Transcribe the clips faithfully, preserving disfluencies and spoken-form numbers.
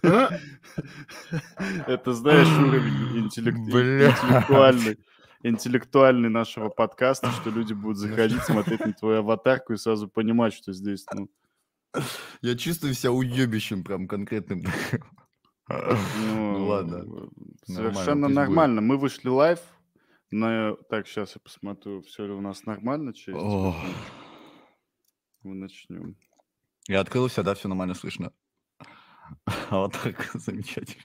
Это, знаешь, уровень интеллектуальный. интеллектуальный нашего подкаста, что люди будут заходить, смотреть на твою аватарку и сразу понимать, что здесь, ну... Я чувствую себя уебищем прям конкретным. Ну, ну ладно. Совершенно нормально. Мы вышли лайв. На... Так, сейчас я посмотрю, все ли у нас нормально через телефон. Мы начнем. Я открылся, да, все нормально слышно. А вот так замечательно.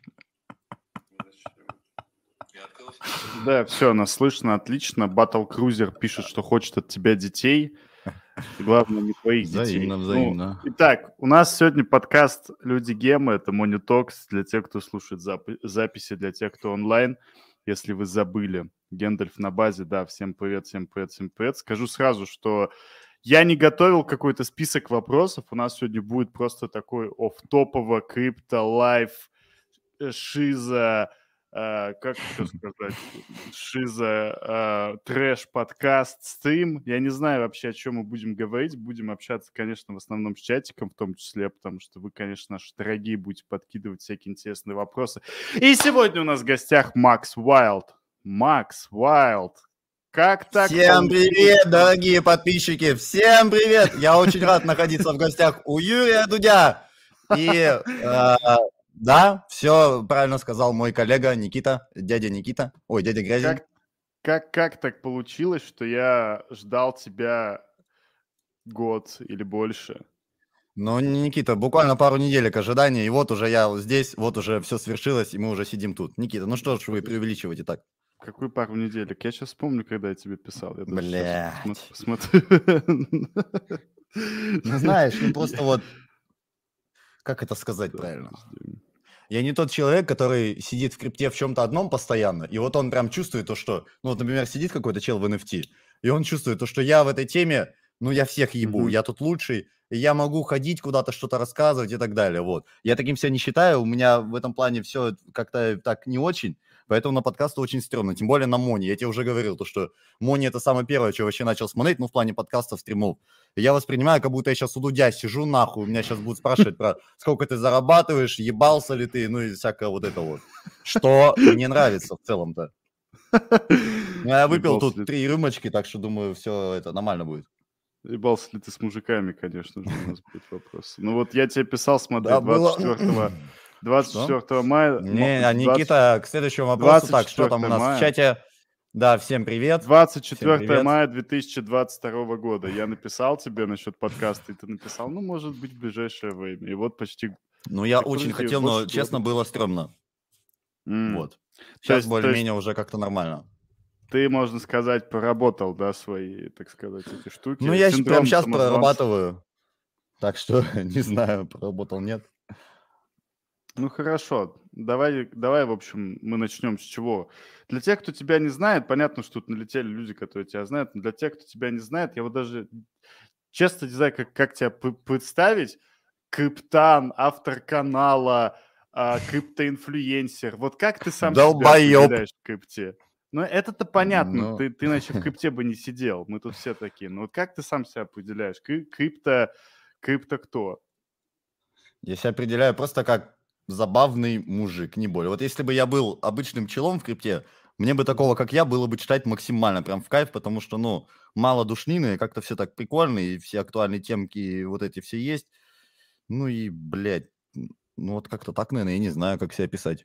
Да, все, нас слышно, отлично. Battle Cruiser пишет, что хочет от тебя детей. Главное, не твоих детей. Взаимно, взаимно. Ну, итак, у нас сегодня подкаст «Люди Гемы». Это Монитокс для тех, кто слушает зап- записи, для тех, кто онлайн. Если вы забыли. Гендальф на базе, да, всем привет, всем привет, всем привет. Скажу сразу, что я не готовил какой-то список вопросов. У нас сегодня будет просто такой офф-топово, крипто, лайф, шиза, Uh, как еще сказать, шиза, uh, трэш-подкаст, стрим. Я не знаю вообще, о чем мы будем говорить. Будем общаться, конечно, в основном с чатиком, в том числе, потому что вы, конечно, наши дорогие, будете подкидывать всякие интересные вопросы. И сегодня у нас в гостях Макс Уайлд. Макс Уайлд. Как так? Всем привет, дорогие подписчики! Всем привет! Я очень рад находиться в гостях у Юрия Дудя. И... Uh, Да, все правильно сказал мой коллега Никита, дядя Никита. Ой, дядя Грязин. Как, как, как так получилось, что я ждал тебя год или больше? Ну, Никита, буквально пару неделек ожидания, и вот уже я здесь, вот уже все свершилось, и мы уже сидим тут. Никита, ну что ж вы преувеличиваете так? Какую пару неделек? Я сейчас вспомню, когда я тебе писал. Я Блядь. Посмотрю. Ну, знаешь, ну просто вот... Как это сказать правильно? Я не тот человек, который сидит в крипте в чем-то одном постоянно, и вот он прям чувствует то, что... Ну, вот, например, сидит какой-то чел в эн эф ти, и он чувствует то, что я в этой теме, ну, я всех ебу, mm-hmm. я тут лучший, и я могу ходить куда-то, что-то рассказывать и так далее, вот. Я таким себя не считаю, у меня в этом плане все как-то так не очень, поэтому на подкасты очень стрёмно, тем более на Моне. Я тебе уже говорил, то, что Моне это самое первое, что вообще начал смотреть, ну, в плане подкастов, стримов. И я воспринимаю, как будто я сейчас у Дудя сижу нахуй, у меня сейчас будут спрашивать про сколько ты зарабатываешь, ебался ли ты, ну и всякое вот это вот. Что мне нравится в целом-то. Я выпил Ебался тут ли... три рюмочки, так что думаю, все это нормально будет. Ебался ли ты с мужиками, конечно же, у нас будет вопрос. Ну вот я тебе писал, смотри, да, двадцать четвёртого... двадцать четвёртого мая... Не, а Никита, к следующему вопросу, так, что там у нас мая. В чате... Да, всем привет. двадцать четвёртого мая две тысячи двадцать второго года. Я написал тебе насчет подкаста, и ты написал, ну, может быть, в ближайшее время. И вот почти... Ну, я так, очень хотел, но, честно, года. Было стрёмно. Mm. Вот. Сейчас более-менее уже как-то нормально. Ты, можно сказать, проработал, да, свои, так сказать, эти штуки. Ну, я прямо сейчас прорабатываю. Так что, не знаю, проработал, нет. Ну, хорошо. Давай, давай, в общем, мы начнем с чего. Для тех, кто тебя не знает, понятно, что тут налетели люди, которые тебя знают, но для тех, кто тебя не знает, я вот даже честно не знаю, как, как тебя представить. Криптан, автор канала, а, криптоинфлюенсер. Вот как ты сам Долбоёб. себя определяешь в крипте? Ну, это-то понятно, ну... ты, ты иначе в крипте бы не сидел. Мы тут все такие. Но вот как ты сам себя определяешь? Крипто, крипто кто? Я себя определяю просто как забавный мужик, не более. Вот если бы я был обычным челом в крипте, мне бы такого, как я, было бы читать максимально прям в кайф, потому что, ну, мало душнины, как-то все так прикольно, и все актуальные темки вот эти все есть. Ну и, блядь, ну вот как-то так, наверное, я не знаю, как себя писать.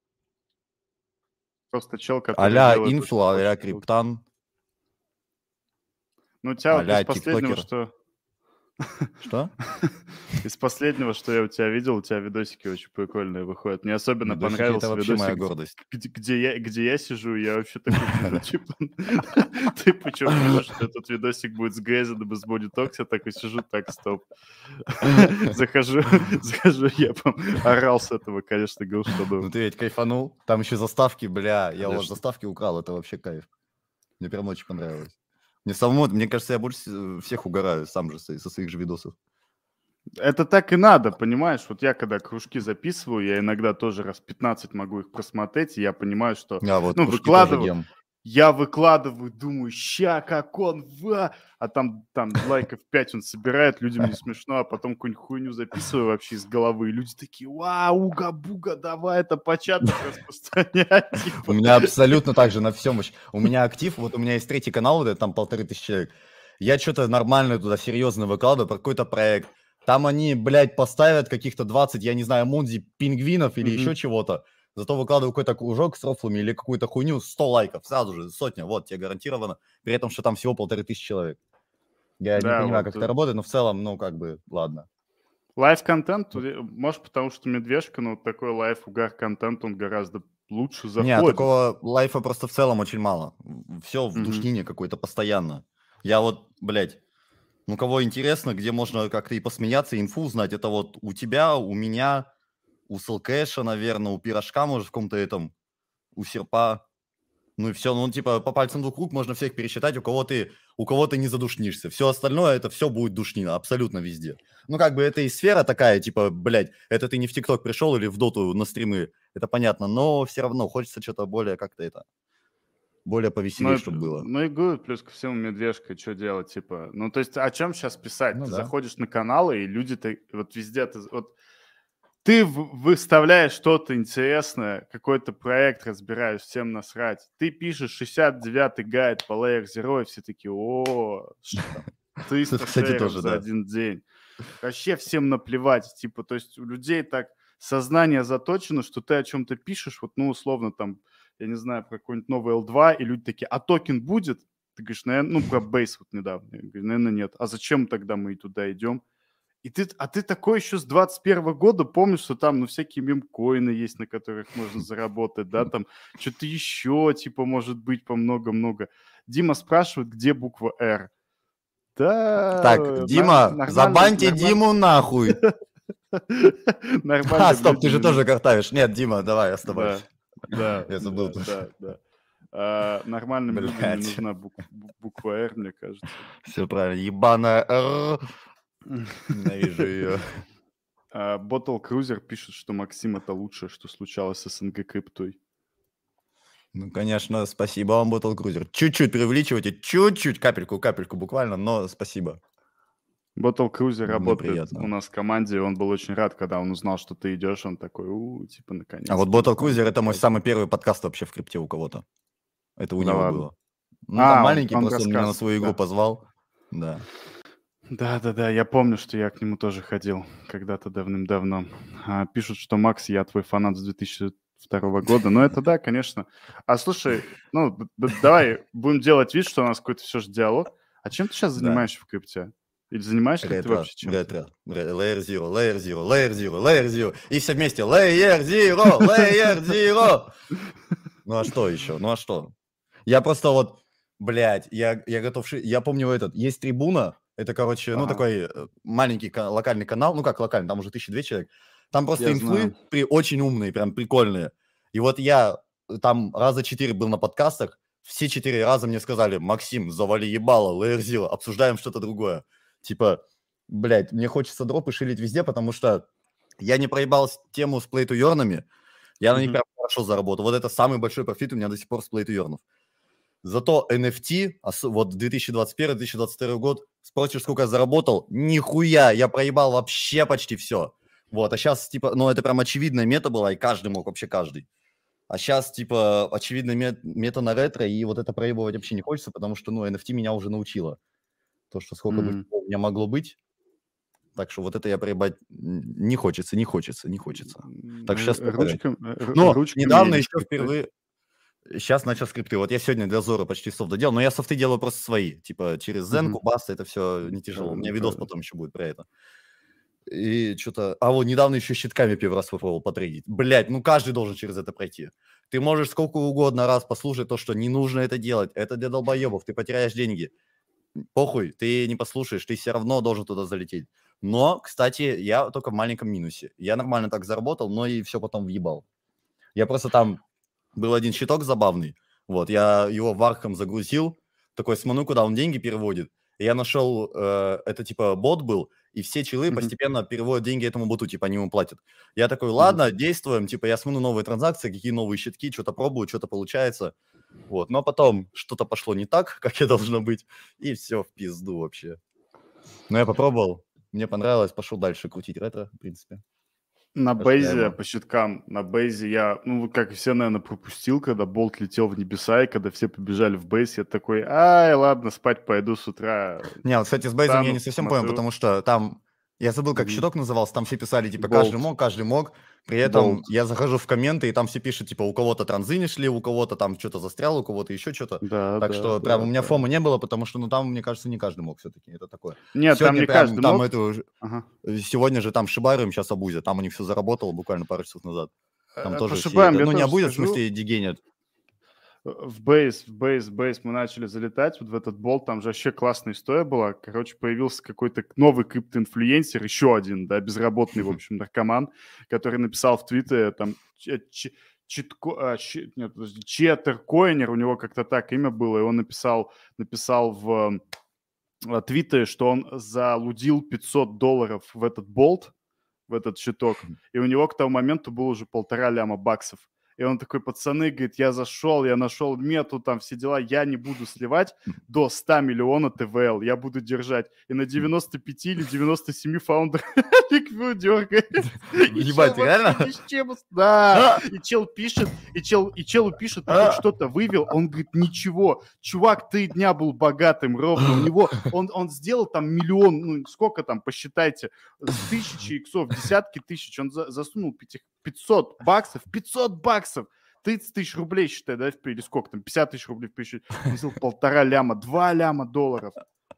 Просто чел, который а-ля инфлу, а-ля криптан. Ну, у тебя вот из последнего, что... Что? Из последнего, что я у тебя видел, у тебя видосики очень прикольные выходят. Мне особенно видосики понравился это вообще видосик, моя гордость. Где, где, я, где я сижу, я вообще такой, типа, ты почему думаешь, что этот видосик будет с Грейзеном и с Монитокс? Я такой сижу, так, стоп. Захожу, захожу, я орал с этого, конечно, Галштанов. Ну ты ведь кайфанул. Там еще заставки, бля, я у вас заставки украл, это вообще кайф. Мне прям очень понравилось. Мне самому, мне кажется, я больше всех угораю сам же со своих же видосов. Это так и надо, понимаешь? Вот я когда кружки записываю, я иногда тоже раз пятнадцать могу их просмотреть, и я понимаю, что... А, вот, ну, выкладываю... Я выкладываю, думаю, ща, как он, ва! А там, там лайков пять он собирает, людям не смешно, а потом какую-нибудь хуйню записываю вообще из головы, и люди такие, вау, уга-буга, давай это по чатам распространять. У меня абсолютно так же на всем. У меня актив, вот у меня есть третий канал, вот это там полторы тысячи человек. Я что-то нормально туда серьезно выкладываю про какой-то проект. Там они, блядь, поставят каких-то двадцать, я не знаю, мунзи, пингвинов или еще чего-то. Зато выкладываю какой-то кружок с рофлами или какую-то хуйню, сто лайков, сразу же, сотня, вот, тебе гарантированно, при этом, что там всего полторы тысячи человек. Я Да, не понимаю, вот как тут- это работает, но в целом, ну, как бы, ладно. Лайв-контент, может, потому что медвежка, но вот такой лайв-угар-контент, он гораздо лучше заходит. Не, такого лайфа просто в целом очень мало. Все в Мгм. душнине какой-то постоянно. Я вот, блядь, ну, кого интересно, где можно как-то и посмеяться, и инфу узнать, это вот у тебя, у меня, у Селкэша, наверное, у Пирожка, может, в каком-то этом, у Серпа. Ну и все, ну типа по пальцам двух рук можно всех пересчитать, у кого ты, у кого ты не задушнишься. Все остальное, это все будет душнина, абсолютно везде. Ну как бы это и сфера такая, типа, блядь, это ты не в ТикТок пришел или в Доту на стримы, это понятно, но все равно хочется что-то более как-то это, более повеселее, Ну, и- чтобы было. ну и говорю, плюс ко всему медвежка, что делать, типа, ну то есть о чем сейчас писать? Ну Ты да. заходишь на каналы, и люди-то вот везде, ты, вот ты в- выставляешь что-то интересное, какой-то проект разбираешь, всем насрать. Ты пишешь шестьдесят девятый гайд по Layer Zero, и все такие, о, ш- там, триста Это, кстати, шеров тоже, за да. один день. Вообще всем наплевать, типа, то есть у людей так сознание заточено, что ты о чем-то пишешь, вот, ну, условно, там, я не знаю, про какой-нибудь новый эл два, и люди такие, а токен будет? Ты говоришь, наверное, ну, про бейс вот недавно. Я говорю, наверное, нет. А зачем тогда мы и туда идем? И ты, а ты такой еще с двадцать первого года помнишь, что там, ну, всякие мемкоины есть, на которых можно заработать, да, там, что-то еще, типа, может быть, по много-много. Дима спрашивает, где буква «Р». Да, Так, нар- Дима, нормально, забаньте нормально. Диму нахуй. Нормально. А, стоп, ты же люди- тоже картавишь. Нет, Дима, давай, Да, оставайся. да, Я забыл да, тоже. да, да. А, нормальным людям не Блядь. нужна бук- бу- буква «Р», мне кажется. Все правильно, ебаная «Р». Ненавижу ее. А, Bottle Cruiser пишет, что Максим — это лучшее, что случалось с СНГ криптой. Ну, конечно, спасибо вам, Bottle Cruiser. Чуть-чуть преувеличивайте, чуть-чуть, капельку, капельку буквально, но спасибо. Bottle Cruiser Мне работает приятно. у нас в команде, он был очень рад, когда он узнал, что ты идешь, он такой, у, типа, наконец. А вот Bottle Cruiser — это мой самый первый подкаст вообще в крипте у кого-то. Это у Да него ладно? было. Ну, А, там он- маленький, он просто он меня на рассказывал, свою игру да. позвал. Да. Да, да, да, я помню, что я к нему тоже ходил когда-то давным-давно. А, пишут, что Макс, я твой фанат с две тысячи второго года. Ну, это да, конечно. А слушай, ну, д- д- давай будем делать вид, что у нас какой-то все же диалог. А чем ты сейчас Да. занимаешься в крипте? Или занимаешься ли ты Ретро, вообще чем-то? ретро, ре- Layer Zero, Layer Zero, Layer Zero, Layer Zero. И все вместе Layer Zero, Layer Zero. Ну а что еще? Ну а что? Я просто вот, блядь, я, я готов... ши- Я помню этот, есть трибуна, это, короче, ну Ага. такой э, маленький ка- локальный канал, ну как локальный, там уже тысяча две человек. Там просто Я инфлы знаю. при, очень умные, прям прикольные. И вот я там раза четыре был на подкастах, все четыре раза мне сказали: Максим, завали ебало, Layer Zero, обсуждаем что-то другое. Типа, блядь, мне хочется дропы шилить везде, потому что я не проебал с- тему с play to earn'ами, я на них Мгм. прям хорошо заработал. Вот это самый большой профит у меня до сих пор с play to earn'ов. Зато эн эф ти, ос- вот две тысячи двадцать первый - две тысячи двадцать второй год, спросишь, сколько я заработал? Нихуя, я проебал вообще почти все. Вот, а сейчас, типа, ну, это прям очевидная мета была, и каждый мог, вообще каждый. А сейчас, типа, очевидная мет- мета на ретро, и вот это проебывать вообще не хочется, потому что, ну, эн эф ти меня уже научило. То, что сколько бы М. всего у меня могло быть. Так что вот это я проебать н- не хочется, не хочется, не хочется. Так что Р- сейчас попадаю. ручками, р- Но ручками недавно или еще скриптой? впервые... Сейчас начал скрипты. Вот я сегодня для Зоры почти софт доделал, но я софты делаю просто свои. Типа через Zen, Мгм. Cubase, это все не тяжело. У меня Правильно, видос правильно. потом еще будет про это. И что-то... А вот недавно еще щитками первый раз попробовал потрейдить. Блять, ну каждый должен через это пройти. Ты можешь сколько угодно раз послушать то, что не нужно это делать. Это для долбоебов, ты потеряешь деньги. Похуй, ты не послушаешь, ты все равно должен туда залететь. Но, кстати, я только в маленьком минусе. Я нормально так заработал, но и все потом въебал. Я просто там... Был один щиток забавный. Вот, я его в Архам загрузил. Такой, смотрю, куда он деньги переводит. Я нашел, э, это типа бот был, и все челы Мгм. постепенно переводят деньги этому боту, типа они ему платят. Я такой, Мгм. ладно, действуем, типа я смотрю новые транзакции, какие новые щитки, что-то пробую, что-то получается. Вот, но потом что-то пошло не так, как и должно быть, и все в пизду вообще. Но я попробовал, мне понравилось, пошел дальше крутить ретро, в принципе. На бейзе, Ожидаемо. по щиткам, на бейзе я, ну, вот как и все, наверное, пропустил, когда болт летел в небеса, и когда все побежали в бейс, я такой, ай, ладно, спать пойду с утра, Не, вот, кстати, с бейзом я не встану, совсем понял, посмотрю. потому что там, я забыл, как Мгм. щиток назывался, там все писали, типа, каждый Болт, мог, каждый мог. При этом болт. я захожу в комменты, и там все пишут, типа, у кого-то транзы не шли, у кого-то там что-то застряло, у кого-то еще что-то. Да, Так да, что прям у да, меня да. фома не было, потому что, ну, там, мне кажется, не каждый мог все-таки. Это такое. Нет, там Сегодня не прям, каждый там мог. эту, ж- Ага. сегодня же там Шибару им сейчас абузят, там у них все заработало буквально пару часов назад. Там Э, По тоже все шибам это, я ну, не тоже абузят, в скажу. смысле, дегенят. Э, В бейс, в бейс, в бейс мы начали залетать, вот в этот болт, там же вообще классная история была. Короче, появился какой-то новый криптоинфлюенсер, еще один, да, безработный, в общем, наркоман, который написал в Твиттере там ч- ч- читко, а, чи- нет, подожди, Читеркоинер, у него как-то так имя было, и он написал, написал в э, Твиттере, что он залудил пятьсот долларов в этот болт, в этот щиток, и у него к тому моменту было уже полтора ляма баксов. И он такой, пацаны, говорит, я зашел, я нашел мету, там все дела, я не буду сливать до ста миллионов тэ вэ эл, я буду держать. И на девяносто пять или девяносто семь фаундер ликвью дергает. И чел Ебать, вообще реально? ни с чем, да. И чел пишет, и чел, и челу пишет, ты хоть что-то вывел? Он говорит, ничего. Чувак, три дня был богатым ровно. У него, он, он сделал там миллион, ну сколько там, посчитайте, с тысячи иксов, десятки тысяч, он за, засунул пяти- пятьсот баксов, пятьсот баксов, тридцать тысяч рублей, считай, да, или сколько там, пятьдесят тысяч рублей в пересчете, он сделал полтора ляма, два ляма долларов.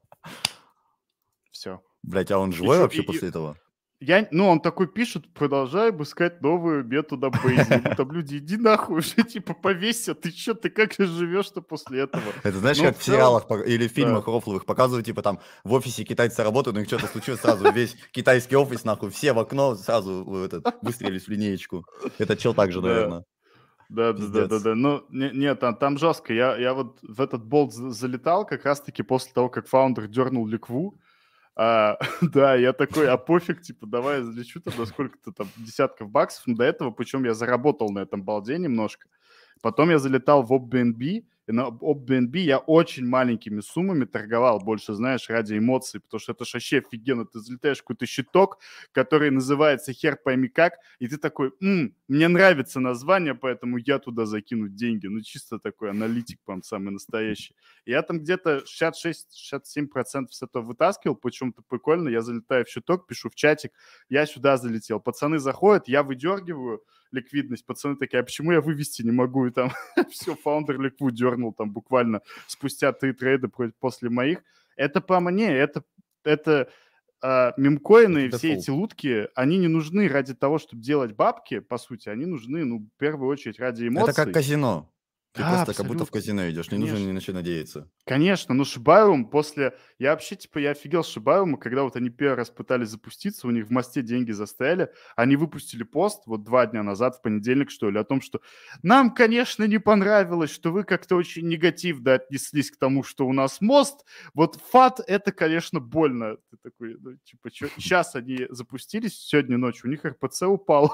Все. Блять, а он И живой чё, вообще и, и после этого? я, ну, он такой пишет, продолжай искать новую мету на бейзе. Ему там люди, иди нахуй уже, типа, повесься, ты что, ты как же живешь-то после этого? Это знаешь, Ну, как в в целом, сериалах по- или в да. фильмах рофловых показывают, типа там в офисе китайцы работают, у них что-то случилось, сразу весь китайский офис, нахуй, все в окно, сразу в этот, выстрелились в линеечку. Этот чел так же, Да. наверное. Да, да, да, да, Пиздец. да. Ну, не, нет, там, там жестко. Я, я вот в этот болт за- залетал как раз-таки после того, как фаундер дернул ликву. А, да, я такой, а пофиг, типа, давай я залечу тогда сколько-то там десятков баксов. Но до этого, причем я заработал на этом балде немножко. Потом я залетал в OpBnB, и на OpBnB я очень маленькими суммами торговал, больше, знаешь, ради эмоций, потому что это ж вообще офигенно. Ты залетаешь в какой-то щиток, который называется хер пойми как, и ты такой, «М, мне нравится название, поэтому я туда закину деньги». Ну, чисто такой аналитик, по-моему, самый настоящий. И я там где-то шестьдесят шесть - шестьдесят семь процентов с этого вытаскивал, почему-то прикольно. Я залетаю в щиток, пишу в чатик, я сюда залетел. Пацаны заходят, я выдергиваю ликвидность. Пацаны такие, а почему я вывести не могу? И там все, фаундер ликву дернул там буквально спустя три трейда про- после моих. Это по мне, это, это а, мемкоины Это и все дефолт. эти лутки, они не нужны ради того, чтобы делать бабки, по сути. Они нужны, ну, в первую очередь ради Это как эмоций. казино. Ты Да, просто как будто в абсолютно. казино идешь, не нужно Конечно. ни на что надеяться. Конечно, но Шибаевым после... Я вообще, типа, я офигел с Шибаевым, когда вот они первый раз пытались запуститься, у них в мосте деньги застряли, они выпустили пост вот два дня назад, в понедельник, что ли, о том, что нам, конечно, не понравилось, что вы как-то очень негативно отнеслись к тому, что у нас мост. Вот фат, это, конечно, больно. Ты такой, ну, типа, чё? Сейчас они запустились, сегодня ночью, у них эр пэ цэ упал.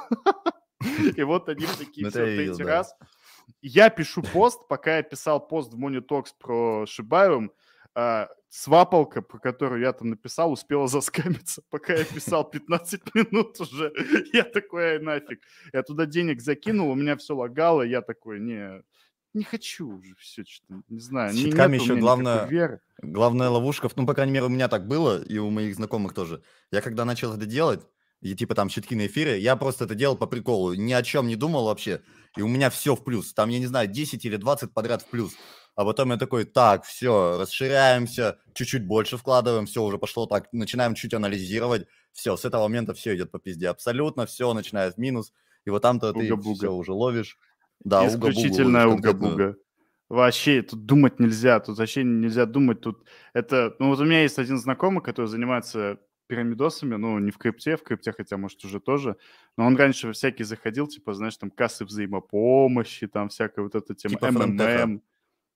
И вот они такие, Ну, это все, я видел, третий да. раз. Я пишу пост, пока я писал пост в Monitox про Шибаевым, а, свапалка, про которую я там написал, успела заскамиться. Пока я писал пятнадцать минут уже, я такой, ай, нафиг. Я туда денег закинул, у меня все лагало, я такой, не, не хочу уже все, что-то, не знаю, С не, щитками нет у еще меня никакой главное, веры. главная ловушка, ну, по крайней мере, у меня так было, и у моих знакомых тоже. Я когда начал это делать, и типа там щитки на эфире, я просто это делал по приколу, ни о чем не думал вообще, и у меня все в плюс. Там, я не знаю, десять или двадцать подряд в плюс. А потом я такой, так, все, расширяемся, чуть-чуть больше вкладываем, все, уже пошло так, начинаем чуть анализировать, все, с этого момента все идет по пизде, абсолютно все начинает в минус, и вот там-то ты Уга-буга. все уже ловишь. Да, уга-бугу ловишь Исключительная конкретную. уга-буга. Вообще, тут думать нельзя, тут вообще нельзя думать, тут это... Ну, вот у меня есть один знакомый, который занимается пирамидосами, ну, не в крипте, в крипте, хотя, может, уже тоже, но он раньше во всякие заходил, типа, знаешь, там, кассы взаимопомощи, там, всякая вот эта тема, Типа фронтеха. эм эм эм.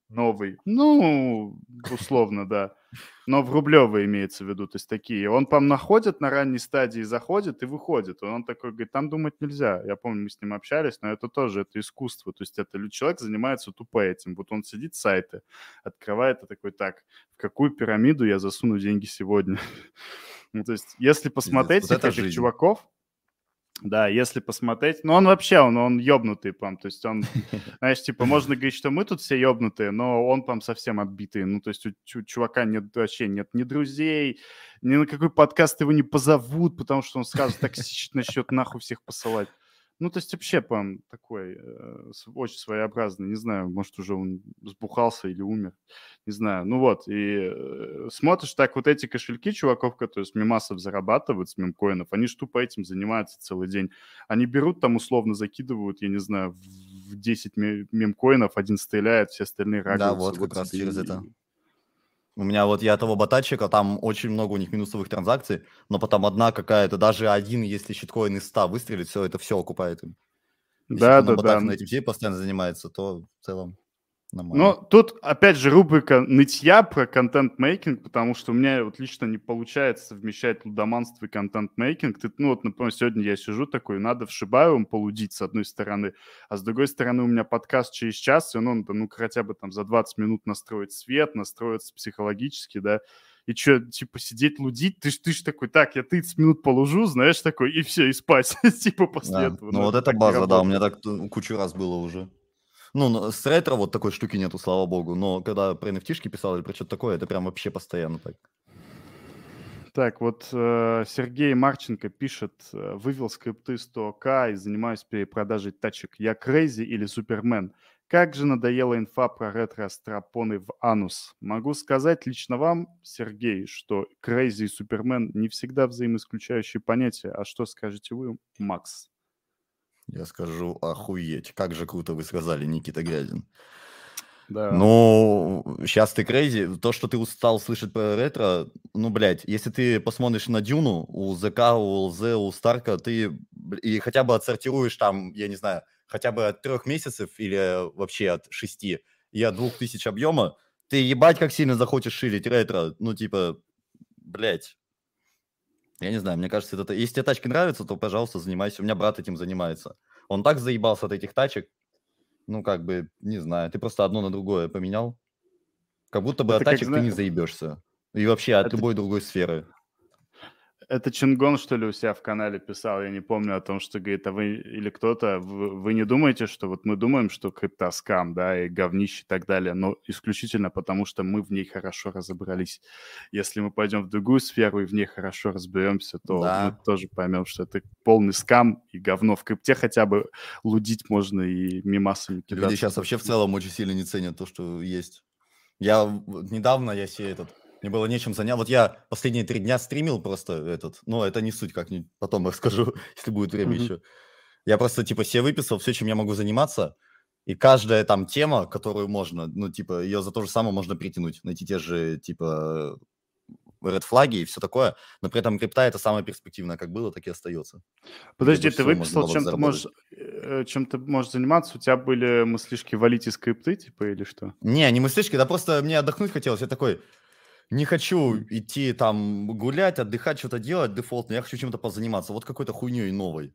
Новый. Ну, условно, да. Но в рублевые имеется в виду, то есть такие. Он, по-моему, находит на ранней стадии, заходит и выходит. Он такой говорит, там думать нельзя. Я помню, мы с ним общались, но это тоже, это искусство. То есть это человек занимается тупо этим. Вот он сидит сайты, открывает и такой, так, в какую пирамиду я засуну деньги сегодня? Ну, то есть если посмотреть вот всех это этих жизнь. чуваков, да, если посмотреть... Ну, он вообще, он, он ёбнутый, пам. То есть он, знаешь, типа, можно говорить, что мы тут все ёбнутые, но он, пам, совсем отбитый. Ну, то есть у чу- чувака нет вообще, нет ни друзей, ни на какой подкаст его не позовут, потому что он сразу токсично начнет нахуй всех посылать. Ну, то есть вообще, пам, такой э, с- очень своеобразный. Не знаю, может, уже он сбухался или умер. Не знаю. Ну вот, и э, смотришь так вот эти кошельки чуваков, которые с мемасов зарабатывают, с мемкоинов, они ж тупо этим занимаются целый день. Они берут там условно, закидывают, я не знаю, в десять ме- мемкоинов, один стреляет, все остальные Да, рагаются. вот Вот как раз тебе через и- это. У меня вот я того ботатчика, там очень много у них минусовых транзакций, но потом одна какая-то, даже один, если щиткоин из ста выстрелит, все, это все окупает им. Если Да, кто на да, да. ботах на этим все постоянно занимается, то в целом Но нормально. тут, опять же, рубрика нытья про контент-мейкинг, потому что у меня вот лично не получается совмещать лудоманство и контент-мейкинг. Ты, ну вот, например, сегодня я сижу такой, надо в Шибаевом полудить с одной стороны, а с другой стороны у меня подкаст через час, и он, ну, хотя бы там за двадцать минут настроить свет, настроиться психологически, да, и что, типа, сидеть лудить, ты ж, ты ж такой, так, я тридцать минут положу, знаешь, такой, и все, и спать, типа, после Да. этого. Ну Ну, вот это это так не база, да, у меня работает. так т- кучу раз было уже. Ну, но с ретро вот такой штуки нету, слава богу, но когда про эн эф ти-шки писал или про что-то такое, это прям вообще постоянно так. Так, вот э, Сергей Марченко пишет, э, вывел скрипты сто ка и занимаюсь перепродажей тачек. Я Крейзи или Супермен? Как же надоела инфа про ретро-страпоны в анус. Могу сказать лично вам, Сергей, что Крейзи и Супермен не всегда взаимоисключающие понятия. А что скажете вы, Макс? Я скажу, охуеть, как же круто вы сказали, Никита Грязин. Да. Ну, сейчас ты крейзи. То, что ты устал слышать про ретро, ну, блядь, если ты посмотришь на Дюну, у ЗК, у ЛЗ, у Старка, ты б- и хотя бы отсортируешь там, я не знаю, хотя бы от трех месяцев или вообще от шести и от двух тысяч объема, ты ебать как сильно захочешь шилить ретро. Ну, типа, блядь, я не знаю, мне кажется, это... Если тебе тачки нравятся, то, пожалуйста, занимайся. У меня брат этим занимается. Он так заебался от этих тачек, ну, как бы, не знаю, ты просто одно на другое поменял. Как будто бы от Это как, тачек ты не знаешь, заебешься. И вообще от это любой другой сферы. Это Чингон, что ли, у себя в канале писал, я не помню, о том, что говорит, а вы или кто-то, вы, вы не думаете, что вот мы думаем, что крипта скам, да, и говнище и так далее, но исключительно потому, что мы в ней хорошо разобрались. Если мы пойдем в другую сферу и в ней хорошо разберемся, то мы Да. тоже поймем, что это полный скам и говно. В крипте хотя бы лудить можно и мимасами кидаться. Люди сейчас вообще в целом очень сильно не ценят то, что есть. Я вот недавно, я себе этот, мне было нечем заняться. Вот я последние три дня стримил просто этот, но это не суть, как-нибудь потом расскажу, если будет время Мгм. еще. Я просто типа себе выписал все, чем я могу заниматься, и каждая там тема, которую можно, ну типа ее за то же самое можно притянуть, найти те же типа ред флаги и все такое, но при этом крипта это самое перспективное, как было, так и остается. Где Подожди, больше ты всего можно выписал, бабок чем ты заработать. можешь, э, чем ты можешь заниматься? У тебя были мыслишки валить из крипты, типа, или что? Не, не мыслишки, да просто мне отдохнуть хотелось. Я такой, не хочу М. идти там гулять, отдыхать, что-то делать дефолтно. Я хочу чем-то позаниматься. Вот какой-то хуйней новой.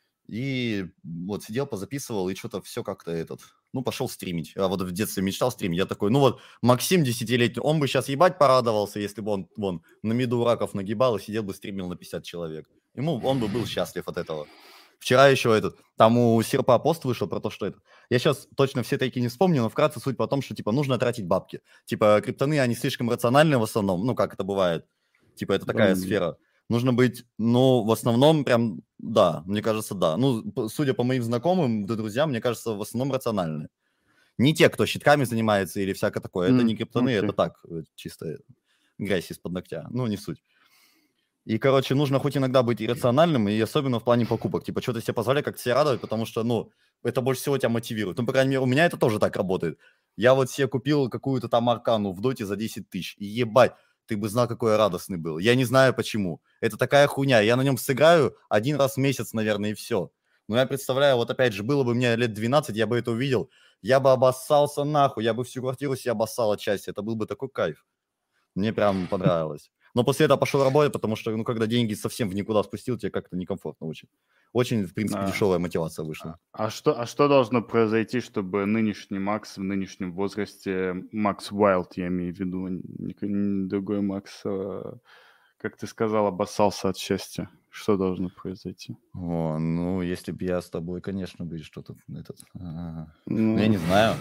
И вот сидел, позаписывал, и что-то все как-то этот... Ну, пошел стримить. Я вот в детстве мечтал стримить. Я такой, ну вот, Максим десятилетний, он бы сейчас ебать порадовался, если бы он, вон, на миду раков нагибал и сидел бы стримил на пятьдесят человек. Ему, он бы был счастлив от этого. Вчера еще этот, там у Серпа пост вышел про то, что это... Я сейчас точно все тайки не вспомню, но вкратце суть по том, что, типа, нужно тратить бабки. Типа, криптоны, они слишком рациональны в основном, ну, как это бывает. Типа, это такая М. сфера. Нужно быть, ну, в основном прям, да, мне кажется, да. Ну, п- судя по моим знакомым, да друзьям, мне кажется, в основном рациональны. Не те, кто щитками занимается или всякое такое. Это не М, криптоны, это окей. так, э, чисто грязь из-под ногтя. Ну, не суть. И, короче, нужно хоть иногда быть иррациональным, и особенно в плане покупок. Типа, что-то себе позволяй, как себя радовать, потому что, ну, это больше всего тебя мотивирует. Ну, по крайней мере, у меня это тоже так работает. Я вот себе купил какую-то там аркану в доте за десять тысяч. И ебать, ты бы знал, какой я радостный был. Я не знаю почему. Это такая хуйня. Я на нем сыграю один раз в месяц, наверное, и все. Но я представляю, вот опять же, было бы мне лет двенадцать, я бы это увидел, я бы обоссался нахуй, я бы всю квартиру себе обоссал отчасти, это был бы такой кайф. Мне прям понравилось. Но после этого пошел работать, потому что, ну, когда деньги совсем в никуда спустил, тебе как-то некомфортно очень. Очень, в принципе, А, дешевая мотивация вышла. а что, а что должно произойти, чтобы нынешний Макс в нынешнем возрасте, Макс Уайлд, я имею в виду, не, не другой Макс, а, как ты сказал, обоссался от счастья? Что должно произойти? О, ну, если бы я с тобой, конечно, бы что-то этот... А, Ну, ну, я не знаю.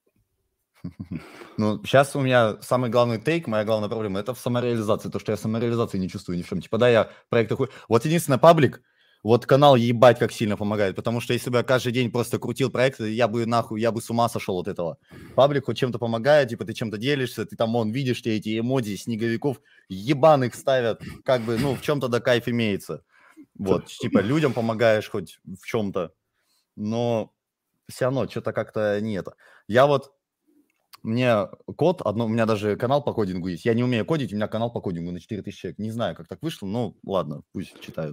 Ну, сейчас у меня самый главный тейк, моя главная проблема, это в самореализации, то, что я самореализации не чувствую ни в чем. Типа, да, я проект такой... Вот единственное, паблик, вот канал ебать как сильно помогает, потому что если бы я каждый день просто крутил проекты, я бы нахуй, я бы с ума сошел от этого. Паблик хоть чем-то помогает, типа, ты чем-то делишься, ты там, вон, видишь, тебе эти эмодзи, снеговиков ебаных ставят, как бы, ну, в чем-то да кайф имеется. Вот, типа, людям помогаешь хоть в чем-то, но все равно что-то как-то не это. Я вот... Мне код, одно, у меня даже канал по кодингу есть. Я не умею кодить, у меня канал по кодингу на четыре тысячи человек. Не знаю, как так вышло, но ладно, пусть читают.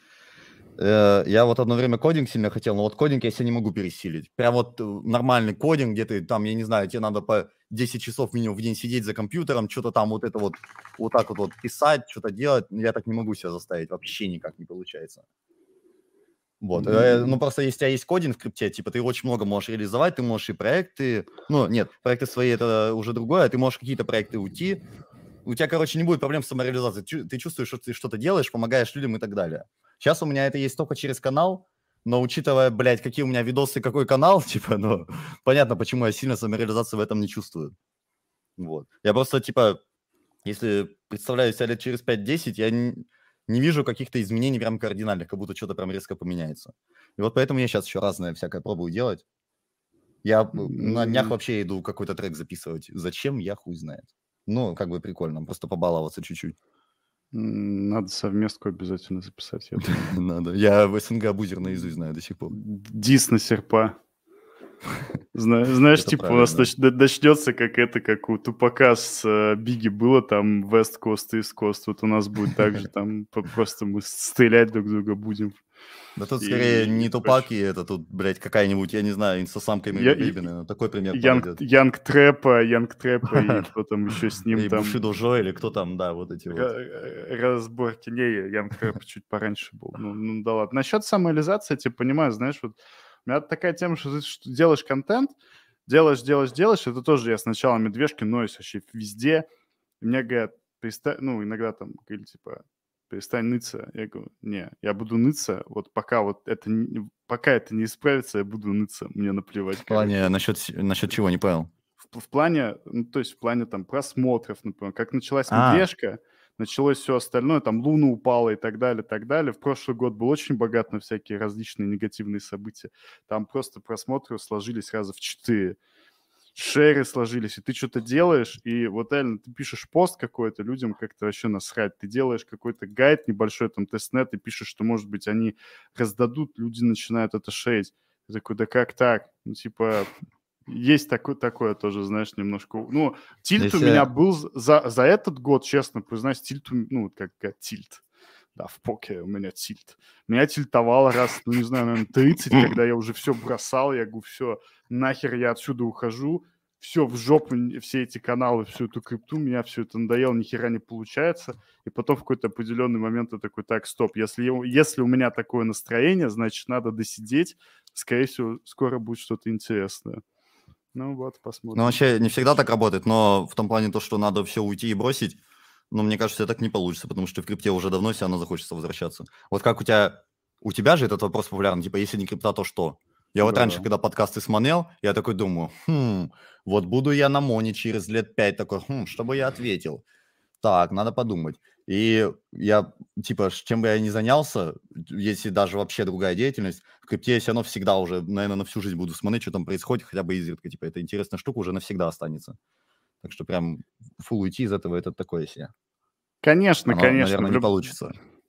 Э, Я вот одно время кодинг сильно хотел, но вот кодинг я себя не могу пересилить. Прям вот э, нормальный кодинг, где ты там, я не знаю, тебе надо по десять часов минимум в день сидеть за компьютером, что-то там вот это вот, вот так вот, вот писать, что-то делать. Я так не могу себя заставить, вообще никак не получается. Вот, э, ну просто если у тебя есть кодинг в крипте, типа ты очень много можешь реализовать, ты можешь и проекты, ну нет, проекты свои это уже другое, ты можешь какие-то проекты уйти, у тебя, короче, не будет проблем с самореализацией, Чу- ты чувствуешь, что ты что-то делаешь, помогаешь людям и так далее. Сейчас у меня это есть только через канал, но учитывая, блядь, какие у меня видосы, какой канал, типа, ну, понятно, почему я сильно самореализации в этом не чувствую. Вот. Я просто, типа, если представляю себя лет через пять-десять, я не, не вижу каких-то изменений прям кардинальных, как будто что-то прям резко поменяется. И вот поэтому я сейчас еще разное всякое пробую делать. Я на днях вообще иду какой-то трек записывать. Зачем, я хуй знает. Ну, как бы прикольно, просто побаловаться чуть-чуть. Надо совместку обязательно записать, я думаю. Надо. Я в СНГ абузер наизусть знаю до сих пор. Дис на серпа. Зна- Знаешь, Это типа у нас правильно. нач- начнется как это, как у Тупака с э, Бигги было там West Coast и East Coast. Вот у нас будет так же, там по- просто мы стрелять друг друга будем. Да тут И- скорее не и Тупак, прочее. и это тут, блядь, какая-нибудь, я не знаю, инстасамка Я- Мега Бэйби, наверное, такой пример Янг, подойдет. Янг Трэпа, Янг Трэпа и кто там еще с ним И там. Бушидо Жо, или кто там, да, вот эти вот. Ра- разборки. Не, Янг Трэп чуть пораньше был. Ну, ну да ладно. Насчет самореализации, я тебя понимаю, знаешь, вот у меня такая тема, что ты что делаешь контент, делаешь, делаешь, делаешь. Это тоже я сначала медвежки ноюсь вообще везде. И мне говорят, перестань, ну, иногда там говорили, типа, перестань ныться. Я говорю, не, я буду ныться, вот пока вот это, не- пока это не исправится, я буду ныться, мне наплевать. В плане, короче. насчет, с- насчет чего, не понял. В, в плане, ну, то есть в плане там просмотров, например, как началась А, медвежка, началось все остальное, там Луна упала и так далее, так далее. В прошлый год был очень богат на всякие различные негативные события. Там просто просмотры сложились раза в четыре. Шеры сложились, и ты что-то делаешь, и вот реально ты пишешь пост какой-то, людям как-то вообще насрать. Ты делаешь какой-то гайд небольшой, там, тестнет, и пишешь, что, может быть, они раздадут, люди начинают это шерить. Ты такой, да как так? Ну, типа, есть такое, такое тоже, знаешь, немножко... Ну, тильт у если... меня был за, за этот год, честно признаюсь, тильт, у- ну, как, как тильт. Да, в покере у меня тильт. Меня тильтовало раз, ну, не знаю, наверное, тридцать, когда я уже все бросал, я говорю, все, нахер я отсюда ухожу, все, в жопу, все эти каналы, всю эту крипту, меня все это надоело, ни хера не получается. И потом в какой-то определенный момент я такой, так, стоп, если, я- если у меня такое настроение, значит, надо досидеть, скорее всего, скоро будет что-то интересное. Ну вот, посмотрим. Ну, вообще, не всегда так работает, но в том плане то, что надо все уйти и бросить, ну, мне кажется, так не получится, потому что в крипте уже давно все равно захочется возвращаться. Вот как у тебя... У тебя же этот вопрос популярный, типа, если не крипта, то что? Я вот Да. раньше, когда подкасты смотрел, я такой думаю, хм, вот буду я на Моне через лет пять такой, хм, что бы я ответил? Так, надо подумать. И я, типа, ш- чем бы я ни занялся, если даже вообще другая деятельность, в крипте я все равно всегда уже, наверное, на всю жизнь буду смотреть, что там происходит, хотя бы изредка. Типа, это интересная штука уже навсегда останется. Так что прям фул уйти из этого, это такое себе. Конечно, Оно, конечно. наверное, в не люб- получится.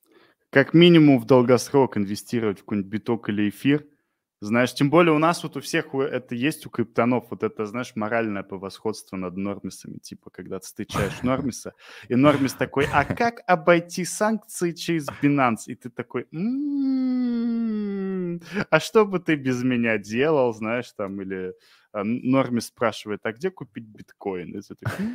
Как минимум в долгосрок инвестировать в какой-нибудь биток или эфир. Знаешь, тем более у нас вот у всех у- это есть у криптонов, вот это, знаешь, моральное превосходство над нормисами, типа, когда ты встречаешь нормиса, и нормис такой, а как обойти санкции через Binance? И ты такой, «М-м-м, А что бы ты без меня делал, знаешь, там, или Норми спрашивает, а где купить биткоин? И ты такой,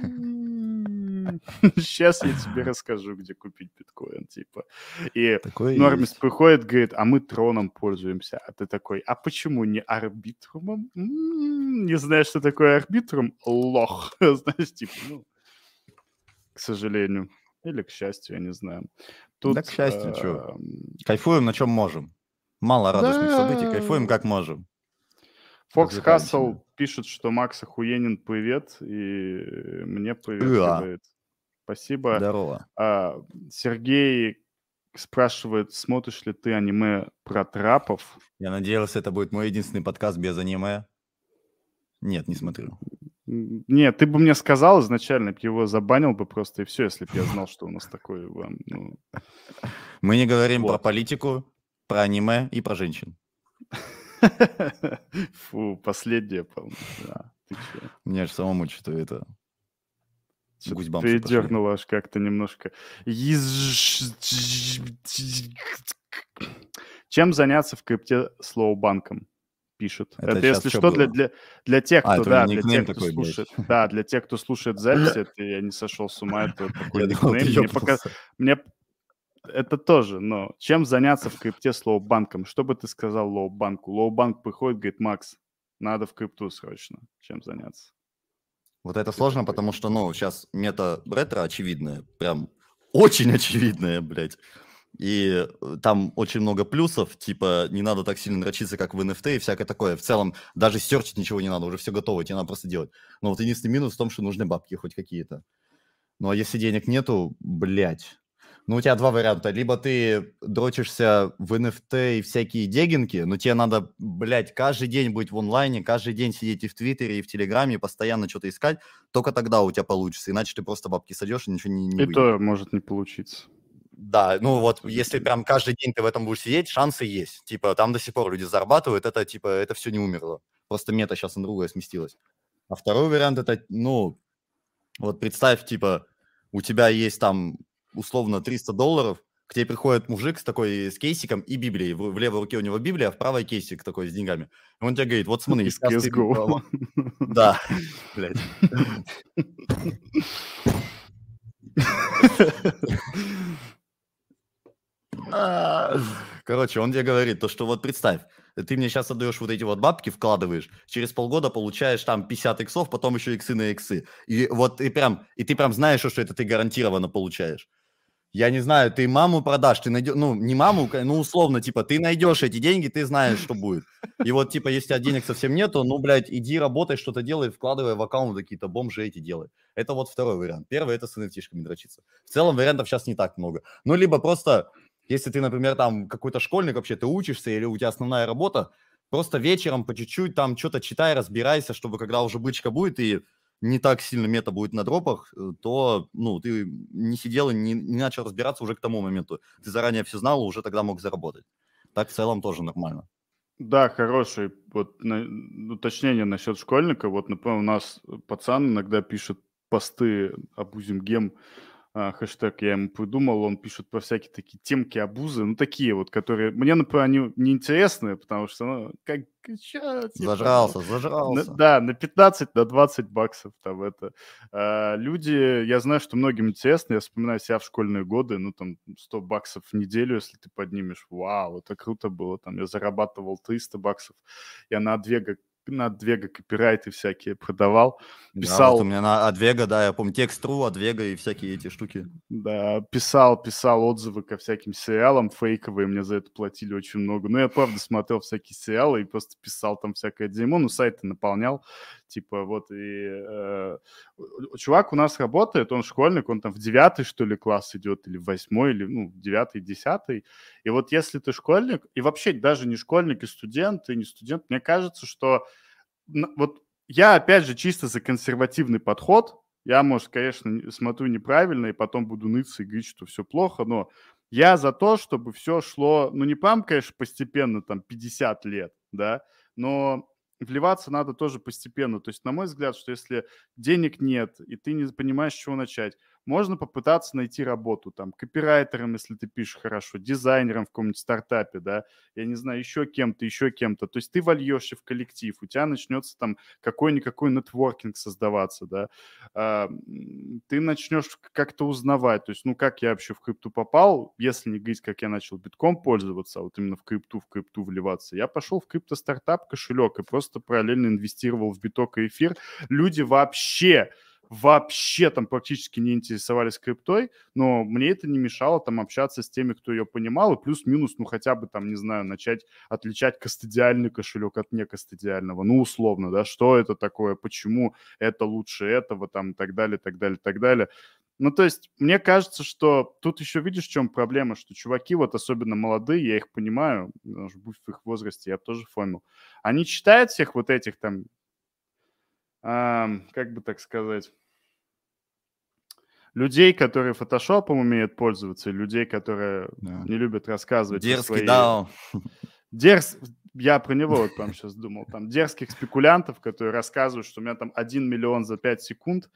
сейчас я тебе расскажу, где купить биткоин, типа. И Нормис приходит, говорит, а мы троном пользуемся. А ты такой, а почему не арбитрумом? Не знаешь, что такое арбитрум? Лох. Знаешь, типа, ну, к сожалению. Или к счастью, я не знаю. Тут, да, к счастью, э- что? Кайфуем, на чем можем. Мало радостных да. событий, кайфуем, как можем. Фокс Хассел пишет, что Макс охуенен, привет, и мне привет говорит. Спасибо. Здорово. А, Сергей спрашивает, смотришь ли ты аниме про трапов? Я надеялся, это будет мой единственный подкаст без аниме. Нет, не смотрю. Нет, ты бы мне сказал изначально, я его забанил бы просто, и все, если бы я знал, что у нас такое. Ну... Мы не говорим вот. Про политику, про аниме и про женщин. Фу, последнее, по-моему. Да, ты чё? Мне же самому что-то это... Передернуло аж как-то немножко. Чем заняться в крипте слоубанком? Пишет. Это, это если что, для, для, для тех, кто, а, да, для тех, кто такой, слушает, да, для тех, кто слушает запись, это я не сошел с ума, это такой никнейм. Мне, пока, мне это тоже, но чем заняться в крипте с лоу-банком? Что бы ты сказал лоу-банку? Лоу-банк приходит, говорит, Макс, надо в крипту срочно. Чем заняться? Вот это сложно, потому что, ну, сейчас мета-ретро очевидная, прям очень очевидная, блядь. И там очень много плюсов, типа не надо так сильно дрочиться, как в эн эф ти и всякое такое. В целом даже серчить ничего не надо, уже все готово, тебе надо просто делать. Но вот единственный минус в том, что нужны бабки хоть какие-то. Ну а если денег нету, блядь. Ну у тебя два варианта. Либо ты дрочишься в эн эф ти и всякие дегинки, но тебе надо, блядь, каждый день быть в онлайне, каждый день сидеть и в Твиттере, и в Телеграме, и постоянно что-то искать. Только тогда у тебя получится, иначе ты просто бабки сойдешь и ничего не, не И выйдет. то может не получиться. Да, ну вот если прям каждый день ты в этом будешь сидеть, шансы есть. Типа там до сих пор люди зарабатывают, это типа это все не умерло. Просто мета сейчас на другое сместилась. А второй вариант это, ну, вот представь, типа у тебя есть там условно триста долларов, к тебе приходит мужик с такой, с кейсиком и Библией. В, в левой руке у него Библия, а в правой кейсик такой с деньгами. И он тебе говорит, вот смотри, сейчас ты... Да, блядь. Короче, он тебе говорит, то, что вот представь, ты мне сейчас отдаешь вот эти вот бабки, вкладываешь, через полгода получаешь там пятьдесят иксов, потом еще иксы на иксы. И вот ты прям, и ты прям знаешь, что это ты гарантированно получаешь. Я не знаю, ты маму продашь, ты найдешь, ну, не маму, ну, условно, типа, ты найдешь эти деньги, ты знаешь, что будет. И вот, типа, если у тебя денег совсем нету, ну, блядь, иди работай, что-то делай, вкладывай в аккаунт какие-то бомжи эти делай. Это вот второй вариант. Первый – это с эн эф ти-шками дрочиться. В целом вариантов сейчас не так много. Ну, либо просто, если ты, например, там какой-то школьник вообще, ты учишься или у тебя основная работа, просто вечером по чуть-чуть там что-то читай, разбирайся, чтобы когда уже бычка будет и не так сильно мета будет на дропах, то, ну, ты не сидел и не, не начал разбираться уже к тому моменту. Ты заранее все знал, уже тогда мог заработать. Так в целом тоже нормально. Да, хорошее вот, на, уточнение насчет школьника. Вот, например, у нас пацан иногда пишет посты «Абузим гем», а, хэштег я ему придумал, он пишет про всякие такие темки абузы, ну, такие вот, которые... Мне, например, они неинтересные, потому что, ну, как... Чё, типа, зажрался, ну, зажрался. На, да, на пятнадцать, на двадцать баксов там это. А, люди, я знаю, что многим интересно, я вспоминаю себя в школьные годы, ну, там, сто баксов в неделю, если ты поднимешь, вау, это круто было, там, я зарабатывал триста баксов, я на Адвего на Адвего копирайты всякие продавал, писал... Да, вот у меня на Адвего, да, я помню, Текст.ру, Адвего и всякие эти штуки. Да, писал, писал отзывы ко всяким сериалам фейковые, мне за это платили очень много. Ну, я, правда, смотрел всякие сериалы и просто писал там всякое дерьмо, ну, сайты наполнял, типа, вот, и... Э, чувак у нас работает, он школьник, он там в девятый, что ли, класс идет, или в восьмой, или, ну, в девятый, десятый. И вот если ты школьник, и вообще даже не школьник, и студент, и не студент, мне кажется, что вот я, опять же, чисто за консервативный подход. Я, может, конечно, смотрю неправильно и потом буду ныться и говорить, что все плохо, но я за то, чтобы все шло, ну, не прям, конечно, постепенно, там, пятьдесят лет, да, но вливаться надо тоже постепенно. То есть, на мой взгляд, что если денег нет, и ты не понимаешь, с чего начать, можно попытаться найти работу, там, копирайтером, если ты пишешь хорошо, дизайнером в каком-нибудь стартапе, да, я не знаю, еще кем-то, еще кем-то. То есть ты вольешься в коллектив, у тебя начнется там какой-никакой нетворкинг создаваться, да, а, ты начнешь как-то узнавать, то есть, ну, как я вообще в крипту попал, если не говорить, как я начал битком пользоваться, а вот именно в крипту, в крипту вливаться, я пошел в крипто-стартап, кошелек, и просто параллельно инвестировал в биток и эфир. Люди вообще, вообще там практически не интересовались криптой, но мне это не мешало там общаться с теми, кто ее понимал, и плюс-минус, ну, хотя бы там, не знаю, начать отличать кастодиальный кошелек от некастодиального, ну, условно, да, что это такое, почему это лучше этого, там, и так далее, так далее, так далее. Ну, то есть, мне кажется, что тут еще видишь, в чем проблема, что чуваки, вот особенно молодые, я их понимаю, потому что будь в их возрасте, я тоже фомил, они читают всех вот этих там, эм, как бы так сказать, людей, которые фотошопом умеют пользоваться, и людей, которые Да. не любят рассказывать про Дерзкий свои... дао. Дерз... Я про него вот прям сейчас думал. Там дерзких спекулянтов, которые рассказывают, что у меня там один миллион за пять секунд.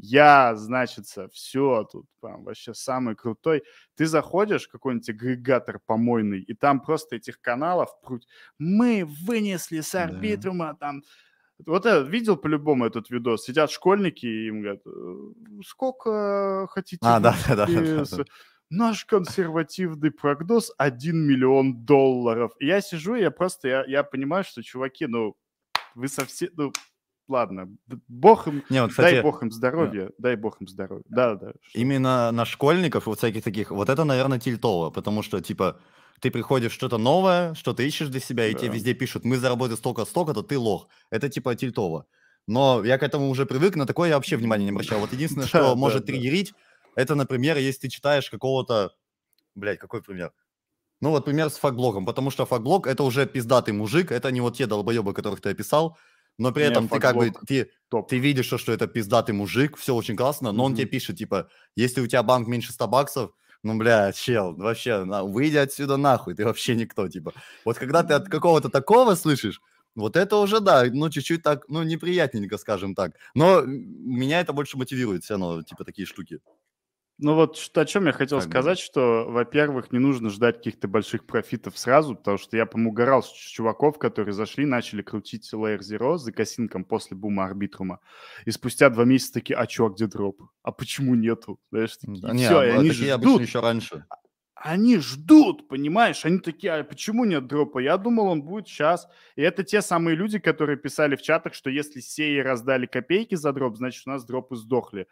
Я, значится, все тут прям вообще самый крутой. Ты заходишь в какой-нибудь агрегатор помойный, и там просто этих каналов... пруть. Мы вынесли с Да. арбитрума там... Вот я видел по-любому этот видос. Сидят школьники и им говорят, «Э, сколько хотите А, да, да, да, вынести да, с- да. Наш консервативный прогноз один миллион долларов. И я сижу, и я просто, я, я понимаю, что, чуваки, ну, вы совсем, ну, ладно, д- бог им, Не, вот, дай кстати, бог им э, здоровья, дай бог им здоровья. Да, да. что? именно на школьников и вот всяких таких, вот это, наверное, тильтово, потому что, типа, ты приходишь что-то новое, что-то ищешь для себя, и тебе Да. везде пишут, мы заработали столько-столько-то, ты лох. Это, типа, тильтово. Но я к этому уже привык, на такое я вообще внимания не обращал. Вот единственное, Да, что да, может да. триггерить, это, например, если ты читаешь какого-то... Блядь, какой пример? Ну, вот пример с факблогом, потому что факблог – это уже пиздатый мужик, это не вот те долбоебы, которых ты описал, но при Не, этом ты как бы, факблог ты, топ. ты видишь, что, что это пиздатый мужик, все очень классно, но он тебе Мгм. пишет, типа, если у тебя банк меньше ста баксов, ну, бля, чел, вообще, на, выйди отсюда нахуй, ты вообще никто, типа. Вот когда ты от какого-то такого слышишь, вот это уже, да, ну, чуть-чуть так, ну, неприятненько, скажем так. Но меня это больше мотивирует все равно, типа, такие штуки. Ну вот что, о чем я хотел Как бы. сказать, что, во-первых, не нужно ждать каких-то больших профитов сразу, потому что я помугорал с чуваков, которые зашли, начали крутить Layer Zero за косинком после бума арбитрума, и спустя два месяца такие, а чё, а где дроп? А почему нету? Знаешь, такие, Да, и не, все, и а, они такие обычно ждут, еще раньше. они ждут, понимаешь? Они такие, а почему нет дропа? Я думал, он будет сейчас. И это те самые люди, которые писали в чатах, что если сеи раздали копейки за дроп, значит, у нас дропы сдохли.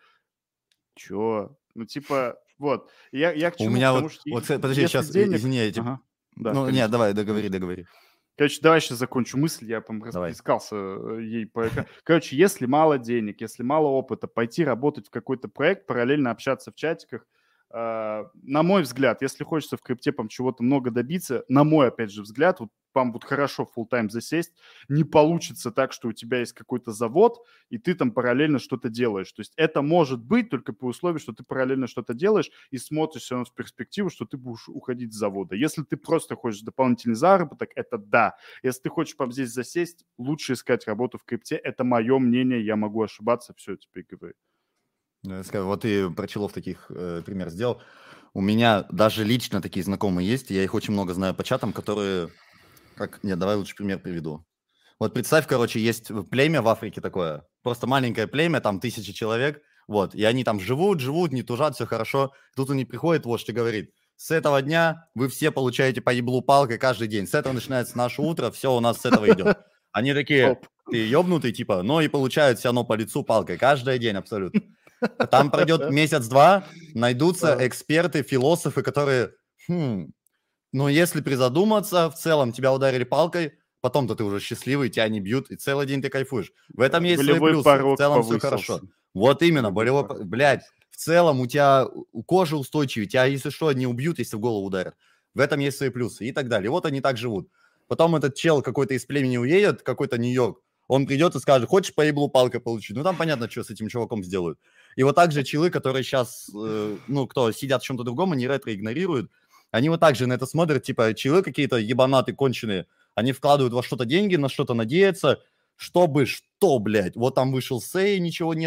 Чё? Ну, типа, вот. И Я, я к У чему? меня Потому вот, что вот, и- кстати, подожди, если сейчас, денег... извини, я тебе... Ага. Да, Ну, не, конечно. давай, Давай. договори, договори. Короче, давай сейчас закончу мысль, я прям Давай. расплескался э, ей по экрану. Короче, если мало денег, если мало опыта, пойти работать в какой-то проект, параллельно общаться в чатиках, э, на мой взгляд, если хочется в крипте прям чего-то много добиться, на мой, опять же, взгляд, вот вам вот хорошо full-time засесть, не получится так, что у тебя есть какой-то завод, и ты там параллельно что-то делаешь. То есть это может быть только по условию, что ты параллельно что-то делаешь и смотришь все равно в перспективу, что ты будешь уходить с завода. Если ты просто хочешь дополнительный заработок, это да. Если ты хочешь прям здесь засесть, лучше искать работу в крипте. Это мое мнение, я могу ошибаться, все, теперь говори. Ну, я скажу, вот ты про челов таких э, пример сделал. У меня даже лично такие знакомые есть, я их очень много знаю по чатам, которые... Как... Нет, давай лучше пример приведу. Вот представь, короче, есть племя в Африке такое, просто маленькое племя, там тысячи человек, вот, и они там живут, живут, не тужат, все хорошо. Тут они приходят, вождь и говорит, с этого дня вы все получаете по еблу палкой каждый день, с этого начинается наше утро, все у нас с этого идет. Они такие, Топ. ты ебнутый, типа, но и получают все равно по лицу палкой каждый день абсолютно. Там пройдет месяц-два, найдутся Да. эксперты, философы, которые, хм, ну если призадуматься, в целом тебя ударили палкой, потом-то ты уже счастливый, тебя не бьют, и целый день ты кайфуешь. В этом есть свои Болевой плюсы, в порог целом все повысился. хорошо. Вот именно, Болевой болевой, по- порог блядь, повысился. в целом у тебя у кожи устойчивее, тебя, если что, не убьют, если в голову ударят. В этом есть свои плюсы и так далее. Вот они так живут. Потом этот чел какой-то из племени уедет, какой-то Нью-Йорк, он придет и скажет, хочешь по еблу палкой получить? Ну, там понятно, что с этим чуваком сделают. И вот так же челы, которые сейчас, э, ну, кто сидят в чем-то другом, они ретро игнорируют, они вот так же на это смотрят, типа, челы какие-то ебанаты конченые, они вкладывают во что-то деньги, на что-то надеются, чтобы что, блядь, вот там вышел сей, ничего нету,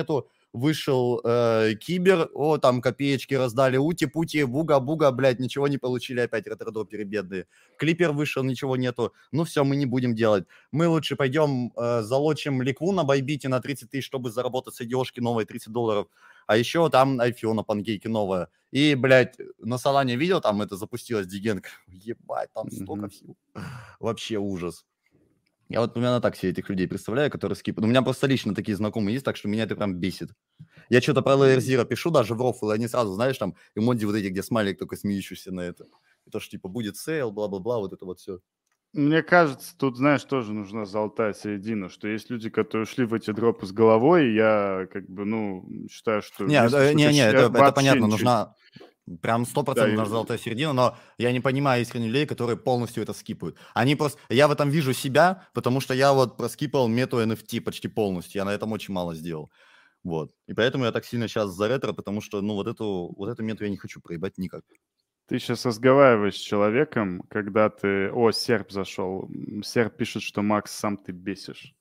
вышел э, Кибер, о, там копеечки раздали, ути-пути, буга-буга, блядь, ничего не получили, опять ретро-доперы бедные. Клипер вышел, ничего нету, ну все, мы не будем делать. Мы лучше пойдем э, залочим ликву на Байбите на тридцать тысяч, чтобы заработать с ай ди о-шки новые тридцать долларов. А еще там ай эф о на панкейке новая. И, блядь, на Солане видел, там это запустилось, Дигенг. Ебать, там столько Мгм. всего. Вообще ужас. Я вот примерно так себе этих людей представляю, которые скипают. У меня просто лично такие знакомые есть, так что меня это прям бесит. Я что-то про Layer Zero пишу даже в рофл, и они сразу, знаешь, там эмодзи вот эти, где смайлик только смеющийся на это. И то, что типа будет сейл, бла-бла-бла, вот это вот все. Мне кажется, тут, знаешь, тоже нужна золотая середина, что есть люди, которые ушли в эти дропы с головой, и я как бы, ну, считаю, что Не, если э, что-то не, не, щ- это, это вообще понятно, ничего... нужна прям сто Да, процентов и- нужна золотая середина, но я не понимаю искренне людей, которые полностью это скипают. Они просто... Я в этом вижу себя, потому что я вот проскипал мету эн эф ти почти полностью, я на этом очень мало сделал. Вот. И поэтому я так сильно сейчас за ретро, потому что, ну, вот эту, вот эту мету я не хочу проебать никак. Ты сейчас разговариваешь с человеком, когда ты... О, Серб зашел. М, Серб пишет, что Макс, сам ты бесишь.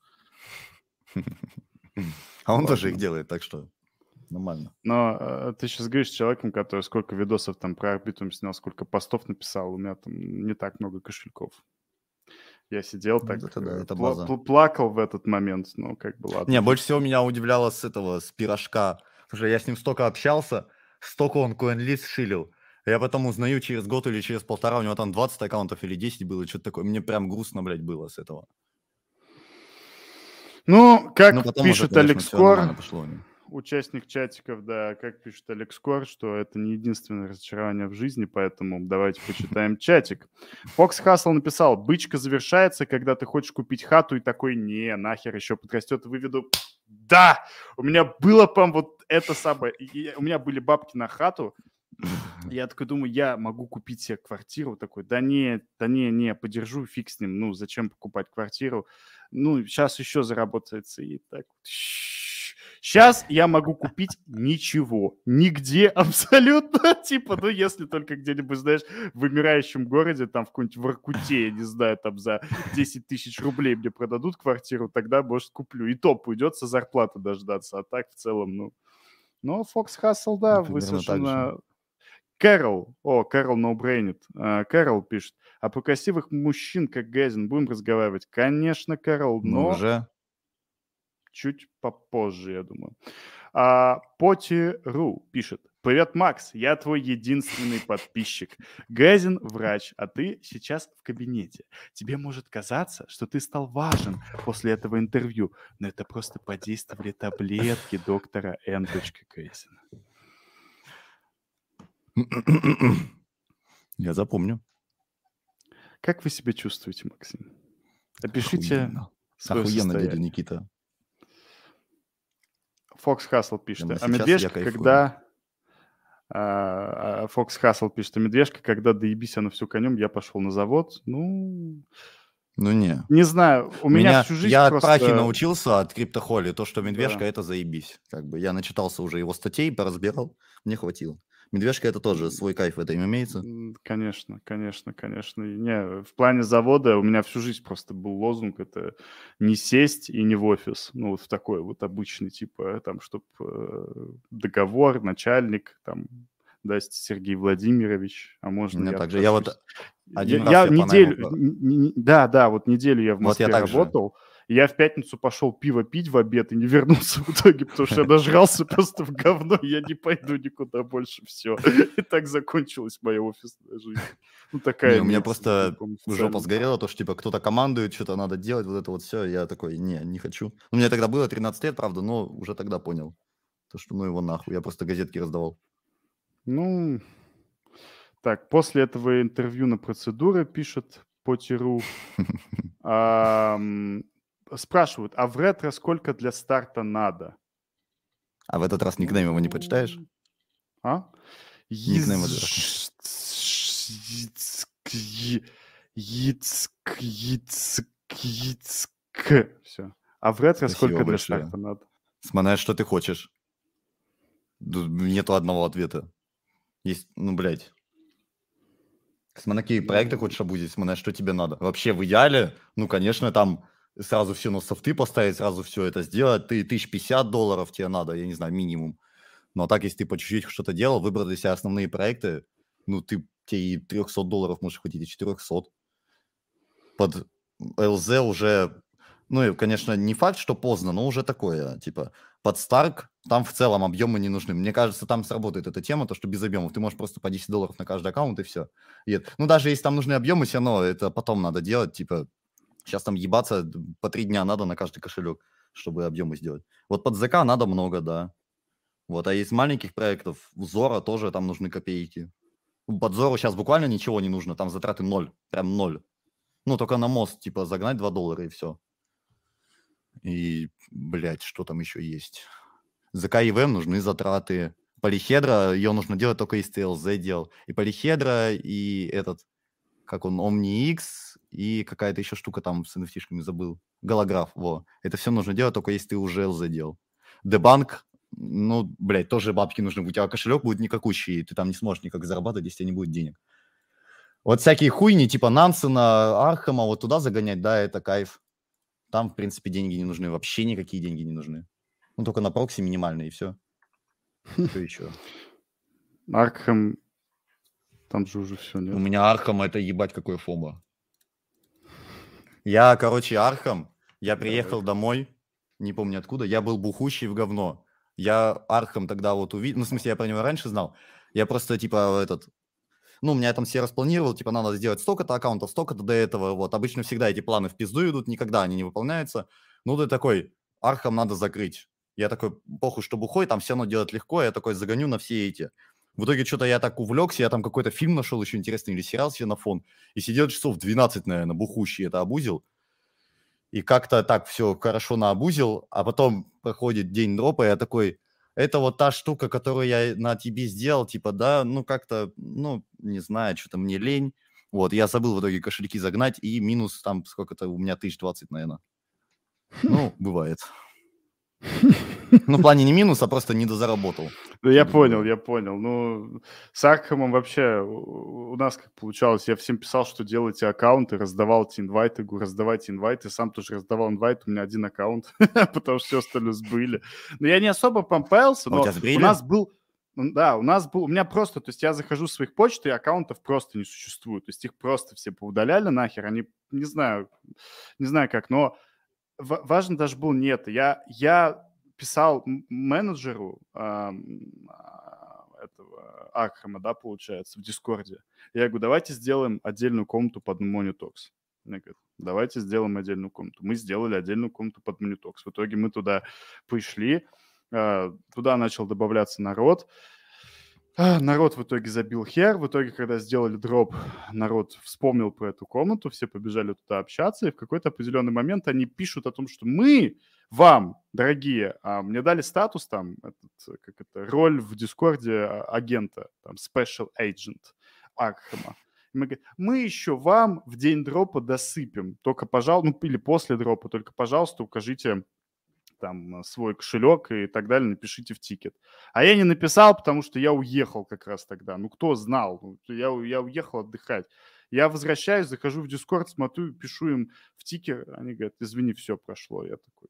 А он тоже их Ладно. делает, так что нормально. Но э, ты сейчас говоришь с человеком, который сколько видосов там про Арбитрум снял, сколько постов написал. У меня там не так много кошельков. Я сидел Ну, так, это да, э, это пла- база. пл- плакал в этот момент. Ну, как бы ладно. Не, больше всего меня удивляло с этого, с пирожка. Потому что я с ним столько общался, столько он коин-лист шилил. Я потом узнаю через год или через полтора, у него там двадцать аккаунтов или десять было, что-то такое. Мне прям грустно, блядь, было с этого. Ну, как Ну, потом уже, пишет конечно, Алекс все Кор, нормально пошло у него. участник чатиков, да, как пишет Алекс Кор, что это не единственное разочарование в жизни, поэтому давайте почитаем чатик. Фокс Хассел написал: бычка завершается, когда ты хочешь купить хату и такой: не, нахер, еще подрастет и выведу. Да, у меня было, по вот это самое, и у меня были бабки на хату, я такой думаю, я могу купить себе квартиру, такой, да не, да не, не, подержу, фиг с ним, ну, зачем покупать квартиру, ну, сейчас еще заработается, и так, сейчас я могу купить ничего, нигде абсолютно, типа, ну, если только где-нибудь, знаешь, в вымирающем городе, там, в какой-нибудь Воркуте, я не знаю, там, за десять тысяч рублей мне продадут квартиру, тогда, может, куплю, и то придется зарплаты дождаться, а так, в целом, ну, но Фокс Хассел, да, Ну, вы примерно так же. совершенно... Кэрол, о, Кэрол no brain it. А, Кэрол пишет: а про красивых мужчин, как Гайзен, будем разговаривать? Конечно, Кэрол, Мы но уже... чуть попозже, я думаю. А, Поти.ру пишет: привет, Макс, я твой единственный подписчик. Гайзен врач, а ты сейчас в кабинете. Тебе может казаться, что ты стал важен после этого интервью, но это просто подействовали таблетки доктора Н. Гайзена. Я запомню. Как вы себя чувствуете, Максим? Опишите Охуенно. свое Охуенно, дядя состояние. Никита. Фокс Хассел пишет: Прямо а сейчас я медвежка, кайфую. когда... а, а, Фокс Хассел пишет: а медвежка, когда доебись она всю конем, я пошел на завод. Ну, Ну не. не знаю, у меня, Меня, всю жизнь я от просто... прахи научился, от криптохоли, то, что медвежка Да. это заебись. Как бы я начитался уже его статей, поразбирал, мне хватило. Медвежка это тоже свой кайф в этом имеется. М, Конечно, конечно, конечно. И Не, в плане завода у меня всю жизнь просто был лозунг: это не сесть и не в офис. Ну, вот в такой вот обычный, типа, там, чтоб э, договор, начальник, там, да, Сергей Владимирович, а У можно меня я также. Я откажусь? вот один Я, раз я я по неделю, найму... н- н- да, да, вот неделю я в Вот я Москве так же. работал, и я в пятницу пошел пиво пить в обед и не вернулся в итоге, потому что я нажрался просто в говно, и я не пойду никуда больше, все. И так закончилась моя офисная жизнь. Ну, такая Не, у меня имеется, просто таком жопа официальном. сгорела, то, что типа кто-то командует, что-то надо делать, вот это вот все. Я такой, не, не хочу. У меня тогда было тринадцать лет, правда, но уже тогда понял. То, что ну его нахуй. Я просто газетки раздавал. Ну, так, после этого интервью на процедуры, пишет Поти.ру, ам, спрашивают: а в ретро сколько для старта надо? А в этот раз никнейм его не почитаешь? А? Никнейм этот раз Все. А в ретро Спасибо сколько для большое. старта надо? Смотря что ты хочешь. Ду- Нету одного ответа. Есть, ну, блядь. Смотря какие проекты хочешь обузить, смотря что тебе надо. Вообще, в идеале, ну, конечно, там сразу все на софты поставить, сразу все это сделать. Ты тысяч пятьдесят долларов тебе надо, я не знаю, минимум. Но так, если ты по чуть-чуть что-то делал, выбрал для себя основные проекты, ну, ты тебе и триста долларов можешь хватить, и четыреста. Под эл зет уже, ну, и, конечно, не факт, что поздно, но уже такое, типа, под Stark там в целом объемы не нужны. Мне кажется, там сработает эта тема, то, что без объемов. Ты можешь просто по десять долларов на каждый аккаунт, и все. И это, ну, даже если там нужны объемы, все равно это потом надо делать, типа, сейчас там ебаться по три дня надо на каждый кошелек, чтобы объемы сделать. Вот под зэ ка надо много, да. Вот, а из маленьких проектов, Зора тоже там нужны копейки. Под Зору сейчас буквально ничего не нужно, там затраты ноль, прям ноль. Ну, только на мост, типа, загнать два доллара и все. И, блядь, что там еще есть? зэ ка и ви эм нужны затраты. Полихедра, ее нужно делать только если ты эл зет делал. И Полихедра, и этот, как он, OmniX, и какая-то еще штука там с эн эф ти-шками забыл. Голограф, во. Это все нужно делать только если ты уже эл зет делал. Дебанк, ну, блядь, тоже бабки нужны. У тебя кошелек будет никакущий, и ты там не сможешь никак зарабатывать, если у тебя не будет денег. Вот всякие хуйни, типа Нансена, Архама, вот туда загонять, да, это кайф. Там, в принципе, деньги не нужны, вообще никакие деньги не нужны. Ну, только на прокси минимальные, и все. Что еще? Аркхэм, там же уже все, нет? У меня Архам, это ебать какой фома. Я, короче, Архам, я приехал домой, не помню откуда, я был бухущий в говно. Я Архам тогда вот увидел, ну, в смысле, я про него раньше знал. Я просто, типа, этот... Ну, у меня там все распланировал, типа, надо сделать столько-то аккаунтов, столько-то до этого, вот. Обычно всегда эти планы в пизду идут, никогда они не выполняются. Ну, ты такой, Архам надо закрыть. Я такой, похуй, что бухой, там все равно делать легко, я такой загоню на все эти. В итоге что-то я так увлекся, я там какой-то фильм нашел еще интересный или сериал себе на фон, и сидел часов двенадцать, наверное, бухущий это обузил. И как-то так все хорошо наобузил, а потом проходит день дропа, и я такой... Это вот та штука, которую я на тебе сделал, типа, да, ну, как-то, ну, не знаю, что-то мне лень. Вот, я забыл в итоге кошельки загнать, и минус там сколько-то у меня тысяч двадцать, наверное. Ну, бывает. Ну, в плане не минус, а просто недозаработал. Ну, я понял, я понял. Ну, с Аркхэмом вообще у нас как получалось, я всем писал, что делайте аккаунты, раздавал эти инвайты, говорю, раздавайте инвайты, сам тоже раздавал инвайт, у меня один аккаунт, потому что все остальное сбыли. Но я не особо помпаился, но у нас был... Да, у нас был, у меня просто, то есть я захожу в своих почт, и аккаунтов просто не существует, то есть их просто все поудаляли нахер, они, не знаю, не знаю как, но важно даже был не это, я, я писал менеджеру э, этого Аркхема, да, получается, в Дискорде, я говорю, давайте сделаем отдельную комнату под Monitox. Мне говорят, давайте сделаем отдельную комнату. Мы сделали отдельную комнату под Monitox. В итоге мы туда пришли, туда начал добавляться народ. Народ в итоге забил хер. В итоге, когда сделали дроп, народ вспомнил про эту комнату, все побежали туда общаться, и в какой-то определенный момент они пишут о том, что мы вам, дорогие, мне дали статус там, этот, как это, роль в Дискорде агента, там, Special Agent Аркхема. Мы говорим, мы еще вам в день дропа досыпем, только, пожалуйста, ну или после дропа, только, пожалуйста, укажите там свой кошелек и так далее, напишите в тикет. А я не написал, потому что я уехал как раз тогда. Ну, кто знал? Я, я уехал отдыхать. Я возвращаюсь, захожу в Дискорд, смотрю, пишу им в тикер. Они говорят, извини, все прошло. Я такой...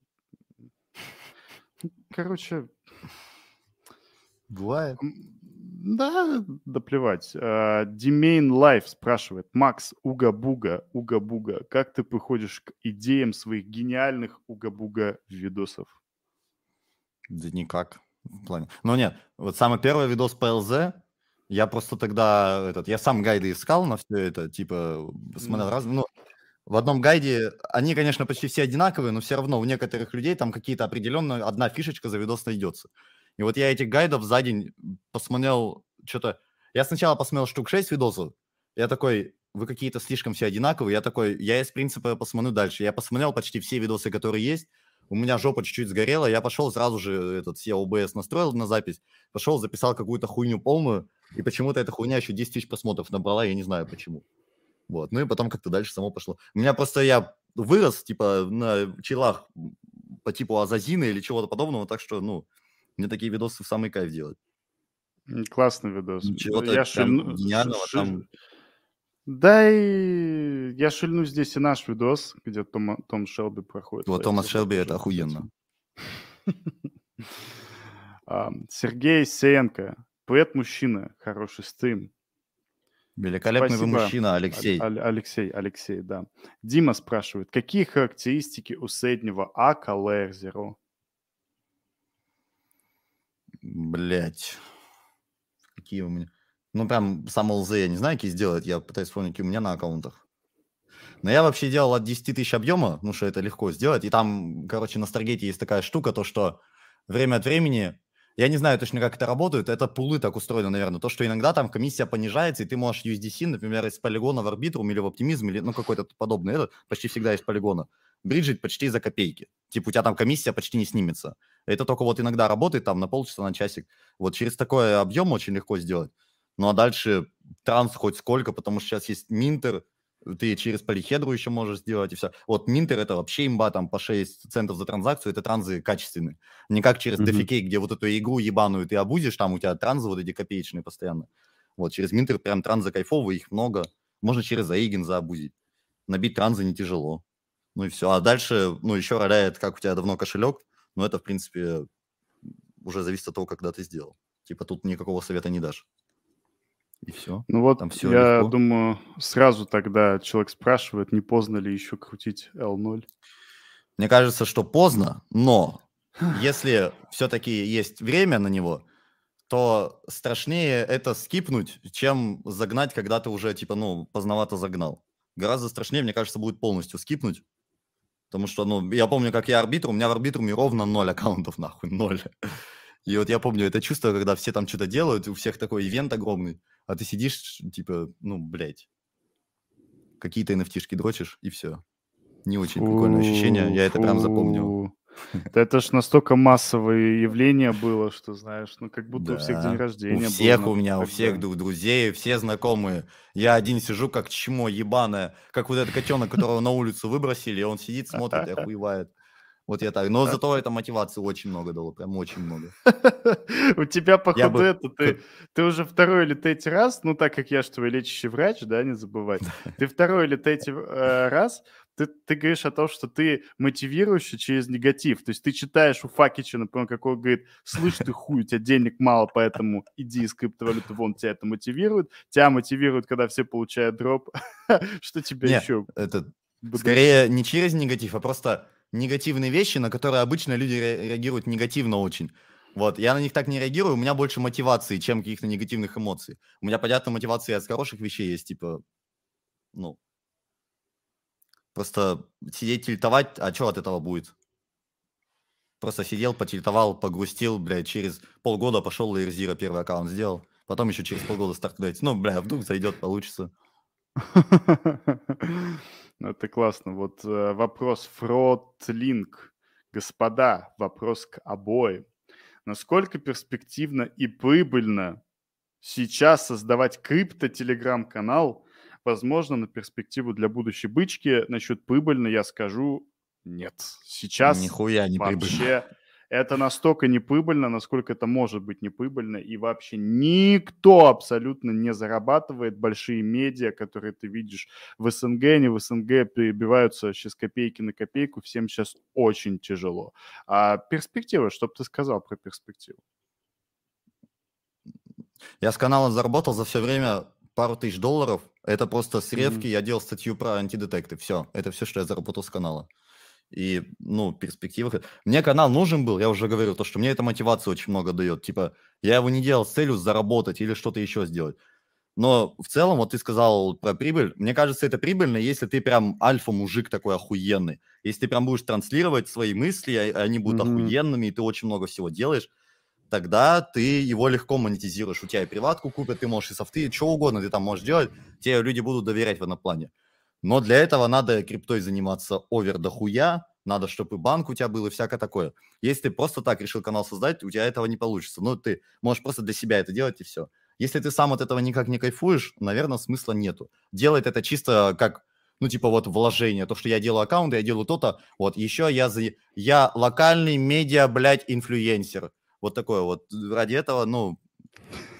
Короче... Бывает. Да, да плевать. Димейн Лайф спрашивает. Макс, уга-буга, уга-буга, как ты приходишь к идеям своих гениальных уга-буга видосов? Да никак. В плане. Ну нет, вот самый первый видос по эл зет, я просто тогда, этот, я сам гайды искал на все это, типа, смотрел mm. разные, ну, в одном гайде, они, конечно, почти все одинаковые, но все равно у некоторых людей там какие-то определенные, одна фишечка за видос найдется. И вот я этих гайдов за день посмотрел что-то... Я сначала посмотрел штук шесть видосов. Я такой, вы какие-то слишком все одинаковые. Я такой, я из принципа посмотрю дальше. Я посмотрел почти все видосы, которые есть. У меня жопа чуть-чуть сгорела. Я пошел сразу же, этот, си о би эс настроил на запись. Пошел, записал какую-то хуйню полную. И почему-то эта хуйня еще десять тысяч просмотров набрала. Я не знаю почему. Вот. Ну и потом как-то дальше само пошло. У меня просто я вырос, типа, на челах по типу Азазина или чего-то подобного. Так что, ну... Мне такие видосы в самый кайф делать. Классный видос. Чего-то я прям ш... гениального ш... там... Да, и я шильну здесь и наш видос, где Том, Том Шелби проходит. Вот Томас Шелби — это охуенно. Сергей Сеенко. Привет, мужчина. Хороший стрим. Великолепный вы мужчина, Алексей. Алексей, Алексей, да. Дима спрашивает, какие характеристики у среднего АК Layer Zero? Блять. Какие у меня... Ну, прям сам ЛЗ я не знаю, какие сделать. Я пытаюсь вспомнить, какие у меня на аккаунтах. Но я вообще делал от десяти тысяч объема, ну, что это легко сделать. И там, короче, на Старгейте есть такая штука, то, что время от времени... Я не знаю точно, как это работает. Это пулы так устроены, наверное. То, что иногда там комиссия понижается, и ты можешь ю эс ди си, например, из полигона в Арбитрум или в Оптимизм, или ну какой-то подобный, это почти всегда из полигона, бриджить почти за копейки. Типа у тебя там комиссия почти не снимется. Это только вот иногда работает там на полчаса, на часик. Вот через такой объем очень легко сделать. Ну а дальше транс хоть сколько, потому что сейчас есть Минтер, ты через полихедру еще можешь сделать и все. Вот Минтер — это вообще имба, там по шесть центов за транзакцию, это транзы качественные. Не как через Мгм. DeFi, где вот эту игру ебаную ты обудешь, там у тебя транзы вот эти копеечные постоянно. Вот через Минтер прям транзы кайфовые, их много. Можно через Аигин заобузить. Набить транзы не тяжело. Ну и все. А дальше, ну, еще роляет, как у тебя давно кошелек. Но это, в принципе, уже зависит от того, когда ты сделал. Типа тут никакого совета не дашь. И все. Ну вот, Там все я легко. думаю, сразу тогда человек спрашивает, не поздно ли еще крутить эл ноль. Мне кажется, что поздно, но если все-таки есть время на него, то страшнее это скипнуть, чем загнать, когда ты уже, типа, ну, поздновато загнал. Гораздо страшнее, мне кажется, будет полностью скипнуть. Потому что, ну, я помню, как я арбитр, у меня в арбитруме ровно ноль аккаунтов, нахуй, ноль. И вот я помню это чувство, когда все там что-то делают, у всех такой ивент огромный, а ты сидишь, типа, ну, блядь, какие-то эн эф ти-шки дрочишь, и все. Не очень прикольное ощущение, я это прям запомнил. Да это ж настолько массовое явление было, что, знаешь, ну как будто у всех день Да, рождения у всех был у меня, у тогда. всех дру- друзей, все знакомые. Я один сижу, как чмо ебаное, как вот этот котенок, которого на улицу выбросили, и он сидит, смотрит и охуевает. Вот я так. Но зато это мотивации очень много дало, прям очень много. У тебя, Я походу, бы... это ты, ты уже второй или третий раз, ну так как я же твой лечащий врач, да, не забывай, ты второй или третий э, раз, ты, ты говоришь о том, что ты мотивируешься через негатив. То есть ты читаешь у Факича, например, какой говорит, слышь ты хуй, у тебя денег мало, поэтому иди из криптовалюты вон, тебя это мотивирует. Тебя мотивирует, когда все получают дроп. Что тебя Не, еще? это бодрит? скорее не через негатив, а просто негативные вещи, на которые обычно люди ре- реагируют негативно очень. Вот, я на них так не реагирую, у меня больше мотивации, чем каких-то негативных эмоций. У меня, понятно, мотивация от хороших вещей есть, типа, ну, просто сидеть тильтовать, а что от этого будет? Просто сидел, потильтовал, погрустил, блядь, через полгода пошел Layer Zero первый аккаунт сделал, потом еще через полгода стартнуть. Ну, бля, вдруг зайдет, получится. Это классно. Вот э, вопрос Фротлинк. Господа, вопрос к обоим. Насколько перспективно и прибыльно сейчас создавать крипто-телеграм-канал? Возможно, на перспективу для будущей бычки. Насчет прибыльно я скажу нет. Сейчас Нихуя не прибыльно. вообще это настолько неприбыльно, насколько это может быть неприбыльно, и вообще никто абсолютно не зарабатывает. Большие медиа, которые ты видишь в СНГ, не в СНГ, перебиваются сейчас копейки на копейку, всем сейчас очень тяжело. А перспектива, что бы ты сказал про перспективу? Я с канала заработал за все время пару тысяч долларов. Это просто с ревки. Мгм. Я делал статью про антидетекты. Все. Это все, что я заработал с канала. И, ну, перспективы. Мне канал нужен был, я уже говорил, то, что мне эта мотивация очень много дает. Типа, я его не делал с целью заработать или что-то еще сделать. Но в целом, вот ты сказал про прибыль. Мне кажется, это прибыльно, если ты прям альфа-мужик такой охуенный. Если ты прям будешь транслировать свои мысли, а- они будут Мгм. охуенными, и ты очень много всего делаешь, тогда ты его легко монетизируешь. У тебя и приватку купят, ты можешь и софты, что угодно ты там можешь делать, тебе люди будут доверять в этом плане. Но для этого надо криптой заниматься овер дохуя, надо, чтобы и банк у тебя был, и всякое такое. Если ты просто так решил канал создать, у тебя этого не получится. Ну, ты можешь просто для себя это делать, и все. Если ты сам от этого никак не кайфуешь, наверное, смысла нету. Делать это чисто как, ну, типа вот вложение. То, что я делаю аккаунт, я делаю то-то. Вот, еще я, за... я локальный медиа, блядь, инфлюенсер. Вот такое вот. Ради этого, ну,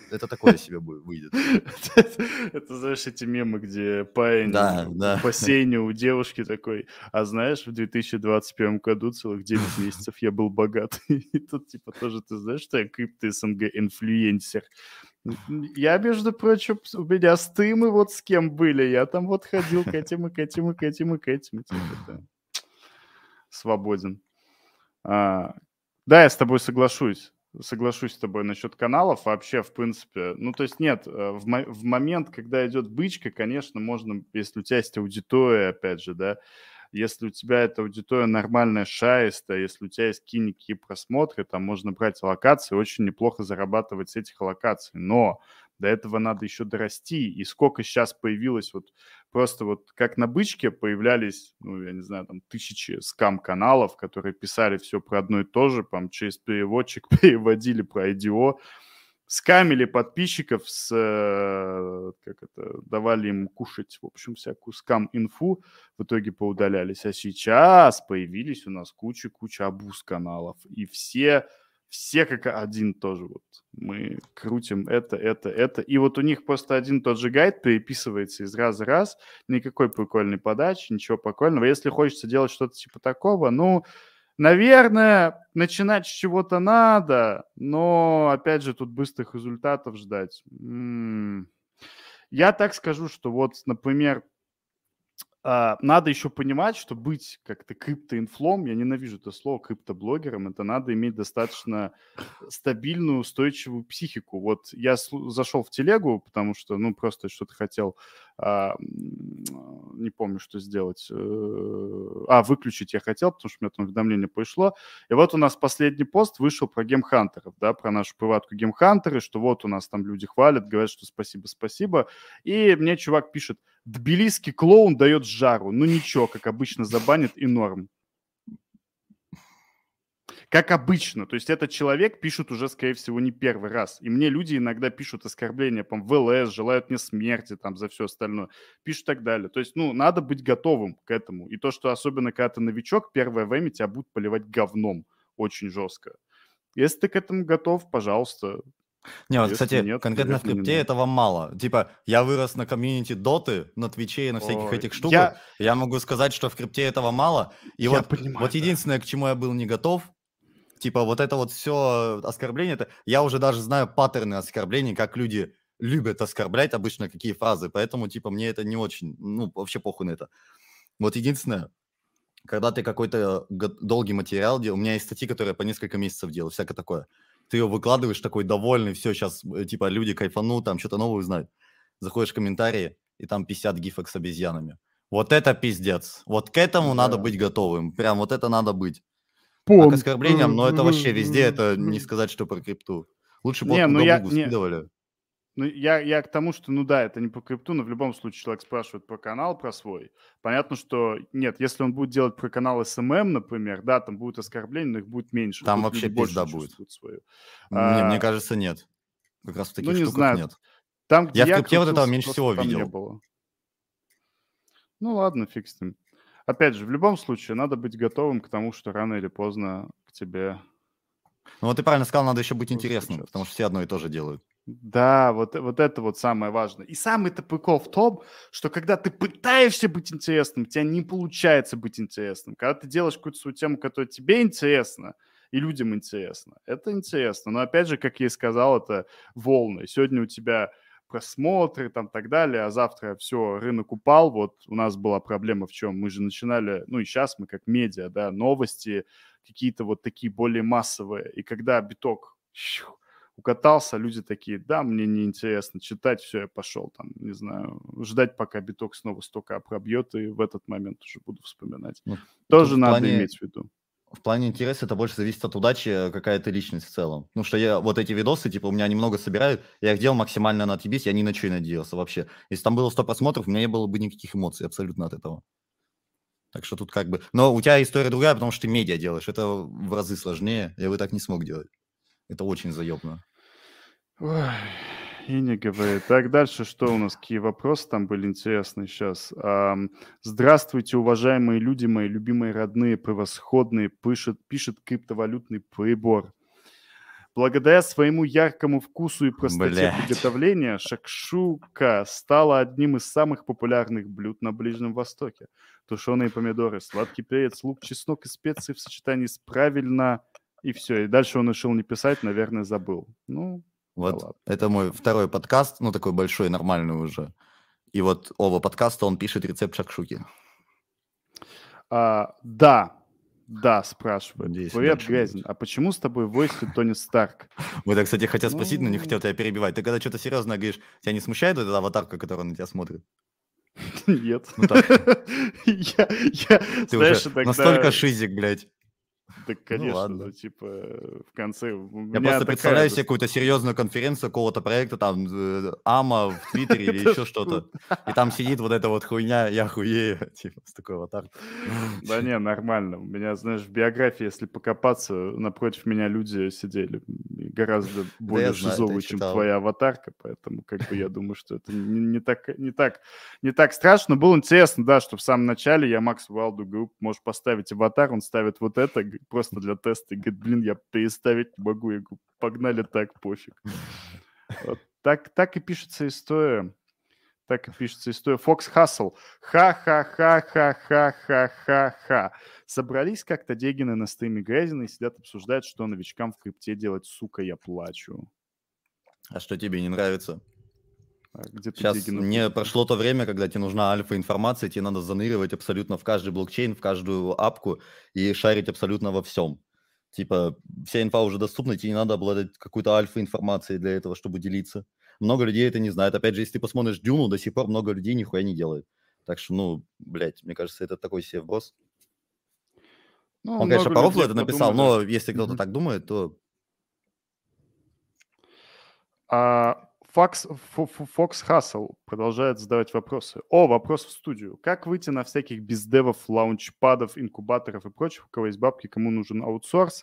это такое себе выйдет. Это, знаешь, эти мемы, где парень в бассейне у девушки такой, а знаешь, в две тысячи двадцать первом году целых девять месяцев я был богат. И тут, типа, тоже, ты знаешь, что я крипто-СНГ-инфлюенсер. Я, между прочим, у меня стымы вот с кем были. Я там вот ходил к этим и к этим и к этим и к этим. Типа, свободен. А, да, я с тобой соглашусь. Соглашусь с тобой насчет каналов. Вообще, в принципе, ну, то есть нет, в, мо- в момент, когда идет бычка, конечно, можно, если у тебя есть аудитория, опять же, да, если у тебя эта аудитория нормальная, шаистая, если у тебя есть какие-никакие просмотры, там можно брать локации, очень неплохо зарабатывать с этих локаций. Но до этого надо еще дорасти. И сколько сейчас появилось вот просто вот как на бычке появлялись, ну, я не знаю, там тысячи скам-каналов, которые писали все про одно и то же, там через переводчик переводили про ай ди о, скамили подписчиков, с, э, как это, давали им кушать, в общем, всякую скам-инфу, в итоге поудалялись. А сейчас появились у нас куча-куча абуз-каналов, и все, все как один тоже вот. Мы крутим это, это, это, и вот у них просто один и тот же гайд переписывается из раза в раз, никакой прикольной подачи, ничего прикольного. Если хочется делать что-то типа такого, ну... Наверное, начинать с чего-то надо, но, опять же, тут быстрых результатов ждать. М. Я так скажу, что вот, например, а, надо еще понимать, что быть как-то криптоинфлом, я ненавижу это слово, криптоблогером, это надо иметь достаточно стабильную, устойчивую психику. Вот я слу- зашел в телегу, потому что, ну, просто что-то хотел, а, м, не помню, что сделать. э, А, выключить я хотел, потому что у меня там уведомление пришло. И вот у нас последний пост вышел про геймхантеров, да, про нашу приватку геймхантеры, что вот у нас там люди хвалят, говорят, что спасибо, спасибо. И мне чувак пишет: тбилисский клоун дает жару. Ну ничего, как обычно, забанит и норм. Как обычно. То есть этот человек пишет уже, скорее всего, не первый раз. И мне люди иногда пишут оскорбления, там, в ЛС, желают мне смерти, там, за все остальное. Пишут так далее. То есть, ну, надо быть готовым к этому. И то, что особенно, когда ты новичок, первое время тебя будут поливать говном очень жестко. Если ты к этому готов, пожалуйста. Не, вот, Если кстати, нет, конкретно в наверное, не крипте надо. этого мало. Типа, я вырос на комьюнити доты, на твиче и на всяких Ой, этих штуках. я, Я могу сказать, что в крипте этого мало. И я вот, понимаю, вот да. единственное, к чему я был не готов, типа, вот это вот все оскорбление, это я уже даже знаю паттерны оскорблений, как люди любят оскорблять обычно, какие фразы. Поэтому, типа, мне это не очень, ну, вообще похуй на это. Вот единственное, когда ты какой-то го- долгий материал делал, у меня есть статьи, которые я по несколько месяцев делаю, всякое такое. Ты ее выкладываешь такой довольный, все, сейчас, типа, люди кайфанут, там что-то новое узнают. Заходишь в комментарии, и там пятьдесят гифок с обезьянами. Вот это пиздец. Вот к этому надо Да. быть готовым. Прям вот это надо быть. А к Пом. оскорблениям, но это вообще везде, это не сказать, что про крипту. Лучше бы вот Не, ну куда я, Бугу не, скидывали. ну я, я к тому, что, ну да, это не по крипту, но в любом случае человек спрашивает про канал, про свой. Понятно, что нет, если он будет делать про канал эс эм эм, например, да, там будет оскорбление, но их будет меньше. Там Тут люди вообще больше пизда будет. чувствуют свою. Мне, мне А, кажется, нет. Как раз в ну таких не штуках знаю, нет. там, где Я в я крипте вот этого крутился, меньше просто всего там не видел. было. Ну ладно, фиг с ним. Опять же, в любом случае, надо быть готовым к тому, что рано или поздно к тебе Ну вот ты правильно сказал, надо еще быть интересным, потому постучатся. что все одно и то же делают. Да, вот, вот это вот самое важное. И самый-то прикол в том, что когда ты пытаешься быть интересным, у тебя не получается быть интересным. Когда ты делаешь какую-то свою тему, которая тебе интересна, и людям интересно, это интересно. Но опять же, как я и сказал, это волны. Сегодня у тебя просмотры, там, так далее, а завтра все, рынок упал. Вот у нас была проблема в чем? Мы же начинали, ну и сейчас мы как медиа, да, новости, какие-то вот такие более массовые. И когда биток щу, укатался, люди такие: да, мне неинтересно читать, все, я пошел там, не знаю, ждать, пока биток снова столько пробьет, и в этот момент уже буду вспоминать. Ну, тут Тоже в надо плане, иметь в виду. в плане интереса это больше зависит от удачи, какая ты личность в целом. Ну что я вот эти видосы, типа, у меня немного собирают, я их делал максимально на отъебись, я ни на что не надеялся вообще. Если там было сто просмотров, у меня не было бы никаких эмоций абсолютно от этого. Так что тут как бы... Но у тебя история другая, потому что ты медиа делаешь. Это в разы сложнее. Я бы так не смог делать. Это очень заебно. Ой, и не говори. Так, дальше что у нас? Какие вопросы там были интересные сейчас? Ам, здравствуйте, уважаемые люди, мои любимые родные, превосходные, пишет, пишет криптовалютный прибор. Благодаря своему яркому вкусу и простоте Блядь. приготовления шакшука стала одним из самых популярных блюд на Ближнем Востоке. Тушеные помидоры, сладкий перец, лук, чеснок и специи в сочетании с правильно... И все. И дальше он решил не писать, наверное, забыл. Ну, да Вот ладно. это мой второй подкаст, ну такой большой, нормальный уже. И вот оба подкаста он пишет рецепт шакшуки. А, да, да, спрашивает. Надеюсь, Привет, дальше Грязин. будет. А почему с тобой в войсе Тони Старк? Вот я, кстати, хотел спросить, но не хотел Ну, тебя перебивать. Ты когда что-то серьезное говоришь, тебя не смущает вот эта аватарка, которая на тебя смотрит? нет. Ну так, Я, я, ты знаешь, уже настолько иногда... шизик, блядь. Да, Ну конечно, ну, ладно. типа, в конце... У Я меня просто такая... представляю дос- себе какую-то серьезную конференцию какого-то проекта, там, э, Ама в Твиттере или Это еще что-то. И там сидит вот эта вот хуйня, я хуею, типа, с такой аватаркой. Да не, нормально. У меня, знаешь, в биографии, если покопаться, напротив меня люди сидели и гораздо Да более я знаю, это я шизовые, чем читал. твоя аватарка, поэтому как бы я думаю, что это не, не так, не, так, не так страшно. Было интересно, да, что в самом начале я Максу Валду говорю, можешь поставить аватар, он ставит вот это говорит, просто для теста, и говорит, блин, я переставить не могу. Я говорю, погнали так, пофиг. Вот так, так и пишется история. Так и пишется история. Фокс Хассел. Ха-ха-ха-ха-ха-ха-ха-ха. Собрались как-то Дегины на стриме Грязина и сидят обсуждают, что новичкам в крипте делать. Сука, я плачу. А что тебе не нравится? А где ты Сейчас Дегина не выкупил? прошло то время, когда тебе нужна альфа-информация, тебе надо заныривать абсолютно в каждый блокчейн, в каждую апку и шарить абсолютно во всем. Типа, вся инфа уже доступна, тебе не надо обладать какой-то альфа-информацией для этого, чтобы делиться. Много людей это не знает. Опять же, если ты посмотришь Дюну, до сих пор много людей нихуя не делает. Так что, ну, блядь, мне кажется, это такой себе вброс. Ну, Он, конечно, много по рофлу людей это написал, подумали. но если кто-то Мгм. так думает, то А Фокс, Фо- Фо- Фокс Хассел продолжает задавать вопросы. О, вопрос в студию. Как выйти на всяких бездевов, лаунчпадов, инкубаторов и прочих, у кого есть бабки, кому нужен аутсорс?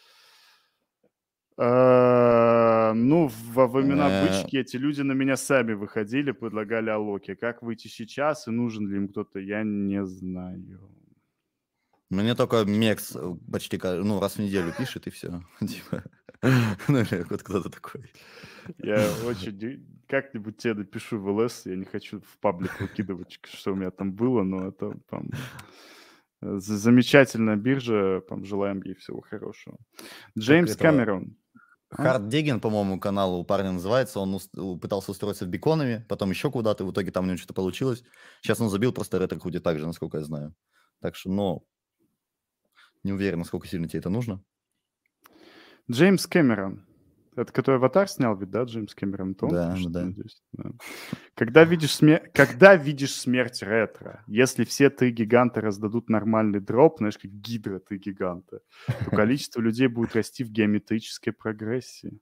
Э, Ну, во времена э, бычки эти люди на меня сами выходили, предлагали алоки. Как выйти сейчас и нужен ли им кто-то, я не знаю. мне только Мекс э, почти ка- ну, раз в неделю пишет, и все. Типа, ну, или вот кто-то такой. Я очень де- как-нибудь тебе напишу в ЛС, я не хочу в паблик выкидывать, что у меня там было, но это там э, з- замечательная биржа, там желаем ей всего хорошего. Как Джеймс это, Камерон. А? Хард Дегин, по-моему, канал у парня называется, он ус- у- пытался устроиться в Биконами, потом еще куда-то, в итоге там у него что-то получилось. Сейчас он забил просто ретро худи так же, насколько я знаю. Так что, но не уверен, насколько сильно тебе это нужно. Джеймс Кэмерон. Это который «Аватар» снял ведь, да, Джеймс Кэмерон? То он Да, пишет, да. надеюсь. Да. Когда видишь, смер... Когда видишь смерть ретро, если все три гиганта раздадут нормальный дроп, знаешь, как гидра три гиганта, то количество людей будет расти в геометрической прогрессии.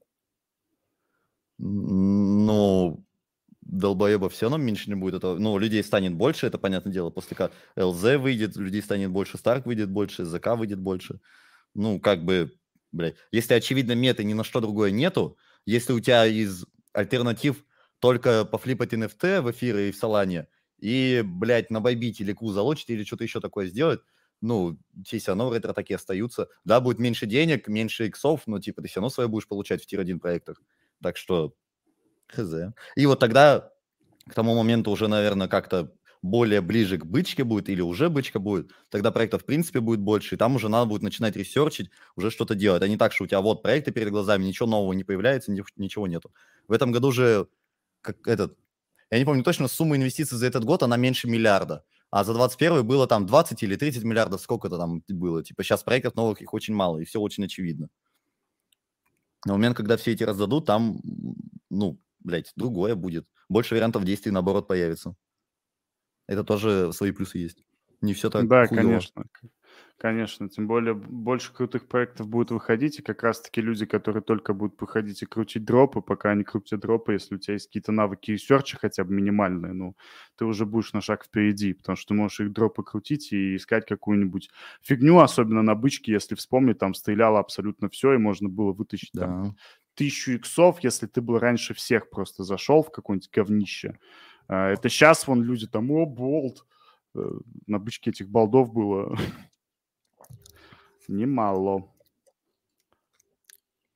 М, Ну, долбоеба все равно меньше не будет этого. Ну, людей станет больше, это понятное дело. После как ЛЗ выйдет, людей станет больше, Старк выйдет больше, ЗК выйдет больше. Ну, как бы, блядь, если, очевидно, меты ни на что другое нету, если у тебя из альтернатив только пофлипать эн эф ти в эфире и в Солане, и, блядь, на Байбите или Ку залочить, или что-то еще такое сделать, ну, те все равно в ретро такие остаются. Да, будет меньше денег, меньше иксов, но, типа, ты все равно свое будешь получать в тир один проектах. Так что, хз. И вот тогда, к тому моменту уже, наверное, как-то более ближе к бычке будет или уже бычка будет, тогда проектов в принципе будет больше, и там уже надо будет начинать ресерчить, уже что-то делать, а не так, что у тебя вот проекты перед глазами, ничего нового не появляется, ни- ничего нету. В этом году же, как этот, я не помню точно, сумма инвестиций за этот год, она меньше миллиарда, а за двадцать первый было там двадцать или тридцать миллиардов, сколько-то там было, типа сейчас проектов новых их очень мало, и все очень очевидно. На момент, когда все эти раздадут, там, м, ну, блядь, другое будет. Больше вариантов действий, наоборот, появится. Это тоже свои плюсы есть. Не все так Да, хуёво. конечно. к- Конечно. Тем более б- больше крутых проектов будет выходить, и как раз-таки люди, которые только будут выходить и крутить дропы, пока они крутят дропы, если у тебя есть какие-то навыки ресерча хотя бы минимальные, ну, ты уже будешь на шаг впереди, потому что ты можешь их дропы крутить и искать какую-нибудь фигню, особенно на бычке, если вспомнить, там стреляло абсолютно все, и можно было вытащить там Да. тысячу иксов, если ты был раньше всех просто зашел в какое-нибудь говнище. А, Это сейчас вон люди там, о, болт. Э, На бычке этих болдов было немало.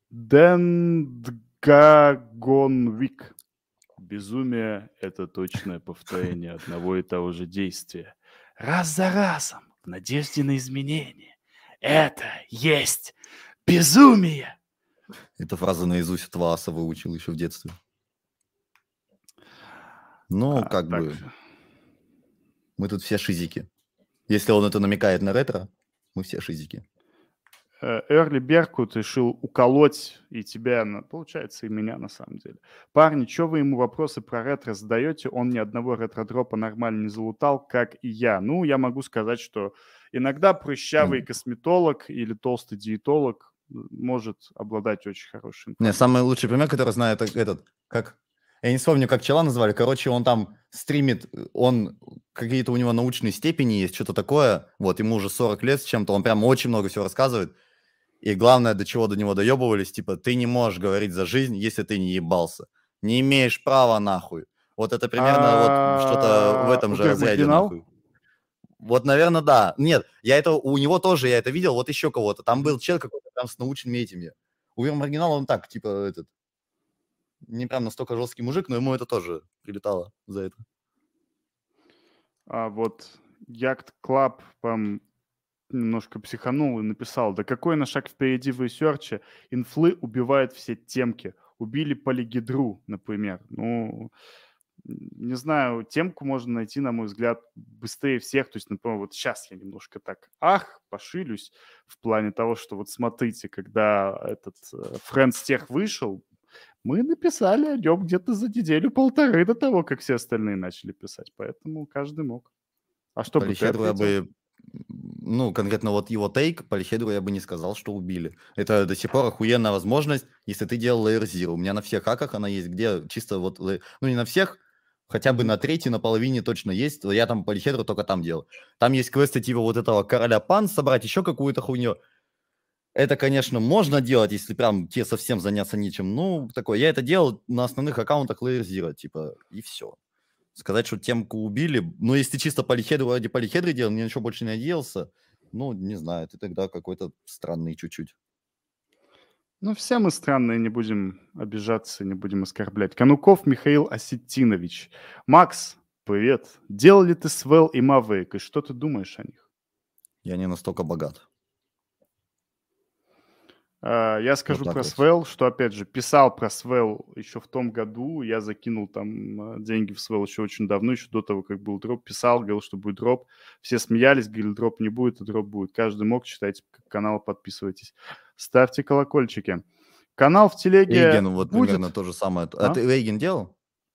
Денгагонвик. Безумие — это точное повторение одного и того же действия. Раз за разом, в надежде на изменения. Это есть безумие! Эта фраза наизусть от Вааса выучил еще в детстве. Ну, А, как так. бы... Мы тут все шизики. Если он это намекает на ретро, мы все шизики. Эрли Беркут решил уколоть и тебя, получается, и меня на самом деле. Парни, что вы ему вопросы про ретро задаете? Он ни одного ретро-дропа нормально не залутал, как и я. Ну, я могу сказать, что иногда прыщавый косметолог или толстый диетолог может обладать очень хорошей информацией. Не, самый лучший пример, который знаю, это этот, как... Я не вспомню, как чела назвали. Короче, он там стримит, он какие-то у него научные степени есть, что-то такое. Вот, ему уже сорок лет с чем-то, он прям очень много всего рассказывает. И главное, до чего до него доебывались, типа, ты не можешь говорить за жизнь, если ты не ебался. Не имеешь права, нахуй. Вот это примерно вот что-то в этом же разряде, нахуй. Вот, наверное, да. Нет, я это, у него тоже я это видел, вот еще кого-то. Там был чел какой-то там с научными этими. У Маргинала он так, типа, этот, не прям настолько жесткий мужик, но ему это тоже прилетало за это. А вот Yacht Club, по-моему, немножко психанул и написал: да какой на шаг впереди в ресерче, инфлы убивают все темки. Убили полигидру, например. Ну, не знаю, темку можно найти, на мой взгляд, быстрее всех. То есть, например, вот сейчас я немножко так, ах, пошилюсь в плане того, что вот смотрите, когда этот Friends Тех вышел, мы написали о нем где-то за неделю-полторы до того, как все остальные начали писать. Поэтому каждый мог. А что бы ты ответил? Бы, ну, конкретно вот его тейк, Полихедру я бы не сказал, что убили. Это до сих пор охуенная возможность, если ты делал Layer Zero. У меня на всех хаках она есть, где чисто вот, ну, не на всех, хотя бы на третьей, на половине точно есть. Я там Полихедру только там делал. Там есть квесты типа вот этого короля пан собрать, еще какую-то хуйню. Это, конечно, можно делать, если прям тебе совсем заняться нечем. Ну, такое, я это делал на основных аккаунтах Layer Zero, типа, и все. Сказать, что темку убили, ну, если чисто полихедру ради полихедры делал, мне ничего больше не надеялся, ну, не знаю, ты тогда какой-то странный чуть-чуть. Ну, все мы странные, не будем обижаться, не будем оскорблять. Кануков Михаил Осетинович. Макс, привет. Делал ли ты Свел и Maverick, и что ты думаешь о них? Я не настолько богат. Uh, я скажу вот про Свел, что, опять же, писал про Свел еще в том году. Я закинул там деньги в Свел еще очень давно, еще до того, как был дроп. Писал, говорил, что будет дроп. Все смеялись, говорили, дроп не будет, а дроп будет. Каждый мог, читайте канал, подписывайтесь. Ставьте колокольчики. Канал в телеге Эйген, вот будет... примерно то же самое. А, а ты Эйген делал?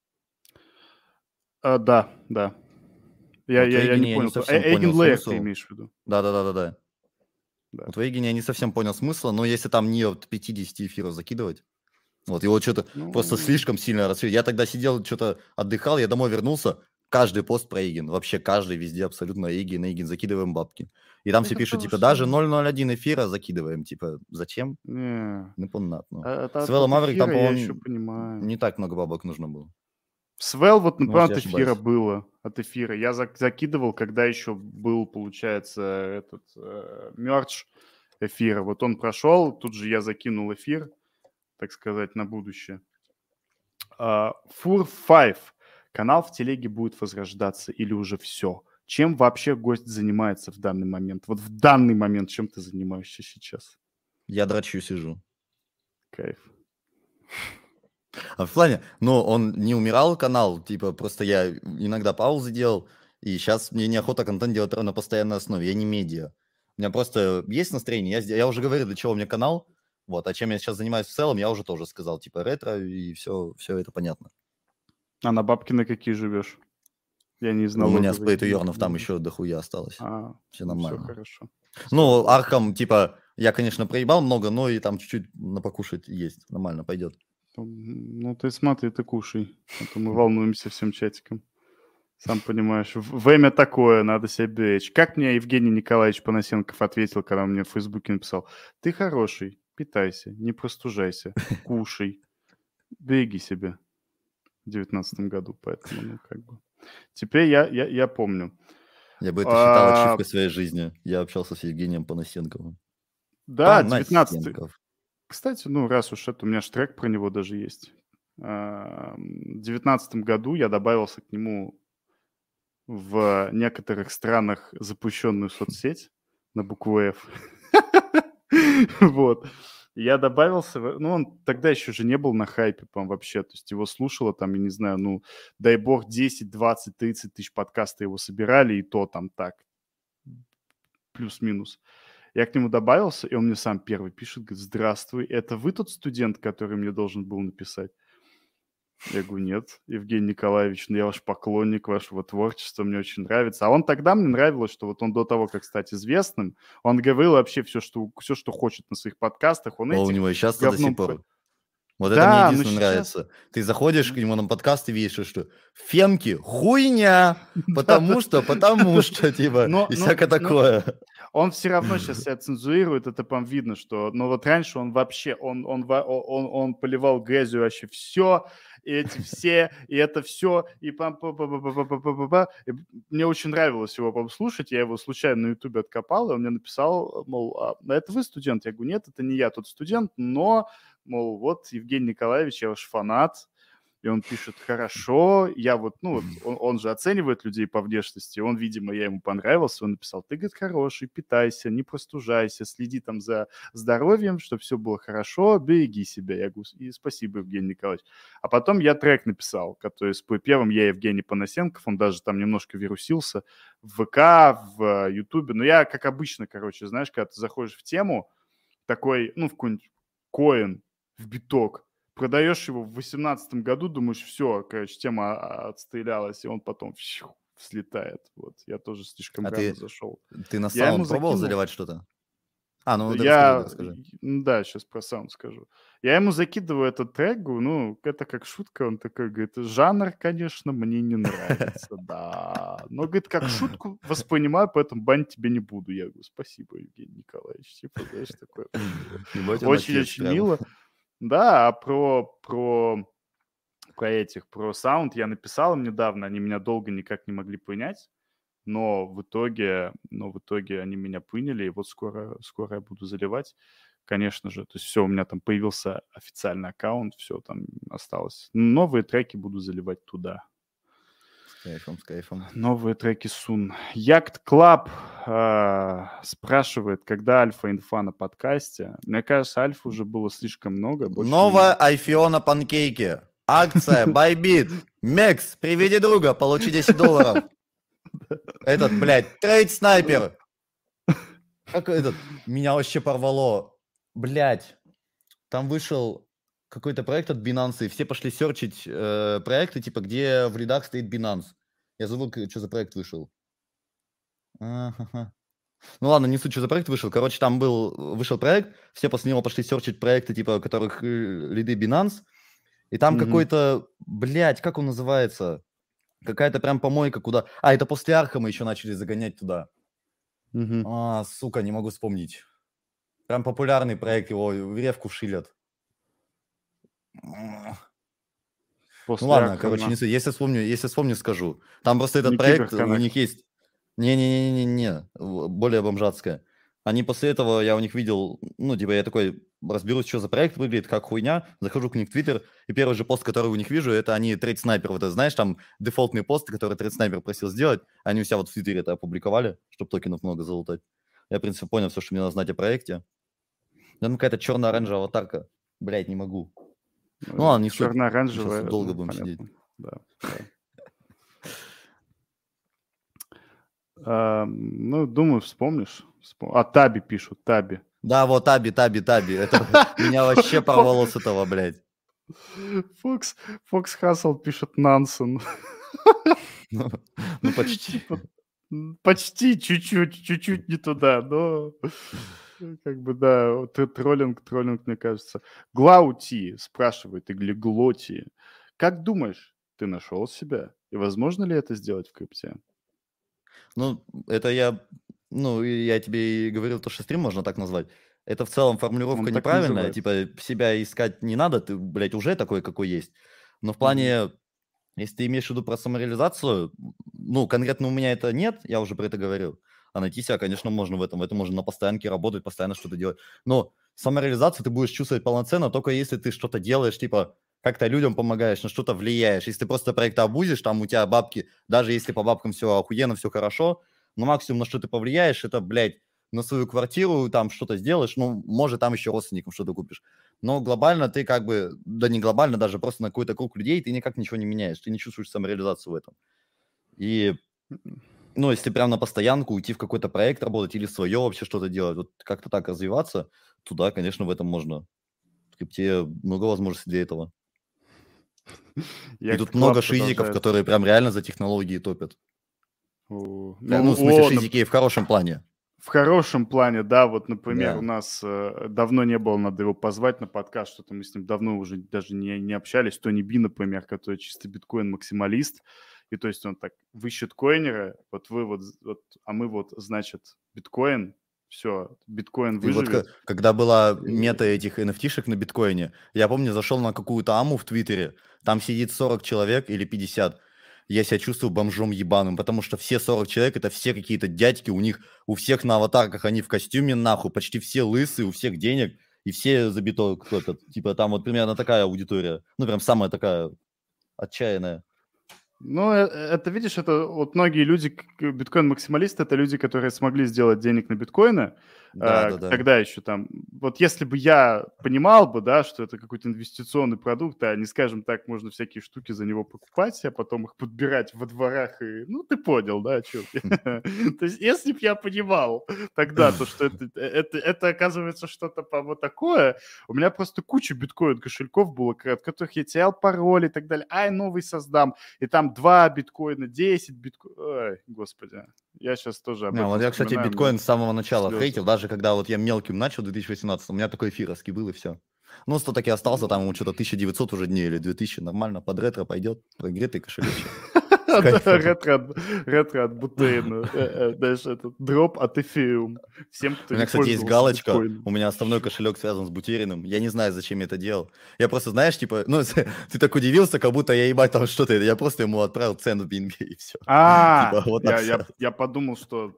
Uh, да, да. Я, вот я, я не я понял. Не Эйген Лейер ты имеешь в виду? Да-да-да-да-да. Да. Вот в Эйгене я не совсем понял смысла, но если там не от пятидесяти эфиров закидывать, вот его что-то ну... просто слишком сильно расширили. Я тогда сидел, что-то отдыхал, я домой вернулся, каждый пост про Эйген, вообще каждый, везде абсолютно Эйген, Эйген, закидываем бабки. И там это все пишут, типа, даже ноль ноль один эфира закидываем, типа, зачем? Не. Непонятно. А, Свел Маврик там, по-моему, не так много бабок нужно было. Свел вот, например, от эфира было, от эфира. Я закидывал, когда еще был, получается, этот э, мерч эфира. Вот он прошел, тут же я закинул эфир, так сказать, на будущее. Фур пять. Канал в телеге будет возрождаться или уже все? Чем вообще гость занимается в данный момент? Вот в данный момент чем ты занимаешься сейчас? Я драчу сижу. Кайф. А в плане, ну, он не умирал, канал, типа, просто я иногда паузы делал, и сейчас мне неохота контент делать на постоянной основе, я не медиа. У меня просто есть настроение, я, я уже говорил, для чего у меня канал, вот, а чем я сейчас занимаюсь в целом, я уже тоже сказал, типа, ретро, и все, все это понятно. А на бабки на какие живешь? Я не знал. У меня сплейт и Йорнов там еще дохуя осталось. А, все нормально. Все хорошо. Ну, Архам, типа, я, конечно, проебал много, но и там чуть-чуть на покушать есть, нормально, пойдет. Ну, ты смотри, ты кушай, а то мы волнуемся всем чатиком. Сам понимаешь, время такое, надо себя беречь. Как мне Евгений Николаевич Панасенков ответил, когда мне в Фейсбуке написал: ты хороший, питайся, не простужайся, кушай, береги себя. В девятнадцатом году, поэтому, ну, как бы. Теперь я, я, я помню. Я бы это считал ачивкой своей жизни. Я общался с Евгением Панасенковым. Да, девятнадцатый. кстати, ну, раз уж это, у меня ж трек про него даже есть. А, В девятнадцатом году я добавился к нему в некоторых странах запрещенную соцсеть на букву F. Вот. Я добавился, в- ну, он тогда еще же не был на хайпе, по вообще, то есть его слушало там, я не знаю, ну, дай бог, десять, двадцать, тридцать тысяч подкаста его собирали, и то там так, плюс-минус. Я к нему добавился, и он мне сам первый пишет, говорит, здравствуй, это вы тот студент, который мне должен был написать? Я говорю, нет, Евгений Николаевич, ну я ваш поклонник вашего творчества, мне очень нравится. А он тогда мне нравилось, что вот он до того, как стать известным, он говорил вообще все, что, все, что хочет на своих подкастах. Он О, у этих него и сейчас до сих говном... пор. по- Вот это мне Да, но единственное сейчас... нравится. Ты заходишь к нему на подкаст и видишь, что фемки хуйня, потому что, потому что, типа, Но, и но, всякое но такое. он все равно сейчас себя цензурирует, это прям видно, что... Но вот раньше он вообще, он, он, во- он, он поливал грязью вообще все, и эти все, и это все, и пам па па па па па па па па И мне очень нравилось его прям слушать, я его случайно на ютубе откопал, и он мне написал, мол, а это вы студент? Я говорю, нет, это не я тот студент, но, мол, вот Евгений Николаевич, я ваш фанат. И он пишет, хорошо, я вот, ну, вот, он, он же оценивает людей по внешности, он, видимо, я ему понравился, он написал, ты, говорит, хороший, питайся, не простужайся, следи там за здоровьем, чтобы все было хорошо, береги себя. Я говорю, и спасибо, Евгений Николаевич. А потом я трек написал, который с первым я Евгений Панасенков, он даже там немножко вирусился в ВК, в Ютубе, но я, как обычно, короче, знаешь, когда ты заходишь в тему, такой, ну, в какой-нибудь коин, в биток, продаешь его в восемнадцатом году, думаешь, все, короче, тема а, отстрелялась, и он потом фью, взлетает. Вот, я тоже слишком А рано ты, зашел. ты на Я ему саунд пробовал закинул, заливать что-то? А, ну ты расскажи, ты я, расскажи. м, да, сейчас про саунд скажу. Я ему закидываю этот трек, говорю, ну, это как шутка, он такой, говорит, жанр, конечно, мне не нравится, да. Но, говорит, как шутку воспринимаю, поэтому банить тебе не буду. Я говорю, спасибо, Евгений Николаевич, типа, знаешь, такое. Ебать он отец Очень-очень прям. мило. Да, а про, про, про этих, про саунд я написал им недавно, они меня долго никак не могли понять, но в итоге, но в итоге они меня поняли, и вот скоро, скоро я буду заливать, конечно же. То есть все, у меня там появился официальный аккаунт, все там осталось. Новые треки буду заливать туда. С кайфом, с кайфом. Новые треки Сун. Yacht Club э, спрашивает, когда альфа-инфа на подкасте. Мне кажется, альфа уже было слишком много. больше Новая не- айфиона панкейки. Акция, Байбит. Мекс, приведи друга, получи десять долларов. Этот, блядь, трейд-снайпер. Как этот? Меня вообще порвало. Блядь. Там вышел какой-то проект от Binance, и все пошли серчить э, проекты, типа, где в рядах стоит Binance. Я забыл, к- что за проект вышел. Ага. Ну ладно, не суть, что за проект вышел. Короче, там был, вышел проект, все после него пошли серчить проекты, типа, у которых э, ряды Binance. И там Мгм. какой-то, блядь, как он называется? Какая-то прям помойка, куда... А, это после Архама еще начали загонять туда. Мгм. А, сука, не могу вспомнить. Прям популярный проект, его в ревку шилят. После Ну ладно, Архама. короче, не суть. Если вспомню, если вспомню, скажу. Там просто этот Не проект, у Киберконнект. них есть... Не-не-не-не-не, более бомжатская. Они после этого, я у них видел, ну, типа, я такой разберусь, что за проект выглядит, как хуйня, захожу к ним в Твиттер, и первый же пост, который у них вижу, это они Трейд Снайпер, вот это, знаешь, там дефолтные посты, которые Трейд Снайпер просил сделать, они у себя вот в Твиттере это опубликовали, чтобы токенов много залутать. Я, в принципе, понял все, что мне надо знать о проекте. Там какая-то черно-оранжевая аватарка. Блять, не могу. Ну ладно, не суть. Черно-оранжевая. Сейчас долго ну, будем понятно. сидеть. Да, да. А, ну, думаю, вспомнишь. Вспом- А, Таби пишут, Таби. Да, вот Таби, Таби, Таби. Это меня вообще порвало с этого, блядь. Фокс, Фокс Хассел пишет Нансен. Ну, ну, почти. Типа, м, почти чуть-чуть, чуть-чуть не туда, но как бы да, т- троллинг, троллинг, мне кажется. Глаути спрашивает, или Глоти, как думаешь, ты нашел себя? И возможно ли это сделать в крипте? Ну, это я, ну, и я тебе и говорил, то, что стрим можно так назвать. Это в целом формулировка Он так неправильная, называется. типа себя искать не надо, ты, блядь, уже такой, какой есть. Но в Мгм. плане, если ты имеешь в виду про самореализацию, ну, конкретно у меня это нет, я уже про это говорил. А найти себя, конечно, можно в этом. В этом можно на постоянке работать, постоянно что-то делать. Но самореализацию ты будешь чувствовать полноценно только если ты что-то делаешь, типа, как-то людям помогаешь, на что-то влияешь. Если ты просто проект обузишь, там у тебя бабки, даже если по бабкам все охуенно, все хорошо, но максимум, на что ты повлияешь, это, блядь, на свою квартиру там что-то сделаешь, ну, может, там еще родственникам что-то купишь. Но глобально ты как бы, да не глобально, даже просто на какой-то круг людей ты никак ничего не меняешь, ты не чувствуешь самореализацию в этом. И, ну, если прям на постоянку уйти в какой-то проект работать или свое вообще что-то делать, вот как-то так развиваться, то да, конечно, в этом можно. В крипте много возможностей для этого. И тут много шизиков, которые прям реально за технологии топят. О, ну, ну, в смысле, о, шизики в хорошем плане. В хорошем плане, да, вот, например, Да. у нас э, давно не было, надо его позвать на подкаст, что-то мы с ним давно уже даже не, не общались, Тони Би, например, который чисто биткоин-максималист, и то есть он так, вы щиткоинеры, вот вы вот, вот, а мы вот, значит, биткоин, все, биткоин И вот выживет. к- когда была мета этих эн эф ти-шек на биткоине, я помню, зашел на какую-то аму в Твиттере, там сидит сорок человек или пятьдесят, я себя чувствую бомжом ебаным, потому что все сорок человек это все какие-то дядьки, у них, у всех на аватарках они в костюме нахуй, почти все лысые, у всех денег, и все за биток топят. Типа там вот примерно такая аудитория, ну прям самая такая отчаянная. Ну, э- это, видишь, это вот многие люди, к- биткоин-максималисты, это люди, которые смогли сделать денег на биткоины, Да, э, да, да. тогда еще там, вот если бы я понимал бы, да, что это какой-то инвестиционный продукт, а не, скажем так, можно всякие штуки за него покупать, а потом их подбирать во дворах, и, ну, ты понял, да, что. То есть, если бы я понимал тогда, то, что это, это, это оказывается что-то по вот такое, у меня просто куча биткоин-кошельков было, от которых я терял пароли и так далее, ай, новый создам, и там два биткоина, десять биткоинов. Ой, господи, я сейчас тоже об Не, этом вот я, кстати, вспоминаю, биткоин мне с самого начала слезы. хейтил, даже когда вот я мелким начал в две тысячи восемнадцатом, у меня такой фировский был и все. Ну, сто таки остался, там ему что-то тысяча девятьсот уже дней или две тысячи, нормально, под ретро пойдет, прогретый кошелечек. С кайфом. Ретро, ретро от Бутейна. Э, э, Знаешь, этот дроп от эфириум. Всем, кто У меня, не кстати, есть пользовался галочка, биткоином. у меня основной кошелек связан с бутериным, я не знаю, зачем я это делал. Я просто, знаешь, типа, ну, ты так удивился, как будто я ебать там что-то, я просто ему отправил цену в би эн би и все. А, Типа, вот я, так я, всё. я подумал, что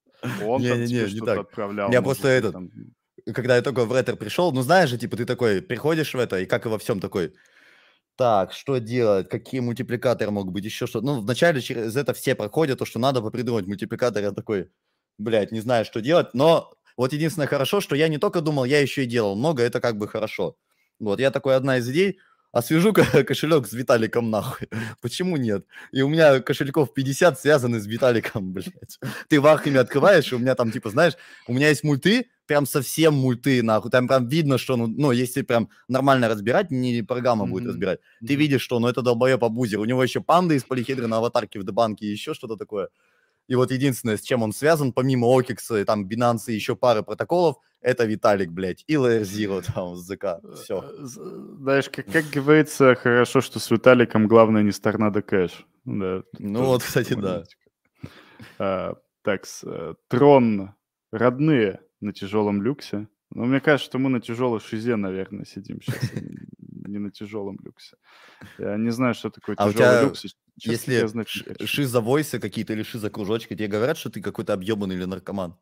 он там Не-не-не, тебе не что-то так. отправлял. Я может просто быть, этот, там. когда я только в ретро пришел, ну, знаешь же, типа, ты такой приходишь в это, и как и во всем такой, так, что делать, какие мультипликаторы могут быть, еще что-то. Ну, вначале через это все проходят, то, что надо попридумать мультипликатор, я такой, блядь, не знаю, что делать, но вот единственное хорошо, что я не только думал, я еще и делал много, это как бы хорошо. Вот, я такой, одна из идей, освежу кошелек с Виталиком нахуй. Почему нет? И у меня кошельков пятьдесят связаны с Виталиком, блядь. Ты в Архиме открываешь, и у меня там, типа, знаешь, у меня есть мульты, прям совсем мульты, нахуй. Там прям видно, что, ну, ну если прям нормально разбирать, не программа будет Мгм. разбирать. Ты Мгм. видишь, что, ну, это долбоеб абузер. У него еще панда из полихедры на аватарке в дебанке и еще что-то такое. И вот единственное, с чем он связан, помимо Окикса, там, Binance и еще пары протоколов, это Виталик, блядь, и Layer Zero там с ЗК. Все. Э, з- Знаешь, как, как говорится, хорошо, что с Виталиком главное не Торнадо Кэш. Да, тут Ну тоже вот, кстати, такая да. моментик. А, так, с, э, Трон родные на тяжелом люксе. Но мне кажется, что мы на тяжелой шизе, наверное, сидим сейчас, а не не на тяжелом люксе. Я не знаю, что такое А у тяжелый тебя, люкс. и, честно говоря, если знать не ш- хочу. шиза-войсы какие-то или шиза-кружочки, тебе говорят, что ты какой-то объебанный или наркоман?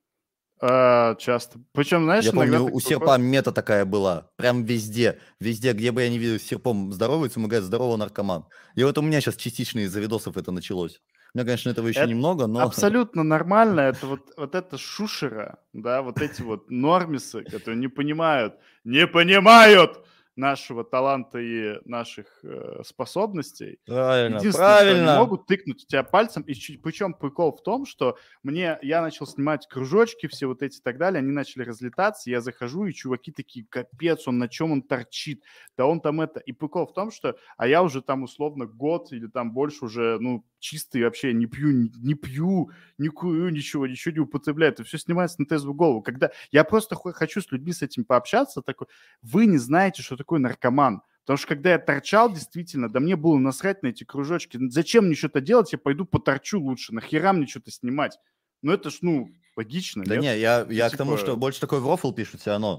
А, часто. Причем, знаешь, Я иногда помню, так у Серпа выходит- мета такая была. Прям везде. Везде, где бы я не видел, с Серпом здоровается, ему говорят, здорово, наркоман. И вот у меня сейчас частично из-за видосов это началось. У меня, конечно, этого еще Это немного, но... абсолютно нормально. Это вот, вот это шушера, да, вот эти вот нормисы, которые не понимают, не понимают нашего таланта и наших э, способностей. Правильно, Единственное, что они правильно. могут тыкнуть у тебя пальцем. И чуть- причем прикол в том, что мне, я начал снимать кружочки, все вот эти и так далее, они начали разлетаться, я захожу, и чуваки такие, капец, он на чем он торчит, да он там это. И прикол в том, что, а я уже там условно год или там больше уже, ну, чистый вообще не пью, не, не пью, не курю, ничего, ничего не употребляю. Это все снимается на трезвую голову. Когда я просто хо- хочу с людьми с этим пообщаться, такой, вы не знаете, что такое наркоман. Потому что когда я торчал, действительно, да мне было насрать на эти кружочки. Ну, зачем мне что-то делать? Я пойду поторчу лучше. Нахера мне что-то снимать? Ну это ж, ну, логично, Да нет? не, я, Ну, я к тому, типа, что больше такой в рофл пишут все равно.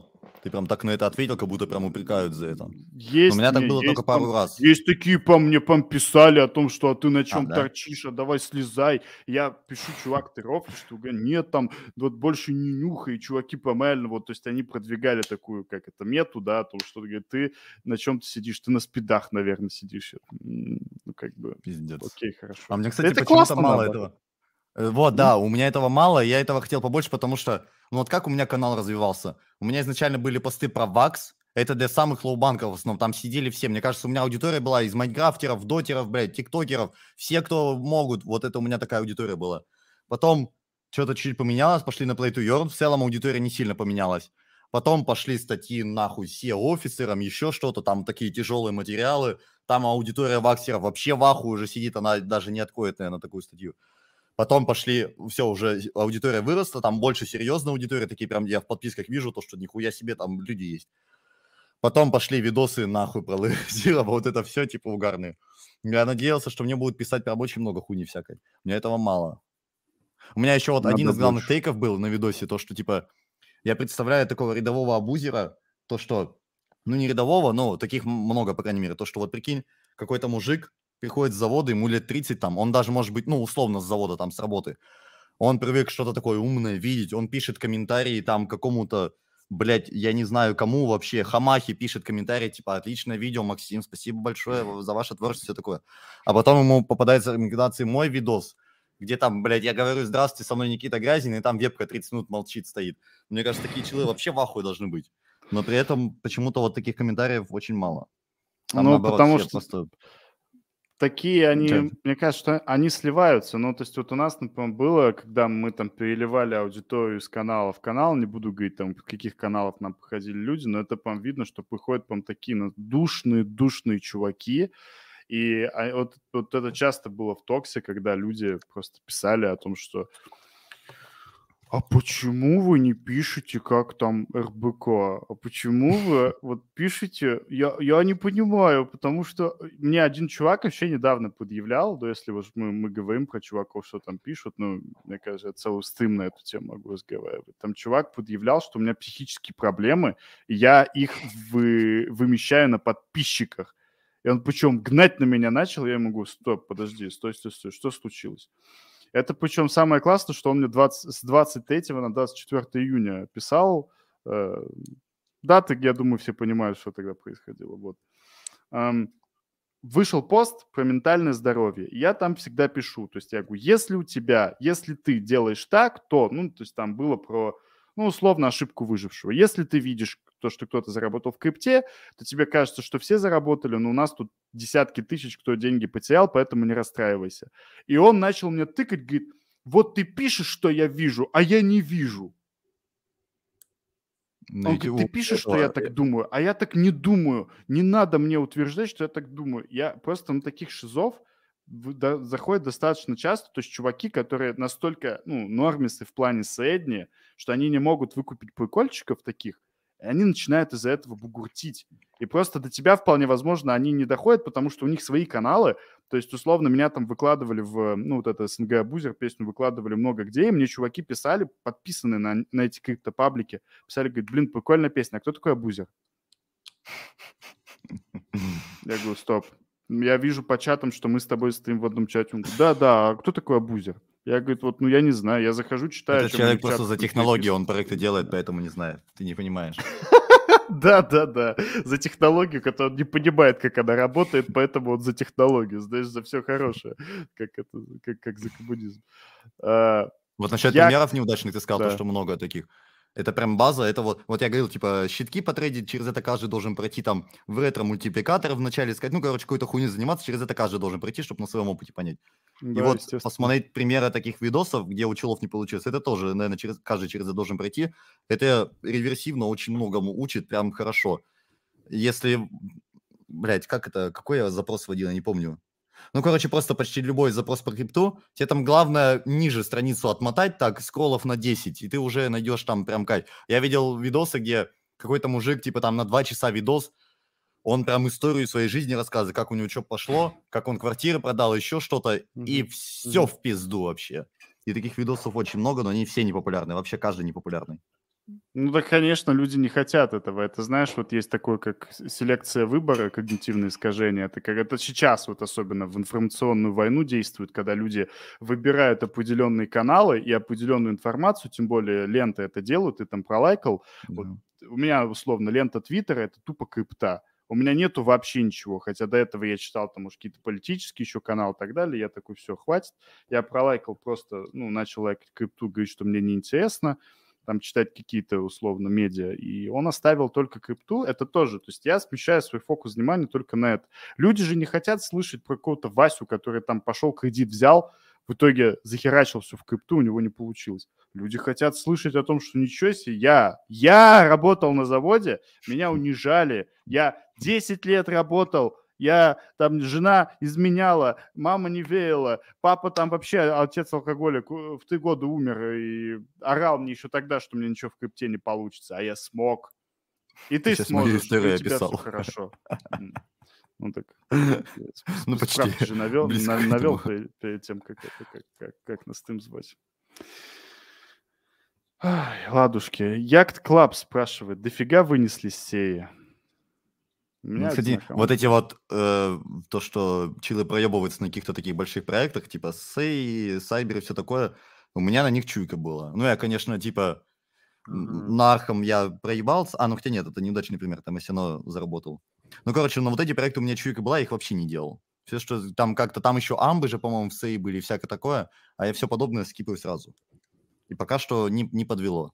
Ты прям так на это ответил, как будто прям упрекают за это. Есть, у меня так не, было есть только пару там, раз. Есть такие по мне пом писали о том, что а ты на А, чем да? торчишь, а давай слезай. Я пишу, чувак, ты рофлишь, что говорю, нет, там, вот больше не нюхай, чуваки помально, вот, то есть они продвигали такую, как это, мету, да, о том, что говорит, ты на чем ты сидишь, ты на спидах, наверное, сидишь. Ну, как бы, Пиздец. окей, хорошо. А мне, Да кстати, это почему-то классно мало надо. этого. Э, Вот, М? да, у меня этого мало, я этого хотел побольше, потому что, ну вот как у меня канал развивался? У меня изначально были посты про вакс, это для самых лоу-банков в основном, там сидели все, мне кажется, у меня аудитория была из майнкрафтеров, дотеров, блядь, тиктокеров, все, кто могут, вот это у меня такая аудитория была. Потом что-то чуть поменялось, пошли на Play to Earn, в целом аудитория не сильно поменялась. Потом пошли статьи нахуй с офисером, еще что-то, там такие тяжелые материалы, там аудитория ваксеров вообще в ахуе уже сидит, она даже не отходит, наверное, такую статью. Потом пошли, все, уже аудитория выросла, там больше серьезная аудитория, такие прям, я в подписках вижу то, что нихуя себе там люди есть. Потом пошли видосы нахуй про Зира, вот это все типа угарные. Я надеялся, что мне будут писать прям очень много хуйни всякой. У меня этого мало. У меня еще вот Надо один из главных больше. тейков был на видосе, то, что типа я представляю такого рядового абузера, то, что, ну не рядового, но таких много, по крайней мере, то, что вот прикинь, какой-то мужик приходит с завода, ему лет тридцать там, он даже может быть, ну условно с завода там, с работы, он привык что-то такое умное видеть, он пишет комментарии там какому-то, блядь, я не знаю кому вообще, Хамахи пишет комментарии, типа, отличное видео, Максим, спасибо большое за ваше творчество, все такое. А потом ему попадается в рекомендации мой видос, где там, блядь, я говорю, здравствуйте, со мной Никита Грязин, и там вебка тридцать минут молчит, стоит. Мне кажется, такие челы вообще в ахуе должны быть. Но при этом почему-то вот таких комментариев очень мало. Там, Ну, наоборот, потому все что просто... такие Чё? они, мне кажется, что они сливаются. Ну, то есть вот у нас, например, было, когда мы там переливали аудиторию из канала в канал, не буду говорить, там, каких каналов нам приходили люди, но это, по видно, что приходят, по такие ну, душные-душные чуваки. И а, вот, вот это часто было в Токсе, когда люди просто писали о том, что а почему вы не пишете, как там эр бэ ка? А почему вы вот пишете? Я, я не понимаю, потому что мне один чувак вообще недавно предъявлял, да, если вот мы, мы говорим про чуваков, что там пишут, ну, мне кажется, я целый стрим на эту тему могу разговаривать. Там чувак предъявлял, что у меня психические проблемы, и я их вы, вымещаю на подписчиках. И он причем гнать на меня начал, я ему говорю, стоп, подожди, стой, стой, стой, что случилось? Это причем самое классное, что он мне двадцать, с двадцать третьего на двадцать четвёртое июня писал. Э, даты, я думаю, все понимают, что тогда происходило. Вот. Эм, вышел пост про ментальное здоровье. И я там всегда пишу. То есть я говорю, если у тебя, если ты делаешь так, то, ну, то есть там было про, ну, условно, ошибку выжившего. Если ты видишь то, что кто-то заработал в крипте, то тебе кажется, что все заработали, но у нас тут десятки тысяч, кто деньги потерял, поэтому не расстраивайся. И он начал мне тыкать, говорит, вот ты пишешь, что я вижу, а я не вижу. На Он YouTube говорит, ты пишешь, что я так думаю, а я так не думаю. Не надо мне утверждать, что я так думаю. Я просто на таких шизов в- да, заходят достаточно часто, то есть чуваки, которые настолько, ну, нормисы в плане средние, что они не могут выкупить прикольчиков таких, и они начинают из-за этого бугуртить. И просто до тебя вполне возможно они не доходят, потому что у них свои каналы. То есть, условно, меня там выкладывали в, ну, вот это эс эн гэ Абузер, песню выкладывали много где, и мне чуваки писали, подписанные на, на эти криптопаблики, писали, говорит, блин, прикольная песня, а кто такой Абузер? Я говорю, стоп. Я вижу по чатам, что мы с тобой стоим в одном чате. Он говорит, да-да, а кто такой Абузер? Я говорю, вот, ну я не знаю, я захожу, читаю, Этот о чем они человек в просто чатах за там технологии, переписываются. он проекты делает, поэтому не знает. Ты не понимаешь. Да-да-да, за технологию, которую он не понимает, как она работает, поэтому он за технологию, знаешь, за все хорошее, как, это, как, как за коммунизм. А, Вот насчет я... примеров неудачных ты сказал, то, Да. что много таких. Это прям база, это вот, вот я говорил, типа, щитки потрейдить, через это каждый должен пройти там в ретро-мультипликатор вначале искать, ну, короче, какой-то хуйней заниматься, через это каждый должен пройти, чтобы на своем опыте понять. И Да, вот естественно. посмотреть примеры таких видосов, где у челов не получилось, это тоже, наверное, через, каждый через это должен пройти. Это реверсивно очень многому учит, прям хорошо. Если, блядь, как это, какой я запрос вводил, я не помню. Ну, короче, просто почти любой запрос по крипту, тебе там главное ниже страницу отмотать, так, скроллов на десять, и ты уже найдешь там прям кайф. Я видел видосы, где какой-то мужик, типа там на два часа видос, он прям историю своей жизни рассказывает, как у него что пошло, как он квартиры продал, еще что-то, и Мгм. все Мгм. в пизду вообще. И таких видосов очень много, но они все непопулярны, вообще каждый непопулярный. Ну да, конечно, люди не хотят этого. Это, знаешь, вот есть такое, как с- селекция выбора, когнитивное искажение. Это как это сейчас вот особенно в информационную войну действует, когда люди выбирают определенные каналы и определенную информацию, тем более ленты это делают, ты там пролайкал. Вот Да. у меня условно лента Твиттера — это тупо крипта. У меня нету вообще ничего, хотя до этого я читал там, может, какие-то политические еще каналы и так далее. Я такой, все, хватит. Я пролайкал просто, ну, начал лайкать крипту, говорить, что мне неинтересно там читать какие-то условно медиа, и он оставил только крипту, это тоже, то есть я смещаю свой фокус внимания только на это. Люди же не хотят слышать про какого-то Васю, который там пошел, кредит взял, в итоге захерачил все в крипту, у него не получилось. Люди хотят слышать о том, что ничего себе, я, я работал на заводе, меня унижали, я десять лет работал, я там, жена изменяла, мама не верила, папа там вообще, отец алкоголик, в три года умер и орал мне еще тогда, что мне ничего в крипте не получится, а я смог. И Ты ты сейчас мою сможешь, и у историю тебя все описал. хорошо. М. Ну так, Ну, почти. справки же навел, Близко на- к навел этому. перед, перед тем, как это, как, как, как нас тем звать. Ай, ладушки. Yacht Club спрашивает, дофига вынесли с сеи? У Ну, меня один кстати, вот аккаунт эти был. вот, э, то, что чилы проебываются на каких-то таких больших проектах, типа Сей, Сайбер и все такое, у меня на них чуйка была. Ну, я, конечно, типа, н- Мгм. на Архам я проебался. А, ну, хотя нет, это неудачный пример, там я все равно заработал. Ну, короче, на вот эти проекты у меня чуйка была, я их вообще не делал. Все, что там как-то, там еще амбы же, по-моему, в Сей были и всякое такое, а я все подобное скипаю сразу. И пока что не, не подвело.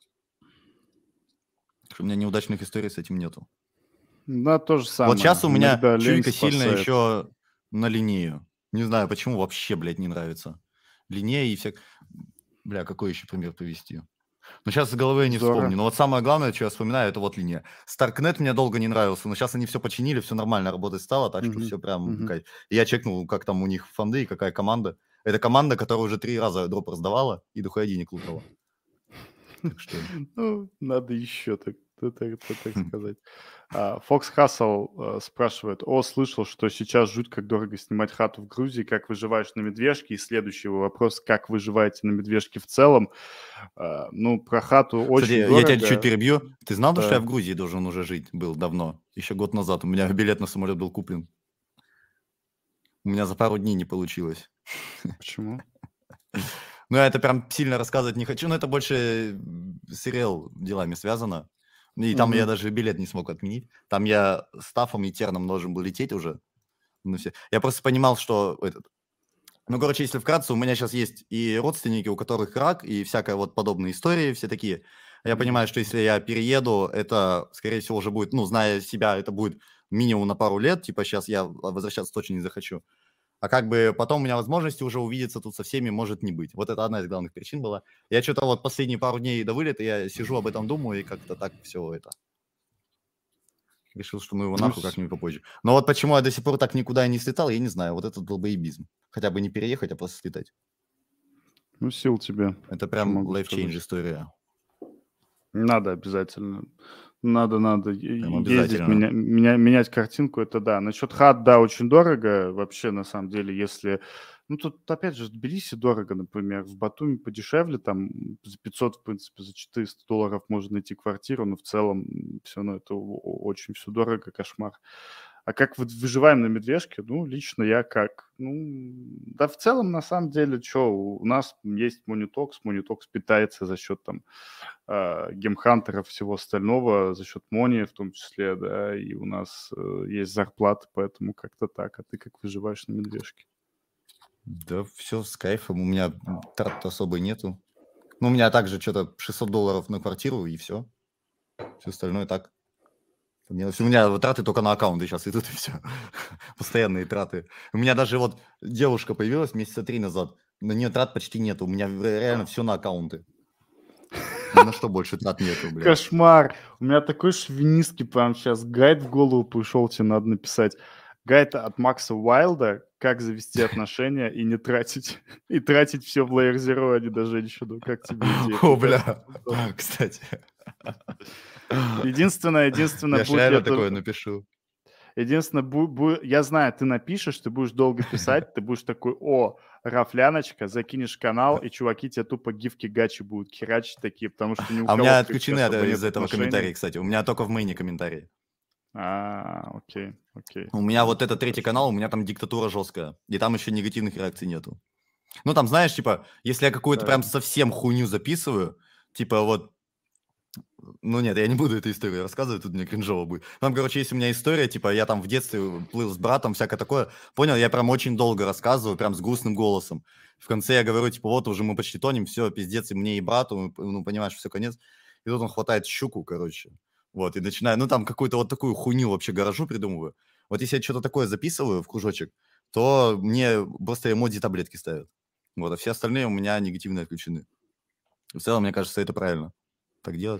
Так что у меня неудачных историй с этим нету. Да, то же Вот самое. сейчас у меня Иногда лень чуйка сильно спасает. еще на линею. Не знаю, почему вообще, блядь, не нравится. Линея и всяк... Бля, какой еще пример привести? Ну, сейчас с головы я не Зора. вспомню. Но вот самое главное, что я вспоминаю, это вот линия. Старкнет мне долго не нравился, но сейчас они все починили, все нормально работать стало, так что Мгм. все прям... Мгм. кайф. И я чекнул, как там у них фонды и какая команда. Это команда, которая уже три раза дроп раздавала и дохуя денег лутала. Так что... Ну, надо еще, так, так, так, так- так сказать. А, Фокс Хассел э, спрашивает, о, слышал, что сейчас жуть как дорого снимать хату в Грузии, как выживаешь на медвежке? И следующий его вопрос, как выживаете на медвежке в целом? А, ну, про хату Кстати, очень я тебя чуть дорого. перебью. Ты знал, что я Да. в Грузии должен уже жить был давно? Еще год назад. У меня билет на самолет был куплен. У меня за пару дней не получилось. Почему? Ну, я это прям сильно рассказывать не хочу, но это больше м, с РЛ делами связано. И там я Мгм. даже билет не смог отменить. Там я с Тафом и Терном должен был лететь уже. Ну, все. Я просто понимал, что этот... Ну, короче, если вкратце, у меня сейчас есть и родственники, у которых рак, и всякая вот подобные истории, все такие. Я Мгм. понимаю, что если я перееду, это, скорее всего, уже будет, ну, зная себя, это будет минимум на пару лет. Типа сейчас я возвращаться точно не захочу. А как бы потом у меня возможности уже увидеться тут со всеми может не быть. Вот это одна из главных причин была. Я что-то вот последние пару дней до вылета, я сижу об этом думаю, и как-то так все это. Решил, что ну его Ну, нахуй с- как-нибудь попозже. Но вот почему я до сих пор так никуда и не слетал, я не знаю. Вот это долбоебизм. Хотя бы не переехать, а просто слетать. ну, сил тебе, Это что прям могу life-change сказать. история. Надо обязательно. Надо, надо е- Прям ездить, обязательно. меня, меня- менять картинку, это да. Насчет хат, да, очень дорого. Вообще, на самом деле, если... Ну, тут, опять же, в Тбилиси дорого, например. В Батуми подешевле, там за пятьсот, в принципе, за четыреста долларов можно найти квартиру, но в целом все равно это о- о- очень все дорого, кошмар. А как вот выживаем на медвежке? Ну, лично я как? Ну, да в целом, на самом деле, что, у нас есть Монитокс, Монитокс питается за счет там а, геймхантеров, всего остального, за счет Мони в том числе, да, и у нас э, есть зарплата, поэтому как-то так. А ты как выживаешь на медвежке? Да все с кайфом. У меня трат особо нету. Ну, у меня также что-то шестьсот долларов на квартиру, и все. Все остальное так. У меня, у меня траты только на аккаунты сейчас идут, и все. Постоянные траты. У меня даже вот девушка появилась месяца три назад. На нее трат почти нету. У меня реально все на аккаунты. Ни на что больше трат нету, блядь. Кошмар! У меня такой шовинистский прям сейчас гайд в голову пришел, тебе надо написать. Гайд от Макса Уайлда, как завести отношения и не тратить, и тратить все в Layer Zero, а не на женщину. Как тебе идея? О, Мне кажется, бля. это здорово. Кстати. Единственное, единственное, Я ж будет ли реально это... такое напишу. Единственное, бу- бу- я знаю, ты напишешь, ты будешь долго писать, ты будешь такой, о, Рафляночка, закинешь канал, и чуваки тебе тупо гифки гачи будут херачить такие, потому что ни у А у кого меня к их отключены от- особо из нет этого комментарии, отношений. кстати. У меня только в мейне комментарии. А, окей, окей. У меня Ну, вот этот третий канал, у меня там диктатура жесткая. И там еще негативных реакций нету. Ну, там, знаешь, типа, если я какую-то прям Да. совсем хуйню записываю, типа вот, ну нет, я не буду эту историю рассказывать, тут мне кринжово будет. Там, короче, есть у меня история, типа, я там в детстве плыл с братом, всякое такое. Понял, я прям очень долго рассказываю, прям с грустным голосом. В конце я говорю, типа, вот уже мы почти тонем, все, пиздец, и мне, и брату, ну, понимаешь, все, конец. И тут он хватает щуку, короче, вот, и начинаю, ну, там какую-то вот такую хуйню вообще гаражу придумываю. Вот если я что-то такое записываю в кружочек, то мне просто эмодзи таблетки ставят. Вот, а все остальные у меня негативно отключены. В целом, мне кажется, это правильно. Так делать.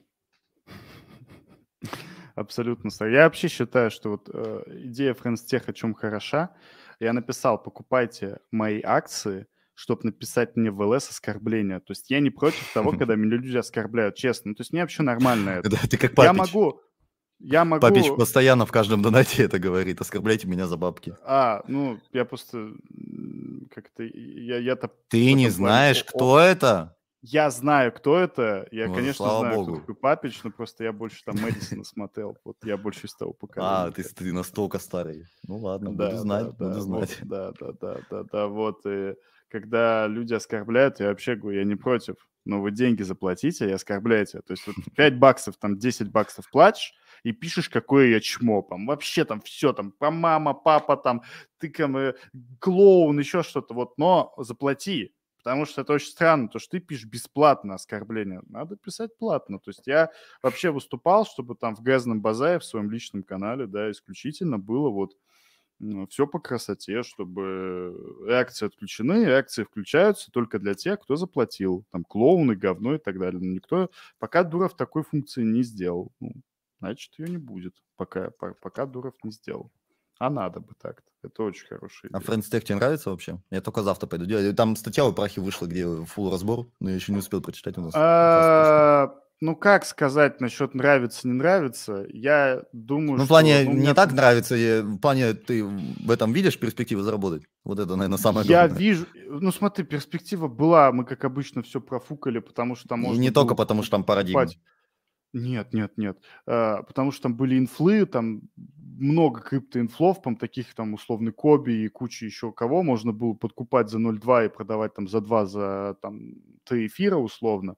Абсолютно. со- Я вообще считаю, что вот э, идея Френдстех о чем хороша. Я написал, покупайте мои акции, чтобы написать мне в ЛС оскорбления. То есть я не против того, когда меня люди оскорбляют, честно. Ну, то есть мне вообще нормально это. Да, ты как Я Папич. могу, я Папич могу... постоянно в каждом донате это говорит. Оскорбляйте меня за бабки. А, ну, я просто м, как-то... Я, я-то в Ты не этом плане... знаешь, о- о- кто это? Я знаю, кто это. Я, Ну, конечно, слава знаю, кто богу. такой Папич, но просто я больше там Мэдисона смотрел. Вот я больше из того А, поколения. ты, как ты настолько старый. Ну ладно, буду Да, да, знать, буду да, вот, знать. да, да, да, да, да, вот. И когда люди оскорбляют, я вообще говорю, я не против, но вы деньги заплатите и оскорбляете. То есть вот пять баксов, там десять баксов платишь и пишешь, какое я чмо, там вообще там все, там про мама, папа, там ты там, э, клоун, еще что-то, вот, но заплати. Потому что это очень странно, то, что ты пишешь бесплатно оскорбление. Надо писать платно. То есть я вообще выступал, чтобы там в грязном базаре, в своем личном канале, да, исключительно было вот все по красоте, чтобы реакции отключены, реакции включаются только для тех, кто заплатил. Там клоуны, говно и так далее. Но никто, пока Дуров такой функции не сделал, ну, значит, ее не будет, пока, по- пока Дуров не сделал. А надо бы так-то. Это очень хорошая А идея. Френдстех тебе нравится вообще? Я только завтра пойду делать. Там статья у Прахи вышла, где фул разбор, но я еще не успел прочитать у нас. А, Ну, как сказать насчет нравится, не нравится? Я думаю, Ну, в что... плане Ну, у не меня так там... нравится, я- в плане ты в этом видишь перспективы заработать? Вот это, наверное, самое Я главное. вижу... Ну, смотри, перспектива была, мы, как обычно, все профукали, потому что там И можно не было только потому, покуп- что там парадигма. покупать... Нет, нет, нет. А, потому что там были инфлы, там много криптоинфлов, там таких там условный Коби и куча еще кого можно было подкупать за ноль целых два и продавать там за два, за там три эфира условно.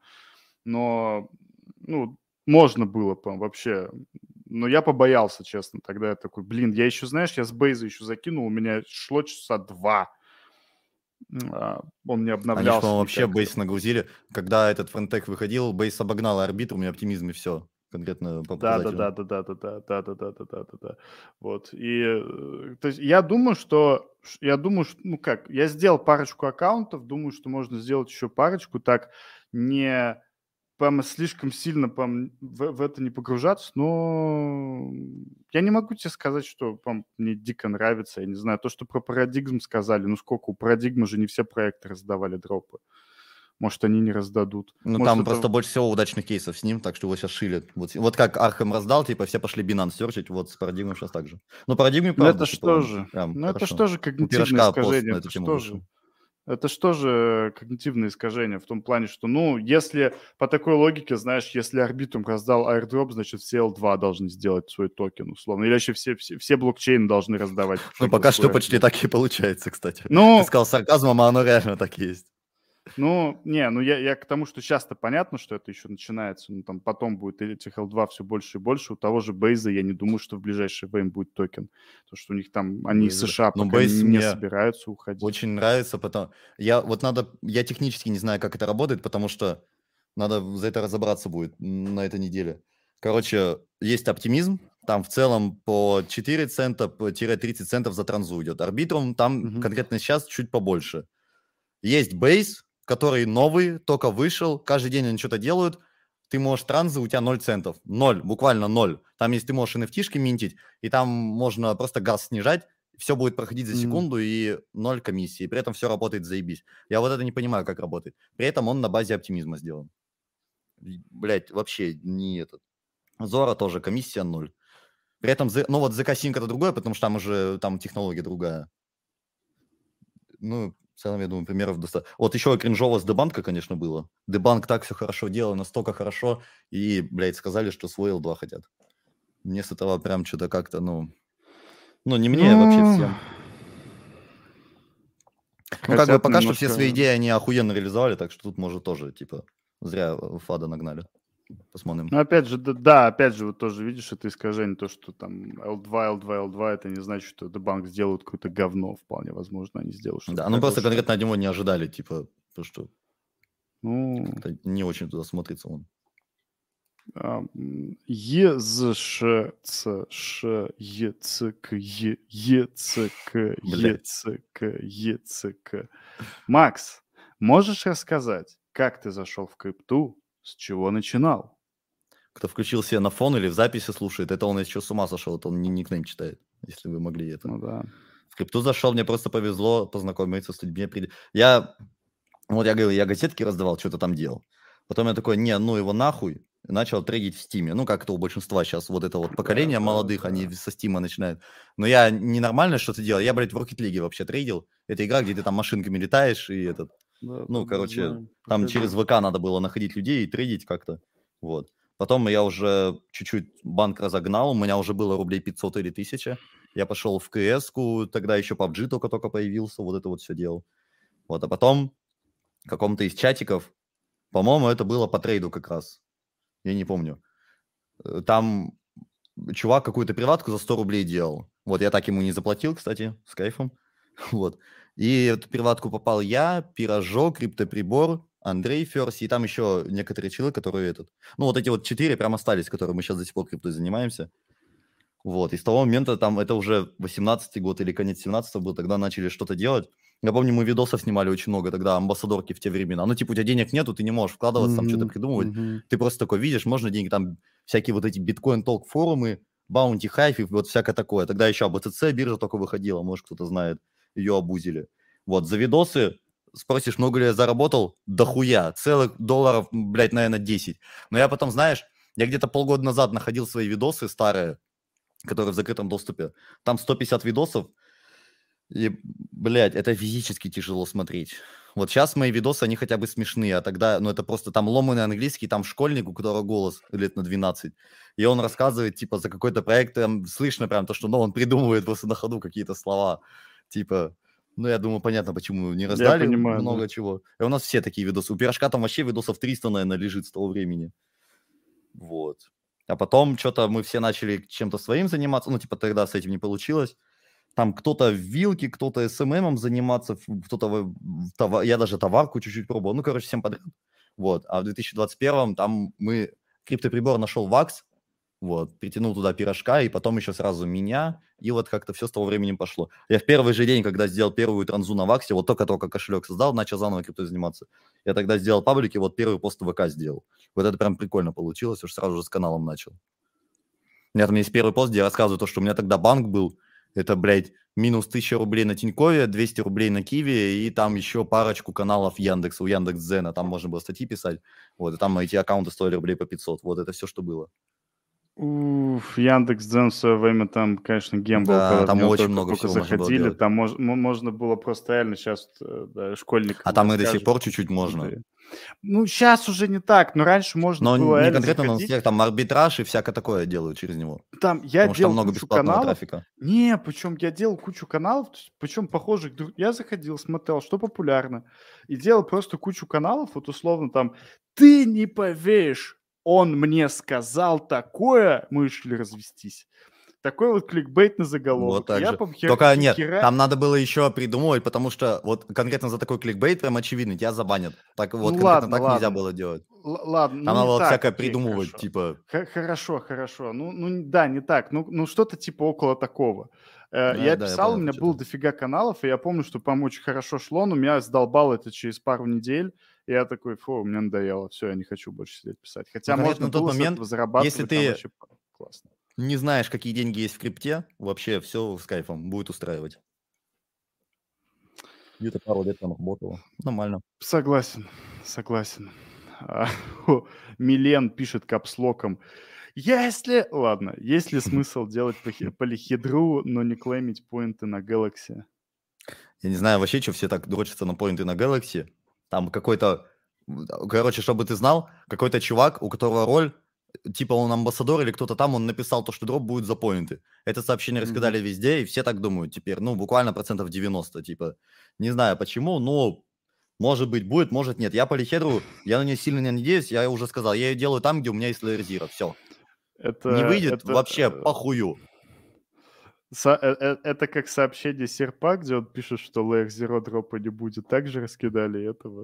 Но, ну, можно было прям вообще. Но я побоялся, честно. Тогда я такой, блин, я еще, знаешь, я с бейза еще закинул, у меня шло часа два. М, а, Он не Они же, обновлялся по-моему, вообще никак. бейс нагрузили. Когда этот фронтек выходил, бейс обогнал арбитрум и оптимизм, и все. Конкретно по Да, да, да, показателям. да, да, да, да, да, да, да, да, да, да, да. Вот. И э, то есть я думаю, что ш- я думаю, что, ну как, я сделал парочку аккаунтов, думаю, что можно сделать еще парочку, так не прямо слишком сильно прям в, в это не погружаться, но я не могу тебе сказать, что прям мне дико нравится, я не знаю, то, что про парадигм сказали, ну сколько, у парадигмы же не все проекты раздавали дропы. Может, они не раздадут. Ну, Может, там это... просто больше всего удачных кейсов с ним, так что его сейчас шилят. Вот, вот как Архам раздал, типа, все пошли Binance серчить, вот с парадигмой сейчас так же. Но парадигме, Ну правда, это типа, что он же? прям Ну это хорошо. что же У когнитивное Пирожка пост на искажение? эту Это тему что же? вышел. Это что же когнитивное искажение в том плане, что, ну, если по такой логике, знаешь, если Arbitrum раздал airdrop, значит, все эл два должны сделать свой токен, условно. Или вообще все, все, все блокчейны должны раздавать в Ну, итоге пока что свой почти airdrop. так и получается, кстати. Ты Ну, сказал сарказмом, а оно реально так и есть. ну, не, ну я, я к тому, что часто понятно, что это еще начинается, ну, там потом будет этих эл два все больше и больше. У того же Бейза я не думаю, что в ближайшее время будет токен. То, что у них там, они из Бейз, да. США Но пока Бейз не мне собираются уходить. очень нравится, потому... Я вот надо... Я технически не знаю, как это работает, потому что надо за это разобраться будет на этой неделе. Короче, есть оптимизм, там в целом по четыре цента, по тридцать центов за транзу идет. Арбитрум там Мгм. конкретно сейчас чуть побольше. Есть бейс, который новый, только вышел, каждый день они что-то делают, ты можешь транзы, у тебя ноль центов. Ноль, буквально ноль. Там есть, ты можешь эн эф ти-шки минтить, и там можно просто газ снижать, все будет проходить за Мгм. секунду и ноль комиссии. При этом все работает заебись. Я вот это не понимаю, как работает. При этом он на базе оптимизма сделан. Блять, вообще не этот. Зора тоже комиссия ноль. При этом, Z- ну вот зэ ка Sync это другое, потому что там уже там технология другая. Ну, в целом, я думаю, примеров достаточно. Вот еще кринжово с Дебанка, конечно, было. Дебанк так все хорошо делал, настолько хорошо, и, блядь, сказали, что свой эл два хотят. Мне с этого прям что-то как-то, ну... Ну, не мне, Ну, вообще всем. Ну, как бы хотят пока что все свои немножко... идеи они охуенно реализовали, так что тут, может, тоже, типа, зря э, фада нагнали. Посмотрим. Ну, опять же, да, да, опять же, вот тоже видишь это искажение, то, что там эл два, эл два, эл два, это не значит, что Дебанк сделают какое-то говно, вполне возможно, они сделают что-то Да, ну просто хорошее. конкретно от него не ожидали, типа, то, что Ну, как-то не очень туда смотрится он. а, м, Е, З, Ш, Ц, Ш, Е, Ц, К, Е, Е, Ц, К, Е, Блядь. Ц, К, Е, Ц, К. Макс, можешь рассказать, как ты зашел в крипту, с чего начинал? Кто включил себе на фон или в записи слушает, это он еще с ума сошел, это он не никнейм читает, если вы могли это. Ну да. В крипту зашел, мне просто повезло познакомиться с людьми. при- Я, вот я говорю, я газетки раздавал, что-то там делал. Потом я такой, не, ну его нахуй, и начал трейдить в Стиме. Ну, как это у большинства сейчас, вот это вот Да, поколение да, молодых, да. они со Стима начинают. Но я ненормально что-то делал, я, блядь, в Rocket League вообще трейдил. Это игра, где ты там машинками летаешь, и этот, Да, да, ну, да, короче, знаю. там Проходил. через ВК надо было находить людей и трейдить как-то, вот. Потом я уже чуть-чуть банк разогнал, у меня уже было рублей пятьсот или тысяча. Я пошел в КС-ку, тогда еще пабджи только-только появился, вот это вот все делал. Вот, а потом в каком-то из чатиков, по-моему, это было по трейду как раз, я не помню. Э, Там чувак какую-то приватку за сто рублей делал. Вот, я так ему не заплатил, кстати, с кайфом. Вот. И в эту приватку попал я, Пирожок, Криптоприбор, Андрей Ферси, и там еще некоторые челы, которые этот... Ну, вот эти вот четыре прям остались, которые мы сейчас до сих пор криптой занимаемся. Вот, и с того момента там, это уже восемнадцатый год или конец семнадцатого был, тогда начали что-то делать. Я помню, мы видосов снимали очень много тогда, амбассадорки в те времена. Ну, типа, у тебя денег нету, ты не можешь вкладываться, там что-то Мгм, придумывать. мгм. Ты просто такой видишь, можно деньги, там всякие вот эти биткоин-толк форумы, Баунти Хайф и вот всякое такое. Тогда еще эй би ти си биржа только выходила, может, кто-то знает, ее обузили. Вот, за видосы спросишь, много ли я заработал? Дохуя, целых долларов, блядь, наверное, десять. Но я потом, знаешь, я где-то полгода назад находил свои видосы старые, которые в закрытом доступе. Там сто пятьдесят видосов, и, блядь, это физически тяжело смотреть. Вот сейчас мои видосы, они хотя бы смешные, а тогда, ну, это просто там ломаный английский, там школьник, у которого голос лет на двенадцать, и он рассказывает, типа, за какой-то проект, там слышно прям то, что, ну, он придумывает просто на ходу какие-то слова, типа, ну, я думаю, понятно, почему не Я раздали понимаю, да. много чего. И у нас все такие видосы. У Пирожка там вообще видосов триста, наверное, лежит с того времени. Вот. А потом что-то мы все начали чем-то своим заниматься, ну, типа, тогда с этим не получилось. Там кто-то в вилке, кто-то эс эм эм заниматься, ф- кто-то, в- в това- я даже товарку чуть-чуть пробовал, ну, короче, всем подряд. Вот. А в две тысячи двадцать первом там мы, криптоприбор нашел вакс, вот, притянул туда Пирожка, и потом еще сразу меня, и вот как-то все с того времени пошло. Я в первый же день, когда сделал первую транзу на ваксе, вот только-только кошелек создал, начал заново криптой заниматься. Я тогда сделал паблики, вот первый пост в ВК сделал. Вот это прям прикольно получилось, уж сразу же с каналом начал. У меня там есть первый пост, где я рассказываю то, что у меня тогда банк был, это, блядь, минус тысяча рублей на Тинькове, двести рублей на Киви, и там еще парочку каналов Яндекса, у Яндекс.Дзена, там можно было статьи писать, вот, и там эти аккаунты стоили рублей по пятьсот, вот, это все, что было. Уф, Яндекс.Дзен в свое время там, конечно, гем был, Да, когда в там него очень много только-только всего можно было заходили. делать. Там мож- мо- можно было просто реально сейчас да, А школьникам там и до сих расскажешь пор кучу чуть-чуть можно. крутые. Ну, сейчас уже не так, но раньше можно Но было не реально конкретно на заходить. новостях, там арбитраж и всякое такое делают через него, Там я потому что там делал много кучу бесплатного каналов. трафика. Не, причем я делал кучу каналов, причем похожих. друг- Я заходил, смотрел, что популярно. И делал просто кучу каналов, вот условно там, ты не поверишь, он мне сказал такое, мы решили развестись. Такой вот кликбейтный Вот заголовок. И так я же. по хер, Только хе- нет, хера... там надо было еще придумывать, потому что вот конкретно за такой кликбейт прям очевидно, тебя забанят. Так вот Ну конкретно ладно, так нельзя ладно. было делать. Л- ладно, ну Там надо не было так, всякое окей, придумывать, хорошо. типа, Х- хорошо, хорошо. Ну, ну н- да, не так. Ну, ну что-то типа около такого. Э, да, Я да, я писал, у понял, меня про что было ты. дофига каналов, и я помню, что по очень хорошо шло, но меня сдолбало это через пару недель. И я такой, фу, мне надоело, все, я не хочу больше сидеть писать. Ну, Хотя конкретно можно на тот было с момент, этого если зарабатывать, там ты вообще классно. не знаешь, какие деньги есть в крипте, вообще все с кайфом будет устраивать. Где-то пару лет там работало. Нормально. Согласен, согласен. А, о, Милен пишет капслоком. Если... Ладно, есть ли смысл делать похи- полихедру, но не клеймить поинты на Galaxy? Я не знаю вообще, что все так дрочатся на поинты на Galaxy. Там какой-то... Короче, чтобы ты знал, какой-то чувак, у которого роль, типа он амбассадор или кто-то там, он написал то, что дроп будет за поинты. Это сообщение Мгм. раскидали везде, и все так думают теперь. Ну, буквально процентов девяносто, типа. Не знаю почему, но может быть будет, может нет. Я полихедру, я на нее сильно не надеюсь, я уже сказал, я ее делаю там, где у меня есть Layer Zero, все. Это, Не выйдет это, вообще э, похую. со- э, э, это как сообщение Серпа, где он пишет, что Layer Zero дропа не будет. Также раскидали этого.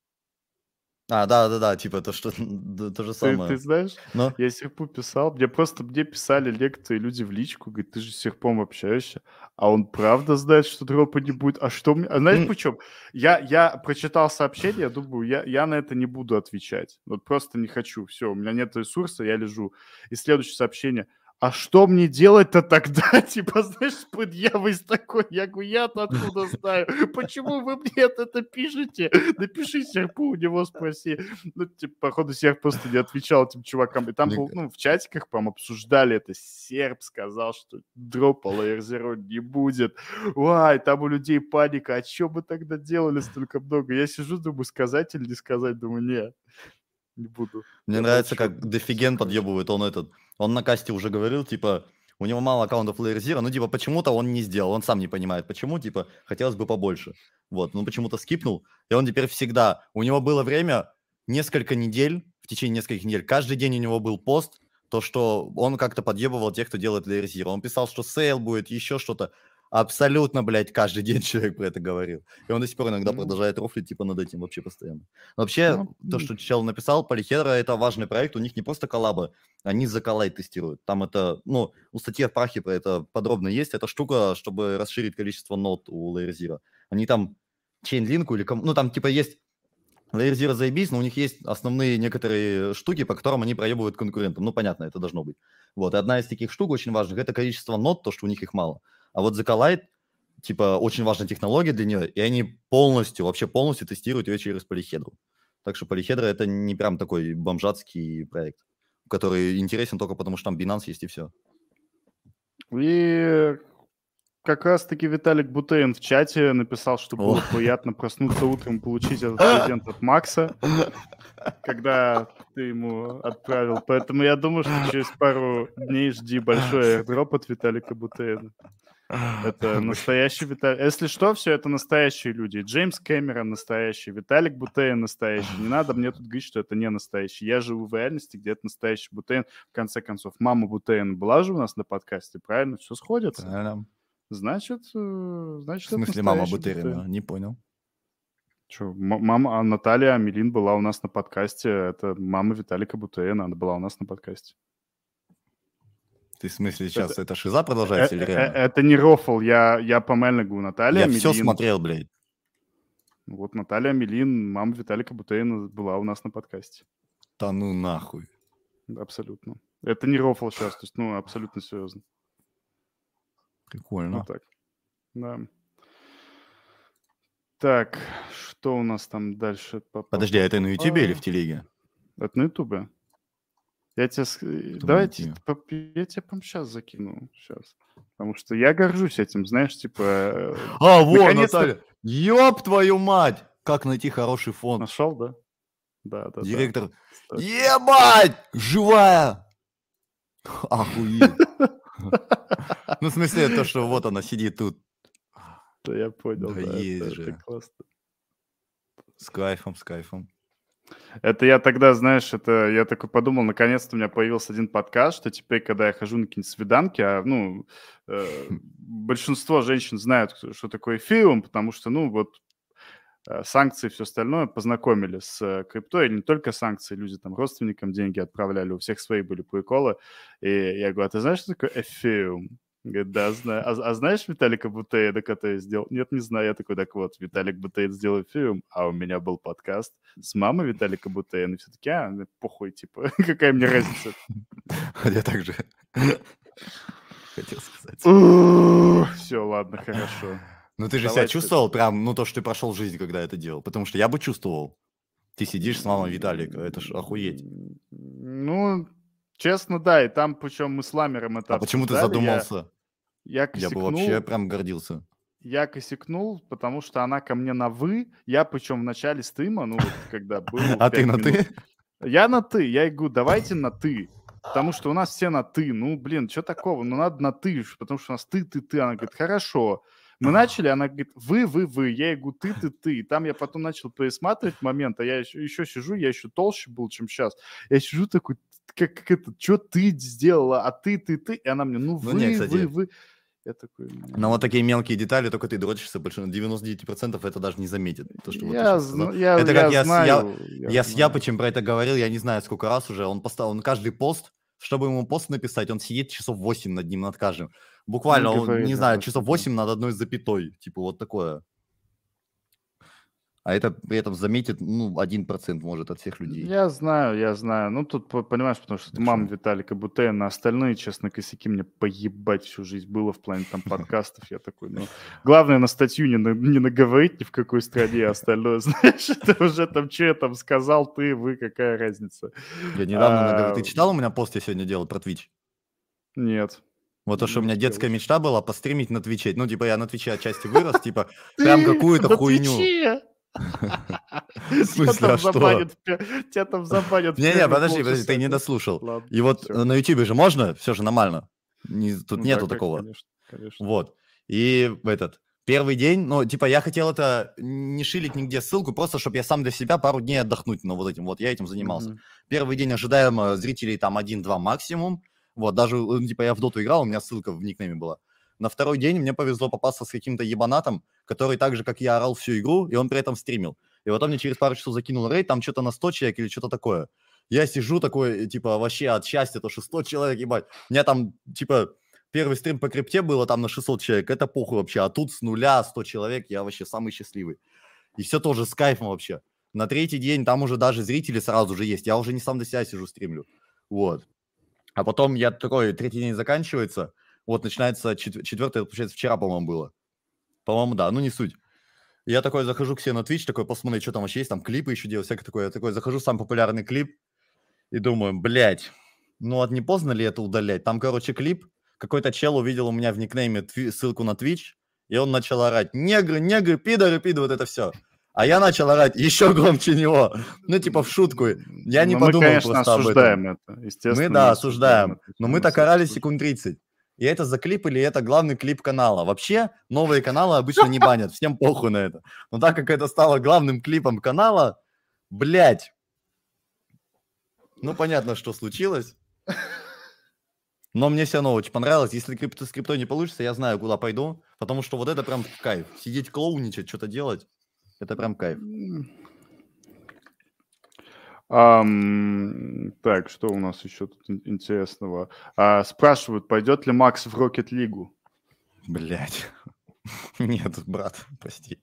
А, да-да-да, типа то, что да, то же Ты, ты самое. знаешь, Но я Серпу писал, мне просто мне писали лекции люди в личку, говорят, ты же с Серпом общаешься, а он правда знает, что дропа не будет, а что мне... А знаешь м, почему? Я, я прочитал сообщение, я думаю, я, я на это не буду отвечать, вот просто не хочу, все, у меня нет ресурса, я лежу. И следующее сообщение, а что мне делать-то тогда? Типа, знаешь, с предъявой с такой, я говорю, я-то откуда знаю? Почему вы мне это пишете? Напиши Серпу, у него спроси. Ну, типа, походу, Серб просто не отвечал этим чувакам. И там мне был, ка- ну, в чатиках, по-моему, обсуждали это. Серб сказал, что дропа Layer Zero не будет. Ой, там у людей паника. А что мы тогда делали столько много? Я сижу, думаю, сказать или не сказать? Думаю, не, не буду. мне Я нравится, молчу. как Все Дофиген хорошо. подъебывает, он этот, он на касте уже говорил, типа, у него мало аккаунтов Layer Zero, ну, типа, почему-то он не сделал, он сам не понимает, почему, типа, хотелось бы побольше. Вот, ну, почему-то скипнул, и он теперь всегда, у него было время, несколько недель, в течение нескольких недель, каждый день у него был пост, то, что он как-то подъебывал тех, кто делает Layer Zero. Он писал, что сейл будет, еще что-то. Абсолютно, блядь, каждый день человек про это говорил. И он до сих пор иногда Ну, продолжает рофлить, типа, над этим вообще постоянно. Вообще, ну, то, м, что чел написал, Polyhedra — это важный проект, у них не просто коллаба, они за коллайд тестируют. Там это, ну, у статьи в Прахе про это подробно есть. Это штука, чтобы расширить количество нод у Layer Zero. Они там чейнлинку или, ком- ну, там типа есть Layer Zero заебись, но у них есть основные некоторые штуки, по которым они проебывают конкурентам. Ну, понятно, это должно быть. Вот, и одна из таких штук очень важных — это количество нод, то, что у них их мало. А вот за коллайд, типа, очень важная технология для нее, и они полностью, вообще полностью тестируют ее через полихедру. Так что полихедра — это не прям такой бомжатский проект, который интересен только потому, что там Binance есть и все. И как раз-таки Виталик Бутейн в чате написал, что О. было приятно проснуться утром и получить этот презент от Макса, когда ты ему отправил. Поэтому я думаю, что через пару дней жди большой airdrop от Виталика Бутейна. Это настоящий Виталик. Если что, все это настоящие люди. Джеймс Кэмерон настоящий, Виталик Бутейн настоящий. Не надо мне тут говорить, что это не настоящий. Я живу в реальности, где это настоящий Бутейн. В конце концов, мама Бутейна была же у нас на подкасте, правильно? Все сходится. Правильно. Значит, э, В значит, это смысле мама настоящий Бутерина? Бутейн. Не понял. Че, мама а Наталья Амелин была у нас на подкасте. Это мама Виталика Бутейна, она была у нас на подкасте. Ты в смысле Это, сейчас это шиза э- продолжается или э- э- реально? это не рофл, я, я помально говорю. Наталья Я все Амелин. смотрел, блядь. Вот Наталья Амелин, мама Виталика Бутейна, была у нас на подкасте. Да ну нахуй. Абсолютно. Это не рофл сейчас, то есть, ну, абсолютно серьезно. Прикольно. Вот так. Да. Так, что у нас там дальше? Подожди, а это на Ютубе или в телеге? Это на Ютубе. Я тебе... с- Кто Давайте, будет по- я тебе прям сейчас закину. Сейчас. Потому что я горжусь этим, знаешь, типа... э, А, вот, наконец-то- Наталья. Ёб твою мать! Как найти хороший фон? Нашел, да? Да, да, да. Директор. Кстати. Ебать! Живая! Охуеть. Ну, в смысле, то, что вот она сидит тут. Да, я понял, Да да, есть это, же. это классно. С кайфом, с кайфом. Это я тогда, знаешь, это я такой подумал, наконец-то у меня появился один подкаст, что теперь, когда я хожу на какие-нибудь свиданки, а, ну, э, большинство женщин знают, кто- что такое эфириум, потому что, ну, вот э, санкции и все остальное познакомили с э, криптой, или не только санкции, люди там родственникам деньги отправляли, у всех свои были приколы. И я говорю, а ты знаешь, что такое эфириум? Говорит, да, знаю. А, а знаешь Виталика Бутейна, который сделал? Нет, не знаю. Я такой, так вот, Виталик Бутейн сделал эфириум, а у меня был подкаст с мамой Виталика Бутейна. И все таки а, ну, похуй, типа, какая мне разница? Я также хотел сказать. Все, ладно, хорошо. Ну, ты же себя Давайте. чувствовал прям, ну, то, что ты прошел жизнь, когда это делал? Потому что я бы чувствовал. Ты сидишь с мамой Виталика, это ж охуеть. Ну, Честно, да, и там, причем мы с Ламером это А почему ты обсуждали, я, задумался? я Я бы вообще косякнул, прям гордился. я косякнул, потому что она ко мне на «вы», я причем в начале стрима, ну вот когда был А ты пять на минут, ты? я на «ты», я ей говорю, давайте на «ты», потому что у нас все на «ты», ну, блин, что такого, ну, надо на «ты», потому что у нас «ты», «ты», «ты», она говорит, хорошо. Мы начали, она говорит, вы, вы, вы, я ей говорю, ты, ты, ты, и там я потом начал пересматривать момент, а я еще, еще сижу, я еще толще был, чем сейчас, я сижу такой, как, как это, что ты сделала, а ты, ты, ты, и она мне, ну, Ну не, вы, кстати. вы, вы, я такой... Но вот такие мелкие детали, только ты дрочишься, больше девяносто девять процентов это даже не заметит, то, что вот ты Я, сейчас сказал. зн- я, Это я как я, с- я, знаю, я я с знаю. Япычем про это говорил, я не знаю, сколько раз уже, он поставил, он каждый пост, чтобы ему пост написать, он сидит часов восемь над ним, над каждым. Буквально, Мы он, говорили не об знаю, этом, часов да. восемь над одной запятой, типа вот такое. А это при этом заметит, ну, один процент может от всех людей. Я знаю, я знаю. Ну, тут, по- понимаешь, потому что это Так мама что- Виталика Бутена, остальные, честно, косяки мне поебать всю жизнь было в плане там подкастов. Я такой, ну, главное на статью не, на- не наговорить ни в какой стране, а остальное, знаешь, это уже там, что я там сказал, ты, вы, какая разница. Я недавно, наговорил, А, ты читал у меня пост я сегодня делал про Twitch? Нет. Вот то, что у Не меня успел детская еще. мечта была постримить на Твиче. Ну, типа, я на Твиче отчасти вырос, типа, Ты прям какую-то на хуйню. Твиче! В смысле, Тебя там а что? забанят, в пе- тебя там забанят в Не-не, первые подожди, подожди, полчаса, ты не да? дослушал. Ладно, И вот всё. э, на Ютубе же можно, все же нормально. Не- Тут Ну нету да, как- такого. Конечно, конечно. Вот. И в этот первый день, ну, типа, я хотел это не шилить нигде ссылку, просто чтобы я сам для себя пару дней отдохнуть, ну, вот этим, вот я этим занимался. Мгм. Первый день ожидаемо зрителей там один-два максимум, вот, даже, ну, типа, я в доту играл, у меня ссылка в никнейме была. На второй день мне повезло попасться с каким-то ебанатом, который так же, как я, орал всю игру, и он при этом стримил. И вот он мне через пару часов закинул рейд, там что-то на сто человек или что-то такое. Я сижу такой, типа, вообще от счастья, то, что сто человек, ебать. У меня там, типа, первый стрим по крипте было там на шестьсот человек, это похуй вообще. А тут с нуля сто человек, я вообще самый счастливый. И все тоже с кайфом вообще. На третий день там уже даже зрители сразу же есть. Я уже не сам для себя сижу, стримлю. Вот. А потом я такой, третий день заканчивается, вот начинается чет- четвертый, это, получается, вчера, по-моему, было. По-моему, да, ну не суть. Я такой захожу к себе на Twitch, такой посмотрю, что там вообще есть, там клипы еще делаю, всякое такое. Я такой захожу, сам популярный клип, и думаю, блядь, ну вот не поздно ли это удалять? Там, короче, клип, какой-то чел увидел у меня в никнейме тви- ссылку на Twitch, и он начал орать, негры, негры, пидоры, пидоры, вот это все. А я начал орать еще громче него, ну типа в шутку. Я не Ну, мы, подумал конечно, просто об этом. осуждаем это. Естественно, Мы, да, осуждаем осуждаем. это. Но У мы нас так это орали слушай. секунд тридцать. И это за клип или это главный клип канала? Вообще, новые каналы обычно не банят, всем похуй на это. Но так как это стало главным клипом канала, блядь, ну понятно, что случилось. Но мне все равно очень понравилось. Если крипто, с криптой не получится, я знаю, куда пойду. Потому что вот это прям кайф. Сидеть клоуничать, что-то делать, это прям кайф. Ам, так, что у нас еще тут ин- интересного? А, спрашивают, пойдет ли Макс в Rocket League? Блядь. Нет, брат, прости.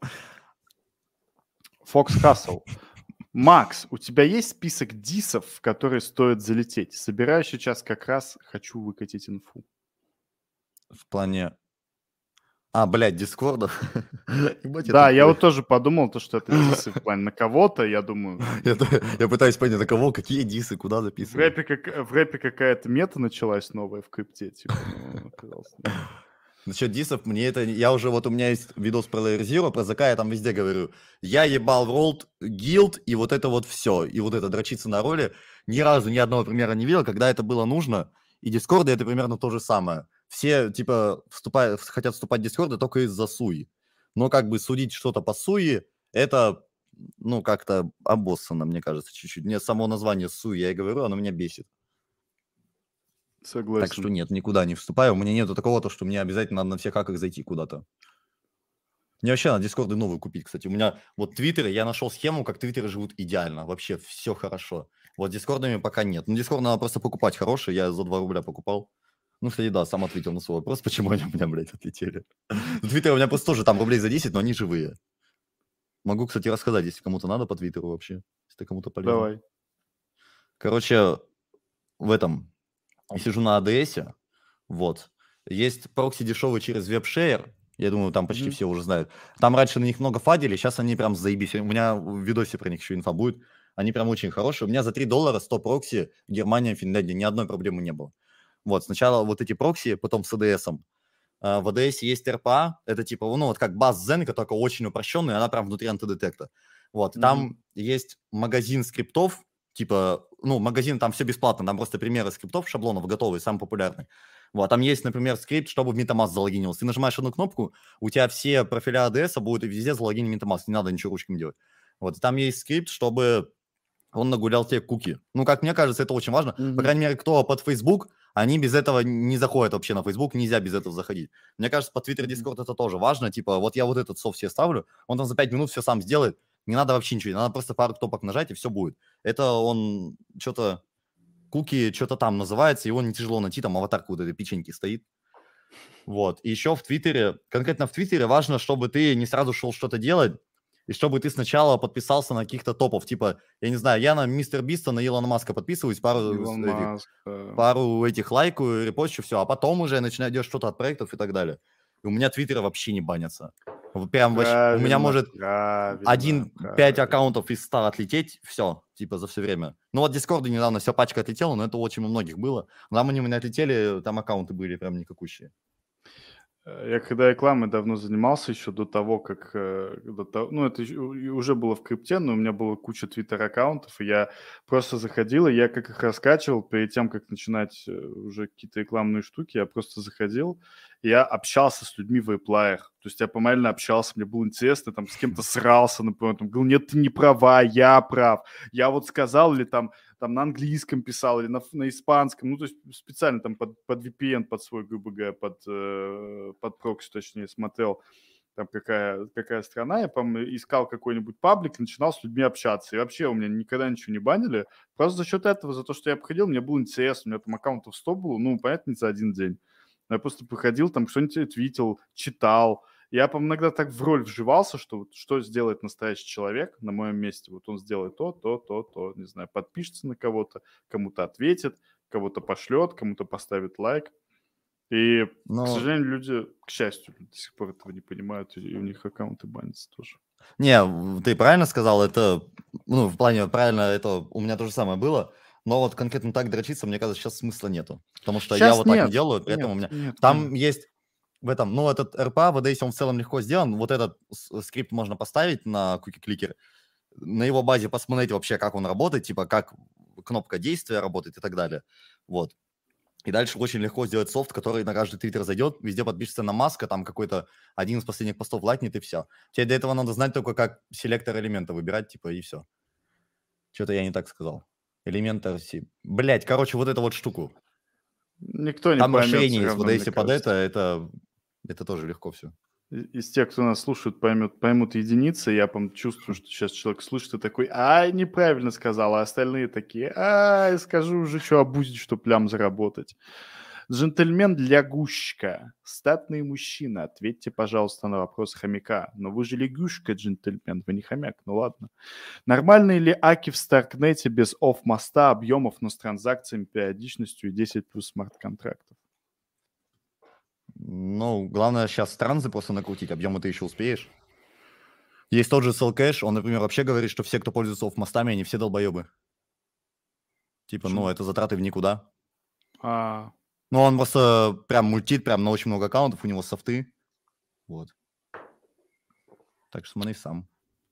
Фокс Кассел. Макс, у тебя есть список дисов, в которые стоит залететь? Собираю сейчас как раз, хочу выкатить инфу. В плане... А, блядь, дискордов. Ебать, Да, я тупой. вот тоже подумал, то, что это дисы в плане на кого-то, я думаю... Я, то- я пытаюсь понять, на кого, какие дисы, куда В записывать. рэпе, как, в рэпе какая-то мета началась новая в крипте, типа, ну, оказалось, нет. Насчет дисов, мне это... Я уже, вот у меня есть видос про Layer Zero, про ЗК, я там везде говорю. Я ебал World, Guild и вот это вот все. И вот это дрочиться на роли. Ни разу ни одного примера не видел, когда это было нужно. И Дискорды это примерно то же самое. Все, типа, вступают, хотят вступать в Дискорды только из-за суи. Но как бы судить что-то по суи, это, ну, как-то обоссано, мне кажется, чуть-чуть. Мне само название суи, я и говорю, оно меня бесит. Согласен. Так что нет, никуда не вступаю. У меня нету такого, то, что мне обязательно надо на всех хаках зайти куда-то. Мне вообще надо дискорды новые купить, кстати. У меня вот твиттеры, я нашел схему, как твиттеры живут идеально. Вообще все хорошо. Вот дискордами пока нет. Ну, дискорд надо просто покупать хороший. Я за два рубля покупал. Ну, кстати, да, сам ответил на свой вопрос, почему они у меня, блядь, отлетели. Ну, твиттеры у меня просто тоже там рублей за десять, но они живые. Могу, кстати, рассказать, если кому-то надо по твиттеру вообще. Если это кому-то полезно. Давай. Короче, в этом... Я сижу на АДСе, вот. Есть прокси дешевый через WebShare, я думаю, там почти Мгм. все уже знают. Там раньше на них много фадили, сейчас они прям заебись. У меня в видосе про них еще инфа будет. Они прям очень хорошие. У меня за три доллара сто прокси в Германии, Финляндии, ни одной проблемы не было. Вот, сначала вот эти прокси, потом с эй ди эс. В эй ди эс есть эр пи эй, это типа, ну, вот как баз Zenka, только очень упрощенная, она прям внутри антидетекта. Вот, mm-hmm. Там есть магазин скриптов, типа, ну, магазин, там все бесплатно, там просто примеры скриптов, шаблонов готовые, самый популярный. Вот, там есть, например, скрипт, чтобы в MetaMask залогинился. Ты нажимаешь одну кнопку, у тебя все профиля эй ди эс будут и везде залогин MetaMask, не надо ничего ручками делать. Вот, там есть скрипт, чтобы он нагулял тебе куки. Ну, как мне кажется, это очень важно. Mm-hmm. По крайней мере, кто под Facebook, они без этого не заходят вообще на Facebook, нельзя без этого заходить. Мне кажется, по Twitter, Discord это тоже важно. Типа, вот я вот этот софт себе ставлю, он там за пять минут все сам сделает. Не надо вообще ничего, надо просто пару кнопок нажать, и все будет. Это он что-то, куки что-то там называется, его не тяжело найти, там аватарка вот этой печеньки стоит. Вот. И еще в Твиттере, конкретно в Твиттере важно, чтобы ты не сразу шел что-то делать, и чтобы ты сначала подписался на каких-то топов. Типа, я не знаю, я на мистер Биста, на Илона Маска подписываюсь, пару этих, пару этих лайкаю, репощу, все. А потом уже начинаю делать что-то от проектов и так далее. И у меня Твиттера вообще не банятся. Прям вообще, у меня может один пять аккаунтов из ста отлететь, все, типа за все время. Ну вот Дискорда недавно вся пачка отлетела, но это очень у многих было. Там они у меня отлетели, там аккаунты были прям никакущие. Я когда рекламой давно занимался, еще до того, как... До того, ну, это уже было в крипте, но у меня была куча твиттер-аккаунтов, и я просто заходил, и я как их раскачивал перед тем, как начинать уже какие-то рекламные штуки, я просто заходил, и я общался с людьми в реплаях. То есть я помально общался, мне было интересно, там с кем-то срался, например, там, говорил, нет, ты не права, я прав. Я вот сказал, или там, там на английском писал, или на, на испанском, ну, то есть специально там под, под ви пи эн, под свой, грубо говоря, под, э, под прокси, точнее, смотрел, там какая, какая страна, я, по-моему, искал какой-нибудь паблик, начинал с людьми общаться, и вообще у меня никогда ничего не банили, просто за счет этого, за то, что я обходил, мне было интересно, у меня там аккаунтов сто было, ну, понятно, не за один день. Я просто походил, там что-нибудь твитил, читал. Я, по-моему, иногда так в роль вживался, что вот что сделает настоящий человек на моем месте. Вот он сделает то, то, то, то, не знаю, подпишется на кого-то, кому-то ответит, кого-то пошлет, кому-то поставит лайк. И, Но... к сожалению, люди, к счастью, до сих пор этого не понимают, и у них аккаунты банятся тоже. Не, ты правильно сказал, это, ну, в плане, правильно, это у меня то же самое было. Но вот конкретно так дрочиться, мне кажется, сейчас смысла нету. Потому что сейчас я вот нет, так не делаю, при нет, этом у меня... Нет, там нет. Есть в этом, ну, этот эр пи эй, в эй ди эс, он в целом легко сделан. Вот этот скрипт можно поставить на куки-кликер, на его базе посмотреть вообще, как он работает, типа, как кнопка действия работает и так далее. Вот. И дальше очень легко сделать софт, который на каждый твиттер зайдет, везде подпишется на Маска, там какой-то один из последних постов лайкнет, и все. Тебе для этого надо знать только, как селектор элемента выбирать, типа, и все. Что-то я не так сказал. Элементар си. Блять, короче, вот эту вот штуку. Никто не там поймет. Там расширение есть в эй ди эс под это, это, это тоже легко все. Из тех, кто нас слушает, поймет, поймут единицы. Я, по-моему, чувствую, что сейчас человек слушает и такой, ай, неправильно сказал, а остальные такие, ай, скажу уже, что обузить, что плям заработать. Джентльмен-лягушка. Статный мужчина. Ответьте, пожалуйста, на вопрос хомяка. Но вы же лягушка, джентльмен, вы не хомяк. Ну ладно. Нормальные ли аки в Старкнете без офф-моста, объемов, но с транзакциями, периодичностью и десять плюс смарт-контрактов? Ну, главное сейчас транзы просто накрутить. Объемы ты еще успеешь. Есть тот же Cellcash. Он, например, вообще говорит, что все, кто пользуется офф-мостами, они все долбоебы. Типа, Почему? ну, это затраты в никуда. А... Ну, он просто прям мультит, прям на очень много аккаунтов, у него софты. Вот. Так что смотри сам.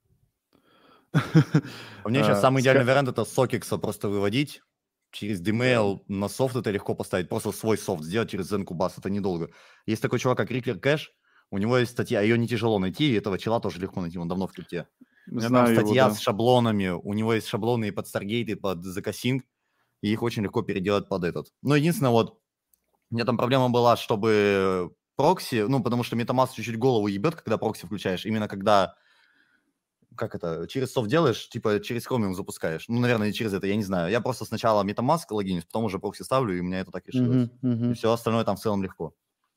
У меня сейчас самый идеальный вариант — это сокекса просто выводить. Через Dmail на софт это легко поставить. Просто свой софт сделать через Zen-Cubase. Это недолго. Есть такой чувак, как Rickler Cash. У него есть статья, ее не тяжело найти, и этого чела тоже легко найти. Он давно в крипте. У него там статья его, да. с шаблонами. У него есть шаблоны и под Stargate, и под Zakasync. И их очень легко переделать под этот. Но единственное, вот у меня там проблема была, чтобы прокси, ну, потому что MetaMask чуть-чуть голову ебет, когда прокси включаешь. Именно когда, как это, через софт делаешь, типа через Chromium запускаешь. Ну, наверное, не через это, я не знаю. Я просто сначала MetaMask логинюсь, потом уже прокси ставлю, и у меня это так решилось. Uh-huh, uh-huh. И все остальное там в целом легко.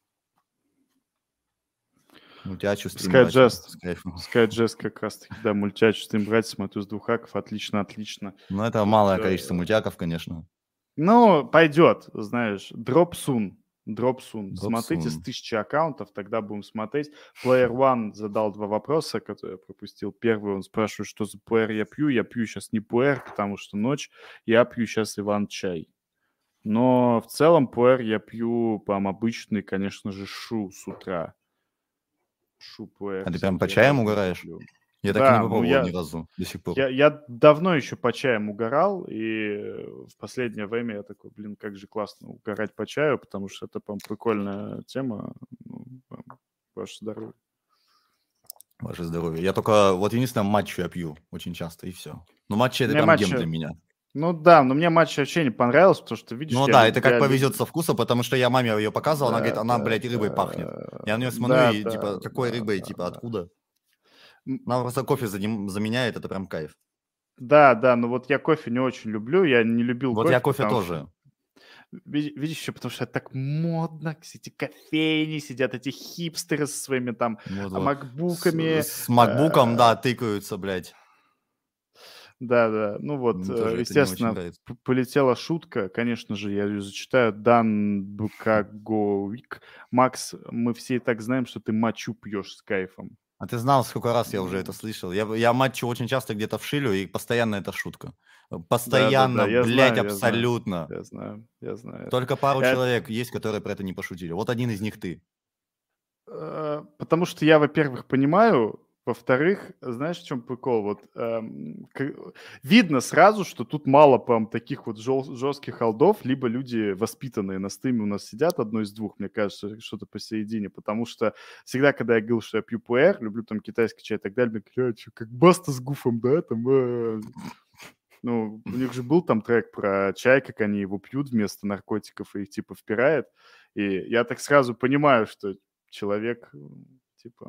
Мультиачу стрим брать. SkyJest как раз-таки, да, мультиачу стрим брать, смотрю с двух хаков, отлично, отлично. Ну, это малое количество мультиаков, конечно. Ну, пойдет, знаешь, drop soon. Dropsoon. Смотрите с Dropsoon. тысячи аккаунтов, тогда будем смотреть. Player One задал два вопроса, которые я пропустил. Первый, он спрашивает, что за пуэр я пью. Я пью сейчас не пуэр, потому что ночь. Я пью сейчас Иван-чай. Но в целом пуэр я пью прям обычный, конечно же, шу с утра. Шу пуэр. А ты прям по всякие чаям разные угораешь? люблю. Я так и Да, не ну попробовал я, ни разу до сих пор. я, я давно еще по чаям угорал, и в последнее время я такой, блин, как же классно угорать по чаю, потому что это, прям прикольная тема. Ну, прям ваше здоровье. Ваше здоровье. Я только, вот единственное, матчу я пью очень часто, и все. Но матчи это Мне прям гем матча, для меня. ну да, но мне матч вообще не понравился, потому что, видишь, Ну я, да, люб- это как я повезет люблю... со вкуса, потому что я маме ее показывал, она Да, говорит, она, да, блядь, рыбой пахнет. Я на нее смотрю да, и, да, типа, какой да, рыбой, да, типа, да. откуда? М, Она просто кофе заним- заменяет, это прям кайф. Да, да, но вот я кофе не очень люблю, я не любил Вот я кофе, кофе потому что... тоже. Ви- Видишь, еще потому что это так модно, все эти кофейни, сидят эти хипстеры со своими там Вот, а, вот. макбуками. С, с макбуком, э, да, тыкаются, блядь. Да, да, ну вот, Мне э, тоже это не очень естественно, нравится. п- полетела шутка, конечно же, я ее зачитаю. Дан Букаговик. Макс, мы все и так знаем, что ты мочу пьешь с кайфом. А ты знал, сколько раз я уже это М, слышал? Я, я матчу очень часто где-то вшилю, и постоянно это шутка. Да, да, да, Постоянно, я блядь, знаю, я знаю, абсолютно. я знаю, я знаю это. Только пару Э, человек есть, которые про это не пошутили. Вот один из них ты. Э, потому что я, во-первых, понимаю, во-вторых, знаешь, в чем прикол? Вот эм, к- видно сразу, что тут мало прям таких вот жел- жестких алдов, либо люди воспитанные на стриме у нас сидят, одно из двух, мне кажется, что-то посередине, потому что всегда, когда я говорил, что я пью пуэр, люблю там китайский чай и так далее, мне говорят, «А чё, как Баста с Гуфом, да, там, э». Ну, у них же был там трек про чай, как они его пьют вместо наркотиков и их типа впирает, и я так сразу понимаю, что человек, м, типа,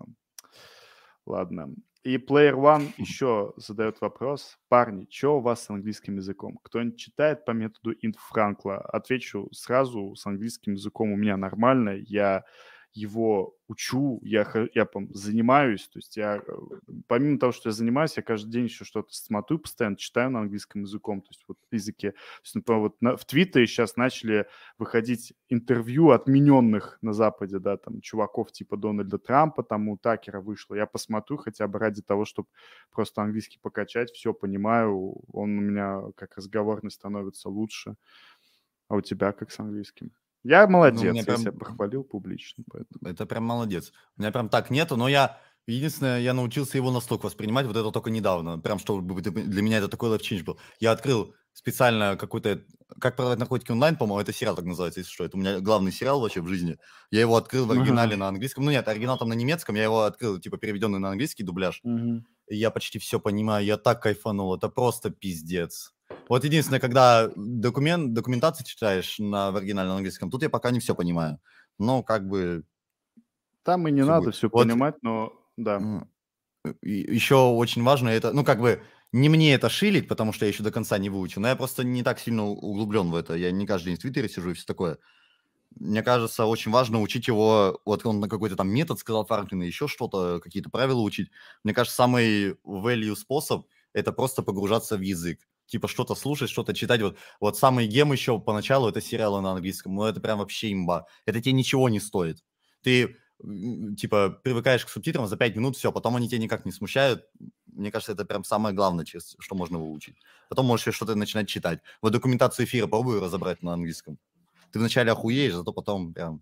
ладно. И Player One еще задает вопрос. Парни, что у вас с английским языком? Кто-нибудь читает по методу Инт Франкла? Отвечу сразу, с английским языком у меня нормально. Я его учу, я, хо- я прям занимаюсь. То есть я, э, помимо того, что я занимаюсь, я каждый день еще что-то смотрю, постоянно читаю на английском языком, то есть вот языке. То есть, например, вот на- в Твиттере сейчас начали выходить интервью отмененных на Западе, да, там, чуваков типа Дональда Трампа, там у Такера вышло. Я посмотрю хотя бы ради того, чтобы просто английский покачать, все понимаю, он у меня как разговорный становится лучше. А у тебя как с английским? Я Ну, у меня молодец, я себя прям, похвалил публично, поэтому. это прям молодец. У меня прям так нету, но я, единственное, я научился его настолько воспринимать, вот это только недавно. Прям, что для меня это такой life change был. Я открыл специально какой-то, как продавать наркотики онлайн, по-моему, это сериал так называется, если что. Это у меня главный сериал вообще в жизни. Я его открыл в оригинале на английском. Ну нет, оригинал там на немецком, я его открыл, типа, переведенный на английский дубляж. Мгм. И я почти все понимаю, я так кайфанул, это просто пиздец. Вот единственное, когда документ, документацию читаешь на, в оригинальном английском, тут я пока не все понимаю. Но как бы Там и не все надо будет. все Вот понимать, но да. м, еще очень важно это, ну как бы не мне это шилить, потому что я еще до конца не выучил, но я просто не так сильно углублен в это. Я не каждый день в Твиттере сижу и все такое. Мне кажется, очень важно учить его, вот он на какой-то там метод сказал Франклин, еще что-то, какие-то правила учить. Мне кажется, самый value способ– это просто погружаться в язык. Типа что-то слушать, что-то читать. Вот, вот самый гем еще поначалу– это сериалы на английском. Ну, это прям вообще имба. Это тебе ничего не стоит. Ты, м, типа, привыкаешь к субтитрам за пять минут, все, потом они тебя никак не смущают. Мне кажется, это прям самое главное, чес- что можно выучить. Потом можешь что-то начинать читать. Вот документацию эфира пробую разобрать на английском. Ты вначале охуеешь, зато потом прям...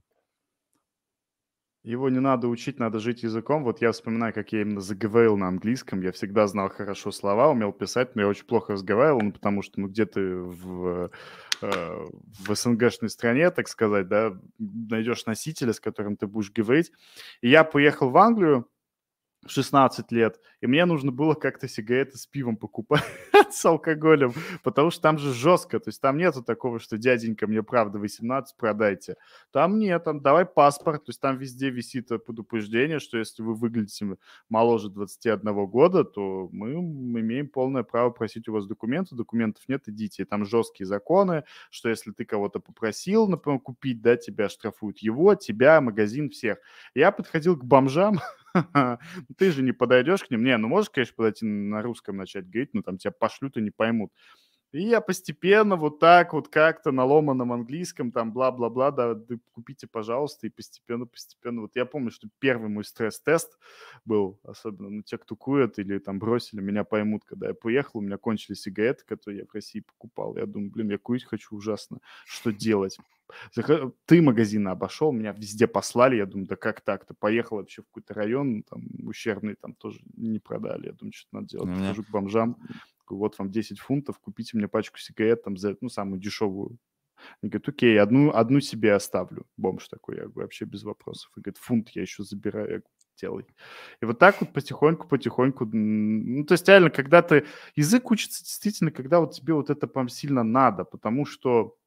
Его не надо учить, надо жить языком. Вот я вспоминаю, как я именно заговорил на английском. Я всегда знал хорошо слова, умел писать, но я очень плохо разговаривал, ну, потому что, ну, где ты в, э, в СНГшной стране, так сказать, да, найдешь носителя, с которым ты будешь говорить. И я поехал в Англию в шестнадцать лет, и мне нужно было как-то сигареты с пивом покупать, с алкоголем, потому что там же жестко, то есть там нету такого, что дяденька, мне правда восемнадцать, продайте. Там нет, там давай паспорт, то есть там везде висит э, предупреждение, что если вы выглядите моложе двадцати одного года, то мы имеем полное право просить у вас документы, документов нет, идите. И там жесткие законы, что если ты кого-то попросил, например, купить, да, тебя штрафуют его, тебя, магазин, всех. Я подходил к бомжам, ты же не подойдешь к ним. Не, ну можешь, конечно, подойти на русском начать говорить, но там тебя пошлют и не поймут. И я постепенно вот так вот как-то на ломаном английском, там, бла-бла-бла, да, да, купите, пожалуйста, и постепенно-постепенно. Вот я помню, что первый мой стресс-тест был, особенно, ну, те, кто курят или там бросили, меня поймут, когда я поехал, у меня кончились сигареты, которые я в России покупал. Я думаю, блин, я курить хочу ужасно. Что делать? Зах- Ты магазины обошел, меня везде послали, я думаю, да как так-то? Поехал вообще в какой-то район, там, ущербный, там тоже не продали. Я думаю, что надо У делать. меня... Подхожу к бомжам, говорю, вот вам десять фунтов, купите мне пачку сигарет там за, ну, самую дешевую. Они говорят, окей, одну, одну себе оставлю. Бомж такой, я говорю, вообще без вопросов. И говорит, фунт я еще забираю. Я говорю, делай. И вот так вот потихоньку-потихоньку, ну, то есть реально, когда ты... Язык учится действительно, когда вот тебе вот это прям сильно надо, потому что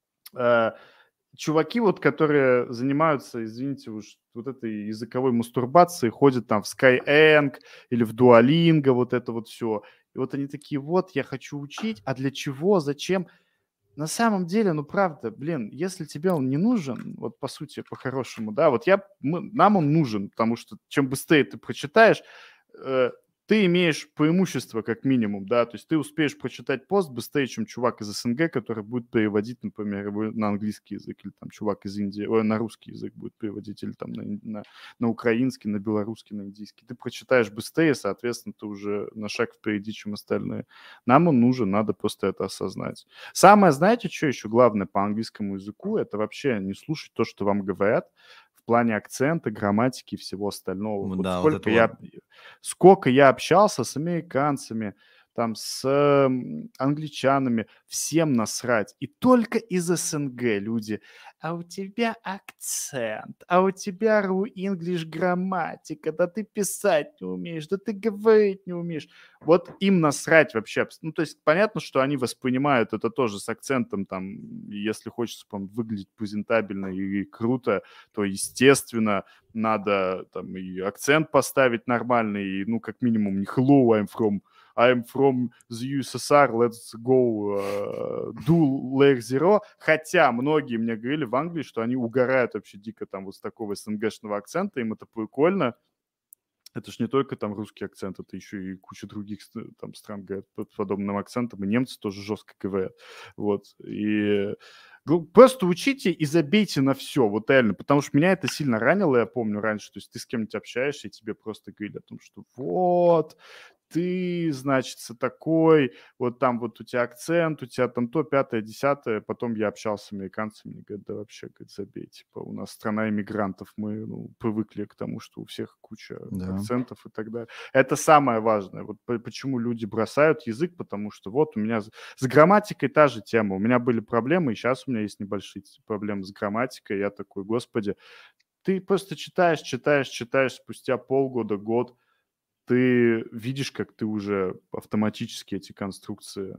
э, чуваки вот, которые занимаются, извините уж, вот этой языковой мастурбацией, ходят там в Skyeng или в Duolingo, вот это вот все. И вот они такие, вот, я хочу учить, а для чего, зачем? На самом деле, ну правда, блин, если тебе он не нужен, вот по сути, по-хорошему, да, вот я, мы, нам он нужен, потому что чем быстрее ты прочитаешь, э, ты имеешь преимущество как минимум, да, то есть ты успеешь прочитать пост быстрее, чем чувак из СНГ, который будет переводить, например, его на английский язык, или там чувак из Индии, ой, на русский язык будет переводить, или там на, на, на украинский, на белорусский, на индийский. Ты прочитаешь быстрее, соответственно, ты уже на шаг впереди, чем остальные. Нам он нужен, надо просто это осознать. Самое, знаете, что еще главное по английскому языку, это вообще не слушать то, что вам говорят, в плане акцента, грамматики и всего остального. Вот Да, вот это сколько вот. я, сколько я общался с американцами, там, с э, англичанами, всем насрать. И только из СНГ люди, а у тебя акцент, а у тебя ру English грамматика, да ты писать не умеешь, да ты говорить не умеешь. Вот им насрать вообще. Ну, то есть понятно, что они воспринимают это тоже с акцентом, там, если хочется там, выглядеть презентабельно и круто, то, естественно, надо там и акцент поставить нормальный, и, ну, как минимум, не hello, I'm from, I'm from the ю эс эс ар, let's go uh, do Layer Zero. Хотя многие мне говорили в Англии, что они угорают вообще дико там вот с такого СНГшного акцента, им это прикольно. Это ж не только там русский акцент, это еще и куча других там стран говорят под подобным акцентом, и немцы тоже жестко говорят. Вот. И просто учите и забейте на все, вот реально, потому что меня это сильно ранило, я помню раньше, то есть ты с кем-нибудь общаешься, и тебе просто говорили о том, что вот, ты, значит, такой, вот там вот у тебя акцент, у тебя там то, пятое, десятое. Потом я общался с американцами, они говорят, да вообще, говорят, забей, типа, у нас страна иммигрантов, мы ну, привыкли к тому, что у всех куча Да. акцентов и так далее. Это самое важное. Вот почему люди бросают язык, потому что вот у меня с, с грамматикой та же тема. У меня были проблемы, и сейчас у меня есть небольшие проблемы с грамматикой. Я такой, господи, ты просто читаешь, читаешь, читаешь, спустя полгода, год, ты видишь, как ты уже автоматически эти конструкции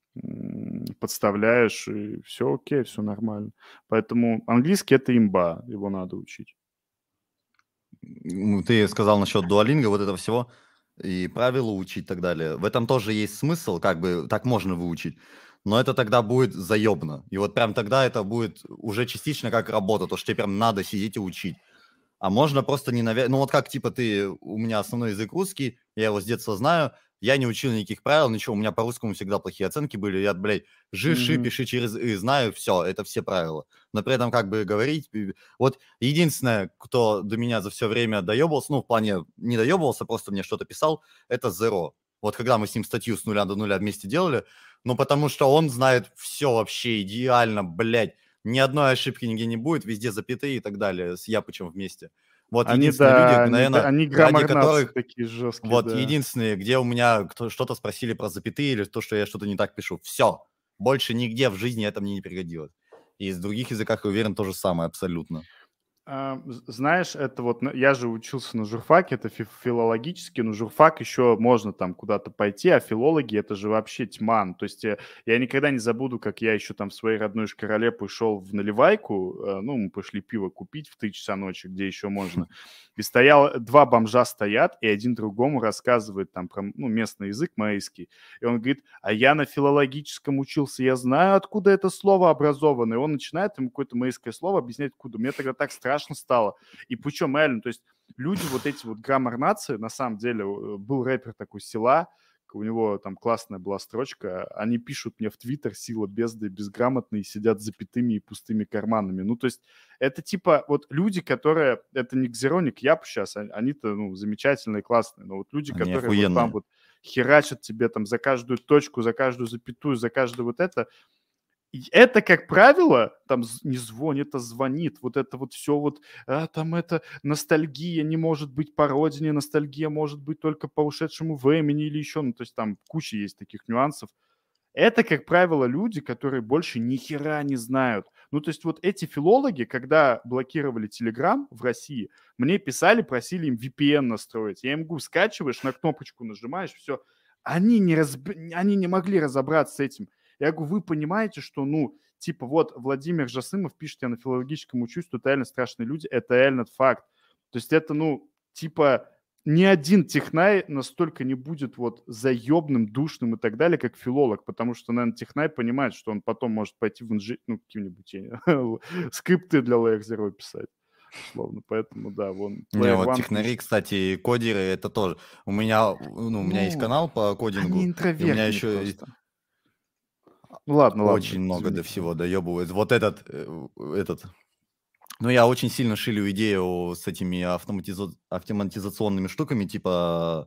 подставляешь, и все окей, все нормально. Поэтому английский — это имба, его надо учить. Ты сказал насчет дуолинго, вот этого всего, и правила учить и так далее. В этом тоже есть смысл, как бы так можно выучить, но это тогда будет заебно. И вот прям тогда это будет уже частично как работа, то, что тебе прям надо сидеть и учить. А можно просто не навязывать. Ну вот как, типа, ты, у меня основной язык русский, я его с детства знаю, я не учил никаких правил, ничего, у меня по русскому всегда плохие оценки были, я, блядь, жи, ши, Мгм. пиши через и, знаю, все, это все правила. Но при этом как бы говорить, вот единственное, кто до меня за все время доебался, ну в плане не доебался, просто мне что-то писал, это Zero. Вот когда мы с ним статью с нуля до нуля вместе делали, ну потому что он знает все вообще идеально, блядь. Ни одной ошибки нигде не будет, везде запятые и так далее, с Япычем вместе. Вот Они, единственные люди, да, они, да, наверное, они ради граммарнации которых, такие жесткие, вот да. единственные, где у меня кто, что-то спросили про запятые или то, что я что-то не так пишу. Все. Больше нигде в жизни это мне не пригодилось. И из других языках, я уверен, то же самое абсолютно. А, з- знаешь, это вот, на- я же учился на журфаке, это фи- филологический, но журфак еще можно там куда-то пойти, а филологи это же вообще тьма. Ну, то есть э, я никогда не забуду, как я еще там в своей родной шкарале пришел в наливайку, э, ну, мы пошли пиво купить в три часа ночи, где еще можно, и стоял, два бомжа стоят, и один другому рассказывает там про, ну, местный язык майский, и он говорит, а я на филологическом учился, я знаю, откуда это слово образовано, и он начинает ему какое-то майское слово объяснять, откуда. Мне тогда так страшно стало. И причем реально, то есть люди вот эти вот граммар нации, на самом деле, э, был рэпер такой Села, у него там классная была строчка, они пишут мне в Твиттер «Сила бездны, безграмотные, сидят с запятыми и пустыми карманами». Ну, то есть это типа вот люди, которые, это не к Зеро, не к Япу сейчас, они-то, ну, замечательные, классные, но вот люди, Они которые вот охуенные. там вот херачат тебе там за каждую точку, за каждую запятую, за каждую вот это, и это, как правило, там не звонит, а звонит. Вот это вот все вот, а, там это ностальгия не может быть по родине, ностальгия может быть только по ушедшему времени или еще, ну, то есть там куча есть таких нюансов. Это, как правило, люди, которые больше ни хера не знают. Ну, то есть вот эти филологи, когда блокировали Telegram в России, мне писали, просили им ви пи эн настроить. Я им говорю, скачиваешь, на кнопочку нажимаешь, все. Они не, разб... Они не могли разобраться с этим. Я говорю, вы понимаете, что, ну, типа, вот Владимир Жасымов пишет, я на филологическом учусь, тут реально страшные люди, это реально факт. То есть это, ну, типа, ни один технай настолько не будет вот заебным, душным и так далее, как филолог, потому что, наверное, технай понимает, что он потом может пойти в инжи... ну, какие-нибудь скрипты для Layer Zero писать. Условно, поэтому, да, вон... Не, вот технари, пишет. Кстати, кодеры, это тоже. У меня, ну, у меня ну, есть канал по кодингу. Они интроверты у меня еще просто. Ну ладно, ладно. Очень много до всего доебывает. Вот этот, этот... Ну, я очень сильно шилю идею с этими автоматиза... автоматизационными штуками, типа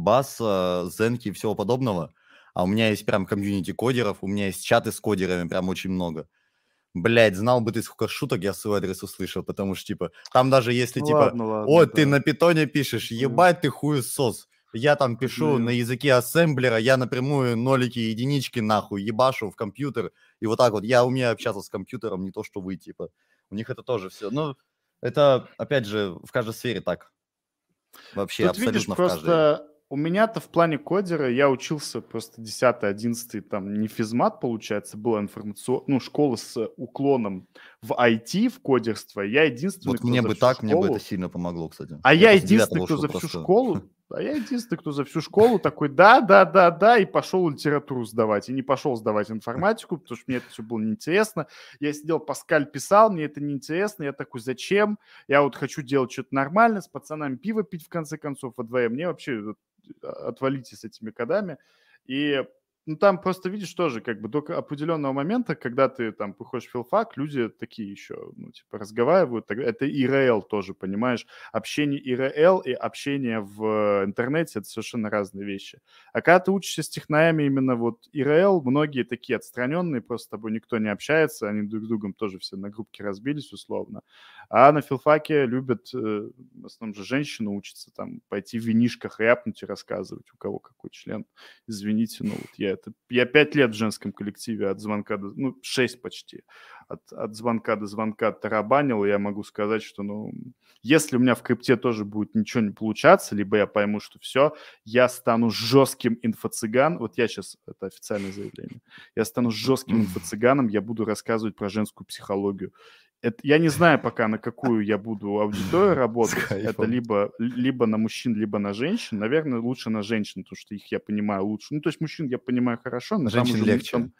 баса, зенки и всего подобного. А у меня есть прям комьюнити кодеров, у меня есть чаты с кодерами, прям очень много. Блять, знал бы ты, сколько шуток я свой адрес услышал, потому что, типа, там даже если, ну, типа, ладно, ладно, о, да. Ты на питоне пишешь, ебать ты хуесос. Я там пишу на языке ассемблера, я напрямую нолики и единички нахуй ебашу в компьютер. И вот так вот, я умею общаться с компьютером, не то, что вы, типа. У них это тоже все. Ну, это, опять же, в каждой сфере так. Вообще, тут, абсолютно видишь, в просто... каждой. У меня-то в плане кодера я учился просто десятый, одиннадцатый, там не физмат, получается, была информационная, ну, школа с уклоном в ай ти, в кодерство. Я единственный, вот кто мне за бы всю так, школу... мне бы это сильно помогло, кстати. А я, я единственный, кто за всю просто... школу... А я единственный, кто за всю школу такой, да, да, да, да, и пошел литературу сдавать. И не пошел сдавать информатику, потому что мне это все было неинтересно. Я сидел, Паскаль писал, мне это неинтересно. Я такой, зачем? Я вот хочу делать что-то нормальное, с пацанами пиво пить, в конце концов, во дворе. Мне вообще отвалите с этими кодами. И ну, там просто, видишь, тоже как бы до определенного момента, когда ты там приходишь в филфак, люди такие еще, ну, типа, разговаривают. Это ай эр эл тоже, понимаешь? Общение ай эр эл и общение в интернете – это совершенно разные вещи. А когда ты учишься с технаями именно вот ай эр эл, многие такие отстраненные, просто с тобой никто не общается, они друг с другом тоже все на группки разбились условно. А на филфаке любят, в основном же женщины учатся там пойти в винишках рэпнуть и рассказывать, у кого какой член. Извините, но вот я это... Я пять лет в женском коллективе от звонка до... Ну, шесть почти. От, от звонка до звонка тарабанил, и я могу сказать, что, ну, если у меня в крипте тоже будет ничего не получаться, либо я пойму, что все, я стану жестким инфо-цыган. Вот я сейчас... Это официальное заявление. Я стану жестким инфо-цыганом, я буду рассказывать про женскую психологию. Это, я не знаю пока, на какую я буду аудиторию работать. Это либо, либо на мужчин, либо на женщин. Наверное, лучше на женщин, потому что их я понимаю лучше. Ну, то есть мужчин я понимаю хорошо. Но женщин там уже, легче. Там...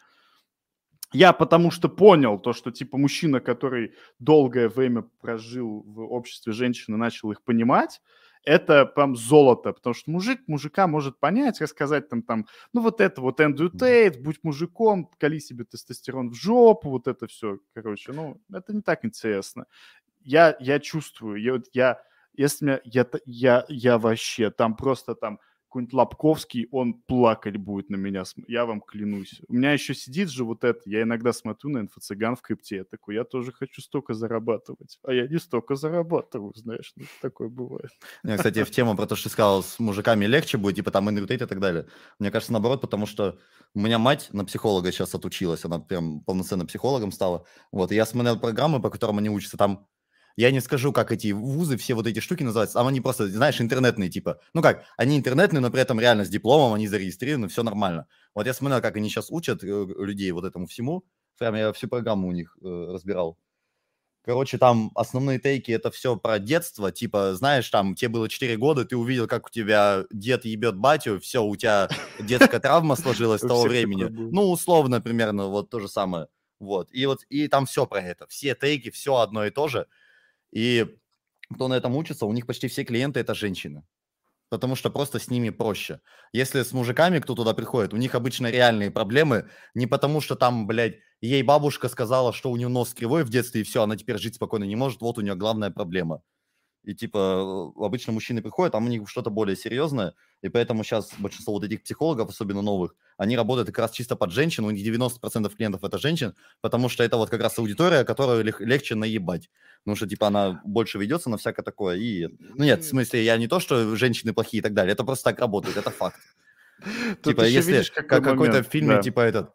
Я потому что понял то, что типа мужчина, который долгое время прожил в обществе женщин и начал их понимать, это прям золото, потому что мужик мужика может понять, рассказать там, там, ну вот это вот Эндрю Тейт, будь мужиком, кали себе тестостерон в жопу, вот это все, короче, ну, это не так интересно. Я, я чувствую, я, я, если меня, я, я, я вообще, там просто там какой-нибудь Лобковский, он плакать будет на меня, я вам клянусь. У меня еще сидит же вот это, я иногда смотрю на инфо-цыган в крипте, я такой, я тоже хочу столько зарабатывать, а я не столько зарабатываю, знаешь, ну, такое бывает. Не, кстати, в тему про то, что ты сказал, с мужиками легче будет, типа там Эндрю Тейт и так далее. Мне кажется, наоборот, потому что у меня мать на психолога сейчас отучилась, она прям полноценным психологом стала, вот, и я смотрел программы, по которым они учатся, там я не скажу, как эти вузы, все вот эти штуки называются, а они просто, знаешь, интернетные типа. Ну как, они интернетные, но при этом реально с дипломом, они зарегистрированы, все нормально. Вот я смотрел, как они сейчас учат людей вот этому всему. Прям я всю программу у них э, разбирал. Короче, там основные тейки – это все про детство. Типа, знаешь, там тебе было четыре года, ты увидел, как у тебя дед ебет батю, все, у тебя детская травма сложилась с того времени. Ну, условно, примерно, вот то же самое. Вот. И вот и там все про это. Все тейки, все одно и то же. И кто на этом учится, у них почти все клиенты – это женщины. потому что просто с ними проще. Если с мужиками, кто туда приходит, у них обычно реальные проблемы, не потому что там, блядь, ей бабушка сказала, что у нее нос кривой в детстве, и все, она теперь жить спокойно не может, вот у нее главная проблема. И типа обычно мужчины приходят, там у них что-то более серьезное, и поэтому сейчас большинство вот этих психологов, особенно новых, они работают как раз чисто под женщин, у них девяносто процентов клиентов это женщин, потому что это вот как раз аудитория, которую лег- легче наебать. Потому что типа она больше ведется на всякое такое. И... Ну нет, в смысле, я не то, что женщины плохие и так далее, это просто так работает, это факт. Тут Типа еще если видишь, какой как какой-то момент, в фильме, да. типа этот,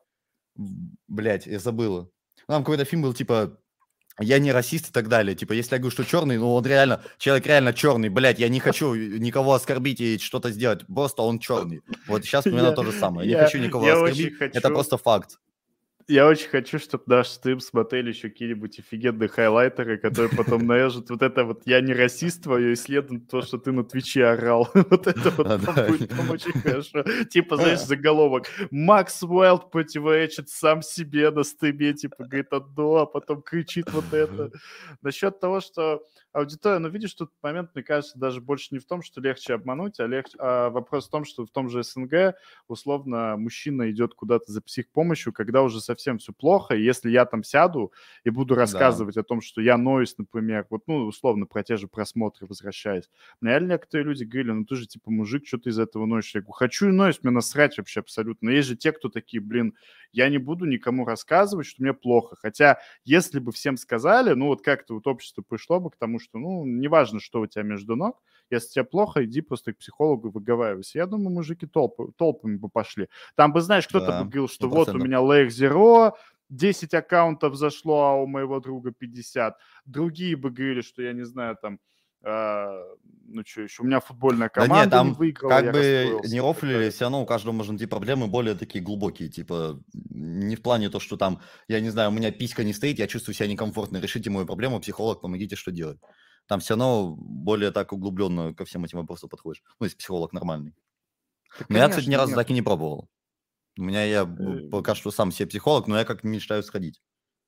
блядь, я забыла. Там какой-то фильм был, типа, я не расист и так далее. Типа, если я говорю, что черный, ну он реально, человек реально черный, блядь, я не хочу никого оскорбить и что-то сделать, просто он черный. Вот сейчас примерно Я, то же самое. Не я, хочу никого я очень оскорбить, это хочу, просто факт. я очень хочу, чтобы наш стрим смотрели еще какие-нибудь офигенные хайлайтеры, которые потом нарежут вот это вот «я не расист» твое, и следом то, что ты на Твиче орал. Вот это вот А, там да. будет там очень хорошо. Типа, знаешь, заголовок «Макс Уайлд противоречит сам себе на стриме», типа, говорит одно, а потом кричит вот это. Насчет того, что аудитория, ну, видишь, тут момент, мне кажется, даже больше не в том, что легче обмануть, а, легче, а вопрос в том, что в том же СНГ условно мужчина идет куда-то за психпомощью, когда уже совсем все плохо, и если я там сяду и буду Да. рассказывать о том, что я ноюсь, например, вот, ну, условно, про те же просмотры возвращаясь, мне реально некоторые люди говорили, ну, ты же, типа, мужик, что ты из этого ноешь? Я говорю, хочу и ноюсь, мне насрать вообще абсолютно. Но есть же те, кто такие, блин, я не буду никому рассказывать, что мне плохо. Хотя, если бы всем сказали, ну, вот как-то вот общество пришло бы к тому, что, ну, неважно, что у тебя между ног, если тебе плохо, иди просто к психологу, выговаривайся. Я думаю, мужики толпы, толпами бы пошли. Там бы, знаешь, кто-то Да, бы говорил, что сто вот у процентов. меня Layer Zero, десять аккаунтов зашло, а у моего друга пятьдесят. Другие бы говорили, что я не знаю, там, а, ну что еще, у меня футбольная Да нет, команда не там выиграла, как я бы расстроился. не и так рофлили, далее. все равно у каждого может найти проблемы более такие глубокие, типа не в плане то, что там, я не знаю, у меня писька не стоит, я чувствую себя некомфортно, решите мою проблему, психолог, помогите, что делать. Там все равно более так углубленно ко всем этим вопросам подходишь. Ну, если психолог нормальный. Да, Но я, кстати, ни конечно, разу нет. так и не пробовал. У меня я м, Э, пока что сам себе психолог, но я как мечтаю сходить.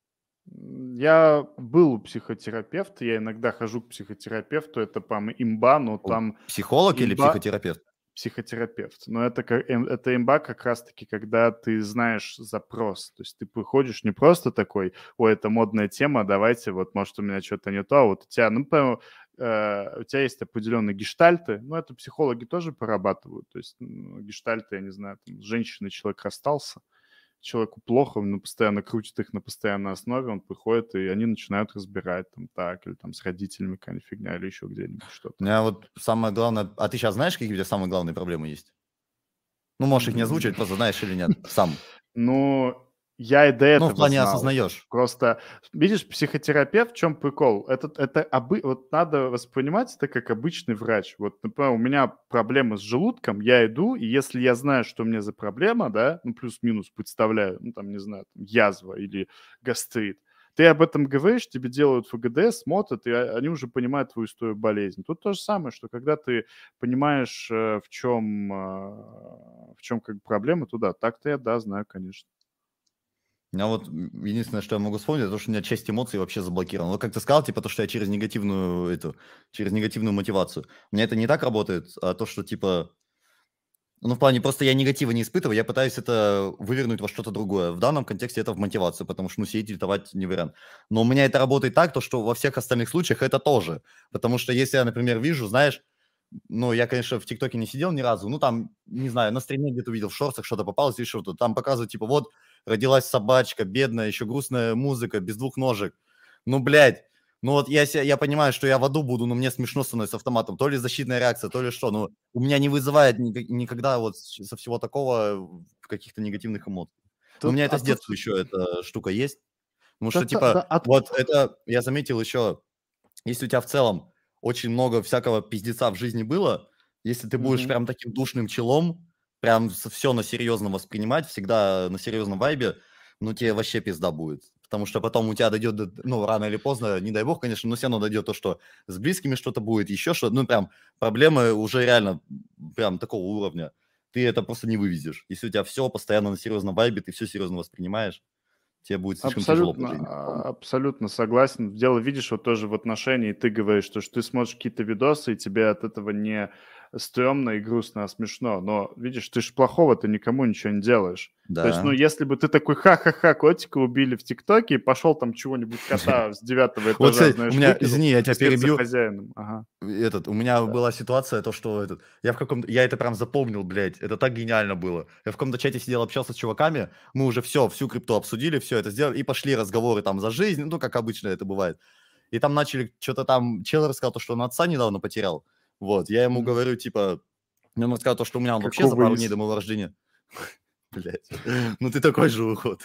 Я был у психотерапевта, я иногда хожу к психотерапевту, это, по-моему, имба, но У там психолог или имба... психотерапевт? Психотерапевт. Но это, ка- эм, это имба как раз-таки, когда ты знаешь запрос. То есть ты приходишь не просто такой, ой, это модная тема, давайте, вот, может, у меня что-то не то, а вот у тебя, ну, по- э, у тебя есть определенные гештальты, ну, это психологи тоже порабатывают. То есть ну, гештальты, я не знаю, там, с женщиной человек расстался, человеку плохо, он постоянно крутит их на постоянной основе, он приходит, и они начинают разбирать там так, или там с родителями какая-нибудь фигня, или еще где-нибудь У что-то. меня вот самое главное... А ты сейчас знаешь, какие у тебя самые главные проблемы есть? Ну, можешь их не озвучивать, просто знаешь или нет, сам. Ну, я и до Ну, в этого плане знал. осознаешь. Просто, видишь, психотерапевт, в чем прикол? Это, это обы... вот надо воспринимать это как обычный врач. Вот, например, у меня проблемы с желудком, я иду, и если я знаю, что у меня за проблема, да, ну, плюс-минус представляю, ну, там, не знаю, там, язва или гастрит, ты об этом говоришь, тебе делают ФГД, смотрят, и а- они уже понимают твою историю болезни. Тут то же самое, что когда ты понимаешь, э, в чем, а, в чем как бы проблема, то да, так-то я, да, знаю, конечно. У меня вот м, единственное, что я могу вспомнить, это то, что у меня часть эмоций вообще заблокирована. Вот как ты сказал, типа то, что я через негативную эту, через негативную мотивацию. У меня это не так работает, а то, что типа, ну, в плане просто я негатива не испытываю, я пытаюсь это вывернуть во что-то другое. В данном контексте это в мотивацию, потому что, ну, сидеть и диктовать не вариант. Но у меня это работает так, то, что во всех остальных случаях это тоже. Потому что если я, например, вижу, знаешь, ну, я, конечно, в ТикТоке не сидел ни разу, ну, там, не знаю, на стриме где-то увидел, в шортах что-то попалось или что-то. Там показывают, типа, вот, родилась собачка, бедная, еще грустная музыка, без двух ножек. Ну, блядь, ну, вот я, ся- я понимаю, что я в аду буду, но мне смешно становится автоматом. То ли защитная реакция, то ли что. Ну, у меня не вызывает ни- никогда вот с- со всего такого каких-то негативных эмоций. Но у Тут, меня это а с тут, детства еще эта штука есть. Потому да, что, да, да, типа, от- вот это я заметил еще, если у тебя в целом очень много всякого пиздеца в жизни было, если ты будешь Мгм. прям таким душным челом, прям все на серьезно воспринимать, всегда на серьезном вайбе, ну, тебе вообще пизда будет. Потому что потом у тебя дойдет, до- ну, рано или поздно, не дай бог, конечно, но все равно дойдет то, что с близкими что-то будет, еще что-то, ну, прям проблемы уже реально прям такого уровня. Ты это просто не вывезешь. Если у тебя все постоянно на серьезном вайбе, ты все серьезно воспринимаешь, тебе будет слишком тяжело по Абсолютно, жизни. а, абсолютно согласен. Дело, видишь, вот тоже в отношении ты говоришь, что, что ты смотришь какие-то видосы, и тебе от этого не, стрёмно и грустно, а смешно. Но, видишь, ты ж плохого-то никому ничего не делаешь. То есть, ну, Да. если бы ты такой, ха-ха-ха, котика убили в ТикТоке и пошел там чего-нибудь кота с девятого Вот, этажа, кстати, у знаешь, меня, выкинул извини, я тебя вслед за перебью. хозяином. Ага, Этот, у меня да. была ситуация, то, что этот, я в каком-то, я это прям запомнил, блядь, это так гениально было. Я в каком-то чате сидел, общался с чуваками, мы уже все, всю крипту обсудили, все это сделали, и пошли разговоры там за жизнь, ну, как обычно это бывает. И там начали, что-то там, чел рассказал, то, что он отца недавно потерял. Вот, я ему Мгм. говорю, типа, я ему рассказал то, что у меня он вообще за Какого пару дней из? до моего рождения. Блядь, ну ты такой же уход.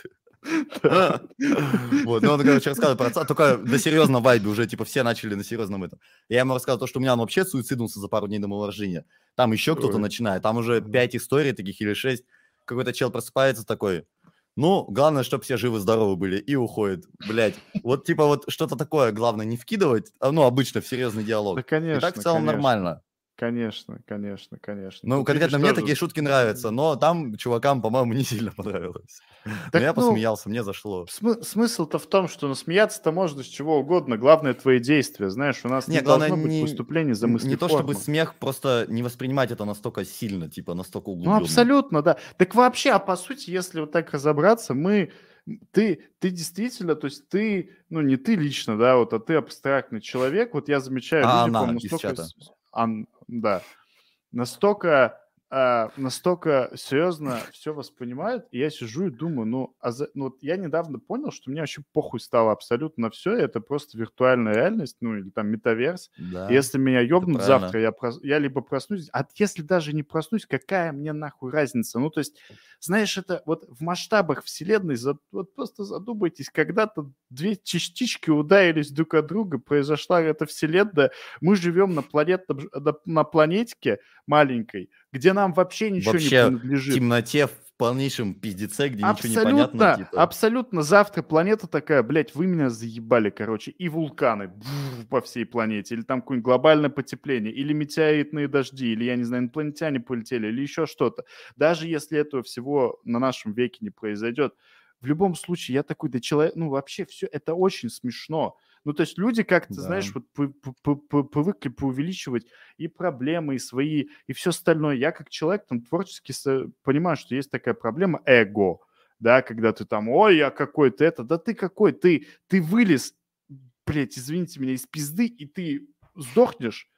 Да. Вот, ну он, короче, рассказывает про отца, только на серьезном вайбе уже, типа, все начали на серьезном этом. Я ему рассказал то, что у меня он вообще суициднулся за пару дней до моего рождения. Там еще кто-то Ой. начинает, там уже Ага. пять историй таких или шесть. Какой-то чел просыпается такой, ну, главное, чтобы все живы-здоровы были, и уходит. Блядь, вот типа вот что-то такое, главное, не вкидывать, а, ну, обычно в серьезный Да, диалог. И так в конечно, целом конечно. нормально. Конечно, конечно, конечно. Ну, Тут, видишь, конкретно мне тоже... такие шутки нравятся, но там чувакам, по-моему, не сильно понравилось. Но Так, я ну, посмеялся, мне зашло. смы- смысл-то в том, что насмеяться-то можно с чего угодно. Главное твои действия. Знаешь, у нас не Не, главное должно быть не, выступлений за н- не то чтобы мыслеформы. смех, просто не воспринимать это настолько сильно, типа настолько Ну, углубленно. абсолютно, да. Так вообще, а по сути, если вот так разобраться, мы, м, ты, ты действительно, то есть ты, ну, не ты лично, да, вот, а ты абстрактный человек. Вот я замечаю, А люди к вам она из настолько, чата. с- с- ан- да, настолько, а, настолько серьезно все воспринимают, и я сижу и думаю, ну, а за- ну, вот я недавно понял, что мне вообще похуй стало абсолютно на все, это просто виртуальная реальность, ну, или там метаверс. И Да, если меня это ёбнут завтра, правильно. я, прос- я либо проснусь, а если даже не проснусь, какая мне нахуй разница? Ну, то есть, знаешь, это вот в масштабах Вселенной, за- вот просто задумайтесь, когда-то две частички ударились друг от друга, произошла эта Вселенная, мы живем на, планетном ж- на, на планетке маленькой, где нам вообще ничего не Вообще в принадлежит. темноте, в полнейшем пиздеце, где ничего не понятно, Абсолютно, типа. абсолютно завтра планета такая, блядь, вы меня заебали, короче, и вулканы бф, по всей планете, или там какое-нибудь глобальное потепление, или метеоритные дожди, или, я не знаю, инопланетяне полетели, или еще что-то. Даже если этого всего на нашем веке не произойдет, в любом случае, я такой, да человек, ну вообще все это очень смешно. Ну то есть люди как-то, Да. знаешь, вот пы- пы- пы- пы- привыкли преувеличивать и проблемы, и свои, и все остальное. Я как человек там творчески со- понимаю, что есть такая проблема эго, да, когда ты там, ой, я какой ты это, да ты какой, ты, ты вылез, блядь, извините меня, из пизды, и ты сдохнешь,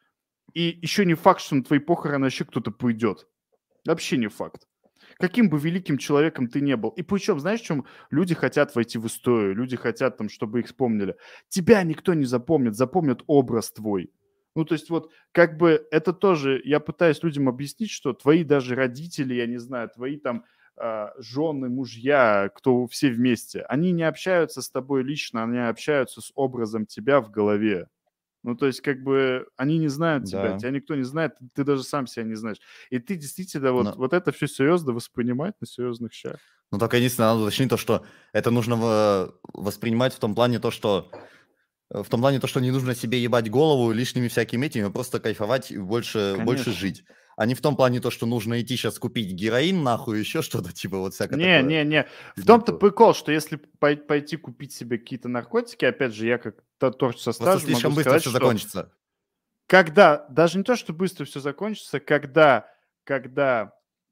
и еще не факт, что на твои похороны еще кто-то пойдет. Вообще не факт. Каким бы великим человеком ты не был. И причем, знаешь, в чем люди хотят войти в историю, люди хотят там, чтобы их вспомнили. Тебя никто не запомнит, запомнят образ твой. Ну, то есть вот как бы это тоже, я пытаюсь людям объяснить, что твои даже родители, я не знаю, твои там а, жены, мужья, кто все вместе, они не общаются с тобой лично, они общаются с образом тебя в голове. Ну, то есть, как бы, они не знают тебя, Да. тебя никто не знает, ты, ты даже сам себя не знаешь. И ты действительно вот, Но, вот это все серьезно воспринимать на серьезных щах. но только единственное, надо уточнить то, что это нужно в- воспринимать в том плане то, что э, в том плане то, что не нужно себе ебать голову лишними всякими этими, а просто кайфовать и больше, больше Конечно. жить. А не в том плане то, что нужно идти сейчас купить героин, нахуй, еще что-то, типа вот всякое Не, такое. не, не. В И том-то типа, прикол, что если пой- пойти купить себе какие-то наркотики, опять же, я как то- торч со просто стажем могу слишком быстро сказать, все что закончится. когда, даже не то, что быстро все закончится, когда, когда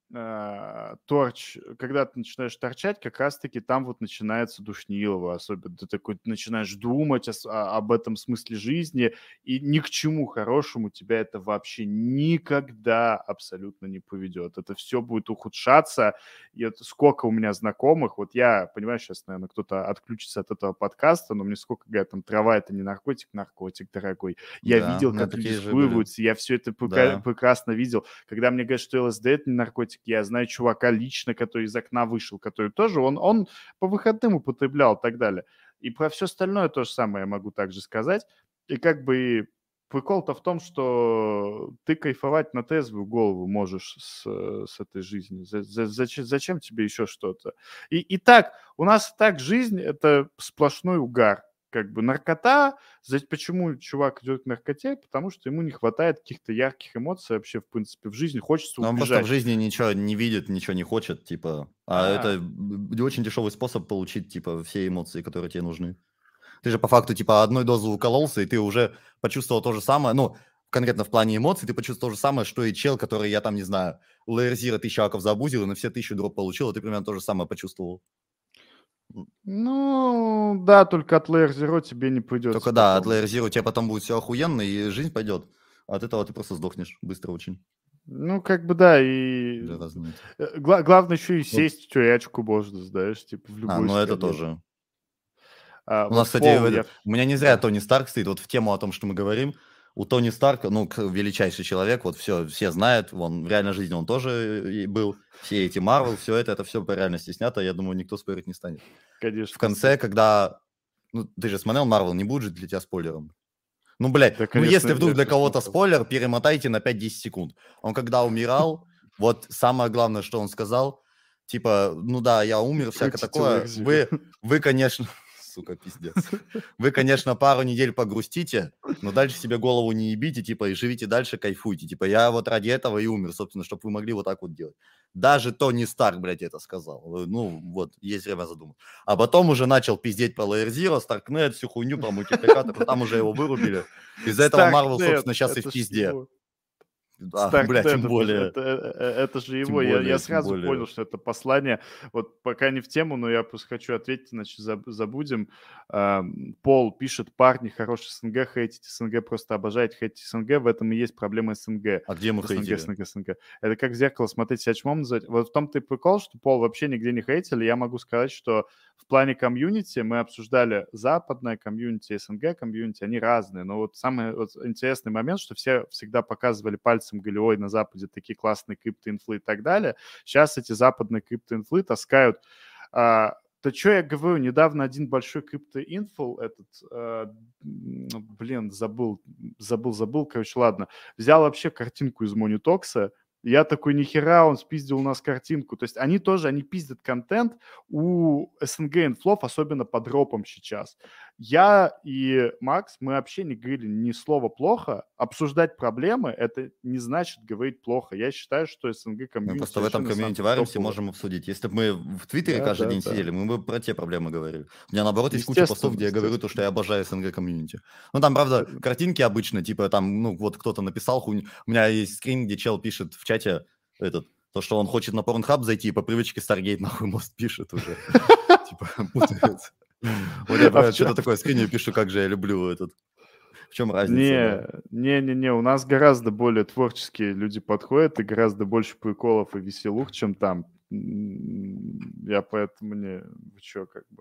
а, торч, когда ты начинаешь торчать, как раз-таки там вот начинается душнилово, особенно ты такой начинаешь думать о с- о- об этом смысле жизни, и ни к чему хорошему тебя это вообще никогда абсолютно не поведет. Это все будет ухудшаться, и это сколько у меня знакомых, вот я, понимаешь, сейчас, наверное, кто-то отключится от этого подкаста, но мне сколько говорят, там, трава — это не наркотик, наркотик, дорогой. Я Да, видел, у меня как люди такие же были. сплываются, я все это прека- Да, прекрасно видел. Когда мне говорят, что ЛСД — это не наркотик, я знаю чувака лично, который из окна вышел, который тоже, он, он по выходным употреблял и так далее. И про все остальное то же самое я могу также сказать. И как бы прикол-то в том, что ты кайфовать на трезвую голову можешь с, э, с этой жизнью. За- за- зачем, зачем тебе еще что-то? И, и так, у нас и так жизнь — это сплошной угар. Как бы наркота, за- почему чувак идет к наркоте? Потому что ему не хватает каких-то ярких эмоций вообще, в принципе, в жизни. Хочется но он просто в убежать. жизни ничего не видит, ничего не хочет, типа. А Да, это б- очень дешевый способ получить, типа, все эмоции, которые тебе нужны. Ты же по факту, типа, одной дозы укололся, и ты уже почувствовал то же самое. Ну, в конкретно в плане эмоций, ты почувствовал то же самое, что и чел, который, я там, не знаю, Layer Zero тысячу аков забузил, и на все тысячу дроп получил, а ты примерно то же самое почувствовал. Ну, да, только от Layer Zero тебе не придется. Только да, от Layer Zero у тебя потом будет все охуенно, и жизнь пойдет. А от этого ты просто сдохнешь быстро очень. Ну, как бы да, и Гла- главное еще и сесть в тюрячку можно, знаешь, типа в любой А, ну стране. это тоже. А, У вот нас, кстати, Пол, это- я- у меня не зря Тони Старк стоит, вот в тему о том, что мы говорим. У Тони Старка, ну, к- величайший человек, вот все, все знают, он в реальной жизни он тоже и был, все эти Марвел, все это, это все по реальности снято, я думаю, никто спорить не станет. конечно. В конце, когда, ну, ты же смотрел Марвел, не будет же для тебя спойлером? Ну, блядь, Да, ну, конечно, если вдруг я для всё кого-то смотрел. спойлер, перемотайте на пять-десять секунд. Он когда умирал, вот самое главное, что он сказал, типа, ну да, я умер, всякое Крутите такое, Layer Zero. вы, вы, конечно, сука, пиздец, вы, конечно, пару недель погрустите, но дальше себе голову не ебите, типа, и живите дальше, кайфуйте, типа, я вот ради этого и умер, собственно, чтобы вы могли вот так вот делать. Даже Тони Старк, блядь, это сказал. Ну, вот, есть время задумать. А потом уже начал пиздеть про Layer Zero, Starknet, всю хуйню про мультипликатор, там уже его вырубили. Из-за этого Marvel, Starknet, собственно, сейчас и это в ж пизде. его. Да, Starknet, блядь, тем это, более. это, э, это же его. Тем я, более, я тем сразу более. понял, что это послание. Вот пока не в тему, но я просто хочу ответить, иначе заб- забудем. Ам, Пол пишет: парни, хороший СНГ, хейтить СНГ, просто обожаете хейтить СНГ. В этом и есть проблема СНГ. А где мы СНГ, хейтили? СНГ, СНГ. Это как в зеркало смотреть, себя чмом называть. Вот в том-то и прикол, что Пол вообще нигде не хейтили. Я могу сказать, что в плане комьюнити мы обсуждали западное комьюнити, СНГ комьюнити, они разные. Но вот самый вот интересный момент, что все всегда показывали пальцем, говорили: ой, на Западе такие классные криптоинфлы и так далее. Сейчас эти западные криптоинфлы таскают... А, то что я говорю, недавно один большой криптоинфл, этот, э, блин, забыл, забыл, забыл, короче, ладно, взял вообще картинку из Монитокса. Я такой: нихера, он спиздил у нас картинку. То есть они тоже, они пиздят контент у СНГ инфлов, особенно по дропам сейчас. Я и Макс, мы вообще не говорили ни слова плохо. Обсуждать проблемы — это не значит говорить плохо. Я считаю, что СНГ комьюнити... Мы просто в этом совершенно комьюнити самое варимся, топовое. можем обсудить. Если бы мы в Твиттере Да, каждый да, день да. сидели, мы бы про те проблемы говорили. У меня, наоборот, есть куча постов, Естественно, где я говорю то, что я обожаю СНГ комьюнити. Ну, там, правда, Э, картинки обычно, типа, там, ну, вот кто-то написал хуйню. У меня есть скрин, где чел пишет в чате этот, то, что он хочет на Pornhub зайти, и по привычке Stargate нахуй мост пишет уже. Типа, путается. Вот я А про в чё- что-то такое скриню пишу, как же я люблю этот. В чем разница, да? Не, не, не, не, у нас гораздо более творческие люди подходят, и гораздо больше приколов и веселух, чем там. М, Я поэтому не... Вы чё, как бы...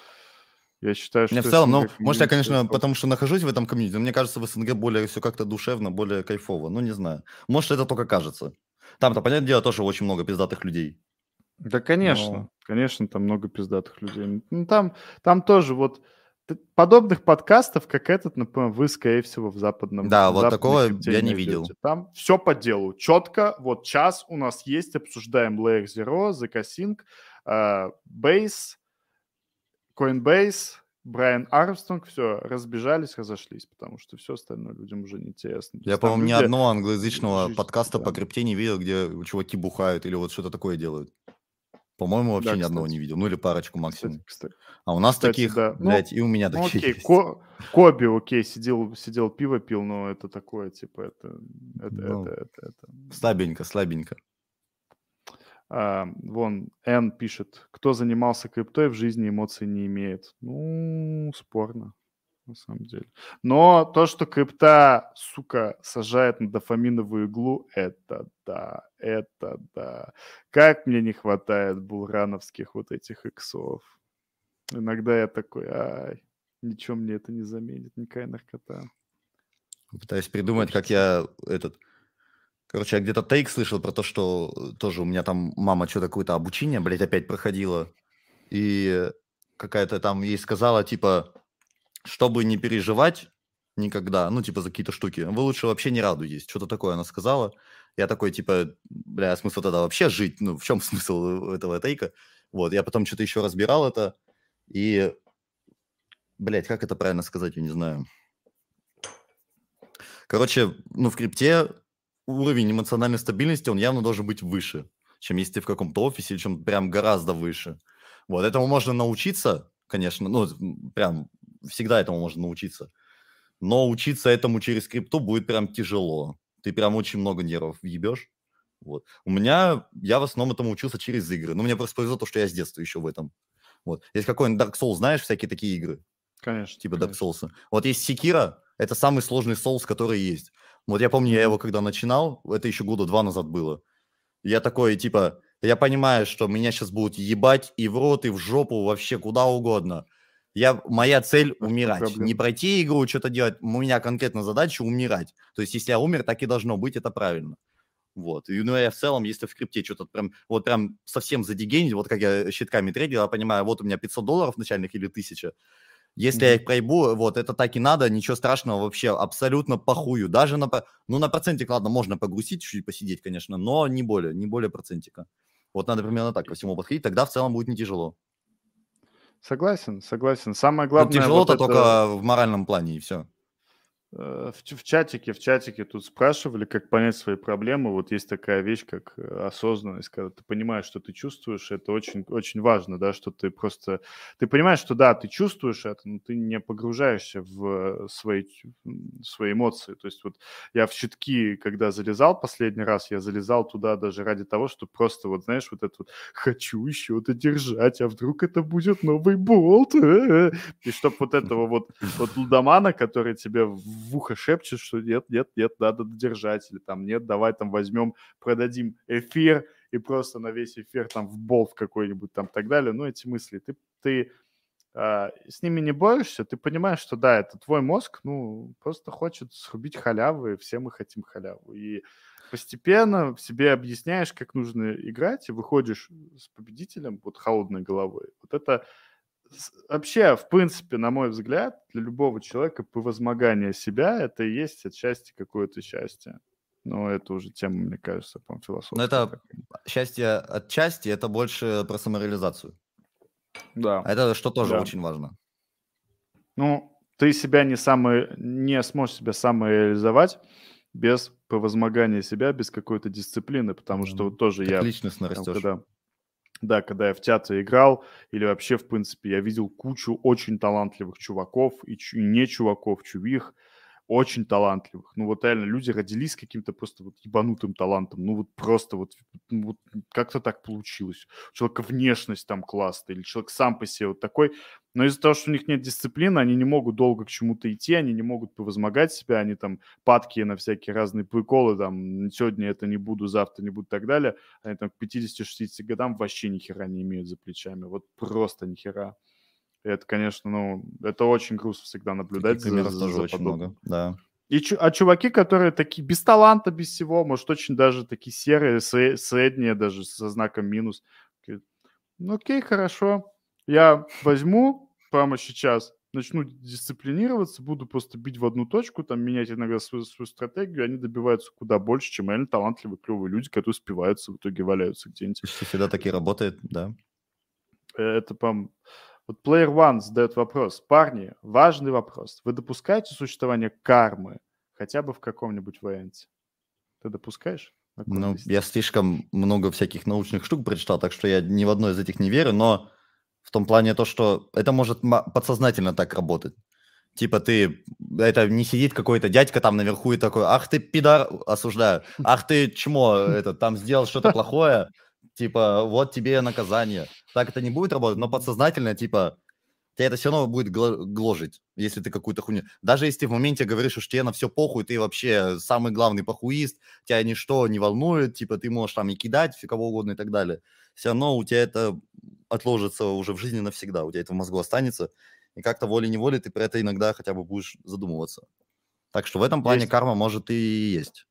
Я считаю, Не, что в целом, ну, СНГ может, я, комьюнити конечно, топ. потому что нахожусь в этом комьюнити, но мне кажется, в СНГ более все как-то душевно, более кайфово. Ну, не знаю. Может, это только кажется. Там-то, понятное дело, тоже очень много пиздатых людей. Да, конечно, Но... конечно, там много пиздатых людей. Ну, там, там тоже вот т- подобных подкастов, как этот, например, вы, скорее всего, в западном, Да, в вот западной такого крипте я не не видел. найдете. Там все по делу, четко. Вот час у нас есть, обсуждаем Layer Zero, ZK-Sync, э, Base, Coinbase, Брайан Армстронг, все, разбежались, разошлись, потому что все остальное людям уже неинтересно. То Я, есть там по-моему, ни люди... одного англоязычного жизнь, подкаста да. по крипте не видел, где чуваки бухают или вот что-то такое делают. По-моему, вообще Да, ни одного кстати. не видел. Ну, или парочку Кстати, максимум. кстати. А у нас Кстати, таких, да. блядь, Ну, и у меня ну такие окей, есть. Ко- Коби, окей, сидел, сидел, пиво пил, но это такое, типа, это, это, Ну, это, это, это. слабенько, слабенько. А, вон, Н пишет: кто занимался криптой, в жизни эмоций не имеет. Ну, спорно, на самом деле. Но то, что крипта, сука, сажает на дофаминовую иглу, это да, это да. Как мне не хватает булрановских вот этих иксов. Иногда я такой: ай, ничего мне это не заменит, никакая наркота. Пытаюсь придумать, как Хочется. я этот... Короче, я где-то тейк слышал про то, что э, тоже у меня там мама что-то какое-то обучение, блядь, опять проходила. И какая-то там ей сказала, типа, чтобы не переживать никогда, ну, типа, за какие-то штуки, вы лучше вообще не радуйтесь. Что-то такое она сказала. Я такой, типа, бля, смысл тогда вообще жить? Ну, в чем смысл этого тейка? Вот, я потом что-то еще разбирал это. И, блядь, как это правильно сказать, я не знаю. Короче, ну, в крипте уровень эмоциональной стабильности, он явно должен быть выше, чем если ты в каком-то офисе, или чем прям гораздо выше. Вот, этому можно научиться, конечно, ну, м, прям всегда этому можно научиться. но учиться этому через крипту будет прям тяжело. Ты прям очень много нервов въебешь. Вот. У меня, я в основном этому учился через игры. Ну, мне просто повезло то, что я с детства еще в этом. Вот. Есть какой-нибудь Dark Souls, знаешь, всякие такие игры? Конечно, Типа Dark конечно. Souls. Вот есть Sekiro, это самый сложный Souls, который есть. Вот я помню, я его когда начинал, это еще года два назад было. Я такой, типа, я понимаю, что меня сейчас будут ебать и в рот, и в жопу, вообще куда угодно. Я, моя цель А в чём умирать. Не проблема? пройти игру, что-то делать. У меня конкретно задача умирать. То есть, если я умер, так и должно быть, это правильно. Вот. И, ну, я в целом, если в крипте что-то прям, вот прям совсем задегенить, вот как я щитками трейдил, я понимаю, вот у меня пятьсот долларов начальных или тысяча. Если я Мгм. их проебу, вот, это так и надо, ничего страшного вообще, абсолютно похую. Даже на, по- ну, на процентик, ладно, можно погрузить, чуть-чуть посидеть, конечно, но не более, не более процентика. Вот надо примерно так ко всему подходить, тогда в целом будет не тяжело. Согласен, согласен. Самое Ну, главное вот тяжело-то это только в моральном плане, и все. э, в, ч- в чатике, в чатике тут спрашивали, как понять свои проблемы. Вот есть такая вещь, как э, осознанность, когда ты понимаешь, что ты чувствуешь, это очень, очень важно, да, что ты просто, ты понимаешь, что да, ты чувствуешь это, но ты не погружаешься в свои, чу- м, свои эмоции. То есть вот я в щитки, когда залезал последний раз, я залезал туда даже ради того, чтобы просто вот, знаешь, вот это вот хочу еще додержать, а вдруг это будет новый болт, э-э». И чтобы вот этого вот вот лудомана, который тебе в ухо шепчет, что нет, нет, нет, надо додержать, или там нет, давай там возьмем, продадим эфир и просто на весь эфир там в болт какой-нибудь там так далее. Ну, эти мысли, ты, ты а, с ними не борешься, ты понимаешь, что да, это твой мозг, ну, просто хочет срубить халяву, и все мы хотим халяву. И постепенно себе объясняешь, как нужно играть, и выходишь с победителем, вот холодной головой. Вот это с- вообще, в принципе, на мой взгляд, для любого человека превозмогание себя — это и есть отчасти какое-то счастье. Но это уже тема, мне кажется, по Но философская это такая. счастье отчасти, это больше про самореализацию. Да, А это что тоже да. очень важно. Ну, ты себя не самый, не сможешь себя самореализовать без превозмогания себя, без какой-то дисциплины, потому Да. что вот тоже Как я, личностно там, растешь. когда, да, когда я в театре играл, или вообще, в принципе, я видел кучу очень талантливых чуваков и, чу- и не чуваков, чувих, очень талантливых. Ну, вот реально люди родились с каким-то просто вот ебанутым талантом. Ну, вот просто вот, ну, вот как-то так получилось. У человека внешность там классная, или человек сам по себе вот такой. Но из-за того, что у них нет дисциплины, они не могут долго к чему-то идти, они не могут превозмогать себя, они там падкие на всякие разные приколы, там, сегодня это не буду, завтра не буду и так далее. Они там к пятидесяти-шестидесяти годам вообще ни хера не имеют за плечами. Вот просто ни хера. И это, конечно, ну, это очень грустно всегда Таких наблюдать за, примеров за, тоже за очень много, подобным. да. И чу- а чуваки, которые такие без таланта, без всего, может, очень даже такие серые, сре- средние, даже со знаком минус. Такие, ну, окей, хорошо. Я возьму прямо сейчас, начну дисциплинироваться, буду просто бить в одну точку, там, менять иногда свою, свою стратегию, они добиваются куда больше, чем реально талантливые, клевые люди, которые спиваются, в итоге валяются где-нибудь. Почти всегда таки работает, да. Э, Это, прям вот Player One задает вопрос. Парни, важный вопрос. Вы допускаете существование кармы хотя бы в каком-нибудь варианте? Ты допускаешь на каком-то Ну, из я степени? слишком много всяких научных штук прочитал, так что я ни в одно из этих не верю, но в том плане то, что это может ма- подсознательно так работать. Типа ты, это не сидит какой-то дядька там наверху и такой, ах ты пидор, осуждаю, ах ты чмо, это, там сделал что-то плохое, типа вот тебе наказание. Так это не будет работать, но подсознательно, типа, тебя это все равно будет гло- гложить, если ты какую-то хуйню... Даже если ты в моменте говоришь, что тебе на все похуй, ты вообще самый главный похуист, тебя ничто не волнует, типа ты можешь там и кидать кого угодно и так далее, все равно у тебя это отложится уже в жизни навсегда, у тебя это в мозгу останется, и как-то волей-неволей ты про это иногда хотя бы будешь задумываться. Так что в этом плане Есть, карма может и есть.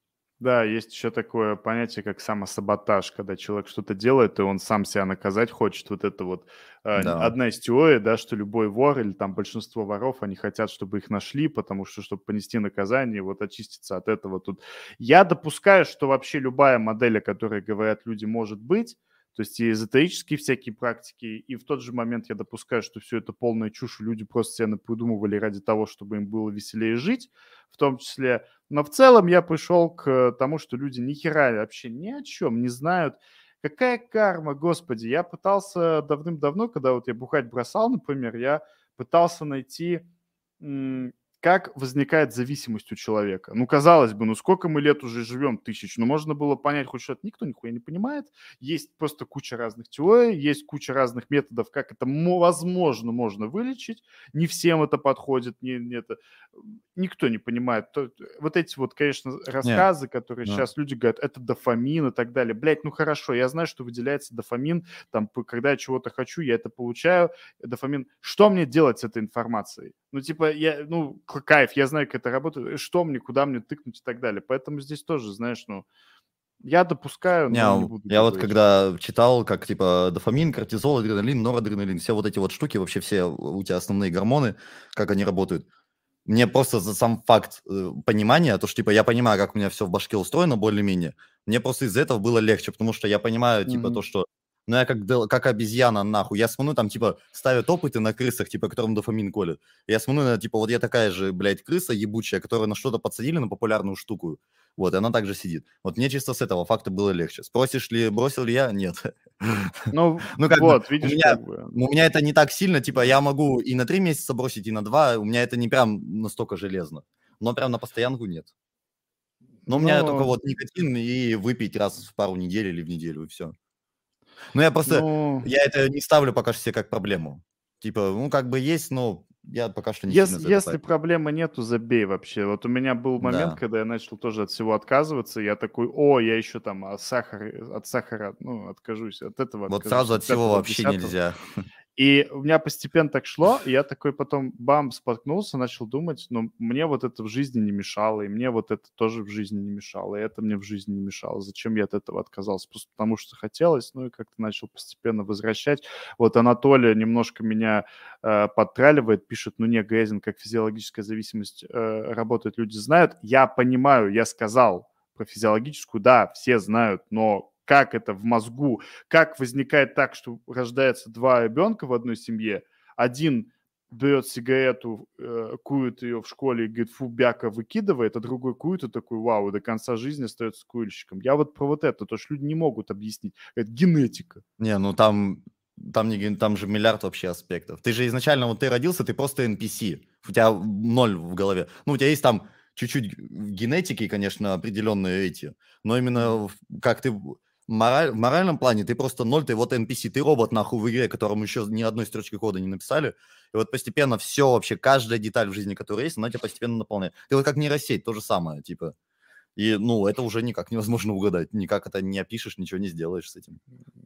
да, есть еще такое понятие, как самосаботаж, когда человек что-то делает, и он сам себя наказать хочет. Вот это вот э, н- Да. одна из теорий, да, что любой вор или там большинство воров, они хотят, чтобы их нашли, потому что, чтобы понести наказание, вот очиститься от этого тут. Я допускаю, что вообще любая модель, о которой говорят люди, может быть, то есть и эзотерические всякие практики, и в тот же момент я допускаю, что все это полная чушь, и люди просто себя напридумывали ради того, чтобы им было веселее жить, в том числе. Но в целом я пришел к тому, что люди ни хера вообще ни о чем не знают. Какая карма, господи. Я пытался давным-давно, когда вот я бухать бросал, например, я пытался найти м, как возникает зависимость у человека? Ну, казалось бы, ну сколько мы лет уже живем, тысяч, ну можно было понять хоть что-то. Никто нихуя не понимает. Есть просто куча разных теорий, есть куча разных методов, как это возможно можно вылечить. Не всем это подходит, не, не это. Никто не понимает. То, вот эти вот, конечно, рассказы, Нет. которые Ну. сейчас люди говорят, это дофамин и так далее. Блять, ну хорошо, я знаю, что выделяется дофамин, там, когда я чего-то хочу, я это получаю, дофамин. Что мне делать с этой информацией? Ну, типа, я, ну, кайф, я знаю, как это работает, что мне, куда мне тыкнуть и так далее. Поэтому здесь тоже, знаешь, ну, я допускаю, Не, но не а буду я вот говорить, когда читал, как типа дофамин, кортизол, адреналин, норадреналин, все вот эти вот штуки, вообще все у тебя основные гормоны, как они работают. Мне просто за сам факт э, понимания, то, что типа я понимаю, как у меня все в башке устроено более-менее, мне просто из-за этого было легче, потому что я понимаю, типа, то, Мгм. что, ну, я как, дел- как обезьяна, нахуй. Я смотрю, там, типа, ставят опыты на крысах, типа, которым дофамин колет. Я смотрю, на, типа, вот я такая же, блядь, крыса ебучая, которую на что-то подсадили, на популярную штуку. Вот, и она также сидит. Вот мне чисто с этого факта было легче. Спросишь ли, бросил ли я? Нет. Ну, Ну, как бы, вот, у видишь, меня как бы, у меня это не так сильно, типа, да. я могу и на три месяца бросить, и на два. У меня это не прям настолько железно. Но прям на постоянку нет. Но у меня только Ну, вот никотин и выпить раз в пару недель или в неделю, и все. Ну, я просто, ну, я это не ставлю пока что себе как проблему. Типа, ну, как бы есть, но я пока что не сильно Ес- за это если парюсь. проблемы нету, забей вообще. Вот у меня был момент, Да. когда я начал тоже от всего отказываться. Я такой, о, я еще там от сахара, от сахара, ну, откажусь, от этого Вот сразу откажусь, от от всего пятого, от вообще десятого. нельзя. И у меня постепенно так шло, и я такой потом бам, споткнулся, начал думать, ну, мне вот это в жизни не мешало, и мне вот это тоже в жизни не мешало, и это мне в жизни не мешало. Зачем я от этого отказался? Просто потому что хотелось, ну, и как-то начал постепенно возвращать. Вот Анатолий немножко меня э, подтраливает, пишет, ну, не, Грязин, как физиологическая зависимость э, работает, люди знают. Я понимаю, я сказал про физиологическую, да, все знают, но как это в мозгу, как возникает так, что рождается два ребенка в одной семье, один берет сигарету, э, курит ее в школе и говорит, фу, бяка, выкидывает, а другой курит и такой, вау, до конца жизни остается курильщиком. Я вот про вот это, то, что люди не могут объяснить. Это генетика. Не, ну там, там, не, ген- там же миллиард вообще аспектов. Ты же изначально, вот ты родился, ты просто эн пи си. У тебя ноль в голове. Ну, у тебя есть там чуть-чуть генетики, конечно, определенные эти, но именно в- как ты в мораль- в моральном плане ты просто ноль, ты вот эн пи си, ты робот нахуй в игре, которому еще ни одной строчки кода не написали. И вот постепенно все вообще, каждая деталь в жизни, которая есть, она тебя постепенно наполняет. Ты вот как нейросеть, то же самое, типа. И, ну, это уже никак невозможно угадать. Никак это не опишешь, ничего не сделаешь с этим.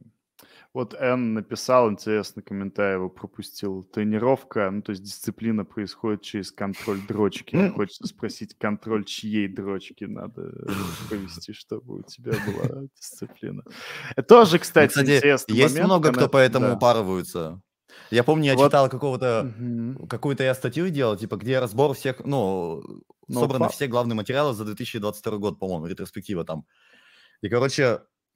Вот Н написал интересный комментарий, его пропустил. Тренировка, ну, то есть дисциплина происходит через контроль дрочки. Хочется спросить, контроль чьей дрочки надо провести, чтобы у тебя была дисциплина. Это тоже, Ну, кстати, кстати, интересный есть момент. много кто когда- поэтому Да. упарываются. Я помню, я Вот. читал какого-то, Мгм. какую-то я статью делал, типа, где разбор всех, ну, собраны Ноуфап? все главные материалы за две тысячи двадцать второй год, по-моему, ретроспектива там. И, короче,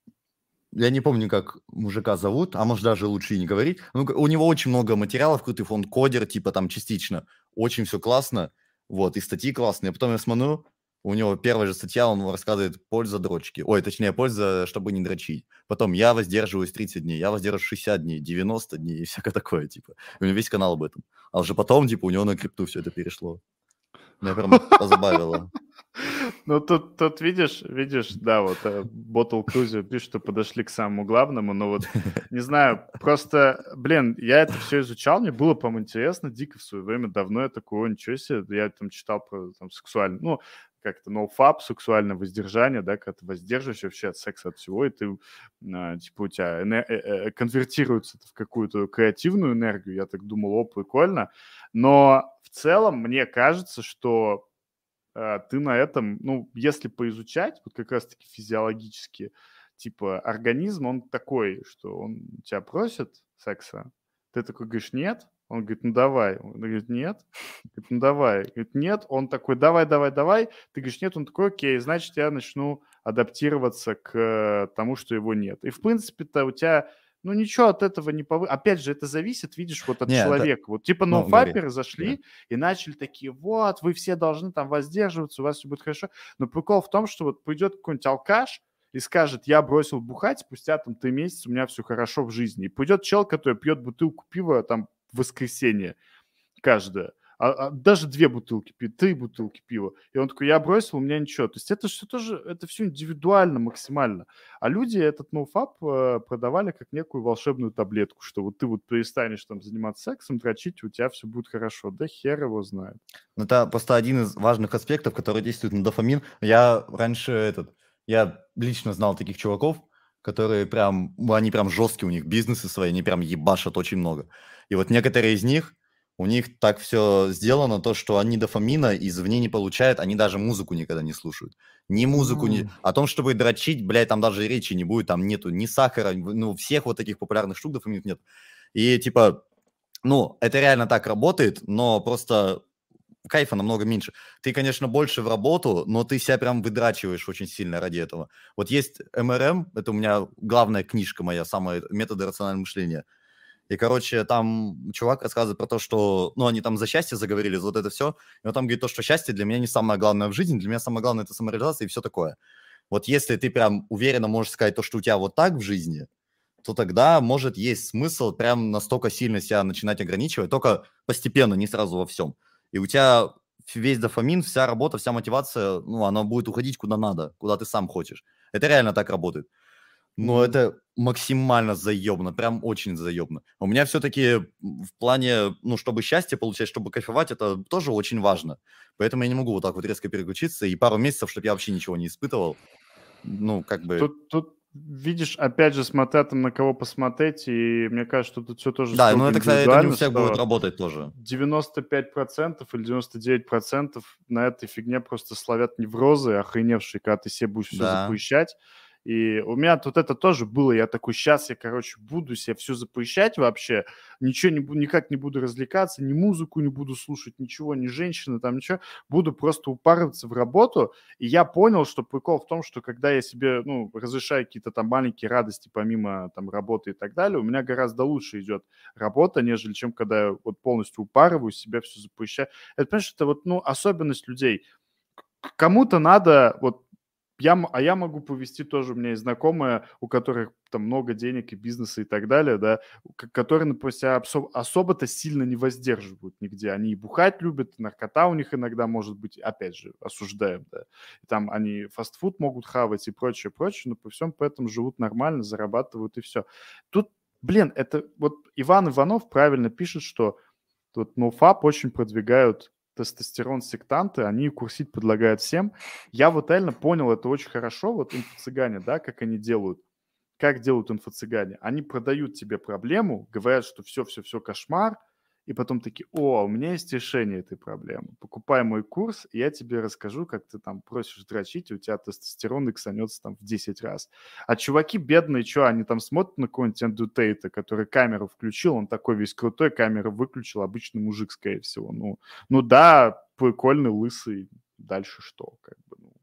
я не помню, как мужика зовут, а может даже лучше и не говорить. Ну, к- у него очень много материалов крутых, он кодер, типа там частично. Очень все классно, вот, и статьи классные. Потом я смотрю, у него первая же статья, он рассказывает польза дрочки. Ой, точнее, польза, чтобы не дрочить. Потом я воздерживаюсь тридцать дней, я воздерживаюсь шестьдесят дней, девяносто дней и всякое такое, типа. И у него весь канал об этом. А уже потом, типа, у него на крипту все это перешло. Меня прям позабавило. Ну, тут, тут видишь, видишь, да, вот Ботл Крузи пишет, что подошли к самому главному, но вот, не знаю, просто, блин, я это все изучал, мне было, по-моему, интересно, дико в свое время, давно я такого, ничего себе, я там читал про там сексуальный, ну, как-то ноуфап, сексуальное воздержание, да, когда ты воздерживаешься вообще от секса, от всего, и ты, а, типа, у тебя эне- э, э, конвертируется это в какую-то креативную энергию, я так думал, о, прикольно, но в целом мне кажется, что а, ты на этом, ну, если поизучать, вот как раз-таки физиологически, типа, организм, он такой, что он тебя просит секса, ты такой говоришь «нет», он говорит «ну давай», он говорит «нет», говорит «ну давай», говорит «нет», он такой «давай, давай, давай», ты говоришь «нет», он такой «окей», значит, я начну адаптироваться к э, тому, что его нет. И, в принципе-то, у тебя ну, ничего от этого не повы... Опять же, это зависит, видишь, вот от Не, это, человека. Вот типа ну, говори. ноуфаперы зашли и начали такие, вот, вы все должны там воздерживаться, у вас все будет хорошо. Но прикол в том, что вот придет какой-нибудь алкаш и скажет, я бросил бухать, спустя там три месяца у меня все хорошо в жизни. И придет чел, который пьет бутылку пива там в воскресенье каждое. а, а даже две бутылки пива, три бутылки пива. И он такой, я бросил, у меня ничего. То есть это все тоже, это все индивидуально максимально. А люди этот ноуфап э, продавали как некую волшебную таблетку, что вот ты вот перестанешь там заниматься сексом, дрочить, у тебя все будет хорошо. Да хер его знает. Ну, это просто один из важных аспектов, который действует на дофамин. Я раньше этот, я лично знал таких чуваков, которые прям, ну, они прям жесткие, у них бизнесы свои, они прям ебашат очень много. И вот некоторые из них, у них так все сделано, то, что они дофамина извне не получают, они даже музыку никогда не слушают. Ни музыку, ни... Mm. О том, чтобы дрочить, блядь, там даже речи не будет, там нету ни сахара, ну, всех вот таких популярных штук дофаминов нет. И типа, ну, это реально так работает, но просто кайфа намного меньше. Ты, конечно, больше в работу, но ты себя прям выдрачиваешь очень сильно ради этого. Вот есть эм эр эм, это у меня главная книжка моя, самая методы рационального мышления. И, короче, там чувак рассказывает про то, что, ну, они там за счастье заговорили, за вот это все. И он там говорит то, что счастье для меня не самое главное в жизни, для меня самое главное это самореализация и все такое. Вот если ты прям уверенно можешь сказать то, что у тебя вот так в жизни, то тогда может есть смысл прям настолько сильно себя начинать ограничивать, только постепенно, не сразу во всем. И у тебя весь дофамин, вся работа, вся мотивация, ну, она будет уходить куда надо, куда ты сам хочешь. Это реально так работает. Но Мгм. это максимально заебно, прям очень заебно. У меня все-таки в плане, ну, чтобы счастье получать, чтобы кайфовать, это тоже очень важно. Поэтому я не могу вот так вот резко переключиться, и пару месяцев, чтобы я вообще ничего не испытывал, ну, как бы... Тут, тут, видишь, опять же, смотря там на кого посмотреть, и мне кажется, что тут все тоже Да, ну строго это, кстати, это не у индивидуально, всех будет что работать тоже. девяносто пять процентов или девяносто девять процентов на этой фигне просто словят неврозы, охреневшие, когда ты себе будешь все Да. запрещать. И у меня тут это тоже было. Я такой, сейчас я, короче, буду себе все запрещать вообще. Ничего не буду, никак не буду развлекаться, ни музыку не буду слушать, ничего, ни женщины, там ничего. Буду просто упарываться в работу. И я понял, что прикол в том, что когда я себе, ну, разрешаю какие-то там маленькие радости помимо там работы и так далее, у меня гораздо лучше идет работа, нежели чем когда я вот полностью упарываю себя, все запрещаю. Это, понимаешь, это вот, ну, особенность людей. К- Кому-то надо, вот, я, м- а я могу повести тоже, у меня есть знакомые, у которых там много денег и бизнеса и так далее, да, к- которые, например, себя обсо- особо-то сильно не воздерживают нигде. Они и бухать любят, наркота у них иногда может быть, опять же, осуждаем, да. И там они фастфуд могут хавать и прочее, прочее, но по всем поэтому живут нормально, зарабатывают и все. Тут, блин, это вот Иван Иванов правильно пишет, что вот ноуфап очень продвигают тестостерон-сектанты, они курсить предлагают всем. Я вот реально понял это очень хорошо, вот инфо-цыгане, да, как они делают. Как делают инфо-цыгане? Они продают тебе проблему, говорят, что все-все-все кошмар, и потом такие, о, у меня есть решение этой проблемы. Покупай мой курс, и я тебе расскажу, как ты там просишь дрочить, и у тебя тестостерон иксанется там в десять раз. А чуваки бедные, что, они там смотрят на какого-нибудь Эндрю Тейта, который камеру включил, он такой весь крутой, камеру выключил, обычный мужик, скорее всего. Ну, ну да, прикольный, лысый, дальше что, как бы, ну,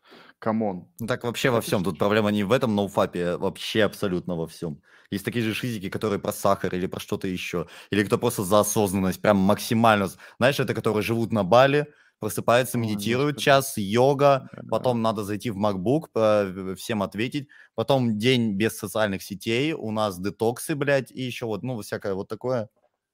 камон. Ну так вообще во Это всем. ж- Тут проблема не в этом ноуфапе, а вообще абсолютно во всем. Есть такие же шизики, которые про сахар или про что-то еще. Или кто просто за осознанность, прям максимально. Знаешь, это которые живут на Бали, просыпаются, Ой, медитируют господи. час, йога, Да. потом надо зайти в MacBook, э, всем ответить, потом день без социальных сетей, у нас детоксы, блядь, и еще вот, ну, всякое вот такое.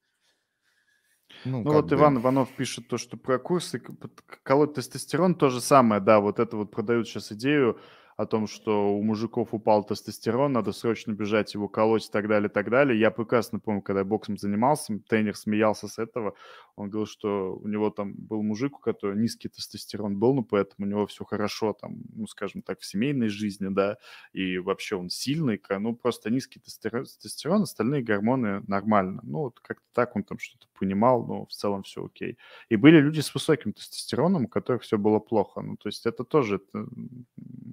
Ну, Ну как вот бы... Иван Иванов пишет то, что про курсы к- под- к- колоть тестостерон то же самое, да, вот это вот продают сейчас идею о том, что у мужиков упал тестостерон, надо срочно бежать его колоть и так далее, и так далее. Я прекрасно помню, когда я боксом занимался, тренер смеялся с этого, он говорил, что у него там был мужик, у которого низкий тестостерон был, ну поэтому у него все хорошо там, ну скажем так, в семейной жизни, да, и вообще он сильный, ка- ну просто низкий тестостерон, тестостерон, остальные гормоны нормально. Ну вот как-то так он там что-то понимал, но в целом все окей. И были люди с высоким тестостероном, у которых все было плохо. Ну то есть это тоже... это, м,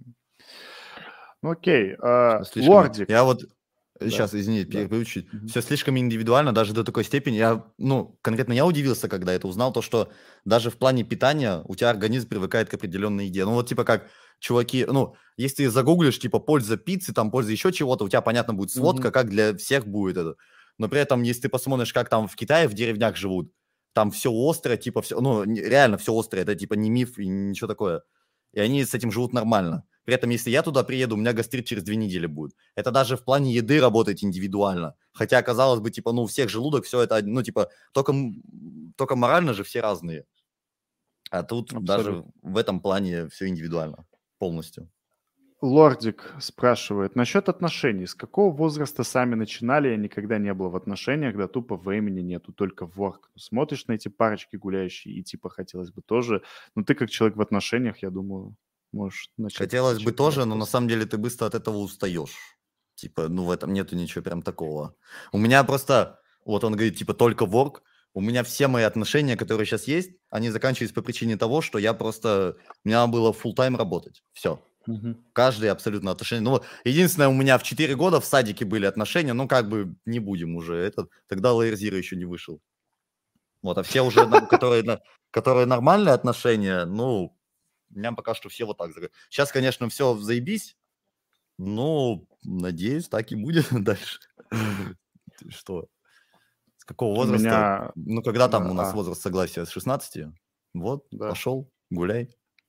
ну окей. А, Всё слишком... и- Лордик, Я вот да, сейчас, извини, да. перебью чуть. Мгм. Все слишком индивидуально, даже до такой степени. Я, ну, конкретно я удивился, когда это узнал, то, что даже в плане питания у тебя организм привыкает к определенной еде. Ну, вот типа как чуваки, ну, если ты загуглишь, типа, польза пиццы, там, польза еще чего-то, у тебя, понятно, будет сводка, Мгм. как для всех будет это. Но при этом, если ты посмотришь, как там в Китае в деревнях живут, там все острое, типа, все, ну, не- реально все острое, это, типа, не миф и ничего такое. И они с этим живут нормально. При этом, если я туда приеду, у меня гастрит через две недели будет. Это даже в плане еды работает индивидуально. Хотя, казалось бы, типа, ну, у всех желудок все это, ну, типа, только, только морально же все разные. А тут Абсолютно. даже в этом плане все индивидуально полностью. Лордик спрашивает, насчет отношений. С какого возраста сами начинали? Я никогда не был в отношениях, да тупо времени нету, только ворк. Смотришь на эти парочки гуляющие и типа хотелось бы тоже. Но ты как человек в отношениях, я думаю, можешь начать. Хотелось бы отвечать на тоже, но на вопрос. самом деле ты быстро от этого устаешь. Типа, ну, в этом нету ничего прям такого. У меня просто, вот он говорит, типа, только ворк. У меня все мои отношения, которые сейчас есть, они заканчивались по причине того, что я просто... У меня было full-time работать. Все. Мгм. Каждые абсолютно отношения. Ну, вот единственное, у меня в четыре года в садике были отношения, ну, как бы не будем уже. Это, тогда Layer Zero еще не вышел. Вот, а все уже, на- которые, на- которые нормальные отношения, ну, у меня пока что все вот так. Сейчас, конечно, все заебись, но, надеюсь, так и будет дальше. Ты Что? С какого У возраста? меня... Ну, когда там у нас а, возраст согласия? С шестнадцати? Вот, да. пошел, гуляй.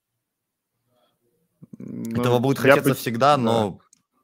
Ну, Этого будет я хотеться бы- всегда, да. но...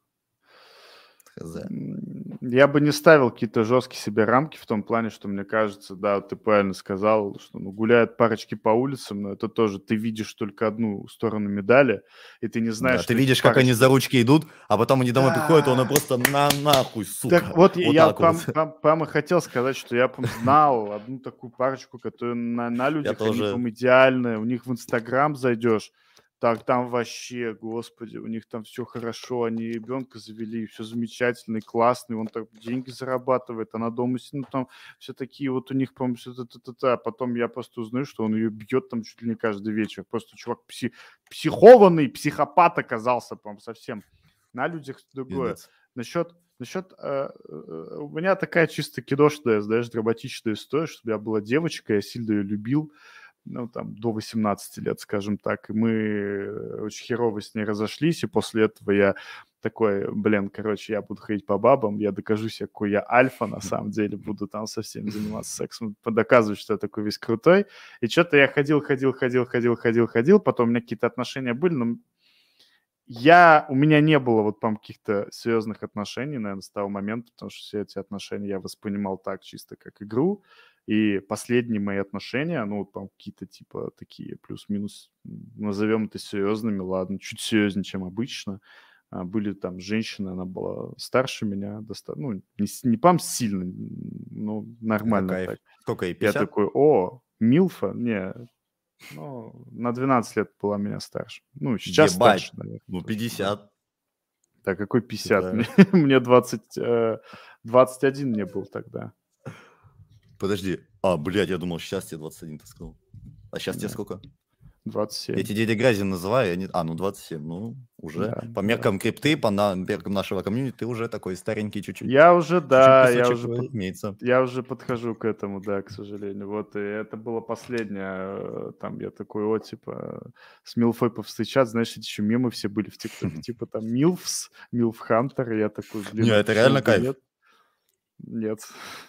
Хз. М, Я бы не ставил какие-то жесткие себе рамки в том плане, что мне кажется, да, вот ты правильно сказал, что ну, гуляют парочки по улицам, но это тоже ты видишь только одну сторону медали, и ты не знаешь, Да, что ты эти видишь, как они парочки- за ручки идут, а потом они домой приходят, и он Да. просто на нахуй, сука. Так вот, я- вот я так прям, вот. прям- прям и хотел сказать, что я прям знал одну такую парочку, которая на, на людях, они тоже. прям идеальные, у них в Инстаграм зайдешь, так там вообще, господи, у них там все хорошо, они ребенка завели, все замечательно и классно, и он так деньги зарабатывает, она дома сидит, ну там все такие вот у них, по-моему, все та-та-та-та. Потом я просто узнаю, что он ее бьет там чуть ли не каждый вечер. Просто чувак пси- психованный, психопат оказался, по-моему, совсем. На людях другое. Пиздец. Насчет, насчет э, э, у меня такая чисто кидошная, знаешь, драматичная история, что я была девочка, я сильно ее любил, ну, там, до восемнадцати лет, скажем так, и мы э, очень херово с ней разошлись, и после этого я такой, блин, короче, я буду ходить по бабам, я докажу себе, какой я альфа, на самом деле, буду там со всеми заниматься сексом, доказывать, что я такой весь крутой, и что-то я ходил, ходил, ходил, ходил, ходил, ходил, потом у меня какие-то отношения были, но я, у меня не было вот там каких-то серьезных отношений, наверное, с того момента, потому что все эти отношения я воспринимал так чисто, как игру. И последние мои отношения, ну, вот там какие-то типа такие плюс-минус, м, назовем это серьезными, ладно, чуть серьезнее, чем обычно. А, Были там женщины, она была старше меня, доста- ну, не, с- не прям сильно, м, ну, Это нормально кайф. так. Сколько ей, Я пятьдесят? такой, о, Милфа? Не, ну, на двенадцать лет была меня старше. Ну, сейчас Ебать. старше, наверное. Ну, тоже, да. пятьдесят. Да, какой пятьдесят? Это- Мне, мне двадцать, э, двадцать один мне был тогда. Подожди. А, блядь, я думал, сейчас тебе двадцать один, ты сказал. А сейчас тебе Да. сколько? двадцать семь. Я тебе дядя Грязи называю, я не... А, ну двадцать семь, ну, уже. Да, По да. меркам крипты, по на... меркам нашего комьюнити, ты уже такой старенький чуть-чуть. Я уже, Чуть-чуть да, я песочек уже, твой под- имеется. я уже подхожу к этому, да, к сожалению. Вот, и это было последнее, э, там, я такой, о, типа, с Милфой повстречаться, знаешь, эти еще мемы все были в ТикТоке, типа, там, Милфс, Милф Хантер, и я такой, блин, Не, а это почему реально бы кайф. нет? Нет.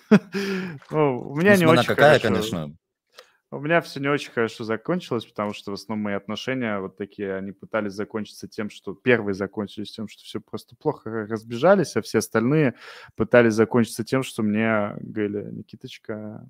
Ну, у Ну, меня не смотря очень какая, хорошо. конечно. У меня все не очень хорошо закончилось, потому что в основном мои отношения вот такие, они пытались закончиться тем, что первые закончились тем, что все просто плохо ра- разбежались, а все остальные пытались закончиться тем, что мне говорили, Никиточка,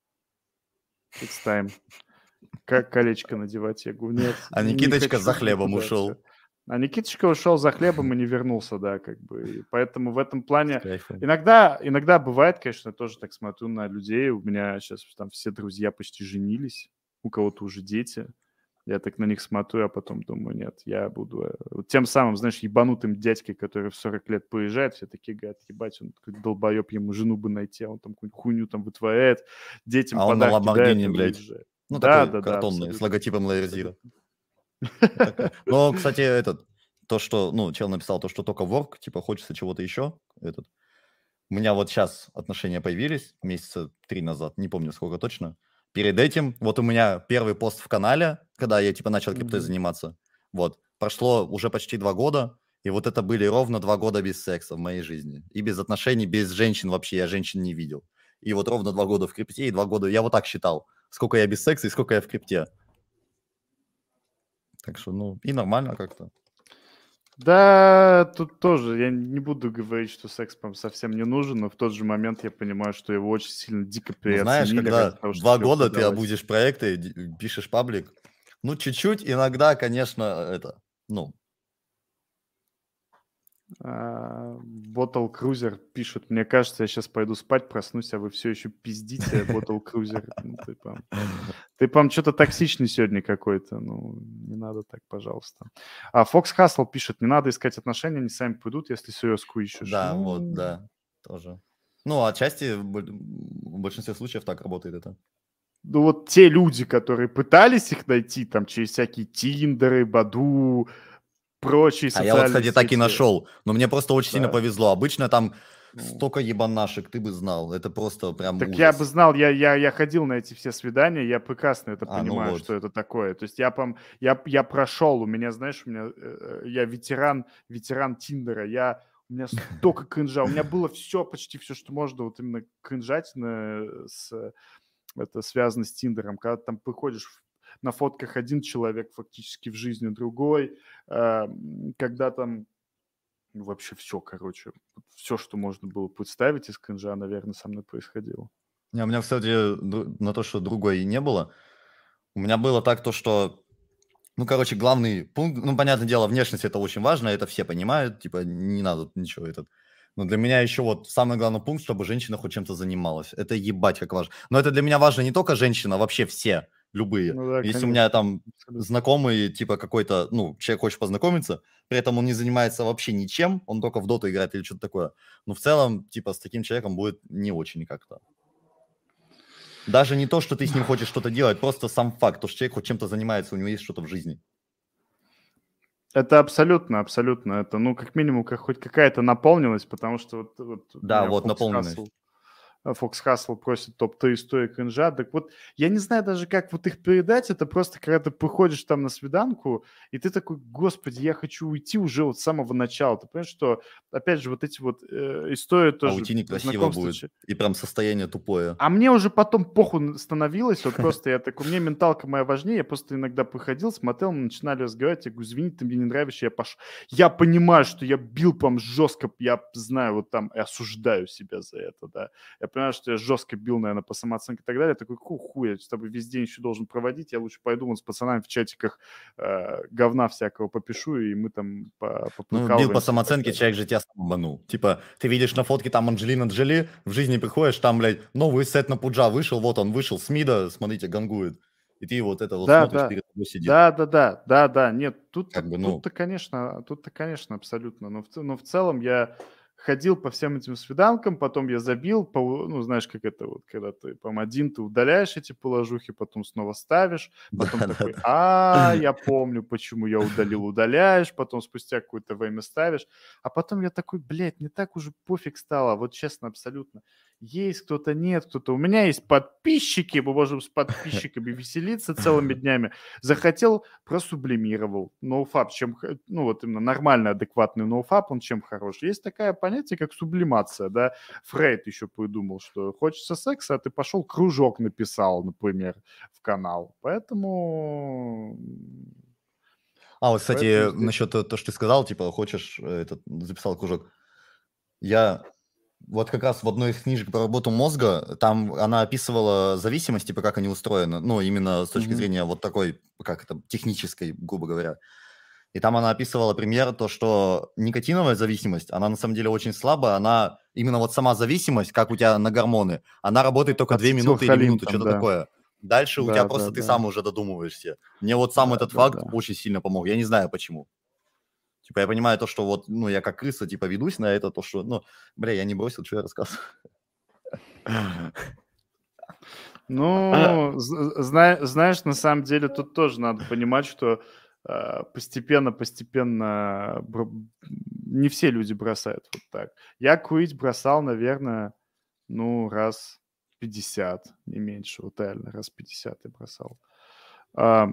it's time. Как колечко надевать? Я говорю, нет, А не Никиточка хочу за хлебом никуда ушел. всё. А Никиточка ушел за хлебом и не вернулся, да, как бы. И поэтому в этом С плане кайфом. иногда, иногда бывает, конечно, я тоже так смотрю на людей. У меня сейчас там все друзья почти женились, у кого-то уже дети. Я так на них смотрю, а потом думаю, нет, я буду э, вот тем самым, знаешь, ебанутым дядькой, который в сорок лет поезжает, все такие говорят, ебать, он такой долбоеб, ему жену бы найти, а он там какую-нибудь хуйню там вытворяет, детям А он на подарки дает и Ламборгини, блядь. уезжает. Ну, Да, такой да, да, картонный, с абсолютно. логотипом Layer Zero. Абсолютно. Такая. Но, кстати, этот, то, что, ну, чел написал, то, что только ворк, типа, хочется чего-то еще, этот. У меня вот сейчас отношения появились, месяца три назад, не помню, сколько точно. Перед этим, вот у меня первый пост в канале, когда я, типа, начал криптой Мгм. заниматься, вот, прошло уже почти два года, и вот это были ровно два года без секса в моей жизни. И без отношений, без женщин вообще, я женщин не видел. И вот ровно два года в крипте, и два года, я вот так считал, сколько я без секса и сколько я в крипте. Так что, ну, и нормально как-то. Да, тут тоже, я не буду говорить, что секс прям совсем не нужен, но в тот же момент я понимаю, что его очень сильно дико Ну, знаешь, переоценили ради когда того, чтобы два его года ты продавать. обудешь проекты, д- пишешь паблик, ну, чуть-чуть иногда, конечно, это, ну, А, Bottle Cruiser пишет: мне кажется, я сейчас пойду спать, проснусь, а вы все еще пиздите, Bottle Cruiser. Ну, Ты прям, ты прям что-то токсичный сегодня какой-то. Ну, не надо так, пожалуйста. А Fox Hustle пишет: не надо искать отношения, они сами пойдут, если серьезку ищешь. да, вот, Ну, да, тоже. Ну, отчасти в боль- в большинстве случаев так работает это. ну вот те люди, которые пытались их найти там через всякие Тиндеры, Баду, прочие А я вот, социальные кстати, так и сети, нашел, но мне просто очень сильно да, повезло. Обычно там ну, столько ебанашек, ты бы знал, это просто прям так я бы ужас. знал, я, я, я ходил на эти все свидания, я прекрасно это А, ну понимаю, вот. что это такое. То есть я, пом, я, я прошел, у меня, знаешь, у меня, э, я ветеран, ветеран Тиндера, я, у меня столько кринжа, у меня было все, почти все, что можно, вот именно кринжатина с, это связано с Тиндером, когда ты там приходишь в- на фотках один человек, фактически в жизни другой, э, м, когда там ну, вообще все, короче, все, что можно было представить из кринжа, наверное, со мной происходило. Не, у меня, кстати, дру- на то, что другой не было, у меня было так, то, что, ну, короче, главный пункт, ну, понятное дело, внешность это очень важно, это все понимают, типа, не надо ничего этот. Но для меня еще вот самый главный пункт, чтобы женщина хоть чем-то занималась. Это ебать как важно. Но это для меня важно не только женщина, а вообще все, любые. Ну да, Если у меня конечно, там абсолютно. знакомый, типа какой-то, ну, человек хочет познакомиться, при этом он не занимается вообще ничем, он только в доту играет или что-то такое. Но в целом, типа, с таким человеком будет не очень как-то. Даже не то, что ты с ним хочешь что-то делать, просто сам факт, то, что человек хоть чем-то занимается, у него есть что-то в жизни. Это абсолютно, абсолютно. Это, ну, как минимум, как хоть какая-то наполненность, потому что вот, вот Да, меня вот Fox Hustle наполненность. а, Фокс Хассел просит топ три истории кринжа. Так вот, я не знаю даже, как вот их передать. Это просто, когда ты приходишь там на свиданку, и ты такой: господи, я хочу уйти уже вот с самого начала. Ты понимаешь, что, опять же, вот эти вот э, истории А тоже уйти некрасиво знакомства. будет. И прям состояние тупое. А мне уже потом похуй становилось, вот просто я такой, мне менталка моя важнее, я просто иногда приходил, смотрел, мы начинали разговаривать, я говорю: извини, ты мне не нравишься, я пошел. Я понимаю, что я бил прям жестко, я знаю, вот там, и осуждаю себя за это, да. Я понимаю, что я жестко бил, наверное, по самооценке и так далее. Я такой: ку хуй, я с тобой весь день еще должен проводить, я лучше пойду вон с пацанами в чатиках э, говна всякого попишу, и мы там по- Ну, бил по поприкалываемся и так самооценке, далее. человек же тебя сам обманул. Типа, ты видишь на фотке там Анджелина Джоли, в жизни приходишь, там, блядь, новый сет на Пуджа вышел, вот он вышел с мида, смотрите, гангует. И ты вот это вот Да, смотришь, да. перед тобой сидит. Да-да-да, да-да. Нет, тут-то Как бы, ну, тут-то, конечно тут-то, конечно, абсолютно. Но в ц но в целом я ходил по всем этим свиданкам, потом я забил, по ну, знаешь, как это вот, когда ты там один, ты удаляешь эти положухи, потом снова ставишь, потом такой: да-да-да. "А, я помню, почему я удалил". Удаляешь, потом спустя какое-то время ставишь, а потом я такой: "Блядь, не так уже пофиг стало". Вот честно, абсолютно. Есть кто-то, нет кто-то. У меня есть подписчики, мы можем с подписчиками веселиться целыми днями. Захотел — просублимировал. Ноуфап чем, х- ну вот именно нормальный, адекватный ноуфап, он чем хорош? Есть такое понятие, как сублимация, да. Фрейд еще придумал, что хочется секса, а ты пошел кружок написал, например, в канал. Поэтому... А вот, Поэтому кстати, здесь... насчет того, то, что ты сказал, типа, хочешь, э, этот, записал кружок. Я вот как раз в одной из книжек про работу мозга, там она описывала зависимость, типа, как они устроены, ну, именно с точки Мгм. зрения вот такой, как это, технической, грубо говоря. И там она описывала пример, то, что никотиновая зависимость, она на самом деле очень слабая, она, именно вот сама зависимость, как у тебя на гормоны, она работает только две минуты или Ацетилхолин минуту, там, что-то да. такое. Дальше у тебя Да, да, просто ты да. сам уже додумываешься. Мне вот сам Да, этот да, факт да. очень сильно помог, я не знаю почему. Типа, я понимаю то, что вот, ну, я как крыса, типа, ведусь на это, то, что, ну, бля, я не бросил, что я рассказываю. Ну, з- зна- знаешь, на самом деле тут тоже надо понимать, что э, постепенно, постепенно бр- не все люди бросают вот так. Я курить бросал, наверное, ну, раз пятьдесят, не меньше, вот реально, раз пятьдесят я бросал. А,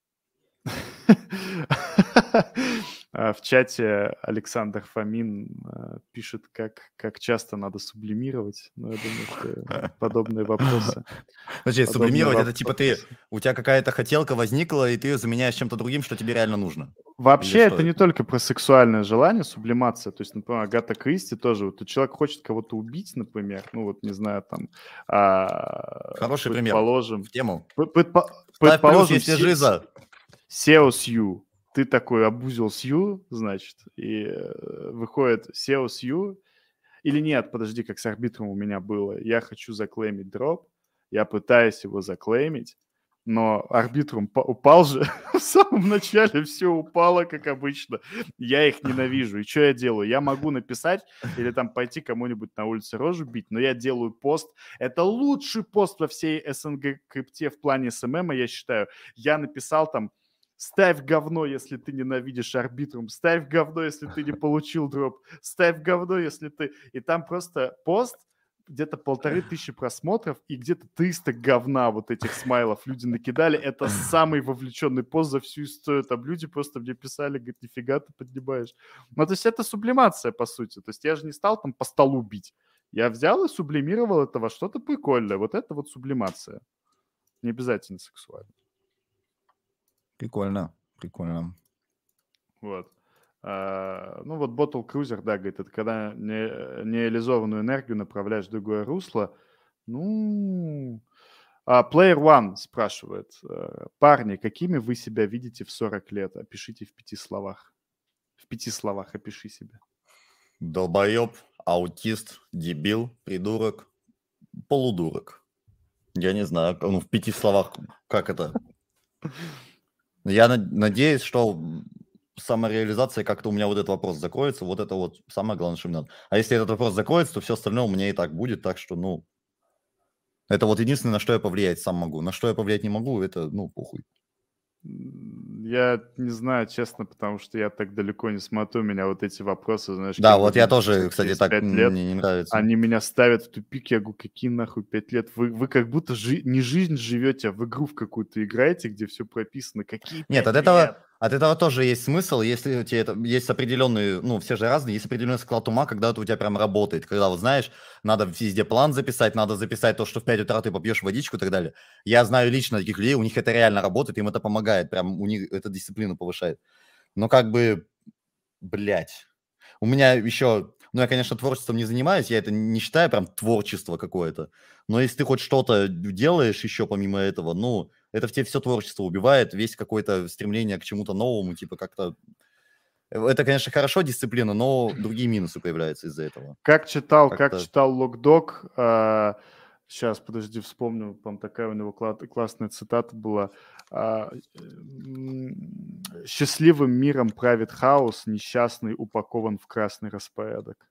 а, В чате Александр Фомин э, пишет, как, как часто надо сублимировать. Но я думаю, что подобные вопросы, Значит, подобные сублимировать, это типа ты, вопросы. у тебя какая-то хотелка возникла, и ты ее заменяешь чем-то другим, что тебе реально нужно. Вообще, Или это что не это? только про сексуальное желание, сублимация. То есть, например, Агата Кристи тоже. Вот человек хочет кого-то убить, например, ну вот, не знаю, там, а, Хороший пример. предположим, В тему. пе- предпо- Ставь плюс, предположим, если Се- жиза. Сео Сью. Ты такой обузил Сью, значит, и э, выходит Сео Сью. Или нет, подожди, как с арбитром у меня было. Я хочу заклеймить дроп, я пытаюсь его заклеймить, но арбитрум па- упал же. В самом начале все упало, как обычно. Я их ненавижу. И что я делаю? Я могу написать или там пойти кому-нибудь на улице рожу бить, но я делаю пост. Это лучший пост во всей СНГ-крипте в плане СММ, я считаю. Я написал там: ставь говно, если ты ненавидишь арбитрум. Ставь говно, если ты не получил дроп. Ставь говно, если ты... И там просто пост, где-то полторы тысячи просмотров и где-то триста говна вот этих смайлов люди накидали. Это самый вовлеченный пост за всю историю. Там люди просто мне писали, говорят, нифига ты поднимаешь. Ну, то есть это сублимация, по сути. То есть я же не стал там по столу бить. Я взял и сублимировал это во что-то прикольное. Вот это вот сублимация. Не обязательно сексуально. Прикольно, прикольно. Вот. А, ну вот Bottle Cruiser, да, говорит, это когда не, нереализованную энергию направляешь в другое русло. Ну, а Player One спрашивает: э, парни, какими вы себя видите в сорок лет? Опишите в пяти словах. В пяти словах опиши себя. Долбоеб, аутист, дебил, придурок, полудурок. Я не знаю, ну, в пяти словах, как это? Я над- надеюсь, что самореализация как-то у меня вот этот вопрос закроется. Вот это вот самое главное, что мне надо. А если этот вопрос закроется, то все остальное у меня и так будет. Так что, ну, это вот единственное, на что я повлиять сам могу. На что я повлиять не могу, это, ну, похуй. М, Я не знаю, честно, потому что я так далеко не смотрю. Меня вот эти вопросы, знаешь, Да, кем вы вот я видите тоже, себя кстати, через так пять м, лет. мне не нравится. Они меня ставят в тупик. Я говорю, какие нахуй пять лет? Вы, вы как будто жи- не жизнь живете, а в игру в какую-то играете, где все прописано. Какие Нет, пять от этого, лет? от этого тоже есть смысл, если у тебя это, есть определенный, ну, все же разные, есть определенный склад ума, когда это у тебя прям работает, когда, вот знаешь, надо везде план записать, надо записать то, что в пять утра ты попьешь водичку и так далее. Я знаю лично таких людей, у них это реально работает, им это помогает, прям у них это дисциплину повышает. Но как бы, блядь, у меня еще, ну, я, конечно, творчеством не занимаюсь, я это не считаю прям творчество какое-то, но если ты хоть что-то делаешь еще помимо этого, ну, это в тебе все творчество убивает, весь какое-то стремление к чему-то новому, типа как-то... Это, конечно, хорошо, дисциплина, но другие минусы появляются из-за этого. Как читал, как Как-то... читал Локдог, а, сейчас, подожди, вспомню, там такая у него кла- классная цитата была. а, м, «Счастливым миром правит хаос, несчастный упакован в красный распорядок».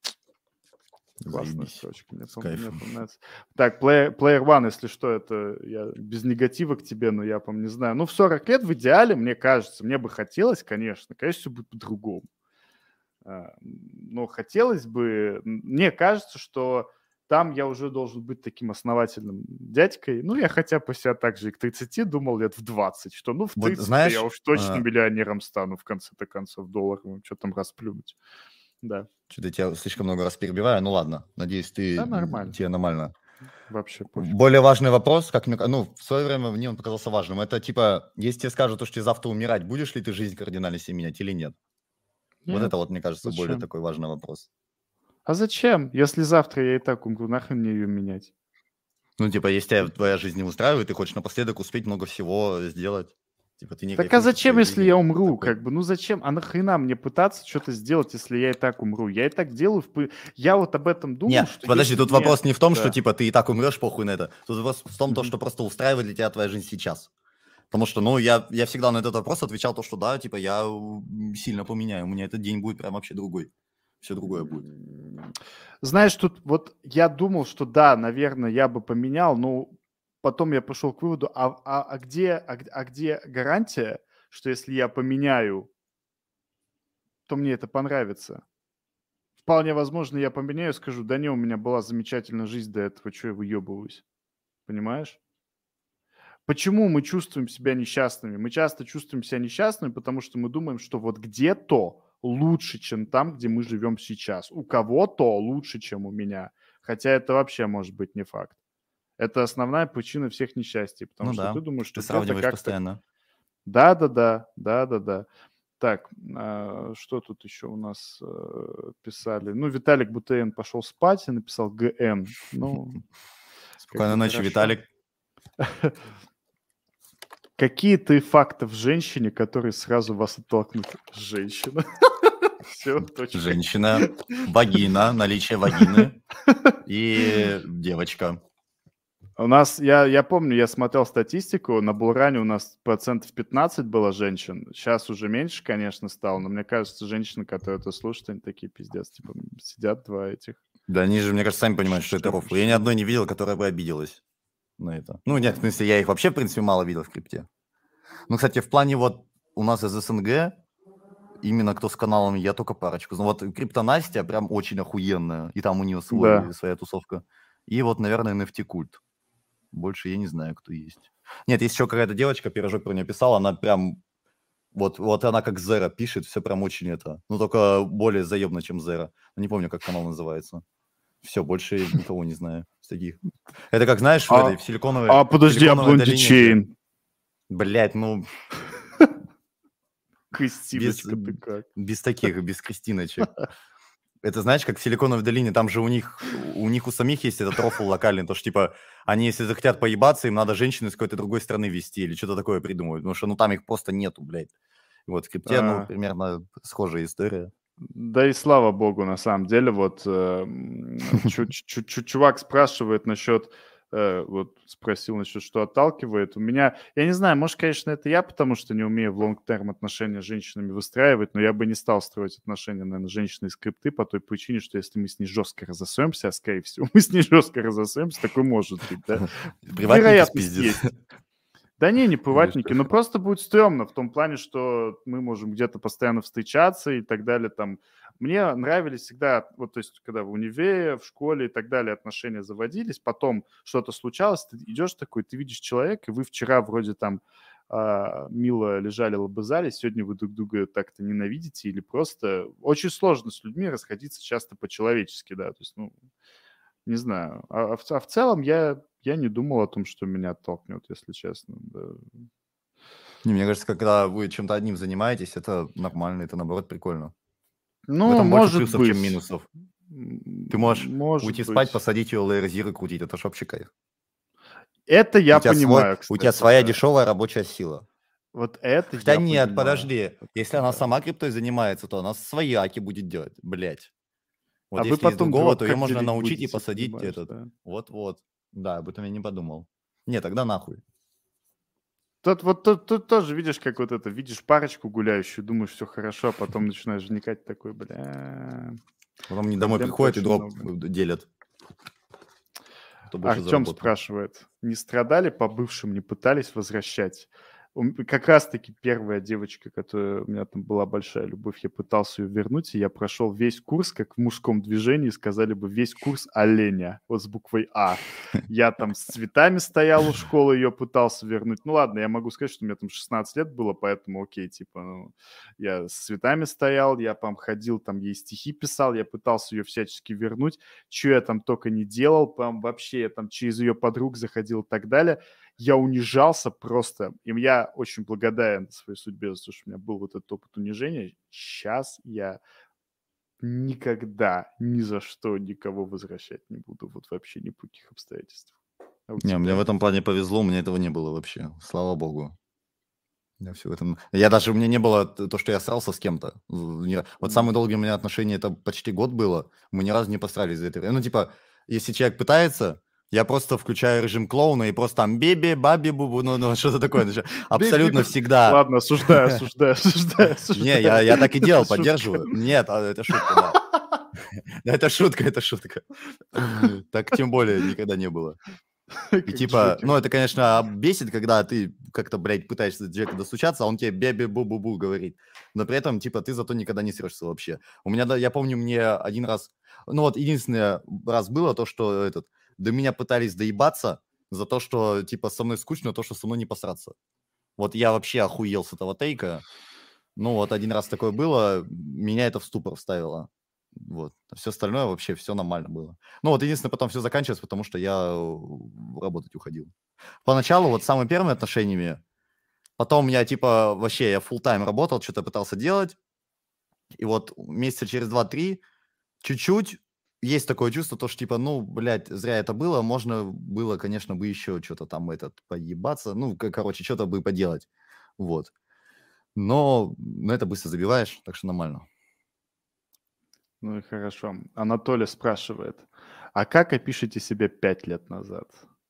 Классная Заебись. строчка, мне, С пом- мне кайфом. помнится. Так, Player, Player One, если что, это я без негатива к тебе, но я, по не знаю. Ну, в сорок лет в идеале, мне кажется, мне бы хотелось, конечно, конечно, все будет по-другому. А, Но хотелось бы, м, мне кажется, что там я уже должен быть таким основательным дядькой. Ну, я хотя бы себя так же и к тридцати думал лет в двадцать, что ну в Вот тридцать-то я знаешь, уж точно э, миллионером стану в конце-то концов долларовым, что там расплюнуть. Да, что-то я тебя слишком много раз перебиваю, ну ладно, надеюсь, ты, да, м, нормально, тебе нормально. вообще пофиг. Более важный вопрос, как мне, ка- ну, в свое время мне он показался важным, это типа, если тебе скажут, что тебе завтра умирать, будешь ли ты жизнь кардинально себе менять или нет? Вот это Нет, вот, мне кажется, более зачем? такой важный вопрос. А зачем? Если завтра я и так умру, нахрен мне ее менять? Ну, типа, если тебя твоя жизнь не устраивает, ты хочешь напоследок успеть много всего сделать. Типа, ты не Так а кайфуешь от зачем, своей если жизни. я умру? Такой, Как бы, ну зачем? А нахрена мне пытаться что-то сделать, если я и так умру? Я и так делаю. В... п- Я вот об этом думал, не, что подожди, если тут мне... вопрос не в том, что, Да. типа, ты и так умрешь, похуй на это. Тут вопрос в том, то, Мгм. что просто устраивает для тебя твоя жизнь сейчас. Потому что, ну, я, я всегда на этот вопрос отвечал то, что да, типа, я м, сильно поменяю. У меня этот день будет прям вообще другой. Все другое будет. М, Знаешь, тут вот я думал, что да, наверное, я бы поменял, но потом я пришел к выводу, а, а, а где, а, г- а где гарантия, что если я поменяю, то мне это понравится? Вполне возможно, я поменяю, скажу, да не, у меня была замечательная жизнь до этого, что я выебываюсь, понимаешь? Почему мы чувствуем себя несчастными? Мы часто чувствуем себя несчастными, потому что мы думаем, что вот где-то лучше, чем там, где мы живем сейчас. У кого-то лучше, чем у меня. Хотя это вообще может быть не факт. Это основная причина всех несчастий, потому Ну что ты да, думаешь, ты что где-то сравниваешь как-то... постоянно. Да-да-да, да-да-да. Так, а, что тут еще у нас э, писали? Ну, Виталик Бутейн пошел спать и написал ГН. Ну, как Спокойной бы ночи, хорошо. Виталик. Какие ты факты в женщине, которые сразу вас оттолкнут? Женщина. Все, точка. Женщина, вагина, наличие вагины и девочка. У нас, я, я помню, я смотрел статистику, на Булране у нас процентов пятнадцать было женщин. Сейчас уже меньше, конечно, стало, но мне кажется, женщины, которые это слушают, они такие пиздец, типа, сидят два этих. Да они же, мне кажется, сами понимают, что это рофл. Я ни одной не видел, которая бы обиделась на это. Ну, нет, в смысле, я их вообще, в принципе, мало видел в крипте. Ну, кстати, в плане вот у нас из СНГ, именно кто с каналами, я только парочку. Ну, вот крипто Настя прям очень охуенная, и там у нее свой, Да. своя тусовка. И вот, наверное, эн эф ти-культ. Больше я не знаю, кто есть. Нет, есть еще какая-то девочка, Пирожок про нее писал, она прям, вот, вот она как Зера пишет, все прям очень это, ну, только более заебно, чем Зера. Не помню, как канал называется. Все, больше никого не знаю из таких. Это как, знаешь, в А, этой, в силиконовой а подожди, а силиконовой Блонди долине, где- Чейн? Блядь, ну, Кристиночка, без- ты как? без таких, без крестиночек. Это знаешь, как в Силиконовой долине, там же у них, у них у самих есть этот рофл локальный, то что, типа, они, если захотят поебаться, им надо женщину из какой-то другой страны вести или что-то такое придумывают, потому что, ну, там их просто нету, блядь. Вот в крипте, ну, А. примерно схожая история. Да и слава богу, на самом деле, вот э, м, чу- чу- чу- чувак спрашивает насчет, э, вот спросил насчет, что отталкивает. У меня, я не знаю, может, конечно, это я, потому что не умею в лонг-терм отношения с женщинами выстраивать, но я бы не стал строить отношения, наверное, с женщиной из крипты по той причине, что если мы с ней жестко разосремся, а скорее всего мы с ней жестко разосремся, такое может быть, да? Приватники Вероятность спиздят. есть. Да не, не приватники, но просто будет стрёмно в том плане, что мы можем где-то постоянно встречаться и так далее. Там. Мне нравились всегда, вот то есть когда в универе, в школе и так далее отношения заводились, потом что-то случалось, ты идешь такой, ты видишь человека, и вы вчера вроде там а, мило лежали, лобызались, сегодня вы друг друга так-то ненавидите или просто... Очень сложно с людьми расходиться часто по-человечески, да, то есть, ну, не знаю. А, а в, а в целом я, я не думал о том, что меня оттолкнет, если честно. Да. Не, мне кажется, когда вы чем-то одним занимаетесь, это нормально, это, наоборот, прикольно. В Ну, этом больше может плюсов, быть. чем минусов. Ты можешь Может уйти быть. спать, посадить ее лейерзиры крутить, это ж вообще кайф. Это я у тебя понимаю, свой, кстати. У тебя своя да. дешевая рабочая сила. Вот это Хотя я нет, понимаю. подожди. Вот Если это она да. сама криптой занимается, то она свои аки будет делать, блять. Вот А вы если из потом другого, дроп то ее как можно делить научить и будете, посадить понимаешь, этот. да? Вот-вот. Да, об этом я не подумал. Не, тогда нахуй. Тут вот тут, тут тоже видишь, как вот это, видишь парочку гуляющую, думаешь, все хорошо, а потом начинаешь вникать такой, бля. Потом они домой проблем приходят и очень дроп много. делят. Кто больше Артем заработал. спрашивает, не страдали по бывшим, не пытались возвращать? У м- Как раз-таки первая девочка, которая у меня там была большая любовь, я пытался ее вернуть, и я прошел весь курс, как в мужском движении, сказали бы, весь курс оленя, вот с буквой А. Я там с цветами стоял у школы, ее пытался вернуть. Ну ладно, я могу сказать, что мне там шестнадцать лет было, поэтому окей, типа, ну, я с цветами стоял, я там ходил, там ей стихи писал, я пытался ее всячески вернуть, что я там только не делал, прям вообще я там через ее подруг заходил и так далее. Я унижался просто. И я очень благодарен своей судьбе за то, что у меня был вот этот опыт унижения. Сейчас я никогда, ни за что никого возвращать не буду. Вот вообще ни по каких обстоятельствах. А у Не, мне тебя? в этом плане повезло, у меня этого не было вообще. Слава богу. Я все в этом... Я даже, у меня не было т- то, что я срался с кем-то. В- не- Вот М. самые долгие у меня отношения, это почти год было. Мы ни разу не посрались за это. Ну, типа, если человек пытается, я просто включаю режим клоуна и просто там беби, баби, бубу, ну, ну что-то такое. начинаю. Абсолютно Би-би-би. всегда. Ладно, осуждаю, осуждаю, осуждаю, осуждаю. Не, я, я так и делал, Это шутка. поддерживаю. Нет, а, это шутка, да. Да, это шутка, это шутка. Так тем более никогда не было. И Как типа, Джокер. ну это, конечно, бесит, когда ты как-то, блядь, пытаешься до человека достучаться, а он тебе бе-бе-бу-бу-бу говорит. Но при этом, типа, ты зато никогда не срешься вообще. У меня, да, я помню, мне один раз, ну вот единственный раз было то, что этот, до меня пытались доебаться за то, что, типа, со мной скучно, то, что со мной не посраться. Вот я вообще охуел с этого тейка. Ну вот один раз такое было, меня это в ступор вставило. Вот. А все остальное вообще, все нормально было. Ну вот единственное, потом все заканчивается, потому что я э, работать уходил. Поначалу, вот самыми первыми отношениями, Потом я, типа, вообще, я full-time работал, что-то пытался делать. И вот месяца через два-три чуть-чуть есть такое чувство, то, что, типа, ну, блядь, зря это было. Можно было, конечно, бы еще что-то там этот поебаться. Ну, к- короче, что-то бы поделать. Вот. Но на это быстро забиваешь, так что нормально. Ну и хорошо. Анатолий спрашивает, а как опишите себя пять лет назад?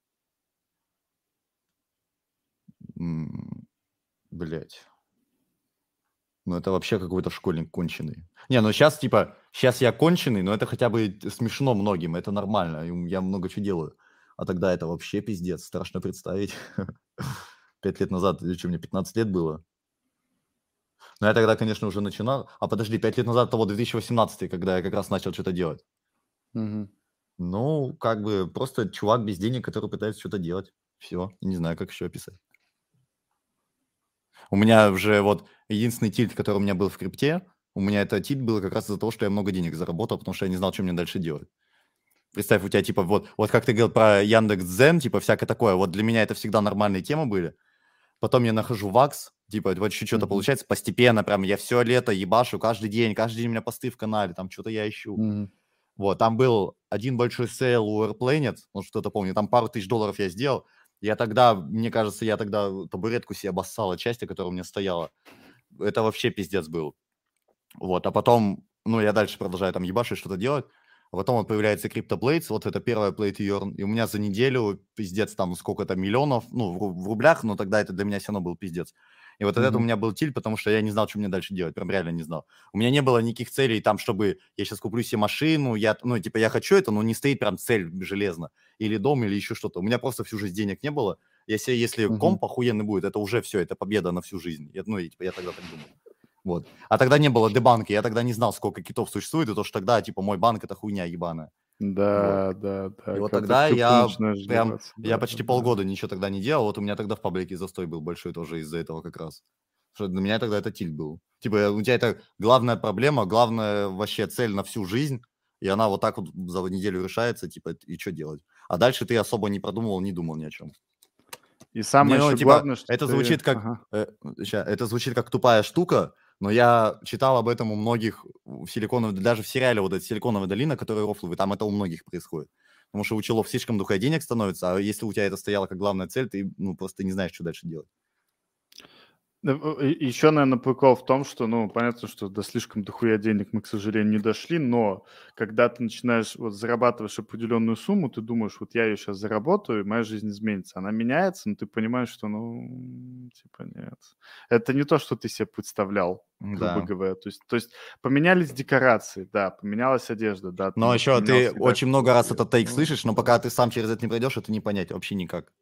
М, Блядь. Ну, это вообще какой-то школьник конченый. Не, ну сейчас, типа, сейчас я конченый, но это хотя бы смешно многим, это нормально, и я много чего делаю. А тогда это вообще пиздец, страшно представить. Пять лет назад, или что, мне пятнадцать лет было? Но я тогда, конечно, уже начинал. А подожди, пять лет назад, того две тысячи восемнадцатый, когда я как раз начал что-то делать. Мгм. Ну, как бы просто чувак без денег, который пытается что-то делать. Все, не знаю, как еще описать. У меня уже вот единственный тильт, который у меня был в крипте, у меня это тильт был как раз из-за того, что я много денег заработал, потому что я не знал, что мне дальше делать. Представь, у тебя типа вот, вот как ты говорил про Яндекс.Дзен, типа всякое такое, вот для меня это всегда нормальные темы были. Потом я нахожу Вакс, типа вот чуть что-то Мгм. получается постепенно, прям я все лето ебашу, каждый день, каждый день у меня посты в канале, там что-то я ищу. Мгм. Вот, там был один большой сейл у Airplanet, может, кто-то помнит, там пару тысяч долларов я сделал. Я тогда, мне кажется, я тогда табуретку себе обоссал от счастья, которая у меня стояла. Это вообще пиздец был. Вот, а потом, ну, я дальше продолжаю там ебашить, что-то делать. А потом вот появляется CryptoBlades, вот это первая Play to Earn, и у меня за неделю пиздец там сколько-то миллионов, ну, в, ру- в рублях, но тогда это для меня все равно был пиздец. И вот это у Мгм. меня был тиль, потому что я не знал, что мне дальше делать, прям реально не знал. У меня не было никаких целей там, чтобы я сейчас куплю себе машину, я, ну, типа, я хочу это, но не стоит прям цель железно, или дом, или еще что-то. У меня просто всю жизнь денег не было. Я себе, если Мгм. комп охуенный будет, это уже все, это победа на всю жизнь. Я, ну, и, типа, я тогда так думал. Вот. А тогда не было дебанка, я тогда не знал, сколько китов существует, и то, что тогда, типа, мой банк – это хуйня ебаная. Вот. Да, да, И да. вот Когда ты в тогда крипту я начинаешь прям, вливаться, я да, да, почти да. полгода ничего тогда не делал, вот у меня тогда в паблике застой был большой тоже из-за этого как раз. Что для меня тогда это тильт был. Типа, у тебя это главная проблема, главная вообще цель на всю жизнь, и она вот так вот за неделю решается, типа, и что делать? А дальше ты особо не продумывал, не думал ни о чем. И самое Не, ну, еще типа, главное, что это ты... звучит как, Ага. э, ща, это звучит как тупая штука, но я читал об этом у многих в силиконовой, даже в сериале вот эта «Силиконовая долина», который рофловый, там это у многих происходит. Потому что у челов слишком дохуя денег становится, а если у тебя это стояло как главная цель, ты, ну, просто не знаешь, что дальше делать. Еще, наверное, прикол в том, что, ну, понятно, что до слишком дохуя денег мы, к сожалению, не дошли, но когда ты начинаешь, вот, зарабатываешь определенную сумму, ты думаешь, вот я ее сейчас заработаю, и моя жизнь изменится. Она меняется, но ты понимаешь, что, ну, типа, нет. Это не то, что ты себе представлял, грубо Да. говоря. То есть, то есть поменялись декорации, да, поменялась одежда, да, Но там еще ты поменялся очень редактор много раз свет. этот тейк Ну, слышишь, но да. пока ты сам через это не пройдешь, это не понять вообще никак.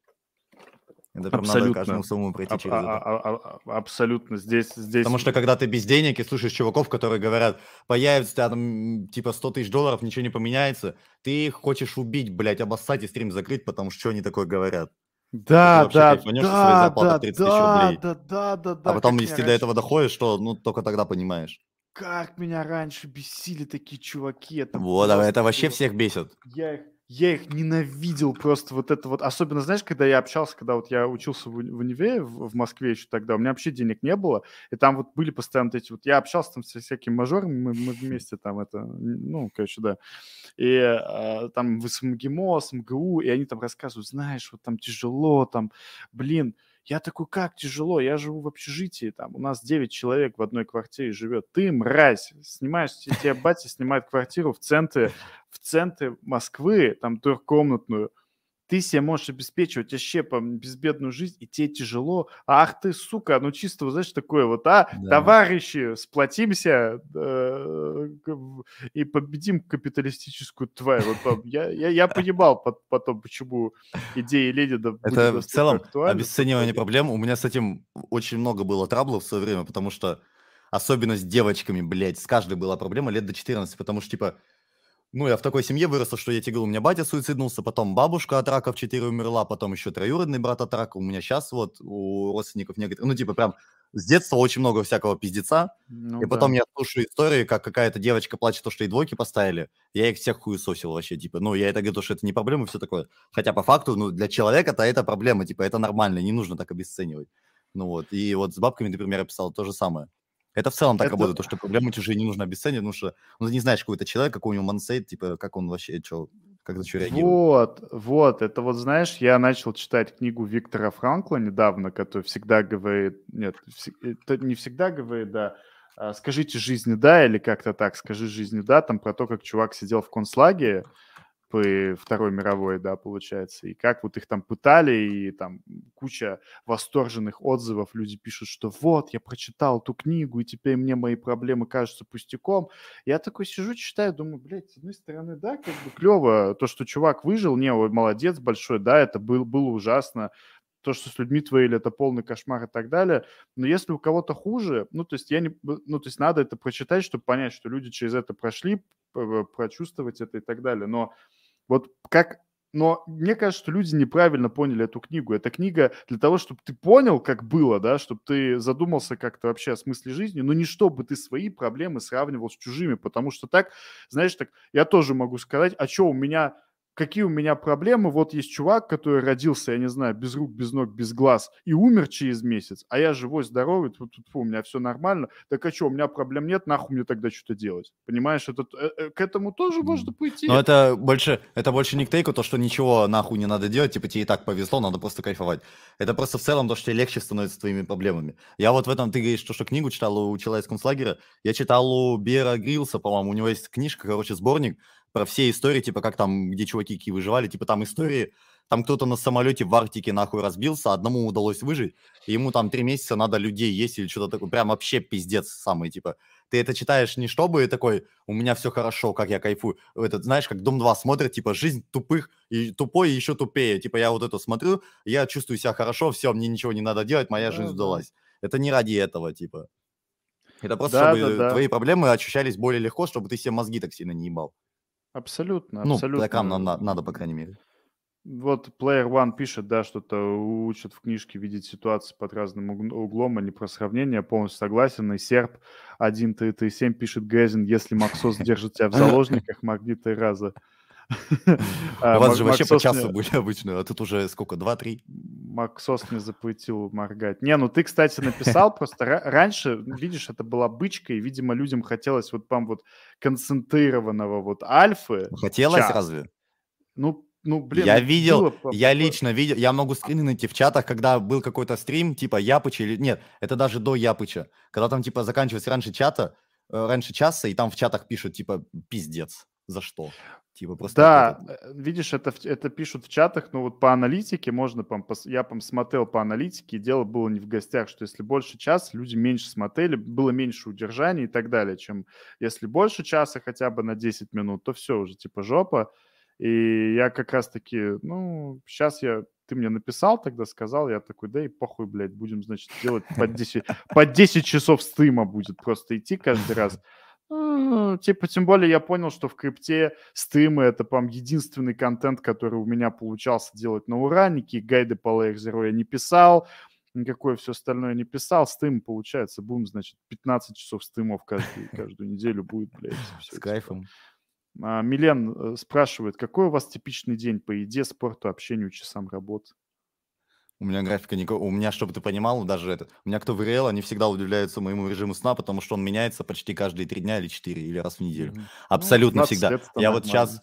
Это прям надо каждому Абсолютно. самому пройти Аб- через а- это. а- а- а- Абсолютно. Здесь, здесь Потому что когда ты без денег и слушаешь чуваков, которые говорят, появится у тебя там типа сто тысяч долларов, ничего не поменяется, ты их хочешь убить, блядь, обоссать и стрим закрыть, потому что что они такое говорят. Типа ты Да, вообще да, кайфанешь со своей да, зарплаты да, в тридцать тысяч да, рублей. да, да, да, А да, потом, как меня если до раньше, этого доходишь, что ну только тогда понимаешь. как меня раньше бесили такие чуваки, это Вот, а это просто вообще было. всех бесит. Я их, я их ненавидел просто вот это вот. Особенно, знаешь, когда я общался, когда вот я учился в, уни- в универе в, в Москве еще тогда, у меня вообще денег не было, и там вот были постоянно вот эти вот, я общался там со всякими мажорами, мы, мы вместе там это, ну, короче, да, и а, там в СМГИМО, СМГУ, и они там рассказывают, знаешь, вот там тяжело, там, блин, я такой, как тяжело, я живу в общежитии, там, у нас девять человек в одной квартире живет, ты, мразь, снимаешь, те- тебе батя снимает квартиру в центре, в центре Москвы, там, трехкомнатную, ты себе можешь обеспечивать вообще там безбедную жизнь, и тебе тяжело. Ах ты, сука, ну чисто, вот знаешь, такое вот, а, Да. товарищи, сплотимся э, к- в- и победим капиталистическую тварь. Вот там, я, я, я понимал пот- потом, почему идеи Ленина были Это в настолько целом актуальны в тот обесценивание момент. проблем. У меня с этим очень много было траблов в свое время, потому что особенно с девочками, блядь, с каждой была проблема лет до четырнадцати, потому что, типа, ну, я в такой семье вырос, что я тебе говорю, у меня батя суициднулся, потом бабушка от рака в четыре умерла, потом еще троюродный брат от рака, у меня сейчас вот у родственников некоторых, ну, типа, прям с детства очень много всякого пиздеца, Ну и потом да. я слушаю истории, как какая-то девочка плачет, то, что ей двойки поставили, я их всех хуесосил вообще, типа, ну, я это говорю, что это не проблема, все такое. Хотя по факту, ну, для человека-то это проблема, типа, это нормально, не нужно так обесценивать. Ну вот, и вот с бабками, например, я писал то же самое. Это в целом так Это... работает, то, что проблемы чужие не нужно обесценивать, потому что ну, ты не знаешь какой-то человек, какой у него мансейт, типа, как он вообще, что, как на что реагирует. Вот, вот, это вот, знаешь, я начал читать книгу Виктора Франкла недавно, который всегда говорит, нет, вс- это не всегда говорит, да, а, скажите жизни да, или как-то так, скажи жизни да, там про то, как чувак сидел в концлагере, при Второй мировой, да, получается, и как вот их там пытали, и там куча восторженных отзывов, люди пишут, что вот, я прочитал ту книгу, и теперь мне мои проблемы кажутся пустяком. Я такой сижу, читаю, думаю, блядь, с одной стороны, да, как бы клево, то, что чувак выжил, не, ой, молодец большой, да, это был, было ужасно, то, что с людьми творили, это полный кошмар и так далее. Но если у кого-то хуже, ну, то есть я не, ну, то есть надо это прочитать, чтобы понять, что люди через это прошли, п- прочувствовать это и так далее. Но вот как... Но мне кажется, что люди неправильно поняли эту книгу. Эта книга для того, чтобы ты понял, как было, да, чтобы ты задумался как-то вообще о смысле жизни, но не чтобы ты свои проблемы сравнивал с чужими, потому что так, знаешь, так я тоже могу сказать, а что у меня, какие у меня проблемы, вот есть чувак, который родился, я не знаю, без рук, без ног, без глаз и умер через месяц, а я живой, здоровый, тут, тут, у меня все нормально, так а что, у меня проблем нет, нахуй мне тогда что-то делать? Понимаешь, это, э, э, к этому тоже можно Но пойти. это больше, это больше не к тейку, то, что ничего нахуй не надо делать, типа тебе и так повезло, надо просто кайфовать. Это просто в целом то, что тебе легче становится с твоими проблемами. Я вот в этом, ты говоришь, что, что книгу читал у человека из концлагеря, я читал у Бера Грилса, по-моему, у него есть книжка, короче, сборник про все истории, типа как там, где чуваки какие выживали, типа там истории, там кто-то на самолете в Арктике нахуй разбился, одному удалось выжить, и ему там три месяца надо людей есть или что-то такое, прям вообще пиздец самый, типа. Ты это читаешь не чтобы такой, у меня все хорошо, как я кайфую. Этот, знаешь, как Дом два смотрит, типа, жизнь тупых, и тупой, и еще тупее. Типа, я вот это смотрю, я чувствую себя хорошо, все, мне ничего не надо делать, моя жизнь Да, да. удалась. Это не ради этого, типа. Это просто, Да, да, чтобы да. твои проблемы ощущались более легко, чтобы ты себе мозги так сильно не ебал. Абсолютно, Ну, игрокам абсолютно. на- надо, по крайней мере. Вот Player One пишет, да, что-то учат в книжке видеть ситуации под разным уг- углом, а не про сравнение. Полностью согласен. И Серб один три три семь пишет, Грязин, если Максос держит тебя в заложниках, моргни три раза. У А, вас Мак- же вообще по Максос часу мне, были обычно, а тут уже сколько, два-три? Максос мне запретил моргать. Не, ну ты, кстати, написал просто ра- раньше, видишь, это была бычка, и, видимо, людям хотелось вот прям вот концентрированного вот альфы в Хотелось час. разве? Ну, ну, блин, Я ну видел, было по- я такое. лично видел, я могу скрины найти в чатах, когда был какой-то стрим, типа Япыча или... Нет, это даже до Япыча. Когда там, типа, заканчивается раньше чата, э, раньше часа, и там в чатах пишут, типа, пиздец. За что? Типа, просто вот Да, этот. э, видишь, это, в- это пишут в чатах, но вот по аналитике можно, пом- пос- я пом, смотрел по аналитике, и дело было не в гостях, что если больше часа, люди меньше смотрели, было меньше удержаний и так далее, чем если больше часа хотя бы на десять минут, то все уже типа жопа. И я как раз-таки, ну, сейчас я, ты мне написал тогда, сказал, я такой, да и похуй, блядь, будем, значит, делать по десять, по десять часов стрима будет просто идти каждый раз. Ну, типа, тем более я понял, что в крипте стримы — это, по единственный контент, который у меня получался делать на ура. Никакие гайды по Layer Zero я не писал, никакое все остальное не писал. Стрим, получается, будем, значит, пятнадцать часов стримов каждую, каждую неделю будет, блядь, С все, типа. кайфом. А, Милен э, спрашивает, какой у вас типичный день по еде, спорту, общению, часам работы? У меня графика не... У меня, чтобы ты понимал, даже это... У меня кто в РЛ, они всегда удивляются моему режиму сна, потому что он меняется почти каждые три дня или четыре, или раз в неделю. Мгм. Ну, в Абсолютно двадцать всегда. лет это Я вот нормально. сейчас...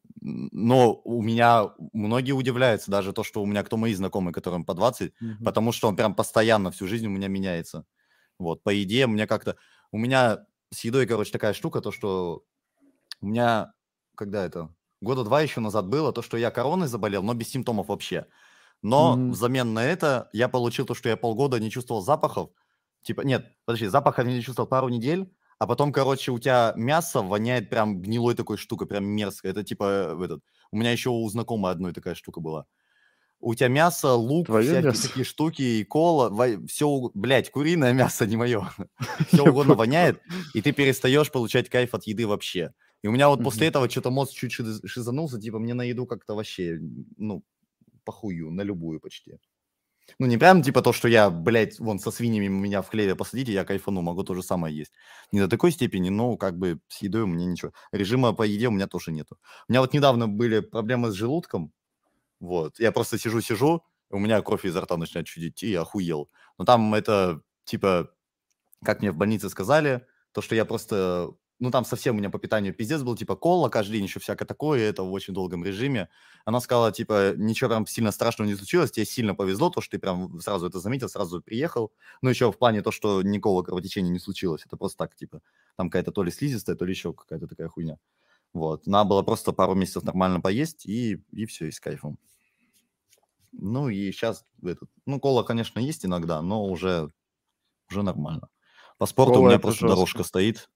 Но у меня многие удивляются, даже то, что у меня кто мои знакомые, которым по двадцать, Мгм. потому что он прям постоянно всю жизнь у меня меняется. Вот, по еде мне как-то... У меня с едой, короче, такая штука, то, что у меня, когда это, года два еще назад было, то, что я короной заболел, но без симптомов вообще. Но Мгм. взамен на это я получил то, что я полгода не чувствовал запахов. Типа, нет, подожди, запахов я не чувствовал пару недель, а потом, короче, у тебя мясо воняет прям гнилой такой штукой, прям мерзко. Это типа в этот... У меня еще у знакомой одной такая штука была. У тебя мясо, лук, Твое всякие мясо? такие штуки, и кола, все, блядь, куриное мясо, не мое. Все Я угодно понял. воняет, и ты перестаешь получать кайф от еды вообще. И у меня вот после Мгм. этого что-то мозг чуть шиз- шизанулся, типа мне на еду как-то вообще, ну, похую, на любую почти. Ну, не прям типа то, что я, блядь, вон со свиньями меня в хлеве посадите, я кайфану, могу то же самое есть. Не до такой степени, но как бы с едой у меня ничего. Режима по еде у меня тоже нету. У меня вот недавно были проблемы с желудком, вот. Я просто сижу-сижу, у меня кровь изо рта начинает чудить, и я охуел. Но там это, типа, как мне в больнице сказали, то, что я просто... Ну, там совсем у меня по питанию пиздец был, типа, кола каждый день, еще всякое такое, и это в очень долгом режиме. Она сказала, типа, ничего прям сильно страшного не случилось, тебе сильно повезло, то, что ты прям сразу это заметил, сразу приехал. Ну, еще в плане то, что никакого кровотечения не случилось, это просто так, типа, там какая-то то ли слизистая, то ли еще какая-то такая хуйня. Вот, надо было просто пару месяцев нормально поесть, и, и все, и с кайфом. Ну, и сейчас, этот, ну, кола, конечно, есть иногда, но уже, уже нормально. По спорту Кола у меня это просто жестко. дорожка стоит.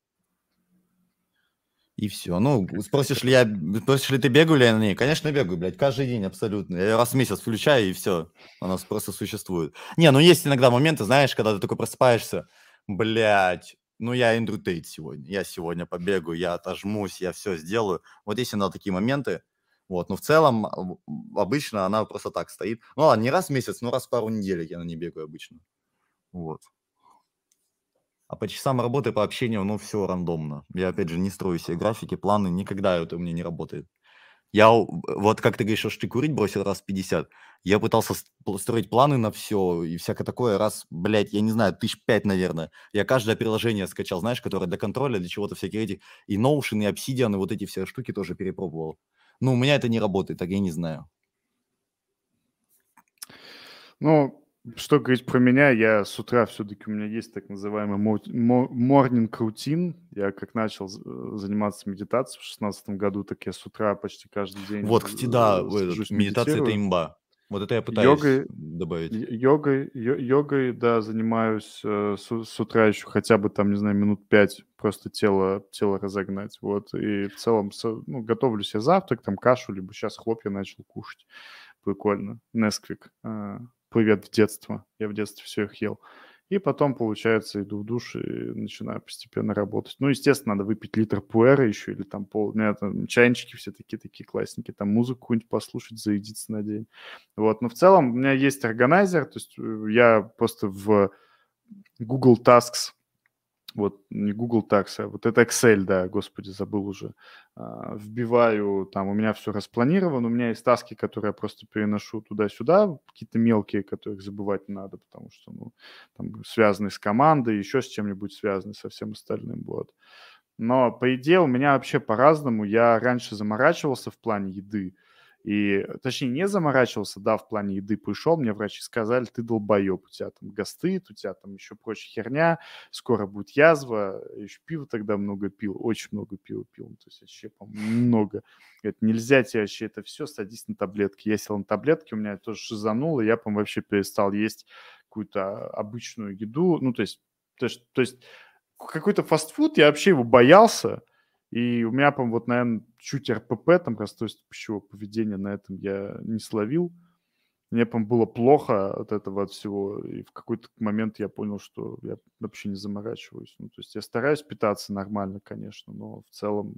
И все. Ну, спросишь ли я, спросишь ли ты бегаю ли я на ней? Конечно, бегаю, блядь, каждый день абсолютно. Я раз в месяц включаю, и все. Она просто существует. Не, ну есть иногда моменты, знаешь, когда ты такой просыпаешься, блядь, ну я Эндрю Тейт сегодня. Я сегодня побегаю, я отожмусь, я все сделаю. Вот есть иногда такие моменты. Вот, но в целом об- обычно она просто так стоит. Ну ладно, не раз в месяц, но раз в пару недель я на ней бегаю обычно. Вот. А по часам работы, по общению, ну, все рандомно. Я, опять же, не строю себе графики, планы, никогда это у меня не работает. Я, у- вот как ты говоришь, что ты курить бросил раз в пятьдесят, я пытался с- пл- строить планы на все и всякое такое раз, блядь, я не знаю, тысяч пять, наверное. Я каждое приложение скачал, знаешь, которое для контроля, для чего-то всякие эти, и Notion, и Obsidian, и вот эти все штуки тоже перепробовал. Ну, у меня это не работает, так я не знаю. Ну, что говорить про меня, я с утра все-таки, у меня есть так называемый morning routine. Я как начал з- э, заниматься медитацией в шестнадцатом году, так я с утра почти каждый день Вот, кстати, да, э, этот, сажусь, медитация– это медитирую. имба. Вот это я пытаюсь Йогой, добавить. й- йогой, йо- йогой, да, занимаюсь э, с, у- с утра еще хотя бы там, не знаю, минут пять, просто тело, тело разогнать, вот, и в целом, со- ну, готовлю себе завтрак, там, кашу, либо сейчас хлопья начал кушать, прикольно, Несквик, э, привет в детство, я в детстве все их ел, и потом, получается, иду в душ и начинаю постепенно работать. Ну, естественно, надо выпить литр пуэра еще, или там пол, у меня там чайнички все такие, такие классненькие, там музыку какую-нибудь послушать, зарядиться на день. Вот, но в целом у меня есть органайзер, то есть э, я просто в Google Tasks, вот не Google Tasks, а вот это Excel, да, господи, забыл уже, а, вбиваю, там у меня все распланировано, у меня есть таски, которые я просто переношу туда-сюда, какие-то мелкие, которых забывать не надо, потому что, ну, там связаны с командой, еще с чем-нибудь связаны, со всем остальным, вот. Но, по идее, у меня вообще по-разному. Я раньше заморачивался в плане еды. И, точнее, не заморачивался, да, в плане еды. Пришел, мне врачи сказали, ты долбоеб, у тебя там гастрит, у тебя там еще прочая херня, скоро будет язва. Еще пиво тогда много пил, очень много пива пил. Ну, то есть вообще, по-моему, много. Говорит, нельзя тебе вообще это все, садись на таблетки. Я сел на таблетки, у меня тоже шизануло, я, по-моему, вообще перестал есть какую-то обычную еду. Ну, то есть, то есть, то есть какой-то фастфуд, я вообще его боялся, и у меня, по-моему, вот, наверное, чуть эр пэ пэ, там, расстройство пищевого поведения, на этом я не словил. Мне, по-моему, было плохо от этого от всего, и в какой-то момент я понял, что я вообще не заморачиваюсь. Ну, то есть я стараюсь питаться нормально, конечно, но в целом,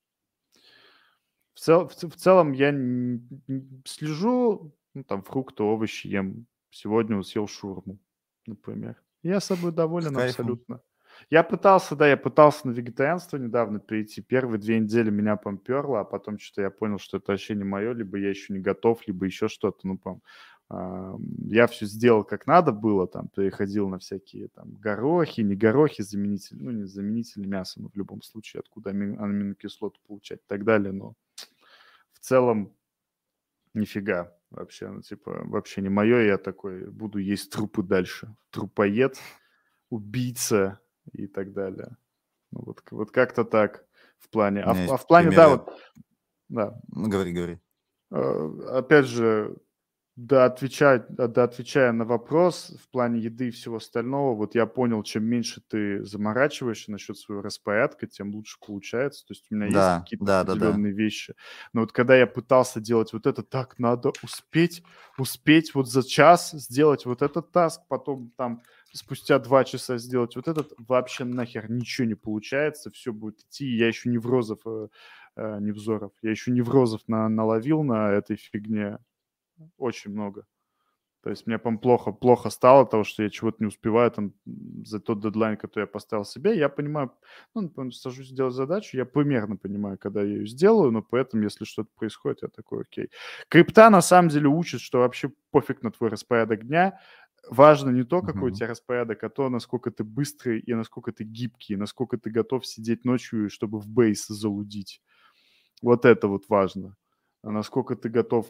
в, цел, в, ц- в целом я н- н- слежу, ну, там, фрукты, овощи ем. Сегодня вот съел шаурму, например. Я собой С доволен кайфом. абсолютно. Я пытался, да, я пытался на вегетарианство недавно перейти. Первые две недели меня помперло, а потом что-то я понял, что это вообще не мое, либо я еще не готов, либо еще что-то. Ну, пом- а, я все сделал как надо было, там, переходил на всякие там горохи, не горохи, заменитель, ну, не заменитель мяса, но в любом случае, откуда ами- аминокислоту получать и так далее, но в целом нифига вообще, ну, типа, вообще не мое, я такой буду есть трупы дальше. Трупоед, убийца и так далее. Ну, вот, к- вот как-то так в плане. У А меня в, есть а в плане, да, примеры. вот, да. Ну, говори, говори. Э, опять же, да, отвечать, да, да, отвечая на вопрос в плане еды и всего остального, вот я понял, чем меньше ты заморачиваешься насчет своего распорядка, тем лучше получается. То есть у меня есть Да, какие-то да, да, да. определенные вещи. Но вот когда я пытался делать вот это, так надо успеть, успеть вот за час сделать вот этот таск, потом там спустя два часа сделать вот этот, вообще нахер ничего не получается, все будет идти. Я еще неврозов, э, э, невзоров, я еще неврозов на, наловил на этой фигне очень много. То есть мне, по плохо, плохо стало от того, что я чего-то не успеваю там за тот дедлайн, который я поставил себе. Я понимаю, ну, например, сажусь делать задачу, я примерно понимаю, когда я ее сделаю, но поэтому, если что-то происходит, я такой, окей. Крипта на самом деле учит, что вообще пофиг на твой распорядок дня. Важно не то, какой у Мгм. тебя распорядок, а то, насколько ты быстрый и насколько ты гибкий, и насколько ты готов сидеть ночью, чтобы в бейс залудить. Вот это вот важно. А насколько ты готов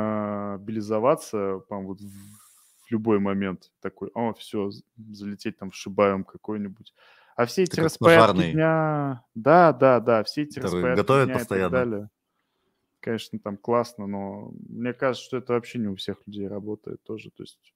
мобилизоваться, там, вот в, в любой момент такой, о, все, залететь там в шибаем какой-нибудь. А все Ты эти как распорядки пожарный, дня, да, да, да, все эти который распорядки готовит дня и так постоянно. далее, конечно, там классно, но мне кажется, что это вообще не у всех людей работает тоже. То есть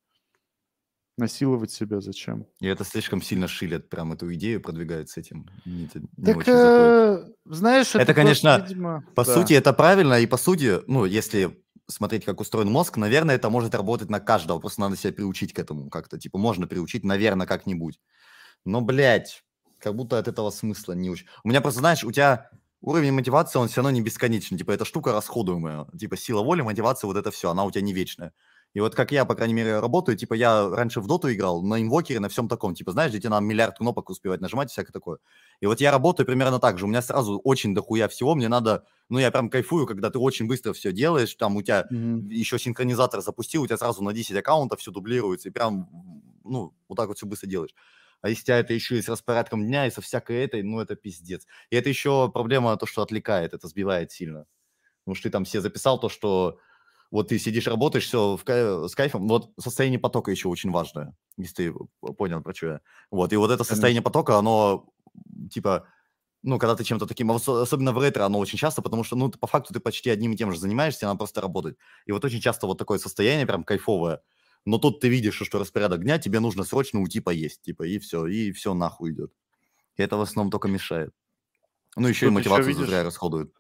насиловать себя зачем? И это слишком сильно шилит, прям эту идею продвигает с этим. Мне это не Так, очень заходит. э, знаешь, это Это, просто, конечно, видимо, по сути, да. это правильно, и по сути, ну, если смотреть, как устроен мозг, наверное, это может работать на каждого, просто надо себя приучить к этому как-то. Типа, можно приучить, наверное, как-нибудь. Но, блядь, как будто от этого смысла не очень. У меня просто, знаешь, у тебя уровень мотивации, он все равно не бесконечный. Типа, эта штука расходуемая. Типа, сила воли, мотивация, вот это все, она у тебя не вечная. И вот как я, по крайней мере, работаю, типа, я раньше в доту играл, на инвокере, на всем таком. Типа, знаешь, где тебе надо миллиард кнопок успевать нажимать и всякое такое. И вот я работаю примерно так же. У меня сразу очень дохуя всего. Мне надо, ну, я прям кайфую, когда ты очень быстро все делаешь. Там у тебя Мгм. еще синхронизатор запустил, у тебя сразу на десять аккаунтов все дублируется. И прям, ну, вот так вот все быстро делаешь. А если у тебя это еще и с распорядком дня, и со всякой этой, ну, это пиздец. И это еще проблема то, что отвлекает, это сбивает сильно. Потому что ты там себе записал то, что вот ты сидишь, работаешь, все в кай- с кайфом. Вот состояние потока еще очень важное, если ты понял, про что я. Вот, и вот это состояние Конечно. потока, оно, типа, ну, когда ты чем-то таким, а вот со- особенно в ретро, оно очень часто, потому что, ну, ты, по факту ты почти одним и тем же занимаешься, она просто работает. И вот очень часто вот такое состояние прям кайфовое, но тут ты видишь, что распорядок дня, тебе нужно срочно уйти поесть, типа, и все, и все нахуй идет. И это в основном только мешает. Ну, еще и Тут еще мотивацию зазря видишь, расходует.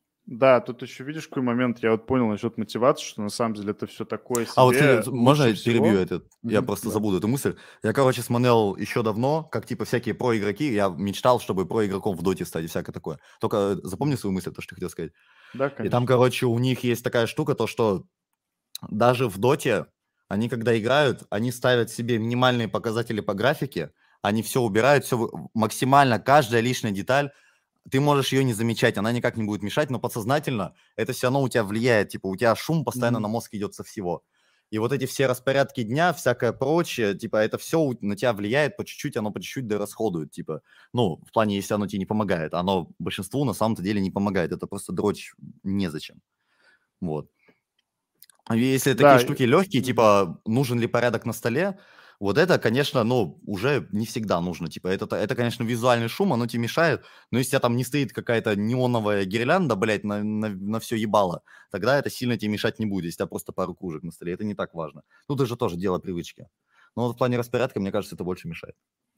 да, тут еще видишь какой момент, я вот понял насчет мотивации, что на самом деле это все такое А вот, себе, кстати, можно лучше я перебью всего. этот? Я Мгм, просто да. забуду эту мысль. Я, короче, смотрел еще давно, как, типа, всякие про-игроки. Я мечтал, чтобы про-игроком в доте стать и всякое такое. Только э, запомни Мгм. свою мысль, то, что ты хотел сказать. Да, И там, конечно. короче, у них есть такая штука, то, что даже в доте они, когда играют, они ставят себе минимальные показатели по графике, они все убирают, все максимально, каждая лишняя деталь, ты можешь ее не замечать, она никак не будет мешать, но подсознательно это все равно у тебя влияет, типа у тебя шум постоянно на Мгм. мозг идет со всего. И вот эти все распорядки дня, всякое прочее, типа это все на тебя влияет по чуть-чуть, оно по чуть-чуть дорасходует, типа, ну, в плане, если оно тебе не помогает, оно большинству на самом-то деле не помогает, это просто дрочь незачем, вот. А если такие Да, и штуки легкие, мгм. типа, нужен ли порядок на столе, вот это, конечно, ну, уже не всегда нужно. Типа, это, это, конечно, визуальный шум, оно тебе мешает, но если у тебя там не стоит какая-то неоновая гирлянда, блядь, на, на, на все ебало, тогда это сильно тебе мешать не будет, если у тебя просто пару кружек на столе. Это не так важно. Ну, это же тоже дело привычки. Но вот в плане распорядка, мне кажется, это больше мешает.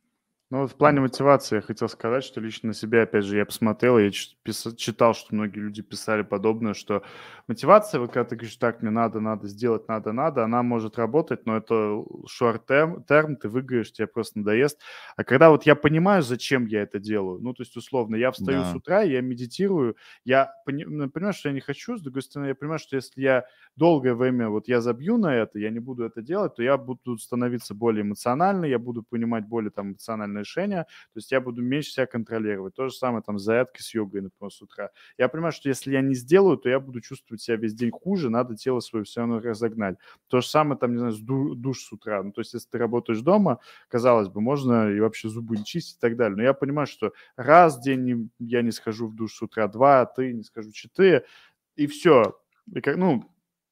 Ну, вот в плане Вот. мотивации я хотел сказать, что лично на себя, опять же, я посмотрел, я ч- пис- читал, что многие люди писали подобное, что мотивация, вот когда ты говоришь, так, мне надо, надо сделать, надо, надо, она может работать, но это short term, term, ты выиграешь, тебе просто надоест. А когда вот я понимаю, зачем я это делаю, ну, то есть, условно, я встаю с Да. утра, я медитирую, я пони- ну, понимаю, что я не хочу, с другой стороны, я понимаю, что если я долгое время вот я забью на это, я не буду это делать, то я буду становиться более эмоциональный, я буду понимать более там эмоциональные решения, то есть я буду меньше себя контролировать. То же самое там с зарядкой с йогой, например, с утра. Я понимаю, что если я не сделаю, то я буду чувствовать себя весь день хуже, надо тело свое все равно разогнать. То же самое там, не знаю, с ду- душ с утра. Ну, то есть если ты работаешь дома, казалось бы, можно и вообще зубы не чистить и так далее. Но я понимаю, что раз в день не- я не схожу в душ с утра, два, ты не схожу, четыре, и все. И как, ну,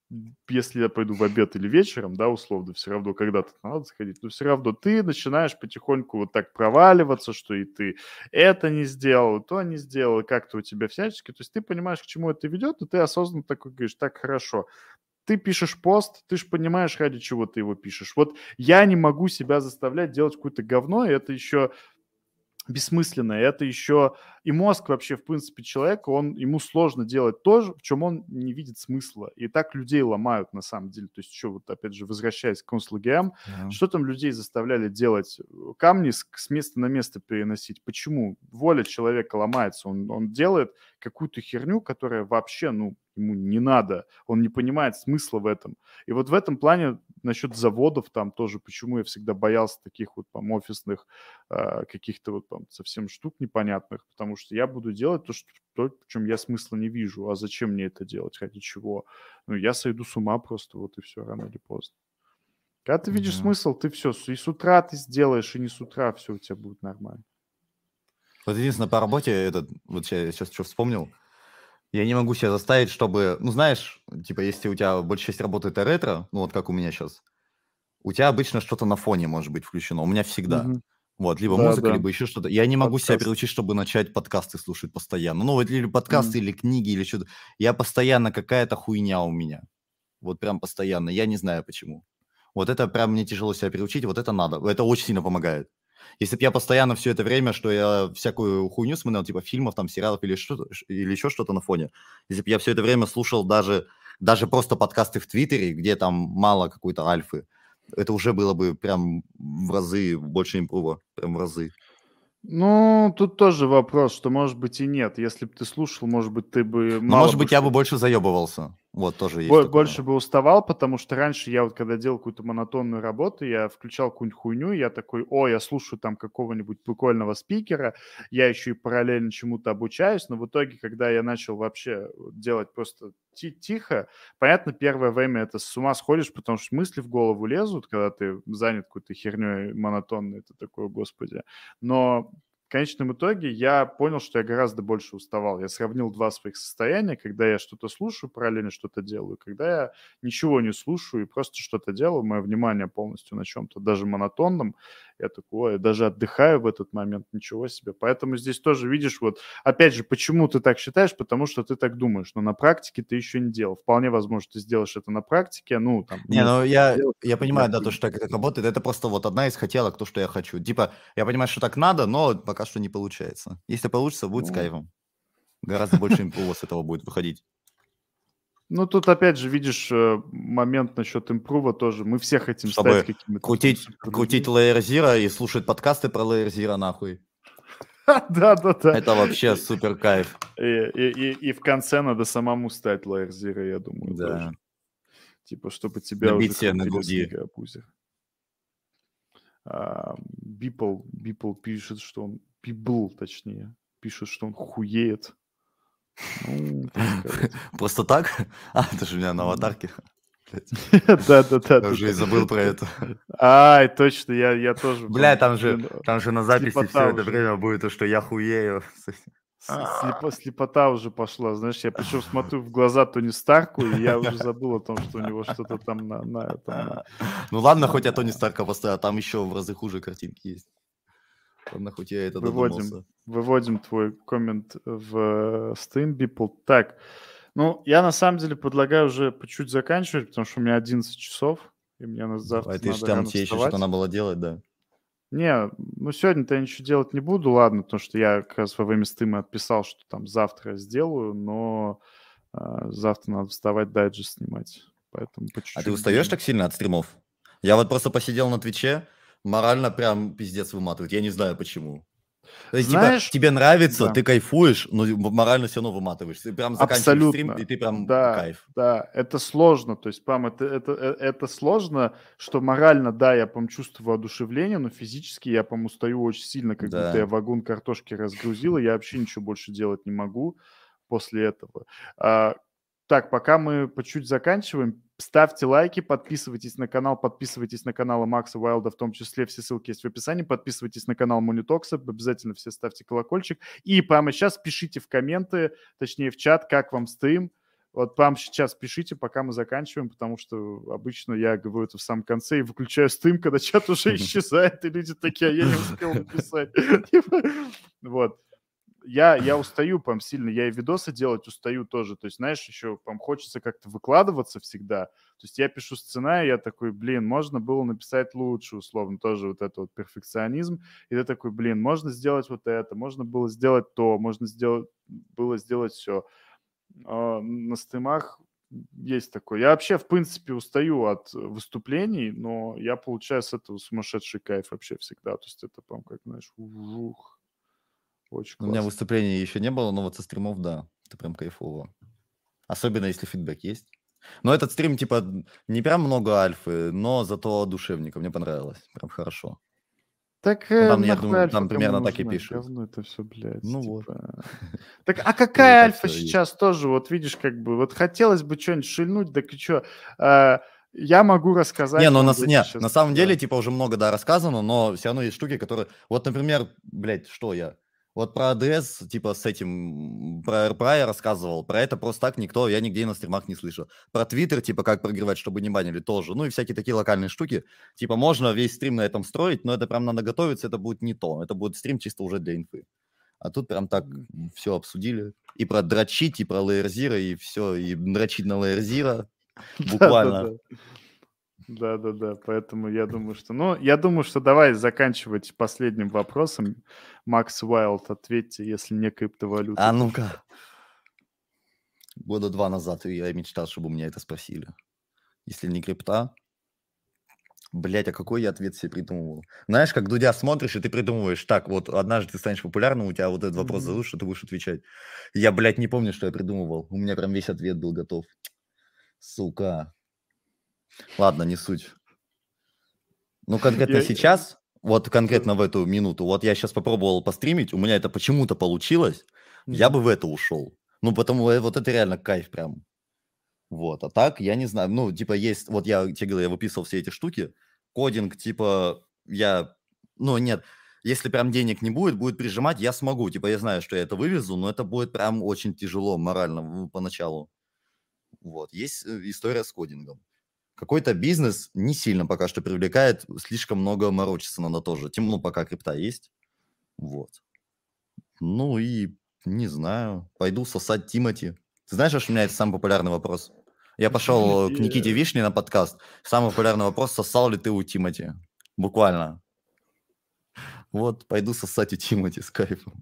если я пойду в обед или вечером, да, условно, все равно когда-то надо сходить, но все равно ты начинаешь потихоньку вот так проваливаться, что и ты это не сделал, то не сделал, как-то у тебя всячески. То есть ты понимаешь, к чему это ведет, и ты осознанно такой говоришь, так, хорошо. Ты пишешь пост, ты же понимаешь, ради чего ты его пишешь. Вот я не могу себя заставлять делать какое-то говно, и это еще бессмысленно. Это еще и мозг вообще, в принципе, человека, он, ему сложно делать то, же, в чем он не видит смысла. И так людей ломают на самом деле. То есть еще вот, опять же, возвращаясь к концлагерям, Да. что там людей заставляли делать? Камни с, с места на место переносить. Почему? Воля человека ломается. Он, он делает какую-то херню, которая вообще, ну, ему не надо. Он не понимает смысла в этом. И вот в этом плане насчет заводов там тоже, почему я всегда боялся таких вот там офисных э, каких-то вот там совсем штук непонятных, потому что я буду делать то, что, то, в чем я смысла не вижу. А зачем мне это делать? Ради чего? Ну, я сойду с ума просто, вот и все, рано или поздно. Когда ты видишь Мгм. смысл, ты все, и с утра ты сделаешь, и не с утра, все у тебя будет нормально. Вот единственное, по работе, этот, вот я сейчас что вспомнил, я не могу себя заставить, чтобы, ну, знаешь, типа, если у тебя большая часть работы это ретро, ну, вот как у меня сейчас, у тебя обычно что-то на фоне может быть включено. У меня всегда. Мгм. Вот, либо Да, музыка, да, либо еще что-то. Я не могу себя подкаст. приучить, чтобы начать подкасты слушать постоянно. Ну, вот или подкасты, М. или книги, или что-то. Я постоянно, какая-то хуйня у меня. Вот прям постоянно. Я не знаю почему. Вот это прям мне тяжело себя приучить, вот это надо. Это очень сильно помогает. Если бы я постоянно все это время, что я всякую хуйню смотрел, типа фильмов, там, сериалов или, что или еще что-то на фоне, если бы я все это время слушал даже, даже просто подкасты в Твиттере, где там мало какой-то альфы, это уже было бы прям в разы больше импрува, прям в разы. Ну, тут тоже вопрос, что может быть и нет. Если бы ты слушал, может быть, ты бы Но, мало может бы быть, я бы что больше заебывался. Вот, тоже есть Бо такое. больше бы уставал, потому что раньше я вот когда делал какую-то монотонную работу, я включал какую-нибудь хуйню, я такой: "О, я слушаю там какого-нибудь прикольного спикера". Я еще и параллельно чему-то обучаюсь, но в итоге, когда я начал вообще вот делать просто ти тихо, понятно, первое время это с ума сходишь, потому что мысли в голову лезут, когда ты занят какой-то херней монотонной. Ты такой: "Господи". Но в конечном итоге я понял, что я гораздо больше уставал. Я сравнил два своих состояния, когда я что-то слушаю, параллельно что-то делаю, когда я ничего не слушаю и просто что-то делаю, мое внимание полностью на чем-то, даже монотонном. Я такой: "Ой, я даже отдыхаю в этот момент, ничего себе". Поэтому здесь тоже, видишь, вот опять же, почему ты так считаешь? Потому что ты так думаешь, но на практике ты еще не делал. Вполне возможно, ты сделаешь это на практике, ну, там Не, ну несколько я, сделаешь я для понимаю, да, то, какой-нибудь. что как это работает. Это просто вот одна из хотелок, то, что я хочу. Типа, я понимаю, что так надо, но пока что не получается. Если получится, будет с Ну кайфом. Гораздо больше импрува с этого будет выходить. Ну, тут опять же, видишь, э, момент насчет импрува тоже. Мы все хотим стать Чтобы какими-то там крутить, крутить суперлюдьми. Layer Zero и слушать подкасты про Layer Zero нахуй. Да-да-да. Это вообще И супер кайф. и и и и в конце надо самому стать Layer Zero, я думаю, тоже. Да. Типа, чтобы тебя уже Набить себе на крутили с груди. нига-абузер. А, Бипл Бипл пишет, что он Библ, точнее, пишет, что он хуеет. Ну, так сказать. Просто так? А, это же у меня на М. аватарке. Блядь, я уже Да-да-да-да-да. и забыл про это. Ай, точно, я я тоже Бля, там, там же, блин, там же на записи слепота все это уже. время будет то, что я хуею. С слепо слепота уже пошла. Знаешь, я причем смотрю в глаза Тони Старку, и я уже забыл о том, что у него что-то там на на этом, на Ну ладно, на хоть я Тони на Старка поставил, а там еще в разы хуже картинки есть. Ладно, хоть я это Выводим додумался. выводим твой коммент в Steam Beeple. Так, ну, я на самом деле предлагаю уже по чуть заканчивать, потому что у меня одиннадцать часов, и мне на Давай, завтра ты ж надо там, рано тебе еще что-то вставать. надо было делать, да? Не, ну сегодня-то я ничего делать не буду, ладно, потому что я как раз во время стрима отписал, что там завтра сделаю, но, а, завтра надо вставать, дайджест снимать, поэтому по А ты чуть-чуть устаешь будем. так сильно от стримов? Я вот просто посидел на Твиче, морально прям пиздец выматывает. Я не знаю почему. То есть, типа, Знаешь, тебе нравится, да. ты кайфуешь, но м морально все равно выматываешься. Ты прям заканчиваешь стрим, и Абсолютно. ты прям Да, кайф. да, это сложно. То есть, прям это это э это сложно, что морально, да, я, прям чувствую воодушевление, но физически я, прям устаю очень сильно, как будто я Да. вагон картошки разгрузил, и я вообще ничего больше делать не могу после этого. А, так, пока мы по чуть заканчиваем, ставьте лайки, подписывайтесь на канал, подписывайтесь на каналы Макса Уайлда, в том числе все ссылки есть в описании, подписывайтесь на канал Монитокса, обязательно все ставьте колокольчик. И прямо сейчас пишите в комменты, точнее в чат, как вам стрим. Вот прямо сейчас пишите, пока мы заканчиваем, потому что обычно я говорю это в самом конце и выключаю стрим, когда чат уже исчезает, и люди такие: "А я не успел написать". Типа, вот. Я я устаю прям сильно, я и видосы делать устаю тоже. То есть, знаешь, еще прям хочется как-то выкладываться всегда. То есть я пишу сценарий, я такой: "Блин, можно было написать лучше", условно, тоже вот это вот перфекционизм. И ты такой: "Блин, можно сделать вот это, можно было сделать то, можно сделать было сделать все". А, на стримах есть такое. Я вообще, в принципе, устаю от выступлений, но я получаю с этого сумасшедший кайф вообще всегда. То есть это прям как, знаешь, ух, очень У меня классно. выступлений еще не было, но вот со стримов, да, это прям кайфово. Особенно если фидбэк есть. Но этот стрим, типа, не прям много альфы, но зато душевненько. Мне понравилось. Прям хорошо. Так Ну, э, там, я нахуй думаю, альфа там кому примерно так и нужна? пишут. Говно это все, блядь, Ну вот. типа. Так, а Тоже какая так альфа всё есть. сейчас тоже? Вот видишь, как бы, вот хотелось бы что-нибудь шильнуть, так и чё? А, я могу Не, рассказать ну на, вам, с- я не, сейчас, на самом да. деле, типа, уже много, да, рассказано, но все равно есть штуки, которые... Вот, например, блядь, что я? Вот про АДС, типа, с этим, про РПА я рассказывал, про это просто так никто, я нигде на стримах не слышал. Про Твиттер, типа, как прогревать, чтобы не банили, тоже. Ну и всякие такие локальные штуки. Типа, можно весь стрим на этом строить, но это прям надо готовиться, это будет не то. Это будет стрим чисто уже для инфы. А тут прям так все обсудили. И про дрочить, и про лейерзира, и все, и дрочить на лейерзира. Буквально. Да-да-да. Да-да-да, поэтому я думаю, что... Ну, я думаю, что давай заканчивать последним вопросом. Макс Уайлд, ответьте, если не криптовалюта, А то ну-ка. что? Года два назад я мечтал, чтобы у меня это спросили. Если не крипта, блять, а какой я ответ себе придумывал? Знаешь, как Дудя смотришь, и ты придумываешь, так, вот однажды ты станешь популярным, у тебя вот этот вопрос Мгм. зададут, что ты будешь отвечать. Я, блядь, не помню, что я придумывал. У меня прям весь ответ был готов. Сука. Ладно, не суть. Ну, конкретно Я- сейчас, вот Да. конкретно в эту минуту, вот я сейчас попробовал постримить, у меня это почему-то получилось, я Мгм. бы в это ушел. Ну, потому э, вот это реально кайф прям. Вот, а так, я не знаю, ну, типа, есть, вот я тебе говорю, я выписывал все эти штуки, кодинг, типа, я, ну, нет, если прям денег не будет, будет прижимать, я смогу, типа, я знаю, что я это вывезу, но это будет прям очень тяжело морально ну, поначалу. Вот, есть э, история с кодингом. Какой-то бизнес не сильно пока что привлекает, слишком много морочиться надо тоже, тем, ну, пока крипта есть, вот. Ну и, не знаю, пойду сосать Тимати. Ты знаешь, что у меня это самый популярный вопрос? Я пошел к Никите Я- Вишне на подкаст. Самый популярный вопрос, сосал ли ты у Тимати? Буквально. Вот, пойду сосать у Тимати с кайфом.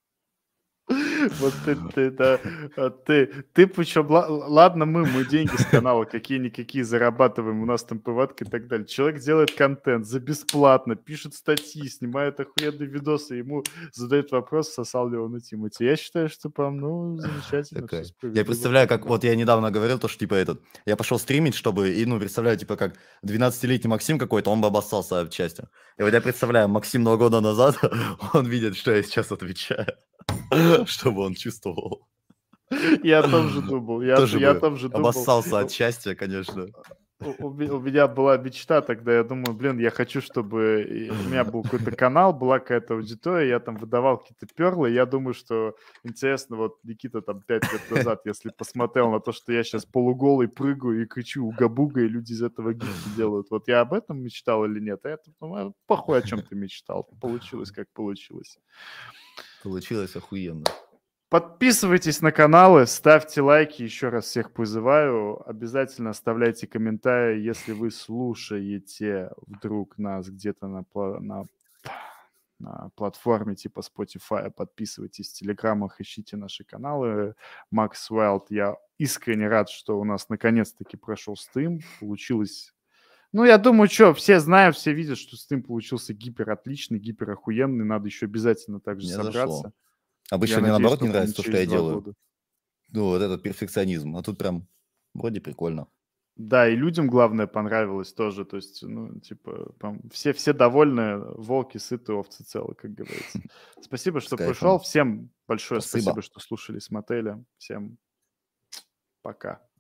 Вот ты, ты, да, а ты, ты причем, ла- ладно мы, мы деньги с канала какие-никакие зарабатываем, у нас там повадка и так далее. Человек делает контент за бесплатно, пишет статьи, снимает охуенные видосы, ему задают вопрос, сосал ли он у Тимати. Я считаю, что, прям, ну, замечательно, все Такая. справедливо. Я представляю, как Да. вот я недавно говорил, то, что типа этот, я пошел стримить, чтобы, и ну, представляю, типа как двенадцатилетний Максим какой-то, он бы обоссался от счастья. И вот я представляю, Максим два года назад, он видит, что я сейчас отвечаю, чтобы он чувствовал. Я о том же думал, я, Тоже я о бы том же думал. обоссался от счастья, конечно. У, у ме- у меня была мечта тогда, я думаю, блин, я хочу, чтобы и у меня был какой-то канал, была какая-то аудитория, я там выдавал какие-то перлы, я думаю, что интересно, вот Никита там пять лет назад, если посмотрел на то, что я сейчас полуголый прыгаю и кричу уга-буга, и люди из этого гифки делают, вот я об этом мечтал или нет? А я думаю, похуй, о чем ты мечтал, получилось как получилось. Получилось охуенно. Подписывайтесь на каналы, ставьте лайки, еще раз всех призываю. Обязательно оставляйте комментарии, если вы слушаете вдруг нас где-то на, пла- на, на платформе типа Spotify. Подписывайтесь в телеграммах, ищите наши каналы. Макс Уайлд, я искренне рад, что у нас наконец-таки прошел стрим. Получилось... Ну, я думаю, что, все знают, все видят, что стрим получился гипер отличный, гипер охуенный. Надо еще обязательно также Мне собраться. зашло. Обычно Я мне надеюсь, наоборот не только не нравится то, что через я два делаю. года. Ну, вот этот перфекционизм. А тут прям вроде прикольно. Да, и людям главное понравилось тоже, то есть, ну, типа, там, все, все довольны, волки сыты, овцы целы, как говорится. Спасибо, С что кайфом. пришел, всем большое Спасибо. спасибо, что слушали, смотрели, всем пока.